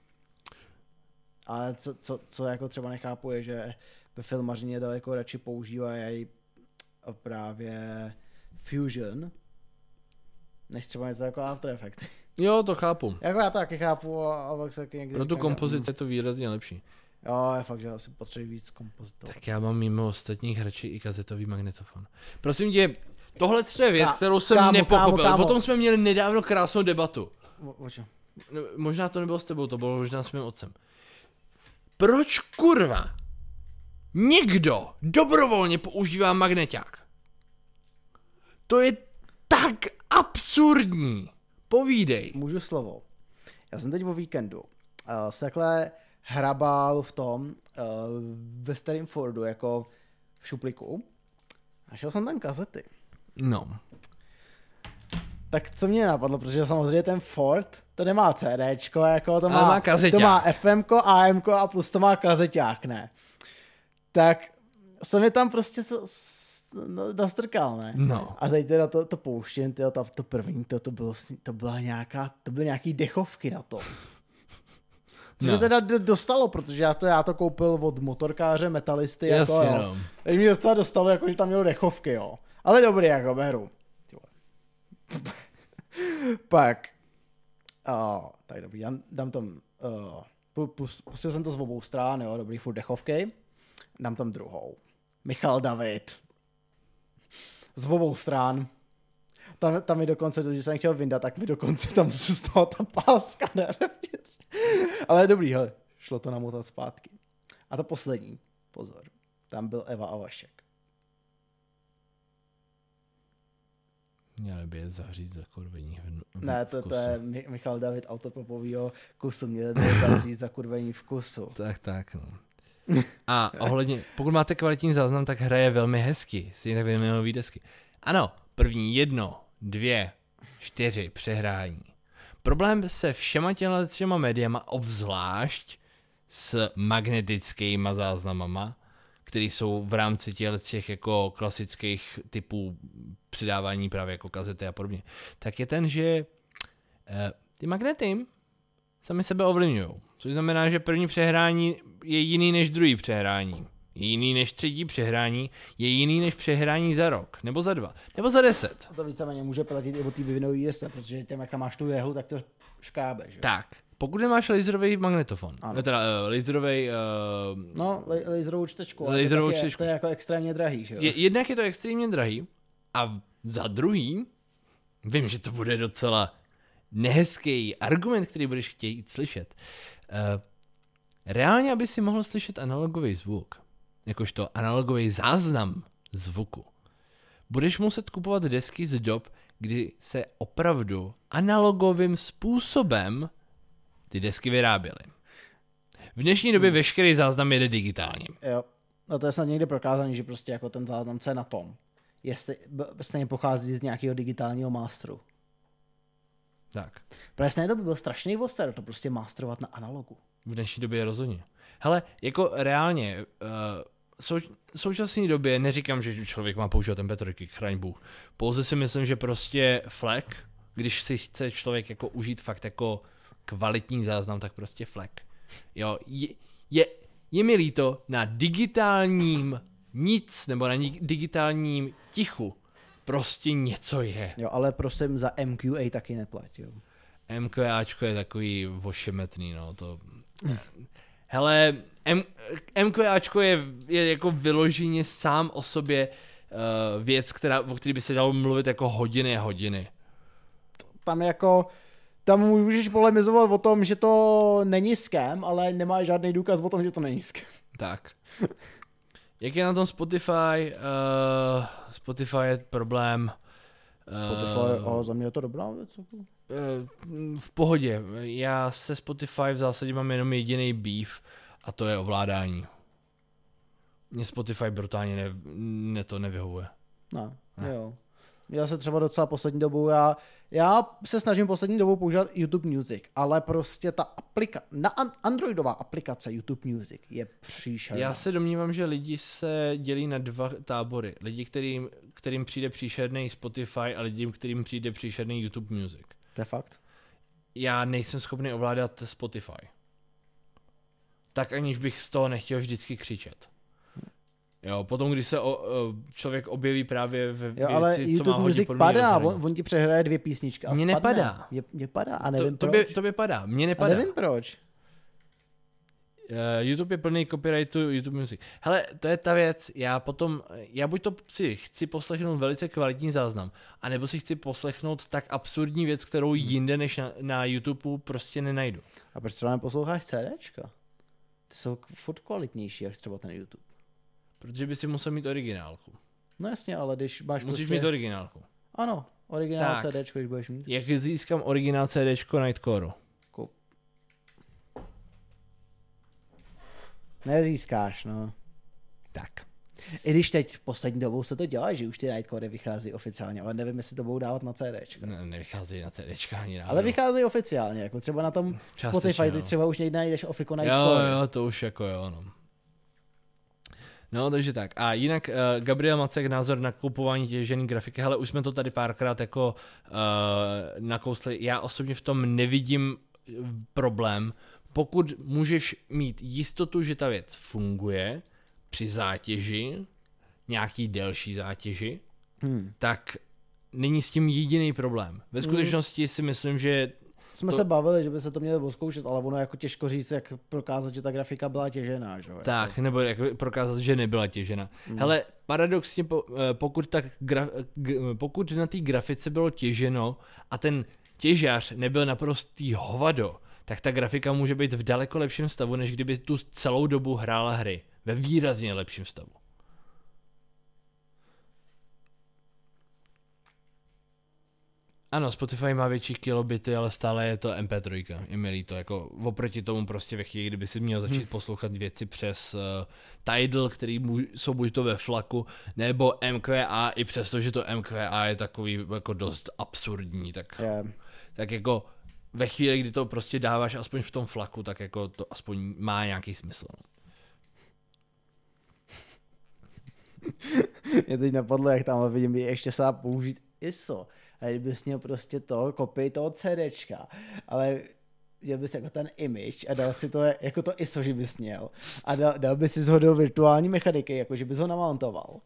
Ale co jako třeba nechápu je, že ve filmařině daleko radši používají právě Fusion, než třeba něco jako After Effects. Jo, to chápu. Jako já to taky chápu, a pak se taky někdy... Pro tu kompozici je to výrazně lepší. Jo, je fakt, že asi potřebuji víc kompozitorů. Tak já mám mimo ostatních radši i kazetový magnetofon. Prosím tě, tohle je věc, kterou jsem nepochopil. Kámo. Potom jsme měli nedávno krásnou debatu. O čem? Možná to nebylo s tebou, to bylo možná s mým otcem. Proč kurva někdo dobrovolně používá magneťák? To je tak absurdní. Povídej. Můžu slovo. Já jsem teď o víkendu se takhle hrabal v tom ve starém Fordu jako v šuplíku. Našel jsem tam kazety. No. Tak co mě napadlo, protože samozřejmě ten Ford, to nemá CDčko, jako to má kazeťák. To má FMko, AMko a plus to má kazeťák, ne? Tak jsem je tam prostě nastrkal, ne? No. A teď teda to pouštím, to první, to byly nějaký dechovky na to. To se teda dostalo, protože já to koupil od motorkáře, metalisty, Jasně, jako jo. No. Teď mě docela dostalo, jako, že tam mělo dechovky, jo. Ale dobrý, jako beru. Pak, tak dobrý, dám tam, pustil jsem to z obou stran, jo, dobrý, furt dechovky. Dám tam druhou. Michal David. Z obou stran. Tam mi dokonce, když jsem chtěl vyndat, tak mi dokonce tam zůstala ta páska, ne? Ale dobrý, hele, šlo to namotat zpátky. A to poslední, pozor, tam byl Eva a Vašek. Měli by je zahřít za kurvení Ne, to je Michal David autopopovýho kusu, měli by je zahřít za kurvení v kusu. Tak, no. A ohledně, pokud máte kvalitní záznam, tak hraje velmi hezky, stejně tak vinylový desky. Ano, první 1, 2, 4 přehrání. Problém se všema těma médiama, obzvlášť s magnetickýma záznamama, které jsou v rámci těch jako klasických typů přidávání právě jako kazety a podobně, tak je ten, že ty magnety sami sebe ovlivňují. Což znamená, že první přehrání je jiný než druhý přehrání. Je jiný než třetí přehrání, je jiný než přehrání za rok, nebo za 2, nebo za 10. A to víceméně může platit i o té vyvinový desce, protože tím, jak tam máš tu jehlu, tak to škrábe, že? Tak, pokud nemáš laserový magnetofon, teda laserový... No, laserovou čtečku, ale to je jako extrémně drahý, že jo? Jednak je to extrémně drahý a za druhý, vím, že to bude docela nehezký argument, který budeš chtít slyšet. Reálně, aby si mohl slyšet analogový zvuk, jakožto analogový záznam zvuku, budeš muset kupovat desky z dob, kdy se opravdu analogovým způsobem ty desky vyráběly. V dnešní době veškerý záznam jede digitálně. Jo, no to je snad někde prokázaný, že prostě jako ten záznam, co je na tom, stejně pochází z nějakého digitálního masteru. Tak. Protože to by byl strašný voster, to prostě masterovat na analogu. V dnešní době je rozhodně. Hele, jako reálně, v současné době neříkám, že člověk má používat MP3, chraň Bůh. Pouze si myslím, že prostě FLAC, když si chce člověk jako užít fakt jako kvalitní záznam, tak prostě FLAC. Jo, je mi líto, na digitálním nic, nebo na digitálním tichu prostě něco je. Jo, ale prosím, za MQA taky neplať, jo. MQAčko je takový ošemetný, no, to... Hele, MQAčko je jako vyloženě sám o sobě věc, o který by se dalo mluvit jako hodiny a hodiny. Tam můžeš polemizovat o tom, že to není scam, ale nemá žádný důkaz o tom, že to není scam. Tak. Jak je na tom Spotify? Spotify je problém. Spotify, ale za mě je to dobrá věc. V pohodě. Já se Spotify v zásadě mám jenom jediný beef a to je ovládání. Mně Spotify brutálně to nevyhovuje. No, jo. Já se třeba docela poslední dobou, já se snažím poslední dobou používat YouTube Music, ale prostě ta androidová aplikace YouTube Music je příšerná. Já se domnívám, že lidi se dělí na dva tábory. Lidi, kterým přijde příšerný Spotify a lidi, kterým přijde příšerný YouTube Music. To je fakt. Já nejsem schopný ovládat Spotify. Tak aniž bych z toho nechtěl vždycky křičet. Jo, potom, když se člověk objeví právě ve věci, ale YouTube co má Music padá, on ti přehraje 2 písničky a mně spadne. Nepadá. Mně padá a nevím proč. Tobě padá, mně nepadá. A nevím proč. YouTube je plný copyrightu YouTube Music. Hele, to je ta věc, já buď to si chci poslechnout velice kvalitní záznam, anebo si chci poslechnout tak absurdní věc, kterou jinde než na YouTube prostě nenajdu. A proč třeba neposloucháš CDčka? Ty jsou furt kvalitnější, jak třeba ten YouTube. Protože by si musel mít originálku. No jasně, ale když máš Musíš mít originálku. Ano, originál CDčko, když budeš mít. Jak získám originál CDčko Nightcoreu? Nezískáš, no. Tak. I když teď v poslední dobou se to dělá, že už ty Nightcore vychází oficiálně, ale nevím, jestli to budou dávat na CDčka. Nevycházejí na CDčka ani náhodou. Ale vycházejí oficiálně, jako třeba na tom Spotify, ty třeba už někdy najdeš Ofiko Nightcore. Jo, to už jako jo, no. No, takže tak. A jinak Gabriel Macek, názor na kupování těžený grafiky. Hele, už jsme to tady párkrát jako nakousli. Já osobně v tom nevidím problém. Pokud můžeš mít jistotu, že ta věc funguje při zátěži, nějaký delší zátěži, tak není s tím jediný problém. Ve skutečnosti si myslím, že jsme se bavili, že by se to mělo odzkoušet, ale ono jako těžko říct, jak prokázat, že ta grafika byla těžená. Že? Tak, nebo jako prokázat, že nebyla těžena. Hele, paradoxně, pokud na té grafice bylo těženo a ten těžař nebyl naprostý hovado, tak ta grafika může být v daleko lepším stavu, než kdyby tu celou dobu hrála hry. Ve výrazně lepším stavu. Ano, Spotify má větší kilobity, ale stále je to MP3. Je mi líto, jako oproti tomu prostě ve chvíli, kdyby si měl začít poslouchat věci přes Tidal, který jsou buď to ve flaku, nebo MQA, i přesto, že to MQA je takový jako dost absurdní, tak jako ve chvíli, kdy to prostě dáváš aspoň v tom flaku, tak jako to aspoň má nějaký smysl. Mě teď napadlo, jak tam vidím, by ještě se dá použít ISO. A kdybys měl prostě kopii toho CDčka, ale dělal bys jako ten image a dal si to jako to ISO, že bys měl. A dal bys si ho do virtuální mechaniky, jako že bys ho namontoval.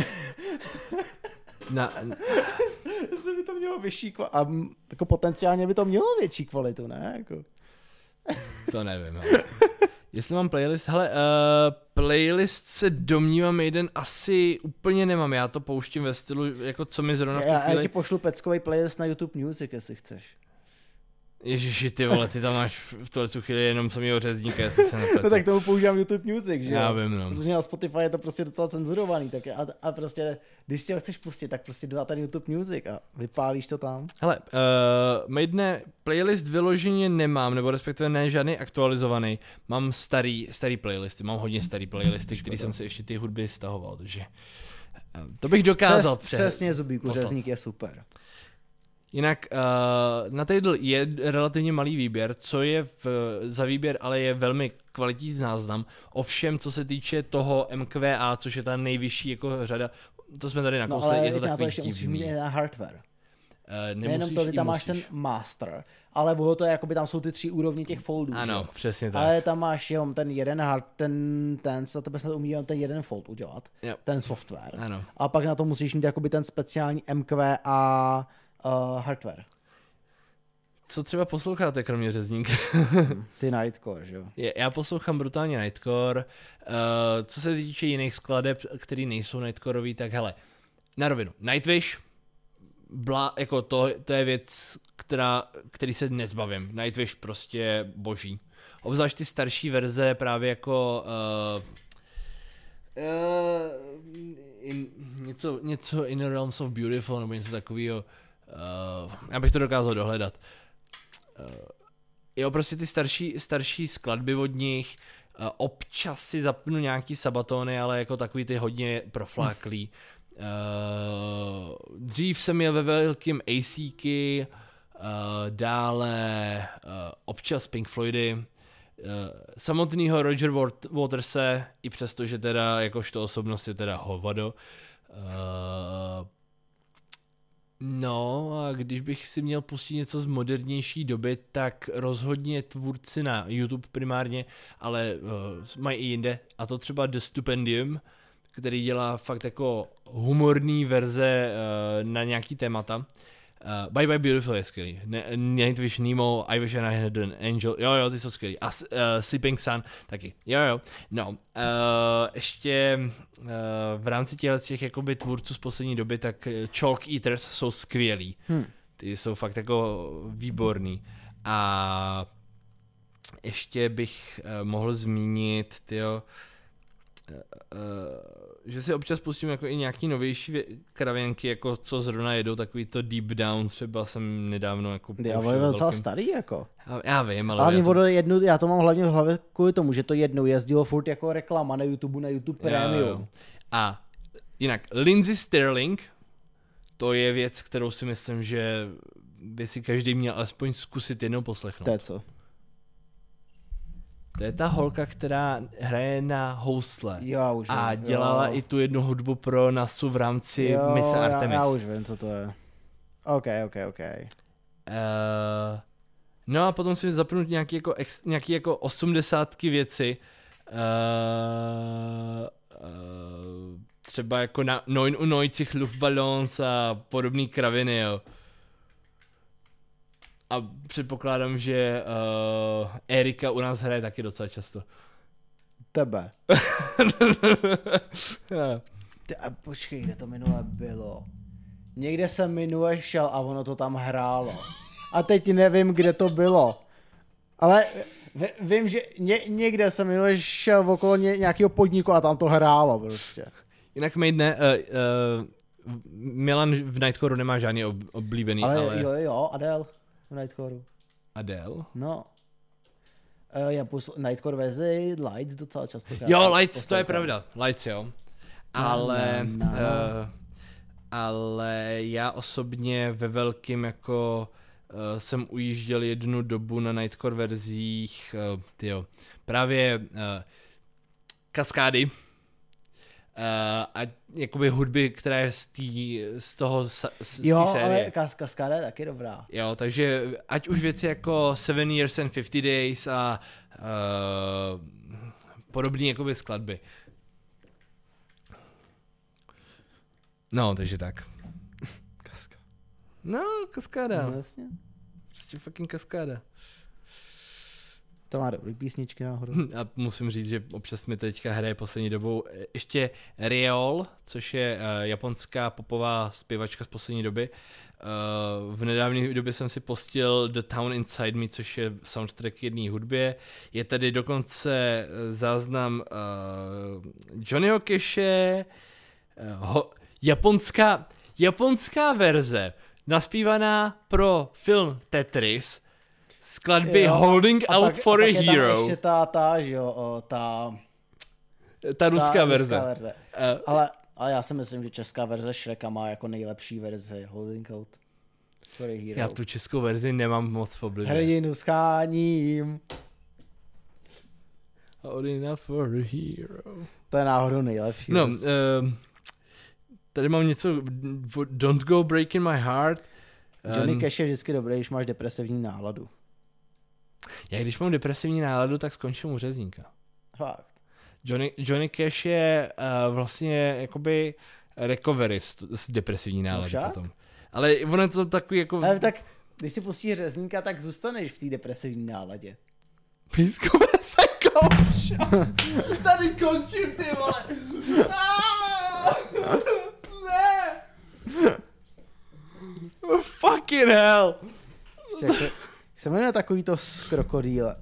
Jestli by to mělo vyšší kvalitu, a jako potenciálně by to mělo větší kvalitu, ne? Jako. To nevím. Jestli mám playlist, hele, playlist se domnívám jeden asi úplně nemám, já to pouštím ve stylu, jako co mi zrovna v tu chvíli... Já ti pošlu peckový playlist na YouTube Music, jestli chceš. Ježiši, ty vole, ty tam máš v tuhle chvíli jenom samýho řezníka, jestli se nepletu. No tak tomu používám YouTube Music, že jo? Já vím, no. Protože na Spotify je to prostě docela cenzurovaný, tak a prostě, když si ho chceš pustit, tak prostě dá tady YouTube Music a vypálíš to tam. Hele, Maidne, playlist vyloženě nemám, nebo respektive ne žádný aktualizovaný. Mám starý playlisty, mám hodně starý playlisty, který jsem si ještě ty hudby stahoval, takže to bych dokázal Přesně, Zubíku, řezník je super. Jinak na Tidal je relativně malý výběr, co je za výběr, ale je velmi kvalitní záznam. Ovšem, co se týče toho MQA, což je ta nejvyšší jako řada, to jsme tady nakousli, je to takový to ještě musíš mít na hardware. Nejenom to, ty tam máš ten master, ale ono to je, jakoby tam jsou ty 3 úrovně těch foldů. Ano, že? přesně tak. Ale tam máš jenom ten jeden ten za tebe snad umí ten jeden fold udělat, ten software. Ano. A pak na to musíš mít jakoby ten speciální MQ a hardware. Co třeba posloucháte, kromě řezníka? Ty Nightcore, že jo? Já poslouchám brutálně Nightcore. Co se týče jiných skladeb, které nejsou Nightcoreový, tak hele, na rovinu. Nightwish, jako to je věc, který se nezbavím. Nightwish prostě boží. Obzvlášť ty starší verze právě jako něco In the Realms of Beautiful nebo něco takového. Já bych to dokázal dohledat. Jo, prostě ty starší skladby od nich, občas si zapnu nějaký Sabatony, ale jako takový ty hodně profláklý. Dřív jsem měl ve velkým ACky, dále občas Pink Floydy, samotnýho Roger Waterse, i přesto, že teda jakožto osobnost je teda hovado. No a když bych si měl pustit něco z modernější doby, tak rozhodně tvůrci na YouTube primárně, ale mají i jinde, a to třeba The Stupendium, který dělá fakt jako humorní verze na nějaký témata. Bye Bye Beautiful je skvělý. Nightwish, Nemo, I Wish I Had an Angel, jo, ty jsou skvělý. A Sleeping Sun taky, jo. No, ještě v rámci těch jakoby tvůrců z poslední doby, tak Chalk Eaters jsou skvělí. Ty jsou fakt jako výborný. A ještě bych mohl zmínit, že si občas pustím jako i nějaký novější kravěnky, jako co zrovna jedou, takový to Deep Down, třeba jsem nedávno jako pouštěl. Já docela starý jako. Já vím, ale... Já to mám hlavně v hlavě kvůli tomu, že to jednou jezdilo furt jako reklama na YouTube Premium. Jo. A jinak, Lindsey Sterling, to je věc, kterou si myslím, že by si každý měl alespoň zkusit jednou poslechnout. To je co? To je ta holka, která hraje na housle a vím, dělala i tu jednu hudbu pro NASU v rámci mise Artemis. Já už vím, co to je. OK. No a potom si zapnout nějaký jako 80 věci. Třeba jako na 99 Luftballons a podobný kraviny, jo. A předpokládám, že Erika u nás hraje taky docela často. Tebe. Počkej, kde to minule bylo? Někde jsem minule šel a ono to tam hrálo. A teď nevím, kde to bylo. Ale vím, že někde jsem minule šel okolo nějakého podniku a tam to hrálo prostě. Jinak Maidne, Milan v Nightcore nemá žádný oblíbený, ale... Jo, Adele. V Nightcore. Adele? No. Já Nightcore verzi Lights docela často. Jo, Lights, to je pravda. Lights, jo. Ale já osobně ve velkým jako jsem ujížděl jednu dobu na Nightcore verzích právě Kaskády. A jakoby hudby, která je z té série. Ale Kaskáda je taky dobrá. Jo, takže ať už věci jako 7 Years and 50 Days a podobné jakoby skladby. No, takže tak. Kaskáda. No, jasně. Prostě fucking Kaskáda. To má dobrý písničky náhodou. A musím říct, že občas mi teďka hraje poslední dobou ještě Riol, což je japonská popová zpěvačka z poslední doby. V nedávné době jsem si postil The Town Inside Me, což je soundtrack jedné hudbě. Je tady dokonce záznam Johnnyho Cashe, japonská verze, naspívaná pro film Tetris, skladby Holding Out for a Hero. Je tam ještě ta ruská verze. Ale já si myslím, že česká verze Shreka má jako nejlepší verzi Holding Out. Já tu českou verzi nemám moc v oblibě. Hrdinu scháním. Old enough for a hero. To je náhodou nejlepší. No, tady mám něco Don't Go Breaking My Heart. Johnny Cash je vždycky dobrý, když máš depresivní náladu. Já když mám depresivní náladu, tak skončím u řezníka. Fakt. Johnny Cash je vlastně jakoby recovery z depresivní nálady potom. Ale ono je to takový jako... Ale tak, když si pustíš řezníka, tak zůstaneš v té depresivní náladě. Pískové se kouš! Tady končím, ty vole! Ne! Fucking hell! Jak se jmenuje takový to s krokodýlem?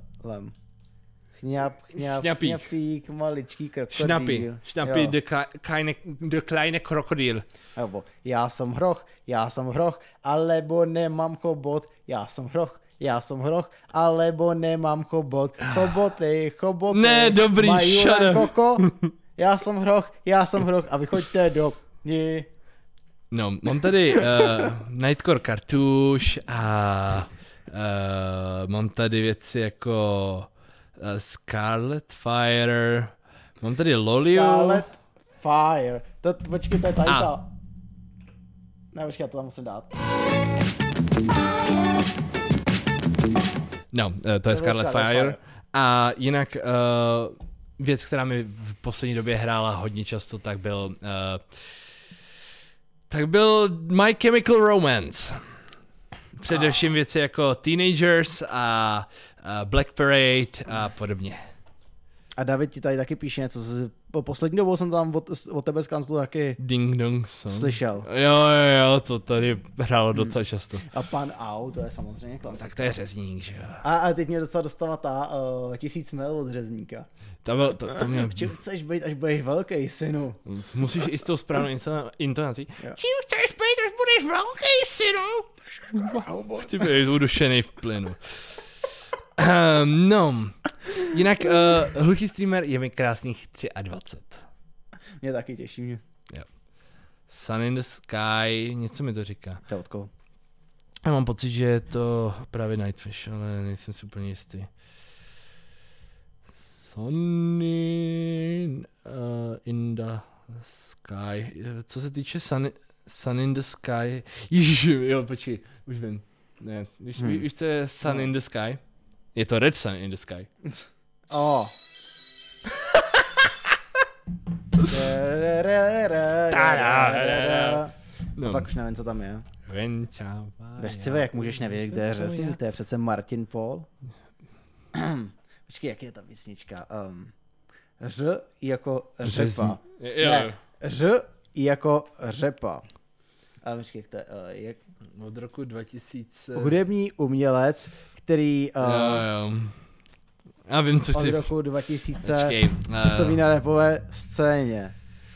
Chňapík, maličký krokodýl. Šnapi, de kleine krokodýl. Nebo já jsem hroch, alebo nemám chobot, já jsem hroch, alebo nemám chobot, choboty, ne, dobrý, mají shut up. koko, já jsem hroch a vychoďte do ní. No, mám tady Nightcore Cartouche a mám tady věci jako Scarlet Fire, mám tady Loliu. Scarlet Fire, počkej, to je tady ta. Ne, počkej, to tam musím dát. No, to je Scarlet Fire. A jinak věc, která mi v poslední době hrála hodně často, tak byl My Chemical Romance. Především věci jako Teenagers a Black Parade a podobně. A David ti tady taky píše něco, po poslední dobou jsem tam od tebe z kanclu taky Ding Dong Song. Slyšel. Jo, to tady hrálo docela často. A Pan Au, to je samozřejmě klasika. Tak to je řezník, že jo. A teď mě docela dostala ta 1000 mil od řezníka. To mě... Čím chceš být, až budeš velký, synu? Musíš i s tou správnou intonací. Jo. Čím chceš být, až budeš velký, synu? Chci být udušený v plynu. No, jinak hluchý streamer je mi krásných 23. Mě taky těší mě. Jo. Sun in the Sky, něco mi to říká. To je od koho? Já mám pocit, že je to právě Nightwish, ale nejsem si úplně jistý. Sun in the Sky. Co se týče Sun in the Sky. Ježiš, jo, počkej, už vím. Ne, víš, co je Sun in the Sky? Je to Red Sun in the Sky. Oh. No. Pak už nevím, co tam je. Bezcive, jak můžeš nevědět, kde je řezník? To je přece Martin Paul. Počkej, jak je ta písnička? Ř jako řepa. Ne, ř jako řepa. A počkej, to je... Od roku 2000... Hudební umělec, který... jo. Já vím, co chci... Od roku 2000 působí na rapové scéně.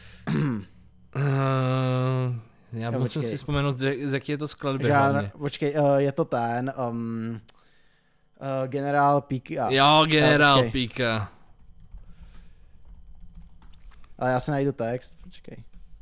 Já musím si vzpomenout, z jaký je to skladby. Počkej, je to ten... Generál Píka. Jo, Generál Píka. Ale já si najdu text, počkej.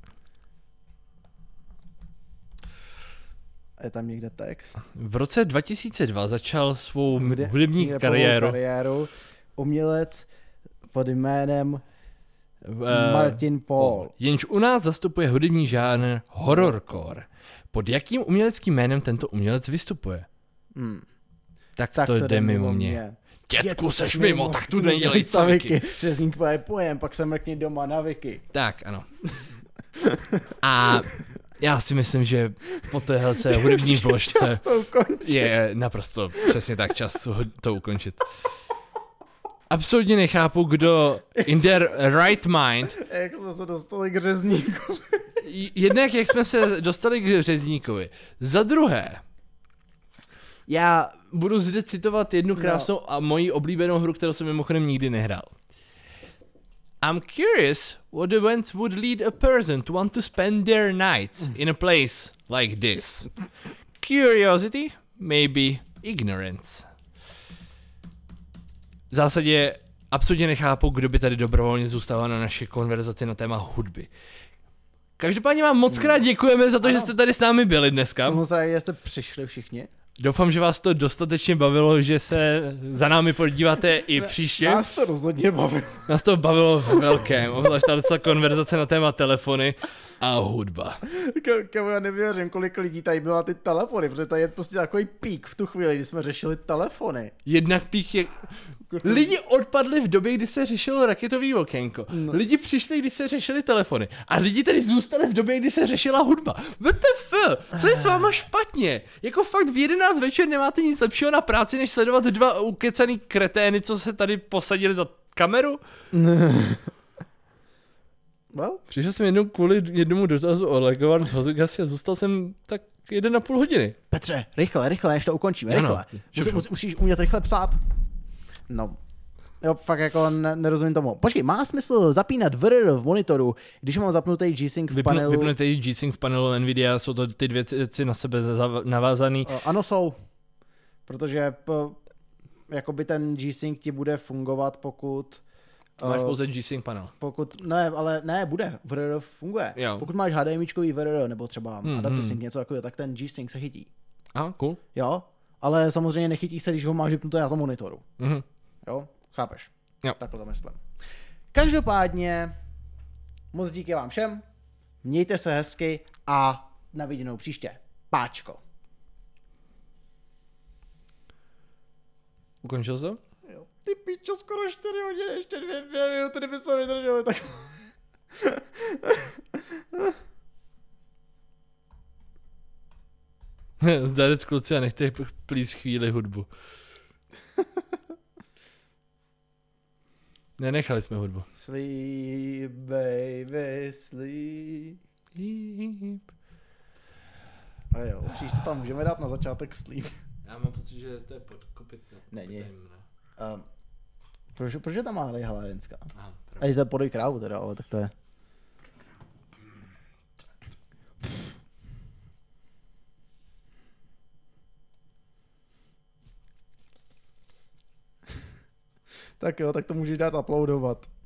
Je tam někde text? V roce 2002 začal svou hudební kariéru umělec pod jménem Martin Paul. Jenž u nás zastupuje hudební žánr horrorcore. Pod jakým uměleckým jménem tento umělec vystupuje? Tak to jde mimo mě. Dětku, seš mimo, tak tu nedělej caviky. Řezník pojem, pak se mrkni doma na Wiki. Tak, ano. A já si myslím, že po téhle hudební vložce je naprosto přesně tak čas to ukončit. Absolutně nechápu, kdo in their right mind... Jak jsme se dostali k řezníku. Jednak, jak jsme se dostali k řezníkovi. Za druhé, já budu zde citovat jednu krásnou a moji oblíbenou hru, kterou jsem mimochodem nikdy nehrál. I'm curious what events would lead a person to want to spend their nights in a place like this. Curiosity, maybe ignorance. V zásadě absolutně nechápu, kdo by tady dobrovolně zůstával na naší konverzaci na téma hudby. Každopádně vám moc krát děkujeme za to, že jste tady s námi byli dneska. Samozřejmě, že jste přišli všichni. Doufám, že vás to dostatečně bavilo, že se za námi podíváte i příště. Nás to rozhodně bavilo. Nás to bavilo v velkém, obzvlášť ta konverzace na téma telefony a hudba. Kámo, já nevěřím, kolik lidí tady bylo na ty telefony, protože tady je prostě takový pík v tu chvíli, kdy jsme řešili telefony. Jednak pík je... Lidi odpadli v době, kdy se řešilo raketový okénko. No. Lidi přišli, když se řešili telefony. A lidi tady zůstali v době, kdy se řešila hudba. WTF? Co je s váma špatně? Jako fakt v 11 večer nemáte nic lepšího na práci, než sledovat dva ukecaný kretény, co se tady posadili za kameru? Well. Přišel jsem jednou kvůli jednomu dotazu o Legovard z Hozegasi a zůstal jsem tak 1,5 hodiny. Petře, rychle, než to ukončíme, rychle. Musíš umět rychle psát. No, jo, fakt jako nerozumím tomu. Počkej, má smysl zapínat VRR v monitoru, když mám zapnutý G-Sync v panelu? Vypnutý G-Sync v panelu Nvidia, jsou to ty dvě věci na sebe navázaný? Ano, jsou. Protože jakoby ten G-Sync ti bude fungovat, pokud... Máš pouze G-Sync panel. Bude. VRR funguje. Jo. Pokud máš HDMIčkový VRR, nebo třeba Adapter Sync, něco takového, tak ten G-Sync se chytí. Aha, cool. Jo, ale samozřejmě nechytí se, když ho máš vypnuté na tom monitoru. Mhm. Jo, chápeš? Jo. Takhle to myslím. Každopádně, moc díky vám všem, mějte se hezky a na viděnou příště. Páčko. Ukončil jsi to? Jo. Ty pičo, skoro 4 hodiny, ještě 2 minuty, kdybychom vydrželi, tak... Zdarec kluci a nechte plíc chvíli hudbu. Nenechali jsme hudbu. Sleep, baby, sleep. A jo, příště tam můžeme dát na začátek sleep. Já mám pocit, že to je podkopytné. Není. Proč tam má Halárenská? A je to podej krávu teda, ale tak to je. Tak jo, tak to můžeš dát uploadovat.